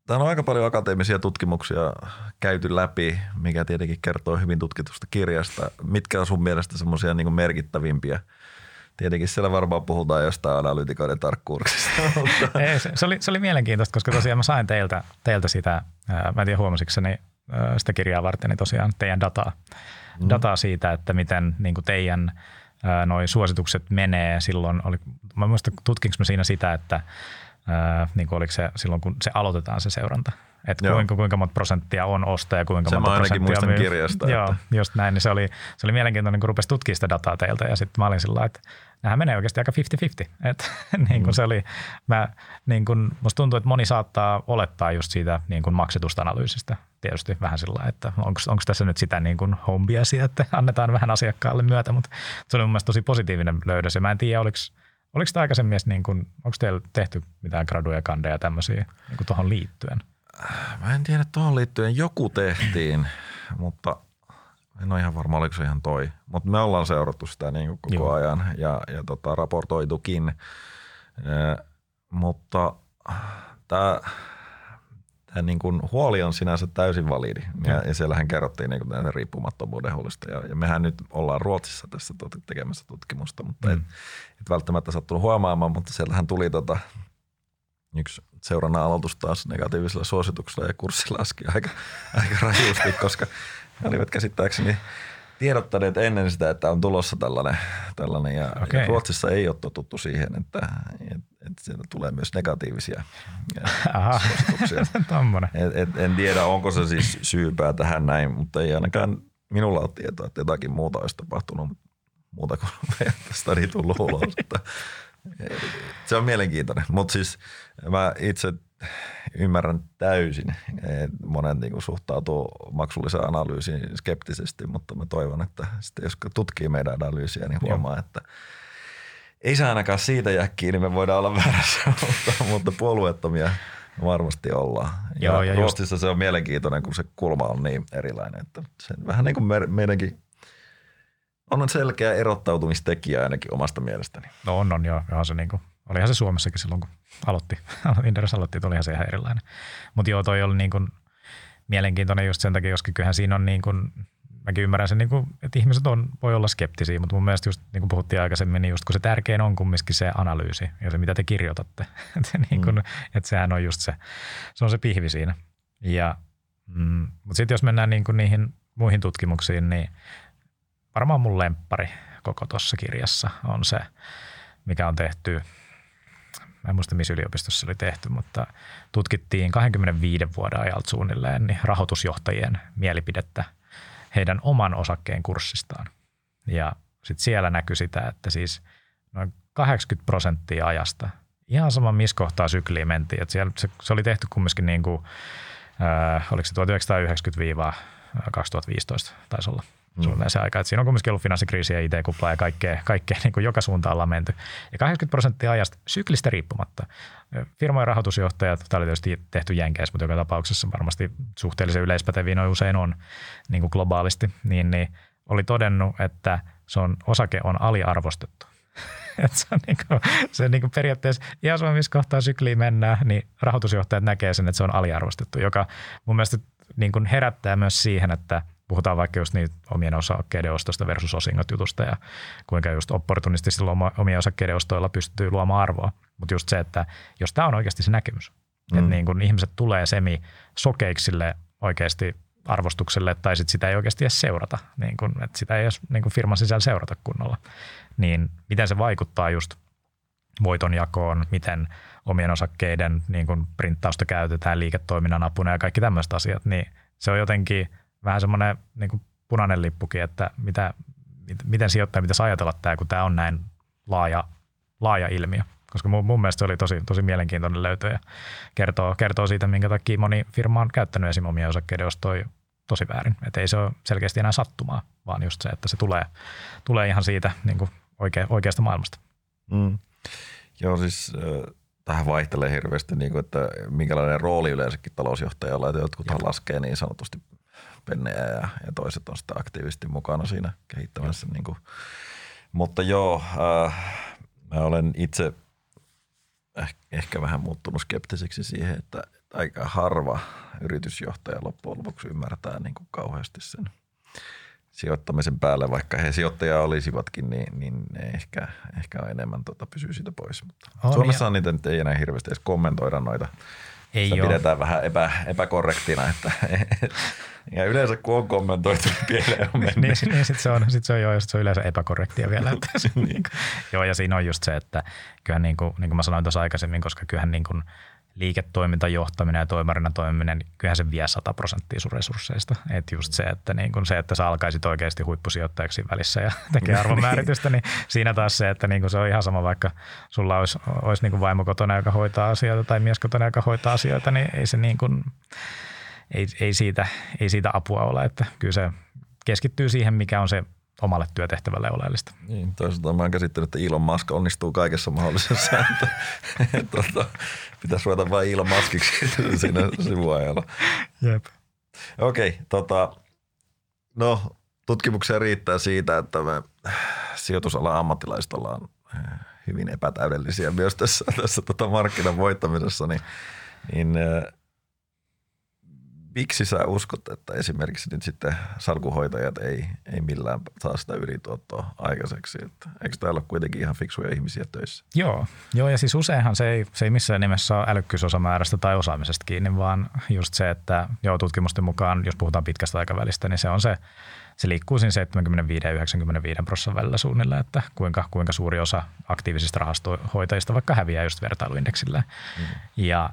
Täällä on aika paljon akateemisia tutkimuksia käyty läpi, mikä tietenkin kertoo hyvin tutkitusta kirjasta. Mitkä on sun mielestä semmoisia niin kuin merkittävimpiä? Tietenkin siellä varmaan puhutaan jostain analyytikoiden tarkkuuksista. Ei, se, se, oli, se oli mielenkiintoista, koska tosiaan mä sain teiltä, teiltä sitä, mä en tiedä huomasikseni sitä kirjaa varten, niin tosiaan teidän dataa, mm. dataa siitä, että miten niin kuin teidän noi suositukset menee silloin. Oli, mä muistan, tutkinko mä siinä sitä, että ää, niin kuin oliko se silloin, kun se aloitetaan se seuranta. Että kuinka, kuinka monta prosenttia on osta ja kuinka se monta prosenttia muistan myy. kirjasta. Joo, että. just näin. Niin se, oli, se oli mielenkiintoinen, kun rupesi tutkimaan sitä dataa teiltä ja sitten mä olin sillä että nämähän menee oikeasti aika viisikymmentä viisikymmentä. Että niin kuin se oli, mä, niin kuin, musta tuntuu, että moni saattaa olettaa just siitä niin kuin maksetusta analyysistä. Tietysti vähän sillä että onko tässä nyt sitä niin kuin home biasia, että annetaan vähän asiakkaalle myötä, mutta se oli mun mielestä tosi positiivinen löydös. Ja mä en tiedä, oliko, oliko tämä aikaisemmin, niin kuin, onko teillä tehty mitään graduja, kandeja ja tämmöisiä niin kuin tuohon liittyen? Mä en tiedä, tuohon liittyen joku tehtiin, mutta en ole ihan varma, oliko se ihan toi. Mutta me ollaan seurattu sitä niin kuin koko Joo. ajan ja, ja tota, raportoitukin. E, mutta tämä niin kuin huoli on sinänsä täysin validi. Ja, ja siellähän kerrottiin niin kuin näitä riippumattomuuden huolista. Ja, ja mehän nyt ollaan Ruotsissa tässä tekemässä tutkimusta, mutta mm. et, et välttämättä sattunut huomaamaan, mutta siellähän tuli tota, yksi seurannan aloitus taas negatiivisella suosituksella ja kurssi laski aika, aika rajusti, koska he olivat käsittääkseni tiedottaneet ennen sitä, että on tulossa tällainen. tällainen ja, okay. ja Ruotsissa ei ole totuttu siihen, että, että, että sieltä tulee myös negatiivisia suosituksia. et, et, en tiedä, onko se siis syypää tähän näin, mutta ei ainakaan minulla ole tietoa, että jotakin muuta olisi tapahtunut, muuta kuin tästä on tullut ulos. Se on mielenkiintoinen, mutta siis mä itse ymmärrän täysin, että monet niin kuin suhtautuu maksulliseen analyysiin skeptisesti, mutta mä toivon, että sitten jos tutkii meidän analyysiä, niin huomaa, Joo. että ei saa ainakaan siitä jää kiinni, me voidaan olla väärässä, mutta, mutta puolueettomia varmasti ollaan. Joo, ja ja Ruotsissa just se on mielenkiintoinen, kun se kulma on niin erilainen, että se vähän niin kuin me, meidänkin on selkeä erottautumistekijä ainakin omasta mielestäni. No on, on joo. Joo se niin kuin, olihan se Suomessakin silloin, kun aloitti. Inderes aloitti, että olihan se ihan erilainen. Mutta joo, toi oli niin kuin mielenkiintoinen just sen takia, koska kyllähän siinä on niin kuin, mäkin ymmärrän sen, niin kuin, että ihmiset on, voi olla skeptisiä, mutta mun mielestä just niin kuin puhuttiin aikaisemmin, niin just kun se tärkein on kumminkin se analyysi ja se, mitä te kirjoitatte. että, niin kuin, mm. että sehän on just se, se on se pihvi siinä. Ja, mm, mutta sitten jos mennään niin kuin niihin muihin tutkimuksiin, niin varmaan mun lemppari koko tuossa kirjassa on se, mikä on tehty, mä en muista missä yliopistossa se oli tehty, mutta tutkittiin kaksikymmentäviisi vuoden ajalta suunnilleen niin rahoitusjohtajien mielipidettä heidän oman osakkeen kurssistaan. Ja sitten siellä näkyi sitä, että siis noin kahdeksankymmentä prosenttia ajasta, ihan sama missä kohtaa sykliä mentiin, että siellä se, se oli tehty kumminkin niin kuin, äh, oliko se tuhatyhdeksänsataayhdeksänkymmentä kaksituhattaviisitoista taisi olla. Suunnilleen se aika, että siinä on kumminkin ollut finanssikriisi ja I T-kupla ja kaikkea, kaikkea niin kuin joka suuntaan ollaan menty. Ja kahdeksankymmentä prosenttia ajasta syklistä riippumatta. Firmojen rahoitusjohtajat, tämä oli tietysti tehty Jenkeissä, mutta joka tapauksessa varmasti suhteellisen yleispäteviä noin usein on niin kuin globaalisti, niin, niin oli todennut, että se on, osake on aliarvostettu. Että se on, niin kuin, se niin kuin periaatteessa ihan sama, missä kohtaa sykliin mennään, niin rahoitusjohtajat näkee sen, että se on aliarvostettu, joka mun mielestä niin kuin herättää myös siihen, että puhutaan vaikka just niitä omien osakkeiden ostosta versus osingot jutusta ja kuinka just opportunistisesti omien osakkeiden ostoilla pystyy luomaan arvoa. Mutta just se, että jos tämä on oikeasti se näkemys, mm. että niin kun ihmiset tulee semi-sokeiksi sille oikeasti arvostukselle tai sit sitä ei oikeasti edes seurata, niin kun, että sitä ei edes niin kun firman sisällä seurata kunnolla, niin miten se vaikuttaa just voitonjakoon, miten omien osakkeiden niin kun printtausta käytetään liiketoiminnan apuna ja kaikki tämmöiset asiat, niin se on jotenkin vähän semmoinen niin kuin punainen lippukin, että mitä, miten sijoittaja pitäisi ajatella tämä, kun tämä on näin laaja, laaja ilmiö. Koska mun, mun mielestä se oli tosi, tosi mielenkiintoinen löytö ja kertoo, kertoo siitä, minkä takia moni firma on käyttänyt esimerkiksi omia osakkeiden ostoja tosi väärin. Että ei se ole selkeästi enää sattumaa, vaan just se, että se tulee, tulee ihan siitä niin kuin oikea, oikeasta maailmasta. Mm. Joo, siis äh, tähän vaihtelee hirveästi, niin kuin, että minkälainen rooli yleensäkin talousjohtajalla, että jotkuthan laskee niin sanotusti pennejä ja, ja toiset on sitten aktiivisesti mukana siinä kehittämässä. Niin kuin. Mutta joo, äh, mä olen itse eh, ehkä vähän muuttunut skeptiseksi siihen, että aika harva yritysjohtaja loppujen lopuksi ymmärtää niin kuin kauheasti sen sijoittamisen päälle, vaikka he sijoittajia olisivatkin, niin, niin ne ehkä, ehkä enemmän tota, pysyy siitä pois. Mutta on, Suomessa ja... niitä nyt ei enää hirveästi edes kommentoida noita. Ei sitä pidetään vähän epä, epäkorrektina. Että ja yleensä kun on kommentoitu, niin pieleen on mennyt. niin, niin sitten se on, sit se on, joo, sit se on yleensä epäkorrektia vielä. Että, niin kuin, joo, ja siinä on just se, että kyllähän niin kuin, niin kuin mä sanoin tuossa aikaisemmin, koska kyllähän niin kuin liiketoimintajohtaminen ja toimarina toimiminen, niin kyllähän se vie sata prosenttia sun resursseista. Että just se, että, niin kun se, että sä alkaisit oikeasti huippusijoittajaksi välissä ja tekee arvonmääritystä, niin siinä taas se, että niin kun se on ihan sama, vaikka sulla olisi, olisi niin kun vaimo kotona, joka hoitaa asioita tai mies kotona, joka hoitaa asioita, niin ei se niin kun, ei, ei, siitä, ei siitä apua ole. Että kyllä se keskittyy siihen, mikä on se omalle työtehtävälle oleellista. Niin, toisaalta mä oon käsittänyt, että Elon Musk onnistuu kaikessa mahdollisessa. Että, että, että pitäisi ruveta vain Elon Muskiksi siinä sivuajalla. Jep. Okei, tota, no tutkimuksia riittää siitä, että me sijoitusalan ammattilaiset ollaan hyvin epätäydellisiä myös tässä, tässä tota markkinan voittamisessa, niin, niin miksi sä uskot, että esimerkiksi nyt sitten salkunhoitajat ei, ei millään saa sitä ylituottoa aikaiseksi? Että eikö täällä ole kuitenkin ihan fiksuja ihmisiä töissä? Joo, Joo ja siis useinhan se ei, se ei missään nimessä ole älykkyysosamäärästä tai osaamisesta kiinni, vaan just se, että joo, tutkimusten mukaan, jos puhutaan pitkästä aikavälistä, niin se on se, se liikkuu siinä seitsemänkymmentäviisi ja yhdeksänkymmentäviisi prosenttia välillä suunnilleen, että kuinka, kuinka suuri osa aktiivisista rahastohoitajista vaikka häviää just vertailuindeksillä. Mm. Ja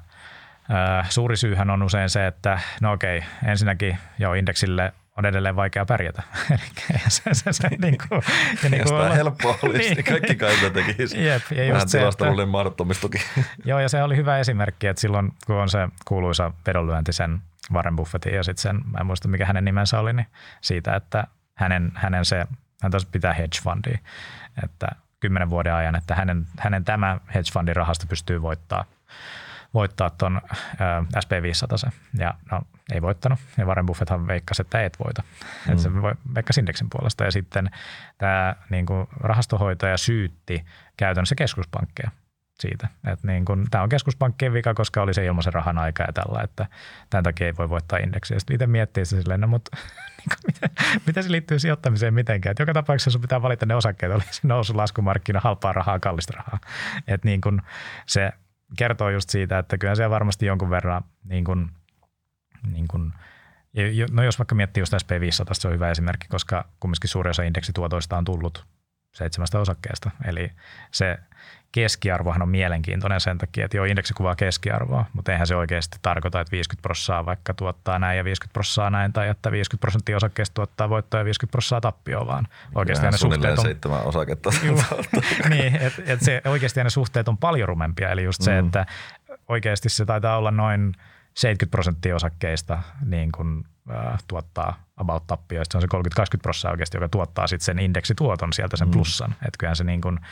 suuri syyhän on usein se, että no okei, ensinnäkin jo indeksille on edelleen vaikea pärjätä. Eli se, se, se, niin kuin, ja niin kuin jos tämä helppoa olisi, niin kaikki kai sitä tekisi. Jep, ja vähän tilastollinen mahdottomistukin. Joo, ja se oli hyvä esimerkki, että silloin kun on se kuuluisa vedonlyönti sen Warren Buffettin ja sitten sen, mä en muista mikä hänen nimensä oli, niin siitä, että hänen, hänen se, hän taisi pitää hedge fundia, että kymmenen vuoden ajan, että hänen, hänen tämä hedge fundin rahasta pystyy voittaa voittaa tuon S and P viisisataa. Ja no, ei voittanut. Ja Warren Buffetthan veikkasi, että et voita. Mm. Että se veikkasi indeksin puolesta. Ja sitten tämä niin kuin rahastohoitaja syytti käytännössä keskuspankkeja siitä. Että niin kuin, tämä on keskuspankkien vika, koska oli se ilmaisen rahan aika ja tällä, että tämän takia ei voi voittaa indeksiä. Sitten itse miettii se silleen, no mutta niin miten, miten se liittyy sijoittamiseen mitenkään. Että joka tapauksessa sun pitää valita ne osakkeet, oli se nousu, laskumarkkina, halpaa rahaa, kallista rahaa. Että niin kuin se kertoo just siitä, että kyllä siellä varmasti jonkun verran, niin kuin, niin kuin, no jos vaikka miettii just S and P viisisataa, se on hyvä esimerkki, koska kumminkin suuri osa indeksituotoista on tullut seitsemästä osakkeesta. Eli se keskiarvohan on mielenkiintoinen sen takia, että joo, indeksi kuvaa keskiarvoa, mutta eihän se oikeasti tarkoita, että viisikymmentä prosenttia vaikka tuottaa näin ja viisikymmentä prosenttia näin, tai että viisikymmentä prosenttia osakkeesta tuottaa voittoa ja viisikymmentä prosenttia tappioa, vaan oikeasti ne suhteet on seitsemän osaketta. niin, että et se oikeasti ne suhteet on paljon rumempia, eli just mm. se, että oikeasti se taitaa olla noin seitsemänkymmentä prosenttia osakkeista niin kuin, äh, tuottaa about tappio, ja se on se kolmekymmentä kaksikymmentä prosenttia oikeasti, joka tuottaa sitten sen indeksituoton sieltä sen plussan, mm. että kyllähän se niin kuin,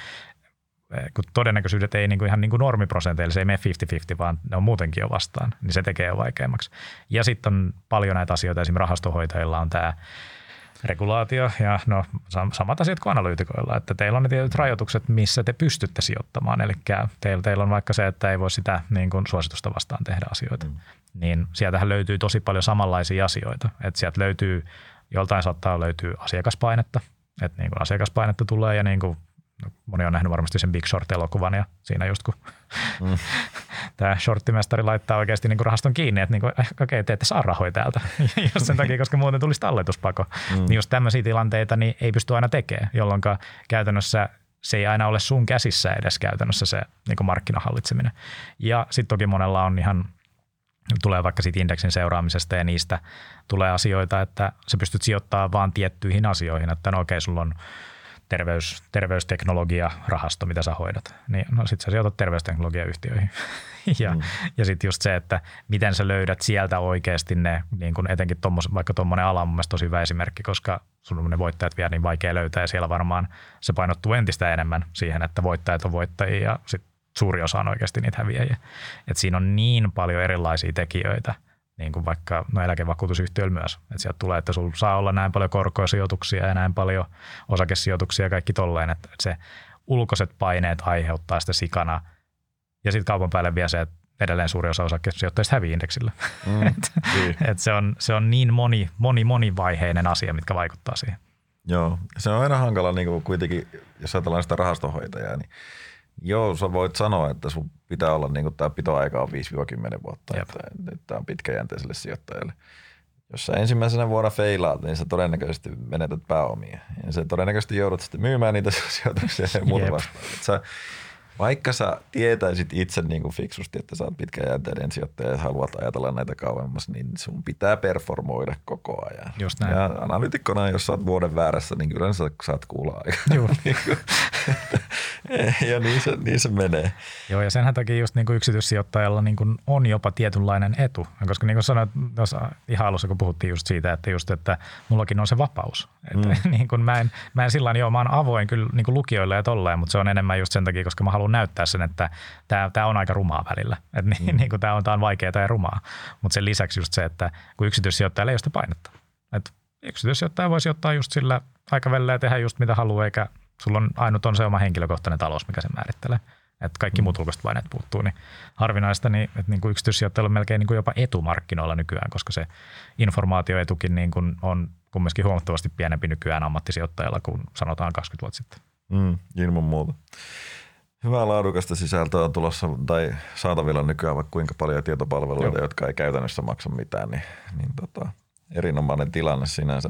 kun todennäköisyydet ei niinku ihan niinku normiprosenteilla, se ei mene viisikymmentä viisikymmentä, vaan ne on muutenkin jo vastaan, niin se tekee jo vaikeammaksi. Ja sitten on paljon näitä asioita, esimerkiksi rahastohoitajilla on tämä regulaatio ja no samat asiat kuin analyytikoilla, että teillä on ne tietyt rajoitukset, missä te pystytte sijoittamaan, eli teillä, teillä on vaikka se, että ei voi sitä niin kuin suositusta vastaan tehdä asioita, mm. niin sieltähän löytyy tosi paljon samanlaisia asioita, että sieltä löytyy, joltain saattaa löytyä asiakaspainetta, että niin kuin asiakaspainetta tulee ja niin kuin moni on nähnyt varmasti sen Big Short-elokuvan ja siinä just kun mm. tämä shorttimestari laittaa oikeasti niin kuin rahaston kiinni, että niin kuin, okei, okay, te ette saa rahoja täältä, jos sen takia, koska muuten tulisi talletuspako. Mm. Niin just tämmöisiä tilanteita niin ei pysty aina tekemään, jolloin käytännössä se ei aina ole sun käsissä edes käytännössä se niin kuin markkinahallitseminen. Ja sitten toki monella on ihan, tulee vaikka siitä indeksin seuraamisesta ja niistä tulee asioita, että sä pystyt sijoittamaan vaan tiettyihin asioihin, että no okei, okay, sulla on Terveys, terveysteknologia-rahasto, mitä sä hoidat, niin no sit sä sijoitat terveysteknologiayhtiöihin. ja mm. ja sitten just se, että miten sä löydät sieltä oikeasti ne, niin kun etenkin tommos, vaikka tuommoinen ala on mun mielestä tosi hyvä esimerkki, koska sun on ne voittajat vielä niin vaikea löytää ja siellä varmaan se painottuu entistä enemmän siihen, että voittajat on voittajia ja sit suuri osa on oikeasti niitä häviäjiä. Et siinä on niin paljon erilaisia tekijöitä, niin kuin vaikka no eläkevakuutusyhtiöillä myös. Että sieltä tulee, että sulla saa olla näin paljon korkoisijoituksia ja näin paljon osakesijoituksia ja kaikki tolleen, että se ulkoiset paineet aiheuttaa sitä sikana. Ja sitten kaupan päälle vielä se, että edelleen suuri osa osakesijoittajista hävii indeksillä. Mm, et, et se, on, se on niin moni, moni, monivaiheinen asia, mitkä vaikuttaa siihen. Joo, se on aina hankala niin kuin kuitenkin, jos ajatellaan sitä rahastonhoitajaa, niin joo, sä voit sanoa, että sun pitää olla, niin kuin tämä pitoaika on viisi kymmenen vuotta, Jep. että tämä on pitkäjänteiselle sijoittajalle. Jos sä ensimmäisenä vuonna feilaat, niin sä todennäköisesti menetät pääomia. Ja sä todennäköisesti joudut sitten myymään niitä sijoituksia ja muuta vastaan. Sä, vaikka sä tietäisit itse niin kuin fiksusti, että sä oot pitkäjänteinen sijoittaja ja haluat ajatella näitä kauemmas, niin sun pitää performoida koko ajan. Just näin. Ja analyytikkona, jos sä oot vuoden väärässä, niin kyllä sä saat kuulla aika. Ja niin se, niin se menee. Joo, ja senhän takia just niin kuin yksityissijoittajalla niin kuin on jopa tietynlainen etu. Koska niin kuin sanoit ihan alussa, kun puhuttiin just siitä, että, just, että mullakin on se vapaus. Että, mm. niin kuin mä en, mä en sillä joo, mä oon avoin kyllä niin kuin lukijoille ja tolleen, mutta se on enemmän just sen takia, koska mä haluan näyttää sen, että tämä, tämä on aika rumaa välillä. Että niin, mm. niin kuin tämä on, tämä on vaikeaa ja rumaa. Mutta sen lisäksi just se, että kun yksityissijoittajalle ei ole sitä painetta. Että yksityissijoittaja voi sijoittaa just sillä aikavälillä ja tehdä just mitä haluaa, eikä sulla on ainut on se oma henkilökohtainen talous, mikä sen määrittelee. Että kaikki muut ulkoiset paineet puuttuu, niin harvinaista, niin, että niin kuin yksityissijoittajalla on melkein niin kuin jopa etumarkkinoilla nykyään, koska se informaatioetukin niin kuin on kumminkin huomattavasti pienempi nykyään ammattisijoittajalla kuin sanotaan kaksikymmentä vuotta sitten. Mm, ilman muuta. Hyvää laadukasta sisältöä on tulossa tai saatavilla nykyään vaikka kuinka paljon tietopalveluita, Joo. jotka ei käytännössä maksa mitään, niin, niin tota, erinomainen tilanne sinänsä.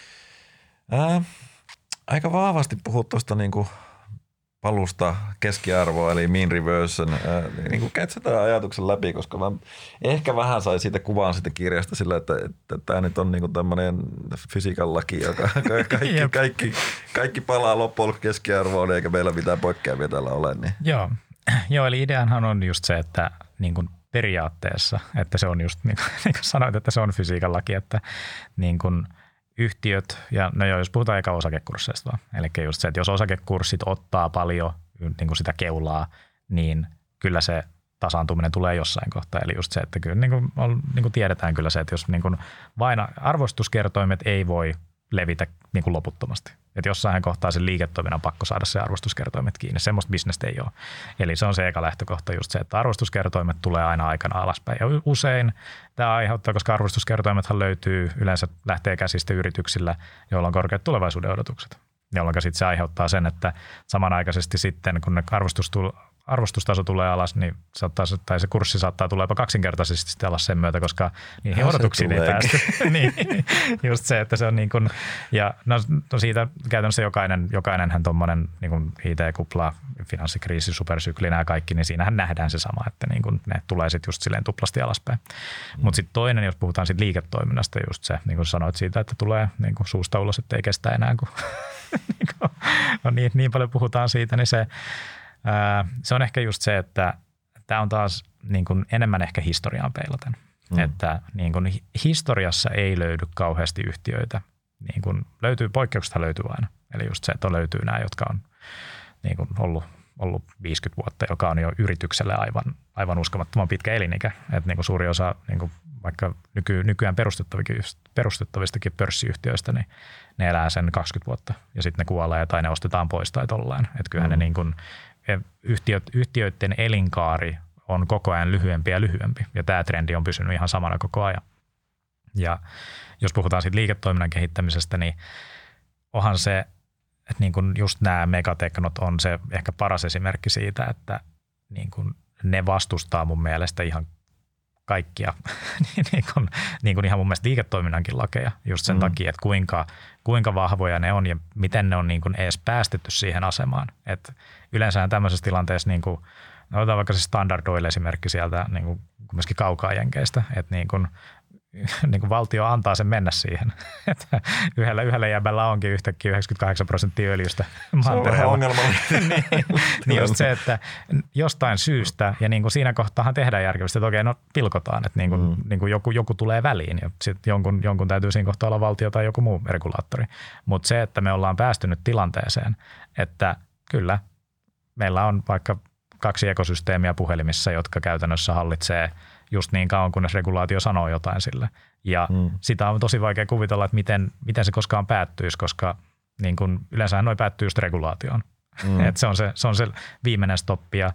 Ää, aika vahvasti puhut tuosta niinku palusta keskiarvoa eli mean reversion. Ää, niin kuin käyt sitä ajatuksen läpi, koska mä ehkä vähän sain siitä kuvaan siitä kirjasta sillä, että tämä nyt on niinku tämmöinen fysiikan laki, joka kaikki, kaikki, kaikki palaa loppujen lopuksi keskiarvoon eikä meillä mitään poikkeamia täällä ole. Niin. Joo. Joo, eli ideanhan on just se, että niin kuin periaatteessa, että se on just niin kuin, niin kuin sanoit, että se on fysiikan laki, että niin kuin yhtiöt, ja no joo, jos puhutaan eka osakekursseista vaan, eli just se, että jos osakekurssit ottaa paljon niin kuin sitä keulaa, niin kyllä se tasaantuminen tulee jossain kohtaa. Eli just se, että kyllä niin kuin, niin kuin tiedetään kyllä se, että jos niin kuin vain arvostuskertoimet ei voi levitä niin kuin loputtomasti. Että jossain kohtaa sen liiketoiminnan on pakko saada se arvostuskertoimet kiinni. Semmoista bisnestä ei ole. Eli se on se eka lähtökohta just se, että arvostuskertoimet tulee aina aikana alaspäin. Ja usein tämä aiheuttaa, koska arvostuskertoimethan löytyy, yleensä lähtee käsistä yrityksillä, joilla on korkeat tulevaisuuden odotukset. Jolloin sitten se aiheuttaa sen, että samanaikaisesti sitten, kun ne arvostus arvostustaso tulee alas, niin saattaa, tai se kurssi saattaa tulla jopa kaksinkertaisesti alas sen myötä, koska niihin odotuksiin ei päästy. niin, just se, että se on niin kuin, ja no, no siitä käytännössä jokainen, jokainenhän tuommoinen niin I T-kupla, finanssikriisi, supersykli, nämä kaikki, niin siinähän nähdään se sama, että niin kuin ne tulee sitten just silleen tuplasti alaspäin. Mm. Mutta sitten toinen, jos puhutaan siitä liiketoiminnasta, just se, niin kuin sanoit siitä, että tulee niin kuin suusta ulos, että ei kestä enää, kun no niin, niin paljon puhutaan siitä, niin se Se on ehkä just se, että tämä on taas niin kuin enemmän ehkä historiaan peilaten. Mm. Että niin kuin historiassa ei löydy kauheasti yhtiöitä. Niin kuin löytyy, poikkeuksista löytyy aina. Eli just se, että löytyy nämä, jotka on niin kuin ollut, ollut viisikymmentä vuotta, joka on jo yritykselle aivan, aivan uskomattoman pitkä elinikä. Että niin kuin suuri osa niin kuin vaikka nyky, nykyään perustettavistakin pörssiyhtiöistä, niin ne elää sen kaksikymmentä vuotta ja sitten ne kuolee tai ne ostetaan pois tai tolleen. Että kyllähän mm. ne niin kuin Yhtiöt, yhtiöiden elinkaari on koko ajan lyhyempi ja lyhyempi, ja tämä trendi on pysynyt ihan samana koko ajan. Ja jos puhutaan siitä liiketoiminnan kehittämisestä, niin onhan se, että niin kuin just nämä megateknot on se ehkä paras esimerkki siitä, että niin kuin ne vastustaa mun mielestä ihan kaikkia, niin, kuin, niin kuin ihan mun mielestä liiketoiminnankin lakeja, just sen mm. takia, että kuinka, kuinka vahvoja ne on ja miten ne on niin kuin edes päästetty siihen asemaan. Et yleensähän tämmöisessä tilanteessa, niin kuin, no otetaan vaikka se Standard Oil esimerkki sieltä niin kuin myöskin kaukaa jenkeistä, että niin kuin, niin kuin valtio antaa sen mennä siihen. Että yhdellä, yhdellä jäbällä onkin yhtäkkiä yhdeksänkymmentäkahdeksan prosenttia öljystä mantereella. Se on ongelmallinen. niin, niin just se, että jostain syystä, ja niin kuin siinä kohtaahan tehdään järkevästi, että okei, no pilkotaan, että niin kuin, mm. niin kuin joku, joku tulee väliin, ja sitten jonkun, jonkun täytyy siinä kohtaa olla valtio tai joku muu regulaattori. Mutta se, että me ollaan päästynyt tilanteeseen, että kyllä, meillä on vaikka kaksi ekosysteemiä puhelimissa, jotka käytännössä hallitsee just niin kauan, kunnes regulaatio sanoo jotain sille. Ja mm. sitä on tosi vaikea kuvitella, että miten, miten se koskaan päättyisi, koska niin kun, yleensähän noi päättyy just regulaatioon. Mm. Et se, on se, se on se viimeinen stoppi. Ja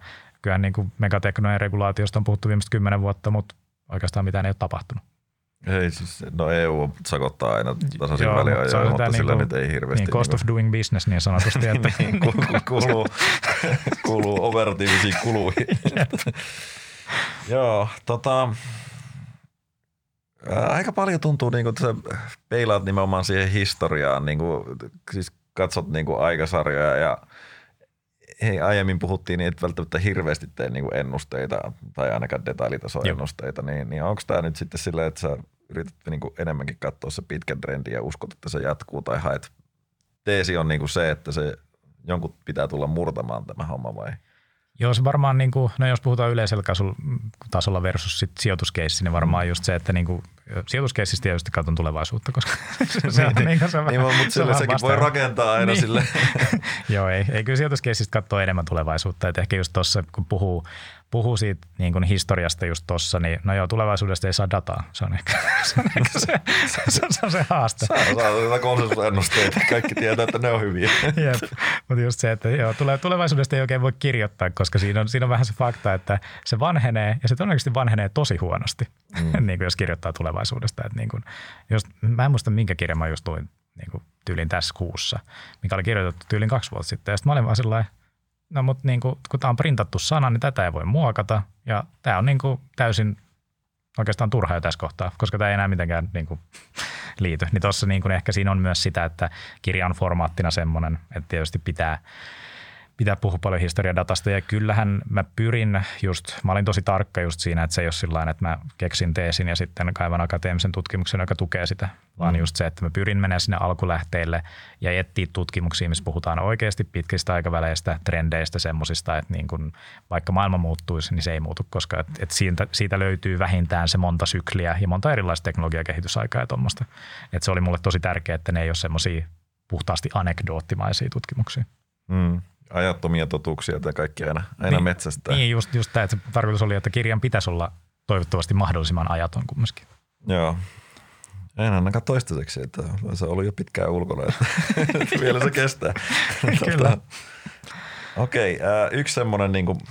kyllähän niin kuin megateknojen regulaatiosta on puhuttu viimeiset kymmenen vuotta, mutta oikeastaan mitään ei ole tapahtunut. Ei siis, no E U sakottaa aina tasaisin väliajoin, mutta sillä niin nyt ei hirveästi. Niin, cost niin of doing business niin sanotusti. Että niin, kuluu, kuluu operatiivisiin kuluihin. Joo, tota, aika paljon tuntuu, niin kuin, että sä peilaat nimenomaan siihen historiaan, niin kuin, siis katsot niin kuin aikasarjoja ja hei, aiemmin puhuttiin niin, että välttämättä hirveästi tee niin kuin ennusteita tai ainakaan detailitason ennusteita, niin, niin onko tämä nyt sitten silleen, että sä yrität niin kuin enemmänkin katsoa se pitkän trendin ja uskot, että se jatkuu tai haet? Teesi on niin kuin se, että se jonkun pitää tulla murtamaan tämä homma vai? Joo, se varmaan, niin kuin, no jos puhutaan yleisellä tasolla versus sit sijoituskeissi, niin varmaan mm. just se, että niin kuin, sijoituskeississä tietysti katson tulevaisuutta, koska se on niin kuin se on niin, vähän, mutta sille sekin voi rakentaa aina niin. Sille. Joo, ei, ei kyllä sijoituskeississä katsoa enemmän tulevaisuutta, että ehkä just tuossa, kun puhuu, puhuu siitä niin kuin historiasta just tuossa, niin no joo, tulevaisuudesta ei saa dataa, se on ehkä se, on ehkä se, se, se, on se haaste. Saa jotain konsensusennusteita, kaikki tietää, että ne on hyviä. Jep, mutta just se, että joo, tulevaisuudesta ei oikein voi kirjoittaa, koska siinä on, siinä on vähän se fakta, että se vanhenee ja se todennäköisesti vanhenee tosi huonosti, mm. niin kuin jos kirjoittaa tulevaisuudesta. Että niin kuin, just, mä en muista minkä kirjan mä just luin niin kuin tyylin tässä kuussa, mikä oli kirjoitettu tyylin kaksi vuotta sitten. Ja sitten mä olin vaan sellainen, no mutta niin kuin, kun tämä on printattu sana, niin tätä ei voi muokata ja tämä on niin kuin täysin oikeastaan turha jo tässä kohtaa, koska tämä ei enää mitenkään niin kuin liity. Niin tuossa niin kuin ehkä siinä on myös sitä, että kirja on formaattina semmoinen, että tietysti pitää Pitää puhua paljon historiadatasta ja kyllähän mä pyrin just, mä olin tosi tarkka just siinä, että se ei ole sillain, että mä keksin teesin ja sitten kaivan akateemisen tutkimuksen, joka tukee sitä, vaan mm. just se, että mä pyrin menemään sinne alkulähteille ja etsiä tutkimuksia, missä puhutaan oikeasti pitkistä aikaväleistä, trendeistä, semmosista, että niin kun vaikka maailma muuttuisi, niin se ei muutu, koska et, et siitä, siitä löytyy vähintään se monta sykliä ja monta erilaista teknologiakehitysaikaa ja tuommoista. Että se oli mulle tosi tärkeää, että ne ei ole semmoisia puhtaasti anekdoottimaisia tutkimuksia. Mm. Ajattomia totuuksia tai kaikki aina, aina niin, metsästä. Niin, just, just tämä, että se tarkoitus oli, että kirjan pitäisi olla toivottavasti mahdollisimman ajaton kumminkin. Joo. En ainakaan toistaiseksi, että se on ollut jo pitkään ulkona, että vielä se kestää. Kyllä. Okei, okay, yksi semmoinen, niin kuin,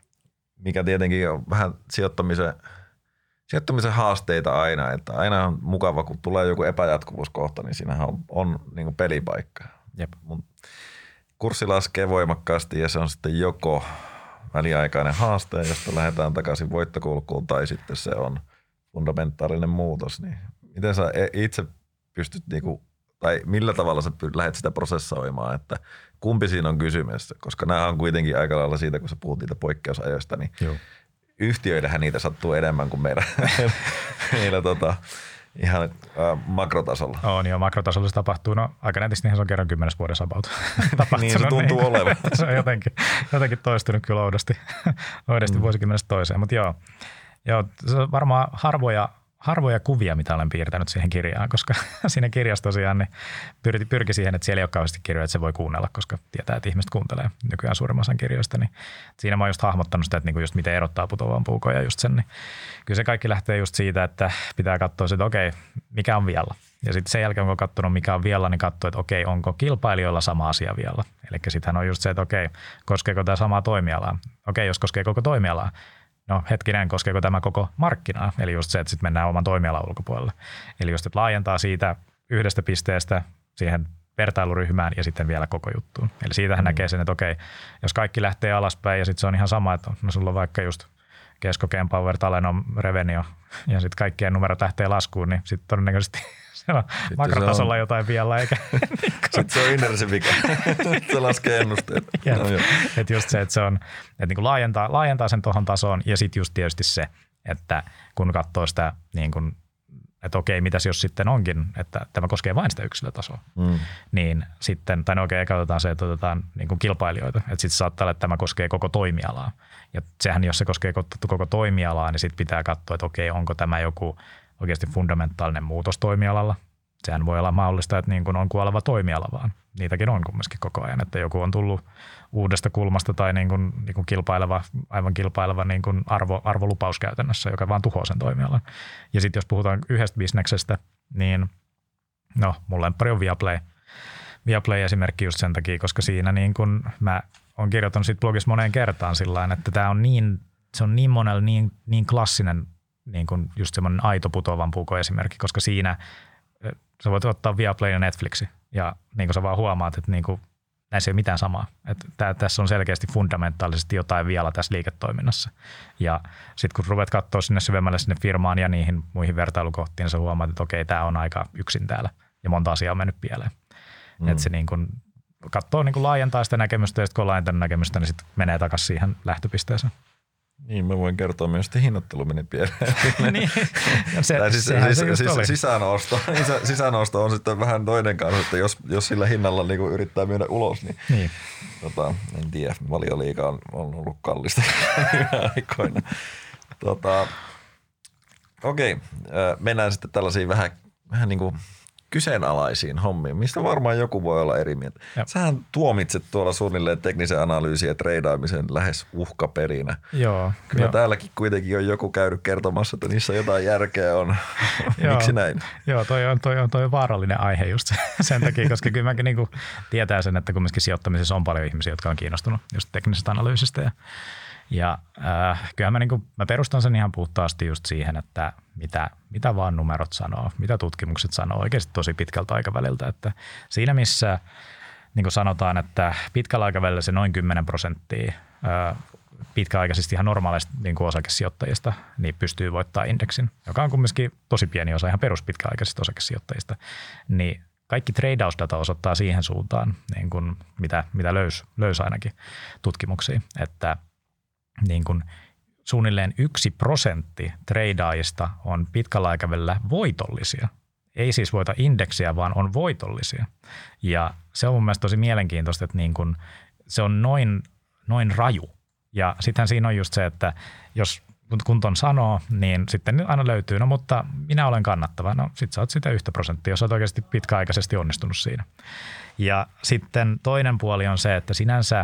mikä tietenkin on vähän sijoittamisen, sijoittamisen haasteita aina, että aina on mukava, kun tulee joku epäjatkuvuuskohta, niin siinähän on, on niin kuin pelipaikka. Jep. Mun kurssi laskee voimakkaasti ja se on sitten joko väliaikainen haaste, josta lähdetään takaisin voittokulkuun, tai sitten se on fundamentaalinen muutos. Niin miten sä itse pystyt, niinku, tai millä tavalla sä lähdet sitä prosessoimaan, että kumpi siinä on kysymys? Koska nämä on kuitenkin aika lailla siitä, kun sä puhut niitä poikkeusajoista, niin Joo. yhtiöidähän niitä sattuu enemmän kuin meillä, meillä tota, ihan äh, makrotasolla. On joo, makrotasolla se tapahtuu. No aika nätisti se on kerran kymmenes vuodessa about. Niin se tuntuu niin, olevan. Se on jotenkin, jotenkin toistunut kyllä oudosti, oudosti mm. vuosikymmenestä toiseen. Mutta joo, joo, se on varmaan harvoja, harvoja kuvia, mitä olen piirtänyt siihen kirjaan, koska siinä kirjassa tosiaan niin pyrki, pyrki siihen, että siellä ei ole kauheasti kirjoja, että se voi kuunnella, koska tietää, että ihmiset kuuntelee nykyään suurimman osan kirjoista. Niin siinä mä oon just hahmottanut sitä, että niinku just miten erottaa putoavan puukon ja just sen. Niin kyllä se kaikki lähtee just siitä, että pitää katsoa, että okei, mikä on vielä. Ja sitten sen jälkeen, kun on katsonut, mikä on vielä, niin katsoo, että okei, onko kilpailijoilla sama asia vielä. Eli sittenhän on just se, että okei, koskeeko tämä samaa toimialaa. Okei, jos koskee koko toimialaa. No hetkinen, koskeeko tämä koko markkinaa? Eli just se, että sitten mennään oman toimialan ulkopuolelle. Eli just, että laajentaa siitä yhdestä pisteestä siihen vertailuryhmään ja sitten vielä koko juttuun. Eli siitähän mm. näkee sen, että okei, jos kaikki lähtee alaspäin ja sitten se on ihan sama, että no sulla on vaikka just Kesko, Kempower, Talenom, Revenio ja sitten kaikkien numerot lähtee laskuun, niin sitten todennäköisesti se on sitten makrotasolla on jotain vielä, eikä. Sitten se on Innersin vika. Se laskee ennusteet. No, että just se, että se on, että niin kuin laajentaa, laajentaa sen tuohon tasoon ja sitten just tietysti se, että kun katsoo sitä niin kuin, että okei, mitäs jos sitten onkin, että tämä koskee vain sitä yksilötasoa, mm. niin sitten, tai no okei, katsotaan se, että otetaan niin kuin kilpailijoita, että sitten saattaa olla, että tämä koskee koko toimialaa. Ja sehän, jos se koskee koko toimialaa, niin sitten pitää katsoa, että okei, onko tämä joku oikeasti fundamentaalinen muutos toimialalla. Sehän voi olla mahdollista, että niin kuin on kuoleva toimiala vaan. Niitäkin on kumminkin koko ajan, että joku on tullut uudesta kulmasta tai niin kuin, niin kuin kilpaileva, aivan kilpaileva niin kuin arvo, arvolupaus käytännössä, joka vaan tuhoaa sen toimialan. Ja sitten jos puhutaan yhdestä bisneksestä, niin no mun lemppari on Viaplay. Viaplay-esimerkki just sen takia, koska siinä niin kun mä oon kirjoittanut siitä blogissa moneen kertaan sillain, että tämä on niin, se on niin monella niin, niin klassinen niin kun just semmoinen aito putoavan puukon esimerkki, koska siinä sä voit ottaa Viaplay ja Netflixi ja niin kuin sä vaan huomaat, että niin kuin, näissä ei ole mitään samaa. Että tää, tässä on selkeästi fundamentaalisesti jotain vielä tässä liiketoiminnassa. Ja sitten kun ruvet katsoa sinne syvemmälle sinne firmaan ja niihin muihin vertailukohtiin, niin sä huomaat, että okei, tämä on aika yksin täällä ja monta asiaa on mennyt pieleen. Mm. Että se niin kuin katsoo niin kuin laajentaa sitä näkemystä ja sitten kun on laajentanut näkemystä, niin sitten menee takaisin siihen lähtöpisteeseen. Niin, mä voin kertoa myös, että hinnoittelu meni pieleen. niin, se, siis, siis, se siis, sisäänosto, sisäänosto on sitten vähän toinen kanssa, että jos, jos sillä hinnalla niin kuin yrittää myydä ulos, niin, niin. Tota, en tiedä, Valioliiga on, on ollut kallista aikoina. Tota, Okei, mennään sitten tällaisiin vähän, vähän niin kuin kyseenalaisiin hommiin, mistä varmaan joku voi olla eri mieltä. Jop. Sähän tuomitset tuolla suunnilleen teknisen analyysin ja treidaamisen lähes uhkaperinä. Joo. Kyllä jo. Täälläkin kuitenkin on joku käynyt kertomassa, että niissä jotain järkeä on. Miksi näin? Joo, toi on, toi on, toi on vaarallinen aihe just sen takia, koska kyllä mäkin niinku tietää sen, että kumminkin sijoittamisessa on paljon ihmisiä, jotka on kiinnostunut just teknisestä analyysistä ja Ja äh, kyllä mä, niin kuin, mä perustan sen ihan puhtaasti just siihen, että mitä, mitä vaan numerot sanoo, mitä tutkimukset sanoo oikeasti tosi pitkältä aikaväliltä. Että siinä missä niin kuin sanotaan, että pitkällä aikavälillä se noin kymmenen prosenttia äh, pitkäaikaisesti ihan normaaleista niin kuin osakesijoittajista niin pystyy voittaa indeksin, joka on kumminkin tosi pieni osa ihan peruspitkäaikaisista osakesijoittajista, niin kaikki treidausdata osoittaa siihen suuntaan, niin kuin mitä, mitä löys, löys ainakin tutkimuksia, että niin kuin suunnilleen yksi prosentti treidaajista on pitkällä aikavälillä voitollisia. Ei siis voita indeksiä, vaan on voitollisia. Ja se on mun mielestä tosi mielenkiintoista, että niin kuin se on noin, noin raju. Ja sittenhän siinä on just se, että jos kun ton sanoo, niin sitten aina löytyy, no mutta minä olen kannattava. No sit sä oot sitä yhtä prosenttia, jos oot oikeasti pitkäaikaisesti onnistunut siinä. Ja sitten toinen puoli on se, että sinänsä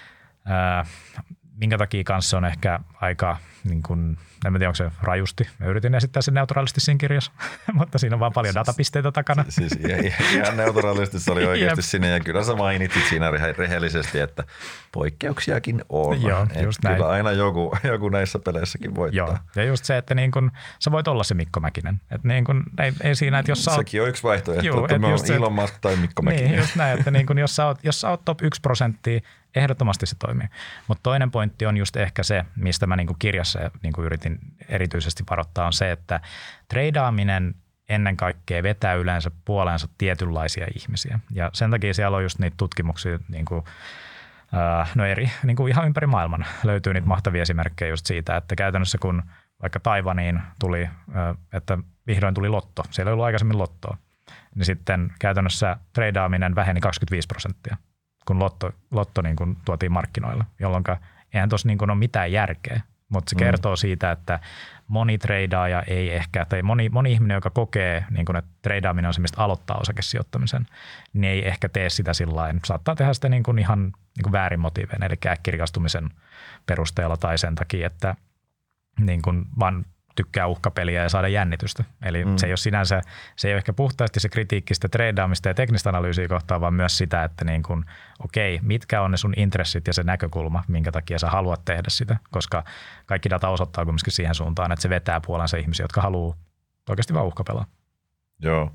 ää, minkä takia kanssa on ehkä aika, niin kuin, en tiedä onko se rajusti, mä yritin esittää sen neutraalisti siinä kirjassa, mutta siinä on vaan paljon datapisteitä takana. Siis ihan neutraalisti se oli oikeasti sinne ja kyllä sä mainitsit siinä rehellisesti, että poikkeuksiakin on. Joo, just näin. Kyllä aina joku, joku näissä peleissäkin voittaa. Joo, ja just se, että niin kun, sä voit olla se Mikko Mäkinen. Että niin kun, ei, ei siinä, että jos sä oot, sekin on yksi vaihtoehto, juu, että mä oon Elon Musk tai Mikko Mäkinen. Niin, just näin, että niin kun, jos, sä oot, jos sä oot top yksi prosenttia, ehdottomasti se toimii. Mutta toinen pointti on just ehkä se, mistä mä niinku kirjassa niinku yritin erityisesti varoittaa, on se, että treidaaminen ennen kaikkea vetää yleensä puoleensa tietynlaisia ihmisiä. Ja sen takia siellä on just niitä tutkimuksia, niinku, äh, no eri, niinku ihan ympäri maailman löytyy niitä mahtavia esimerkkejä just siitä, että käytännössä kun vaikka Taiwaniin tuli, äh, että vihdoin tuli lotto, siellä ei ollut aikaisemmin lottoa, niin sitten käytännössä treidaaminen väheni kaksikymmentäviisi prosenttia. kun lotto, lotto niin kuin tuotiin markkinoille, jolloin eihän tuossa niin kuin ole mitään järkeä. Mutta se kertoo mm. siitä, että moni treidaaja ei ehkä, tai moni, moni ihminen, joka kokee, niin kun, että treidaaminen on se, mistä aloittaa osakesijoittamisen, niin ei ehkä tee sitä sillain. Saattaa tehdä sitä niin kun ihan niin kun väärin motiiveen, eli äkkirikastumisen perusteella tai sen takia, että niin kun vaan tykkää uhkapeliä ja saada jännitystä. Eli mm. se ei ole sinänsä, se ei ole ehkä puhtaasti se kritiikki sitä treidaamista ja teknistä analyysiä kohtaan, vaan myös sitä, että niin kun, okei, mitkä on ne sun intressit ja se näkökulma, minkä takia sä haluat tehdä sitä, koska kaikki data osoittaa kumminkin siihen suuntaan, että se vetää puolensa ihmisiä, jotka haluaa oikeasti vaan uhkapelaa. Joo.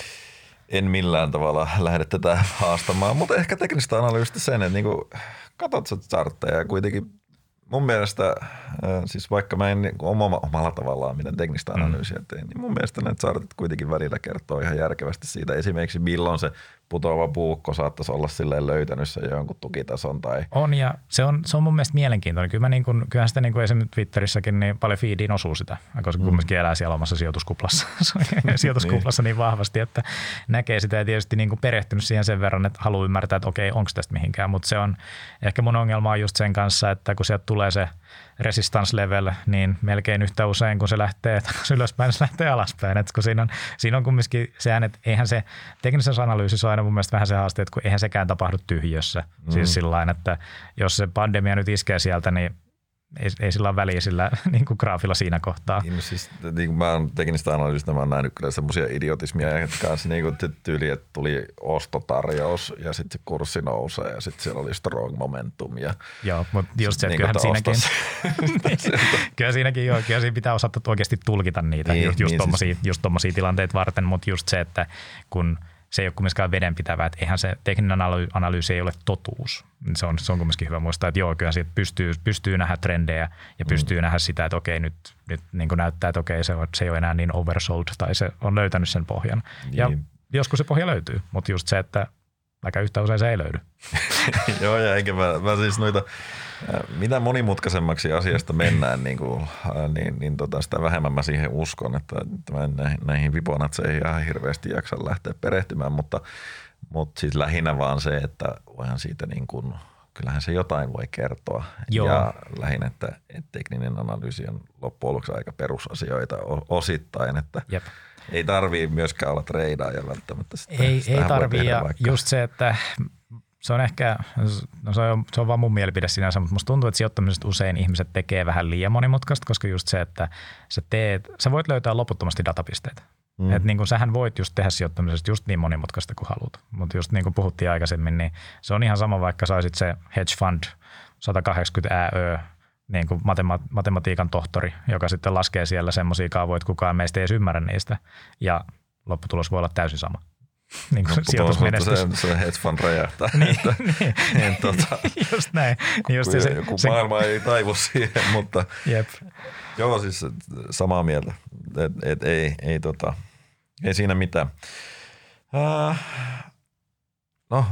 En millään tavalla lähde tätä haastamaan, mutta ehkä teknistä analyysistä sen, että niinku, katsot sä chartteja ja kuitenkin mun mielestä, siis vaikka mä en omalla, omalla tavallaan miten teknistä analyysiä tein, niin mun mielestä ne chartit kuitenkin välillä kertoo ihan järkevästi siitä. Esimerkiksi milloin se putoava puukko saattaisi olla silleen löytänyt sen jonkun tukitason. Tai on ja se on, se on mun mielestä mielenkiintoinen. Kyllä mä niin kuin, kyllähän sitä niin kuin esimerkiksi Twitterissäkin niin paljon feediin osuu sitä, koska mm. kumminkin elää siellä omassa sijoituskuplassa, sijoituskuplassa niin. niin vahvasti, että näkee sitä ja tietysti niin kuin perehtynyt siihen sen verran, että haluaa ymmärtää, että okei, onko tästä mihinkään. Mutta se on, ehkä mun ongelma on just sen kanssa, että kun sieltä tulee se resistance level, niin melkein yhtä usein, kun se lähtee ylöspäin, se lähtee alaspäin. Et kun siinä on, siinä on kumminkin sehän, että eihän se teknisessä analyysissä on aina mun mielestä vähän se haaste, että kun eihän sekään tapahdu tyhjössä. Mm. Siis sillain, että jos se pandemia nyt iskee sieltä, niin ei, ei sillä ole väliä sillä niin kuin graafilla siinä kohtaa. No siis, niin kuin mä oon teknistä analyysistä, mä oon nähnyt kyllä semmoisia idiotismia kanssa niin kuin tyyli, että tuli ostotarjous ja sitten se kurssi nousee ja sitten siellä oli strong momentum. Ja joo, mutta just se, että niin kyllähän siinäkin, kyllä siinäkin joo, kyllä siinä pitää osata oikeasti tulkita niitä niin, just, just, niin tommosia, siis. just tommosia tilanteita varten, mutta just se, että kun se ei ole kumminkaan vedenpitävää, että eihän se tekninen analyysi ei ole totuus. Se on, se on kumminkin hyvä muistaa, että joo, kyllä siitä pystyy, pystyy nähdä trendejä ja pystyy mm. nähdä sitä, että okei, nyt, nyt niin kuin näyttää, että okei, se, on, se ei ole enää niin oversold tai se on löytänyt sen pohjan. Niin. Ja joskus se pohja löytyy, mutta just se, että aika yhtä usein se ei löydy. Joo, ja eikä mä, mä siis noita, mitä monimutkaisemmaksi asiasta mennään, niin, kuin, niin, niin tota, sitä vähemmän mä siihen uskon, että mä näihin, näihin viponatseihin ihan hirveästi jaksa lähteä perehtymään, mutta, mutta siis lähinnä vaan se, että voihan siitä niin kuin, kyllähän se jotain voi kertoa. Joo. Ja lähinnä, että, että tekninen analyysi on loppujen lopuksi aika perusasioita osittain, että Jep. ei tarvii myöskään olla treidaaja välttämättä. Sitä, ei ei tarvii ja vaikka. Just se, että se on ehkä, no se on, se on vaan mun mielipide sinänsä, mutta musta tuntuu, että sijoittamisesta usein ihmiset tekee vähän liian monimutkaista, koska just se, että sä teet, sä voit löytää loputtomasti datapisteitä. Mm. Että niin kuin sähän voit just tehdä sijoittamisesta just niin monimutkaista kuin haluat. Mutta just niin kuin puhuttiin aikaisemmin, niin se on ihan sama, vaikka saisit se hedge fund sata kahdeksankymmentä ää niin kuin matemati- matematiikan tohtori, joka sitten laskee siellä semmoisia kaavoja, että kukaan meistä ei edes ymmärrä niistä. Ja lopputulos voi olla täysin sama. Niin kuin sijoitusmenestys. Se, se hedge fund räjähtää. niin, niin. En, tota, just näin. Just se, se, joku se, maailma ei taivu siihen, mutta jep. joo, siis samaa mieltä. Et, et, ei, ei, tota, ei siinä mitään. Äh, no,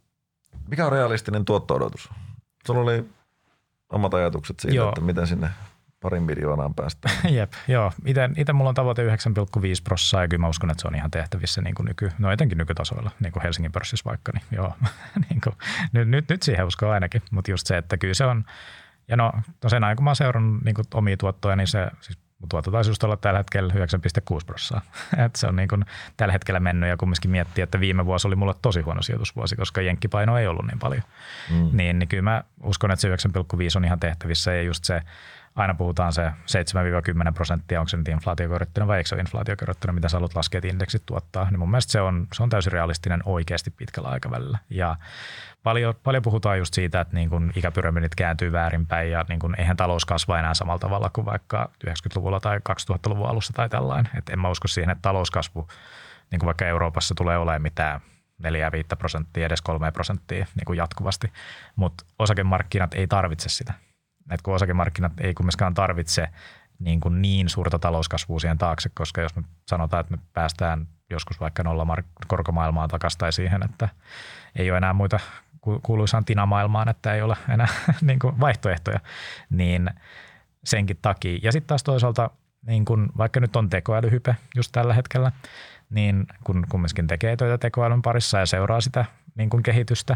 mikä on realistinen tuotto-odotus? Sulla oli omat ajatukset siitä, joo. että miten sinne parin miljoonaan päästään. Jep, joo. Itse mulla on tavoite yhdeksän pilkku viisi prosenttia ja kyllä mä uskon, että se on ihan tehtävissä niin kuin nyky, no etenkin nykytasoilla, niin kuin Helsingin pörssissä vaikka. Niin joo, niin kuin, nyt, nyt, nyt siihen uskon ainakin, mutta just se, että kyllä se on, ja no, no sen ajan kun mä oon seurannut niin kuin omia tuottoja, niin se, siis tuotto taisi just olla tällä hetkellä yhdeksän pilkku kuusi prosenttia. Että se on niin kuin tällä hetkellä mennyt ja kumminkin miettii, että viime vuosi oli mulle tosi huono sijoitusvuosi, koska jenkkipaino ei ollut niin paljon. Mm. Niin, niin kyllä mä uskon, että se yhdeksän pilkku viisi on ihan tehtävissä ja just se, aina puhutaan se seitsemän kymmenen prosenttia, onko se nyt inflaatiokorjattuna vai eikö se ole inflaatiokorjattuna, mitä sä haluat laskea, että indeksit tuottaa. Niin mun mielestä se on, se on täysin realistinen oikeasti pitkällä aikavälillä. Ja paljon, paljon puhutaan just siitä, että niin kun ikäpyramidit kääntyy väärinpäin ja niin kun eihän talous kasva enää samalla tavalla kuin vaikka yhdeksänkymmentäluvulla tai kaksituhattaluvun alussa tai tällainen. Et en mä usko siihen, että talouskasvu, niin kuin vaikka Euroopassa tulee olemaan mitään neljä viisi prosenttia, edes kolme prosenttia niin kuin jatkuvasti, mutta osakemarkkinat ei tarvitse sitä. Et kun osakemarkkinat ei kumminkaan tarvitse niin, kuin niin suurta talouskasvua siihen taakse, koska jos me sanotaan, että me päästään joskus vaikka nolla korkomaailmaan takaisin tai siihen, että ei ole enää muita kuuluisaan tinamaailmaan, että ei ole enää niin kuin vaihtoehtoja, niin senkin takia. Ja sitten taas toisaalta, niin kun, vaikka nyt on tekoälyhype just tällä hetkellä, niin kun kumminkin tekee töitä tekoälyn parissa ja seuraa sitä niin kun kehitystä,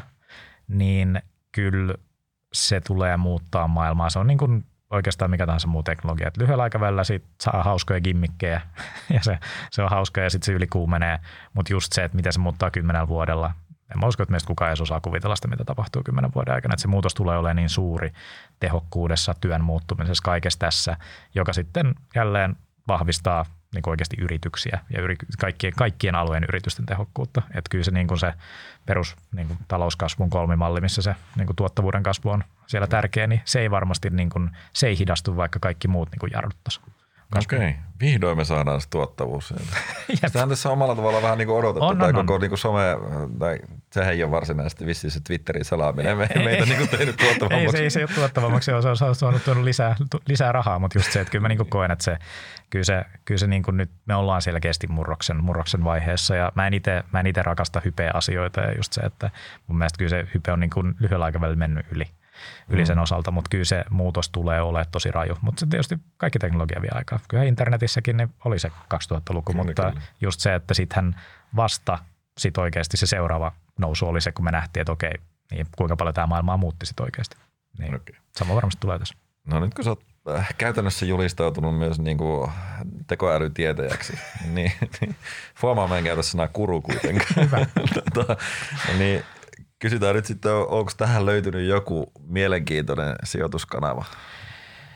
niin kyllä se tulee muuttaa maailmaa. Se on niin kuin oikeastaan mikä tahansa muu teknologia. Et lyhyellä aikavälillä siitä saa hauskoja gimmikkejä ja se, se on hauska ja sitten se ylikuumenee. Mutta just se, että miten se muuttaa kymmenellä vuodella. En mä usko, että meistä kukaan edes osaa kuvitella sitä, mitä tapahtuu kymmenen vuoden aikana. Että se muutos tulee olemaan niin suuri tehokkuudessa, työn muuttumisessa, kaikessa tässä, joka sitten jälleen vahvistaa niin kuin oikeasti yrityksiä ja yri, kaikkien, kaikkien alueen yritysten tehokkuutta. Että kyllä se, niin kuin se perus niin kuin talouskasvun kolmimalli, missä se niin kuin tuottavuuden kasvu on siellä tärkeä, niin se ei varmasti niin kuin, se ei hidastu, vaikka kaikki muut niin kuin jarruttaisi. Okei, okay. Vihdoin me saadaan se tuottavuus. Sitähän tässä omalla tavalla vähän niin kuin odotettu, on, tai on, koko on. Niin kuin some, tai sehän ei ole varsinaisesti vissiin se Twitterin salaaminen, me, ei, meitä ei, niin kuin tehnyt tuottavammaksi. Ei, se ei se ole tuottavammaksi, se on, se on saanut tuonut lisää, lisää rahaa, mutta just se, että kyllä mä niin kuin koen, että se, kyllä se, kyllä se niin kuin nyt, me ollaan selkeästi murroksen, murroksen vaiheessa, ja mä en ite, mä en ite rakasta hypeä-asioita, ja just se, että mun mielestä kyllä se hype on niin kuin lyhyellä aikavälillä mennyt yli. yli sen osalta, mutta kyllä se muutos tulee olemaan tosi raju. Mutta se tietysti kaikki teknologia vie aikaa. Kyllä internetissäkin niin oli se kaksituhattaluku, kyllä, mutta kyllä. Just se, että sittenhän vasta sit oikeasti se seuraava nousu oli se, kun me nähtiin, että okei, niin kuinka paljon tämä maailmaa muutti sit oikeasti. Niin okay. Sama varmasti tulee tässä. No nyt kun sä oot käytännössä julistautunut myös niin kuin tekoälytietäjäksi, niin, niin huomaa mä en käytä sanaa kuru kuitenkaan. Hyvä. tota, niin, kysytään nyt sitten, onko tähän löytynyt joku mielenkiintoinen sijoituskanava?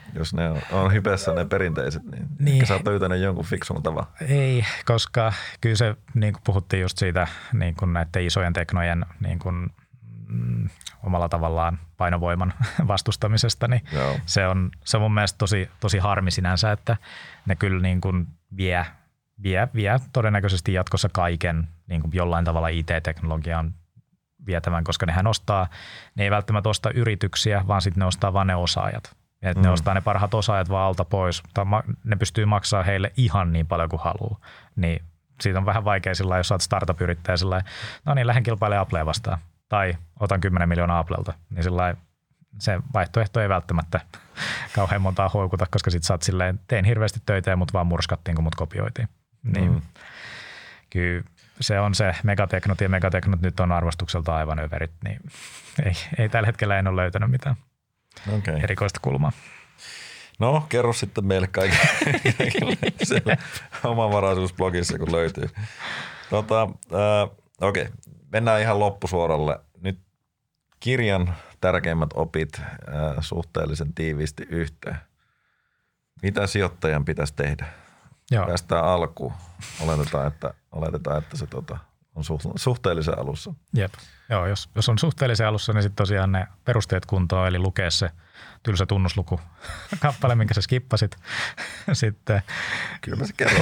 Jos ne on, on hypessä ne perinteiset, niin, niin. Ehkä sä oot löytänyt jonkun fiksun tavan. Ei, koska kyllä se, niin kuin puhuttiin just siitä niin kuin näiden isojen teknojen niin kuin, mm, omalla tavallaan painovoiman vastustamisesta, niin se on, se on mun mielestä tosi, tosi harmi sinänsä, että ne kyllä niin kuin vie, vie, vie todennäköisesti jatkossa kaiken niin kuin jollain tavalla I T-teknologian vietävän, koska nehän ostaa, ne ei välttämättä osta yrityksiä, vaan sitten ne ostaa vaan ne osaajat. Että mm. ne ostaa ne parhaat osaajat vaan alta pois, tai ne pystyy maksamaan heille ihan niin paljon kuin haluaa. Niin siitä on vähän vaikea sillä jos olet startup-yrittäjä sillä no niin, lähden kilpailemaan Applea vastaan. Tai otan kymmenen miljoonaa Applelta. Niin sillä se vaihtoehto ei välttämättä kauhean montaa houkuta, koska sit sä oot silleen, tein hirveästi töitä ja mut vaan murskattiin, kun mut kopioitiin. Niin mm. kyllä se on se megateknot ja megateknot nyt on arvostukselta aivan överit, niin ei, ei tällä hetkellä en ole löytänyt mitään okay. erikoista kulmaa. No, kerro sitten meille kaikille siellä omavaraisuusblogissa, kun löytyy. Tota, äh, okei, okay. Mennään ihan loppusuoralle. Nyt kirjan tärkeimmät opit äh, suhteellisen tiiviisti yhteen. Mitä sijoittajan pitäisi tehdä? Joo. Päästään alkuun. Oletetaan, että, oletetaan, että se tota, on suhteellisen alussa. Jep. Joo, jos, jos on suhteellisen alussa, niin sitten tosiaan ne perusteet kuntoon, eli lukee se tylsä tunnusluku kappale, minkä sä skippasit. Sitten, kyllä mä se kerron.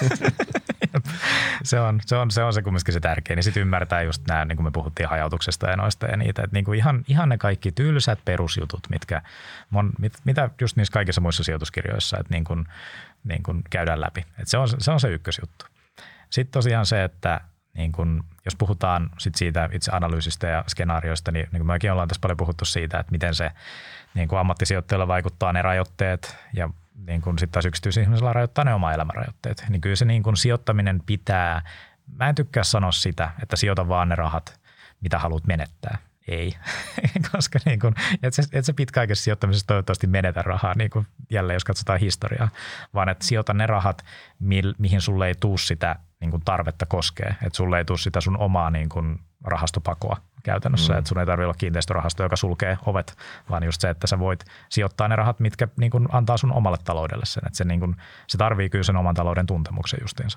se, on, se, on, se on se kumminkin se tärkein. Niin sitten ymmärtää just nämä, niin kuin me puhuttiin hajautuksesta ja noista ja niitä. Että niin kuin ihan, ihan ne kaikki tylsät perusjutut, mitkä, mon, mit, mitä just niissä kaikissa muissa sijoituskirjoissa, että niin kuin, niin kuin käydään läpi. Että se, on, se on se ykkösjuttu. Sitten tosiaan se, että niin kun, jos puhutaan sit siitä itse analyysistä ja skenaarioista, niin, niin kuin mekin ollaan tässä paljon puhuttu siitä, että miten se niin kuin ammattisijoittajilla vaikuttaa ne rajoitteet ja niin sitten taas yksityisihmisellä rajoittaa ne oma elämän rajoitteet. Niin kyllä se niin kun sijoittaminen pitää, mä en tykkää sanoa sitä, että sijoita vaan ne rahat, mitä haluat menettää. Ei, koska niin kun, et se, et se pitkäaikaisessa sijoittamisessa toivottavasti menetä rahaa, niin kuin jälleen jos katsotaan historiaa, vaan että sijoita ne rahat, mi, mihin sulle ei tuu sitä niin kuin tarvetta koskee, että sulle ei tuu sitä sun omaa niin kuin rahastopakoa käytännössä, mm. että sun ei tarvitse olla kiinteistörahasto, joka sulkee ovet, vaan just se, että sä voit sijoittaa ne rahat, mitkä niin kuin antaa sun omalle taloudelle sen, että se, niin kuin, se tarvii kyllä sen oman talouden tuntemuksen justiinsa.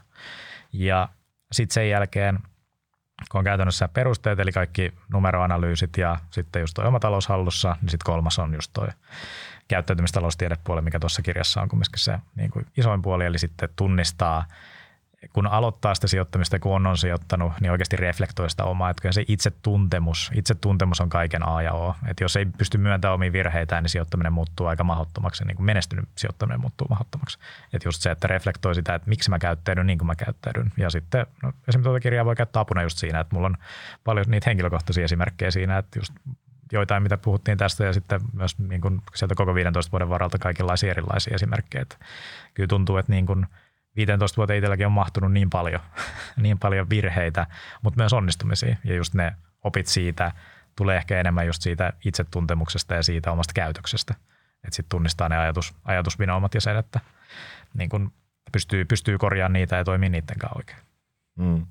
Ja sitten sen jälkeen, kun on käytännössä perusteet, eli kaikki numeroanalyysit ja sitten just toi oma talous hallussa, niin sitten kolmas on just toi käyttäytymistaloustiedepuoli, mikä tuossa kirjassa on kumminkin se niin kuin isoin puoli, eli sitten tunnistaa, kun aloittaa sitä sijoittamista ja kun on, on sijoittanut, niin oikeasti reflektoi sitä omaa. Että se itsetuntemus, itsetuntemus on kaiken A ja O. Että jos ei pysty myöntämään omia virheitään, niin sijoittaminen muuttuu aika mahdottomaksi. Niin kuin menestynyt sijoittaminen muuttuu mahdottomaksi. Että just se, että reflektoi sitä, että miksi mä käyttäydyn niin kuin mä käyttäydyn. Ja sitten no, esimerkiksi tuota kirjaa voi käyttää apuna just siinä, että mulla on paljon niitä henkilökohtaisia esimerkkejä siinä, että just joitain, mitä puhuttiin tästä ja sitten myös niin kuin sieltä koko viidentoista vuoden varalta kaikenlaisia erilaisia esimerkkejä. Että kyllä tuntuu, että niin kuin viisitoista vuotta itselläkin on mahtunut niin paljon, niin paljon virheitä, mutta myös onnistumisia. Ja just ne opit siitä tulee ehkä enemmän just siitä itsetuntemuksesta ja siitä omasta käytöksestä. Että sitten tunnistaa ne ajatus, ajatusvinoumat ja sen, että niin kun pystyy, pystyy korjaamaan niitä ja toimii niiden kanssa oikein. Mm.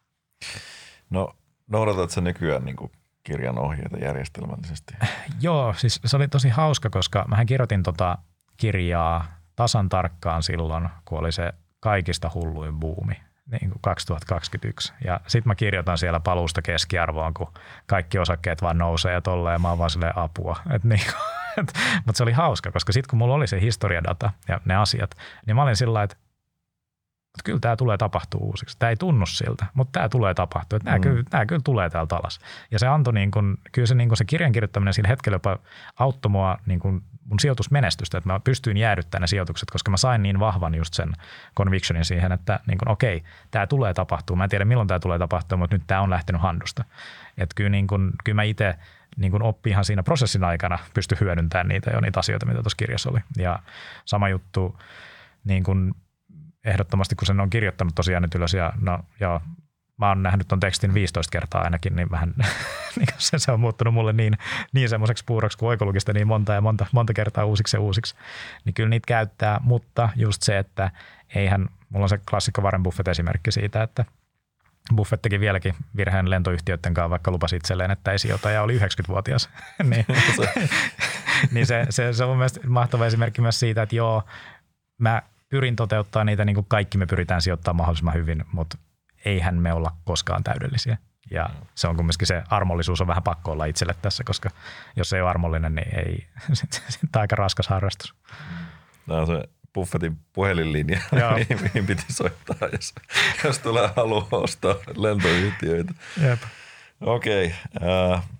No noudatatko sä nykyään niin kuin kirjan ohjeita järjestelmällisesti? Joo, siis se oli tosi hauska, koska mähän kirjoitin tota kirjaa tasan tarkkaan silloin, kun oli se kaikista hulluin buumi, niin kuin kaksituhattakaksikymmentäyksi. Ja sitten mä kirjoitan siellä paluusta keskiarvoon, kun kaikki osakkeet vaan nousee ja tolleen, ja mä oon vaan silleen apua. Niin, mutta se oli hauska, koska sitten kun mulla oli se historiadata ja ne asiat, niin mä olin sillä lailla, että kyllä tämä tulee tapahtua uusiksi. Tämä ei tunnu siltä, mutta tämä tulee tapahtua. Nämä, mm. kyllä, nämä kyllä tulee täältä alas. Ja se antoi, niin kuin, kyllä se, niin kuin se kirjan kirjoittaminen sillä hetkellä jopa auttoi mua niin kuin mun sijoitusmenestystä, että mä pystyin jäädyttämään ne sijoitukset, koska mä sain niin vahvan just sen convictionin siihen, että niin kuin, okei, tämä tulee tapahtua. Mä en tiedä milloin tämä tulee tapahtua, mutta nyt tämä on lähtenyt handusta. Että kyllä, niin kuin, kyllä mä itse niin kuin oppin ihan siinä prosessin aikana pysty hyödyntämään niitä jo niitä asioita, mitä tuossa kirjassa oli. Ja sama juttu niin kuin ehdottomasti, kun sen on kirjoittanut tosiaan nyt ylös ja no joo, mä oon nähnyt ton tekstin viisitoista kertaa ainakin, niin vähän niin se, se on muuttunut mulle niin, niin semmoiseksi puuroksi kuin oikolukista niin monta ja monta, monta kertaa uusiksi ja uusiksi. Niin kyllä niitä käyttää, mutta just se, että eihän, mulla on se klassikko Warren Buffett-esimerkki siitä, että Buffett teki vieläkin virheen lentoyhtiöiden kanssa, vaikka lupasi itselleen, että ei sijoita ja oli yhdeksänkymmentävuotias. niin. niin se, se, se on mun mielestä mahtava esimerkki myös siitä, että joo, mä pyrin toteuttaa niitä niin kuin kaikki me pyritään sijoittamaan mahdollisimman hyvin, mutta eihän me olla koskaan täydellisiä. Ja se on kumminkin se armollisuus on vähän pakko olla itselle tässä, koska jos ei ole armollinen, niin ei, sitten on aika raskas harrastus. Tämä on se Buffettin puhelinlinja, mihin piti soittaa, jos, jos tulee halua ostaa lentoyhtiöitä. Jep. Okei. Okay. Uh,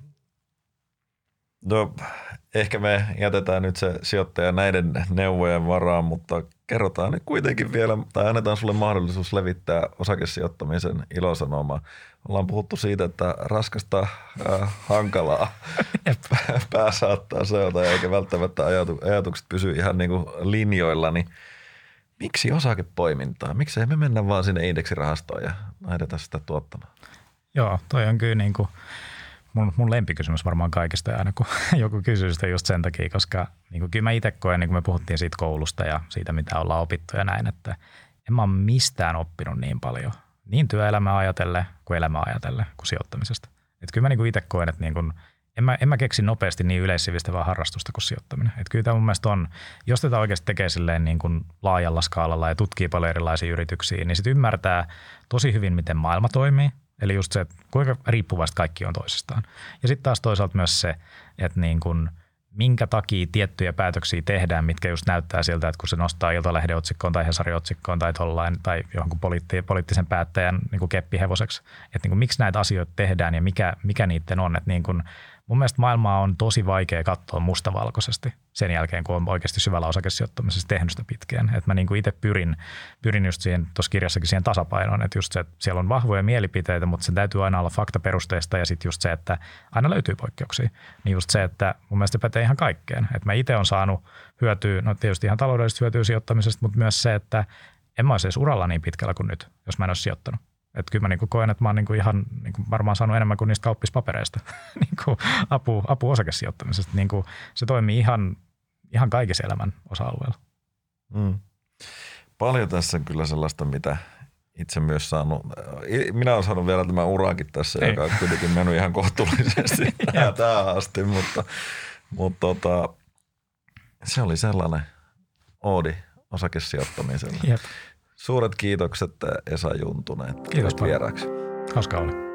no ehkä me jätetään nyt se sijoittaja näiden neuvojen varaan, mutta kerrotaan nyt kuitenkin vielä, tai annetaan sulle mahdollisuus levittää osakesijoittamisen ilosanomaa. Ollaan puhuttu siitä, että raskasta, äh, hankalaa pää saattaa seota, eikä välttämättä ajatu, ajatukset pysy ihan niin kuin linjoilla, niin miksi osakepoimintaa? Miksi ei me mennä vaan sinne indeksirahastoon ja lähdetään sitä tuottamaan? Joo, toi on kyllä niin kuin mun, mun lempikysymys varmaan kaikista, ja aina kun joku kysyy sitä just sen takia, koska niin kuin kyllä mä itse koen, niin kuin me puhuttiin siitä koulusta ja siitä, mitä ollaan opittu ja näin, että en mä ole mistään oppinut niin paljon, niin työelämää ajatellen kuin elämää ajatellen kuin sijoittamisesta. Että kyllä mä niin kuin itse koen, että niin kuin, en, mä, en mä keksi nopeasti niin yleissivistävää harrastusta kuin sijoittaminen. Että kyllä tämä mun mielestä on, jos tätä oikeasti tekee silleen niin kuin laajalla skaalalla ja tutkii paljon erilaisia yrityksiä, niin sitten ymmärtää tosi hyvin, miten maailma toimii. Eli just se, että kuinka riippuvasti kaikki on toisistaan. Ja sitten taas toisaalta myös se, että niin kun, minkä takia tiettyjä päätöksiä tehdään, mitkä just näyttää siltä, että kun se nostaa Iltalehden otsikkoon tai Hesarin otsikkoon tai tollain tai johonkin poliitti, poliittisen päättäjän niin kuin keppihevoseksi, että niin kun, miksi näitä asioita tehdään ja mikä, mikä niiden on. Että niin kun, mun mielestä maailmaa on tosi vaikea katsoa mustavalkoisesti sen jälkeen, kun on oikeasti syvällä osakesijoittamisessa tehnyt sitä pitkään. Että mä niin kuin itse pyrin, pyrin just siihen, tuossa kirjassakin siihen tasapainoon, että just se, että siellä on vahvoja mielipiteitä, mutta sen täytyy aina olla faktaperusteista ja sitten just se, että aina löytyy poikkeuksia. Niin just se, että mun mielestä se pätee ihan kaikkeen. Että mä itse on saanut hyötyä, no tietysti ihan taloudellisesti hyötyä sijoittamisesta, mutta myös se, että en mä olisi edes uralla niin pitkällä kuin nyt, jos mä en olisi sijoittanut. Että kyllä mä niinku koen, että mä oon niinku ihan niinku varmaan saanut enemmän kuin niistä kauppispapereista niinku apu, apu osakesijoittamisesta. Niinku se toimii ihan, ihan kaikissa elämän osa-alueilla. Mm. Paljon tässä on kyllä sellaista, mitä itse myös saanut. Minä olen saanut vielä tämän uraankin tässä, Ei. joka on kuitenkin mennyt ihan kohtuullisesti tähän asti, mutta, mutta tota, se oli sellainen oodi osakesijoittamiselle. Jep. Suuret kiitokset Esa Juntunen, että Kiitos vieraaksi. Hauska oli.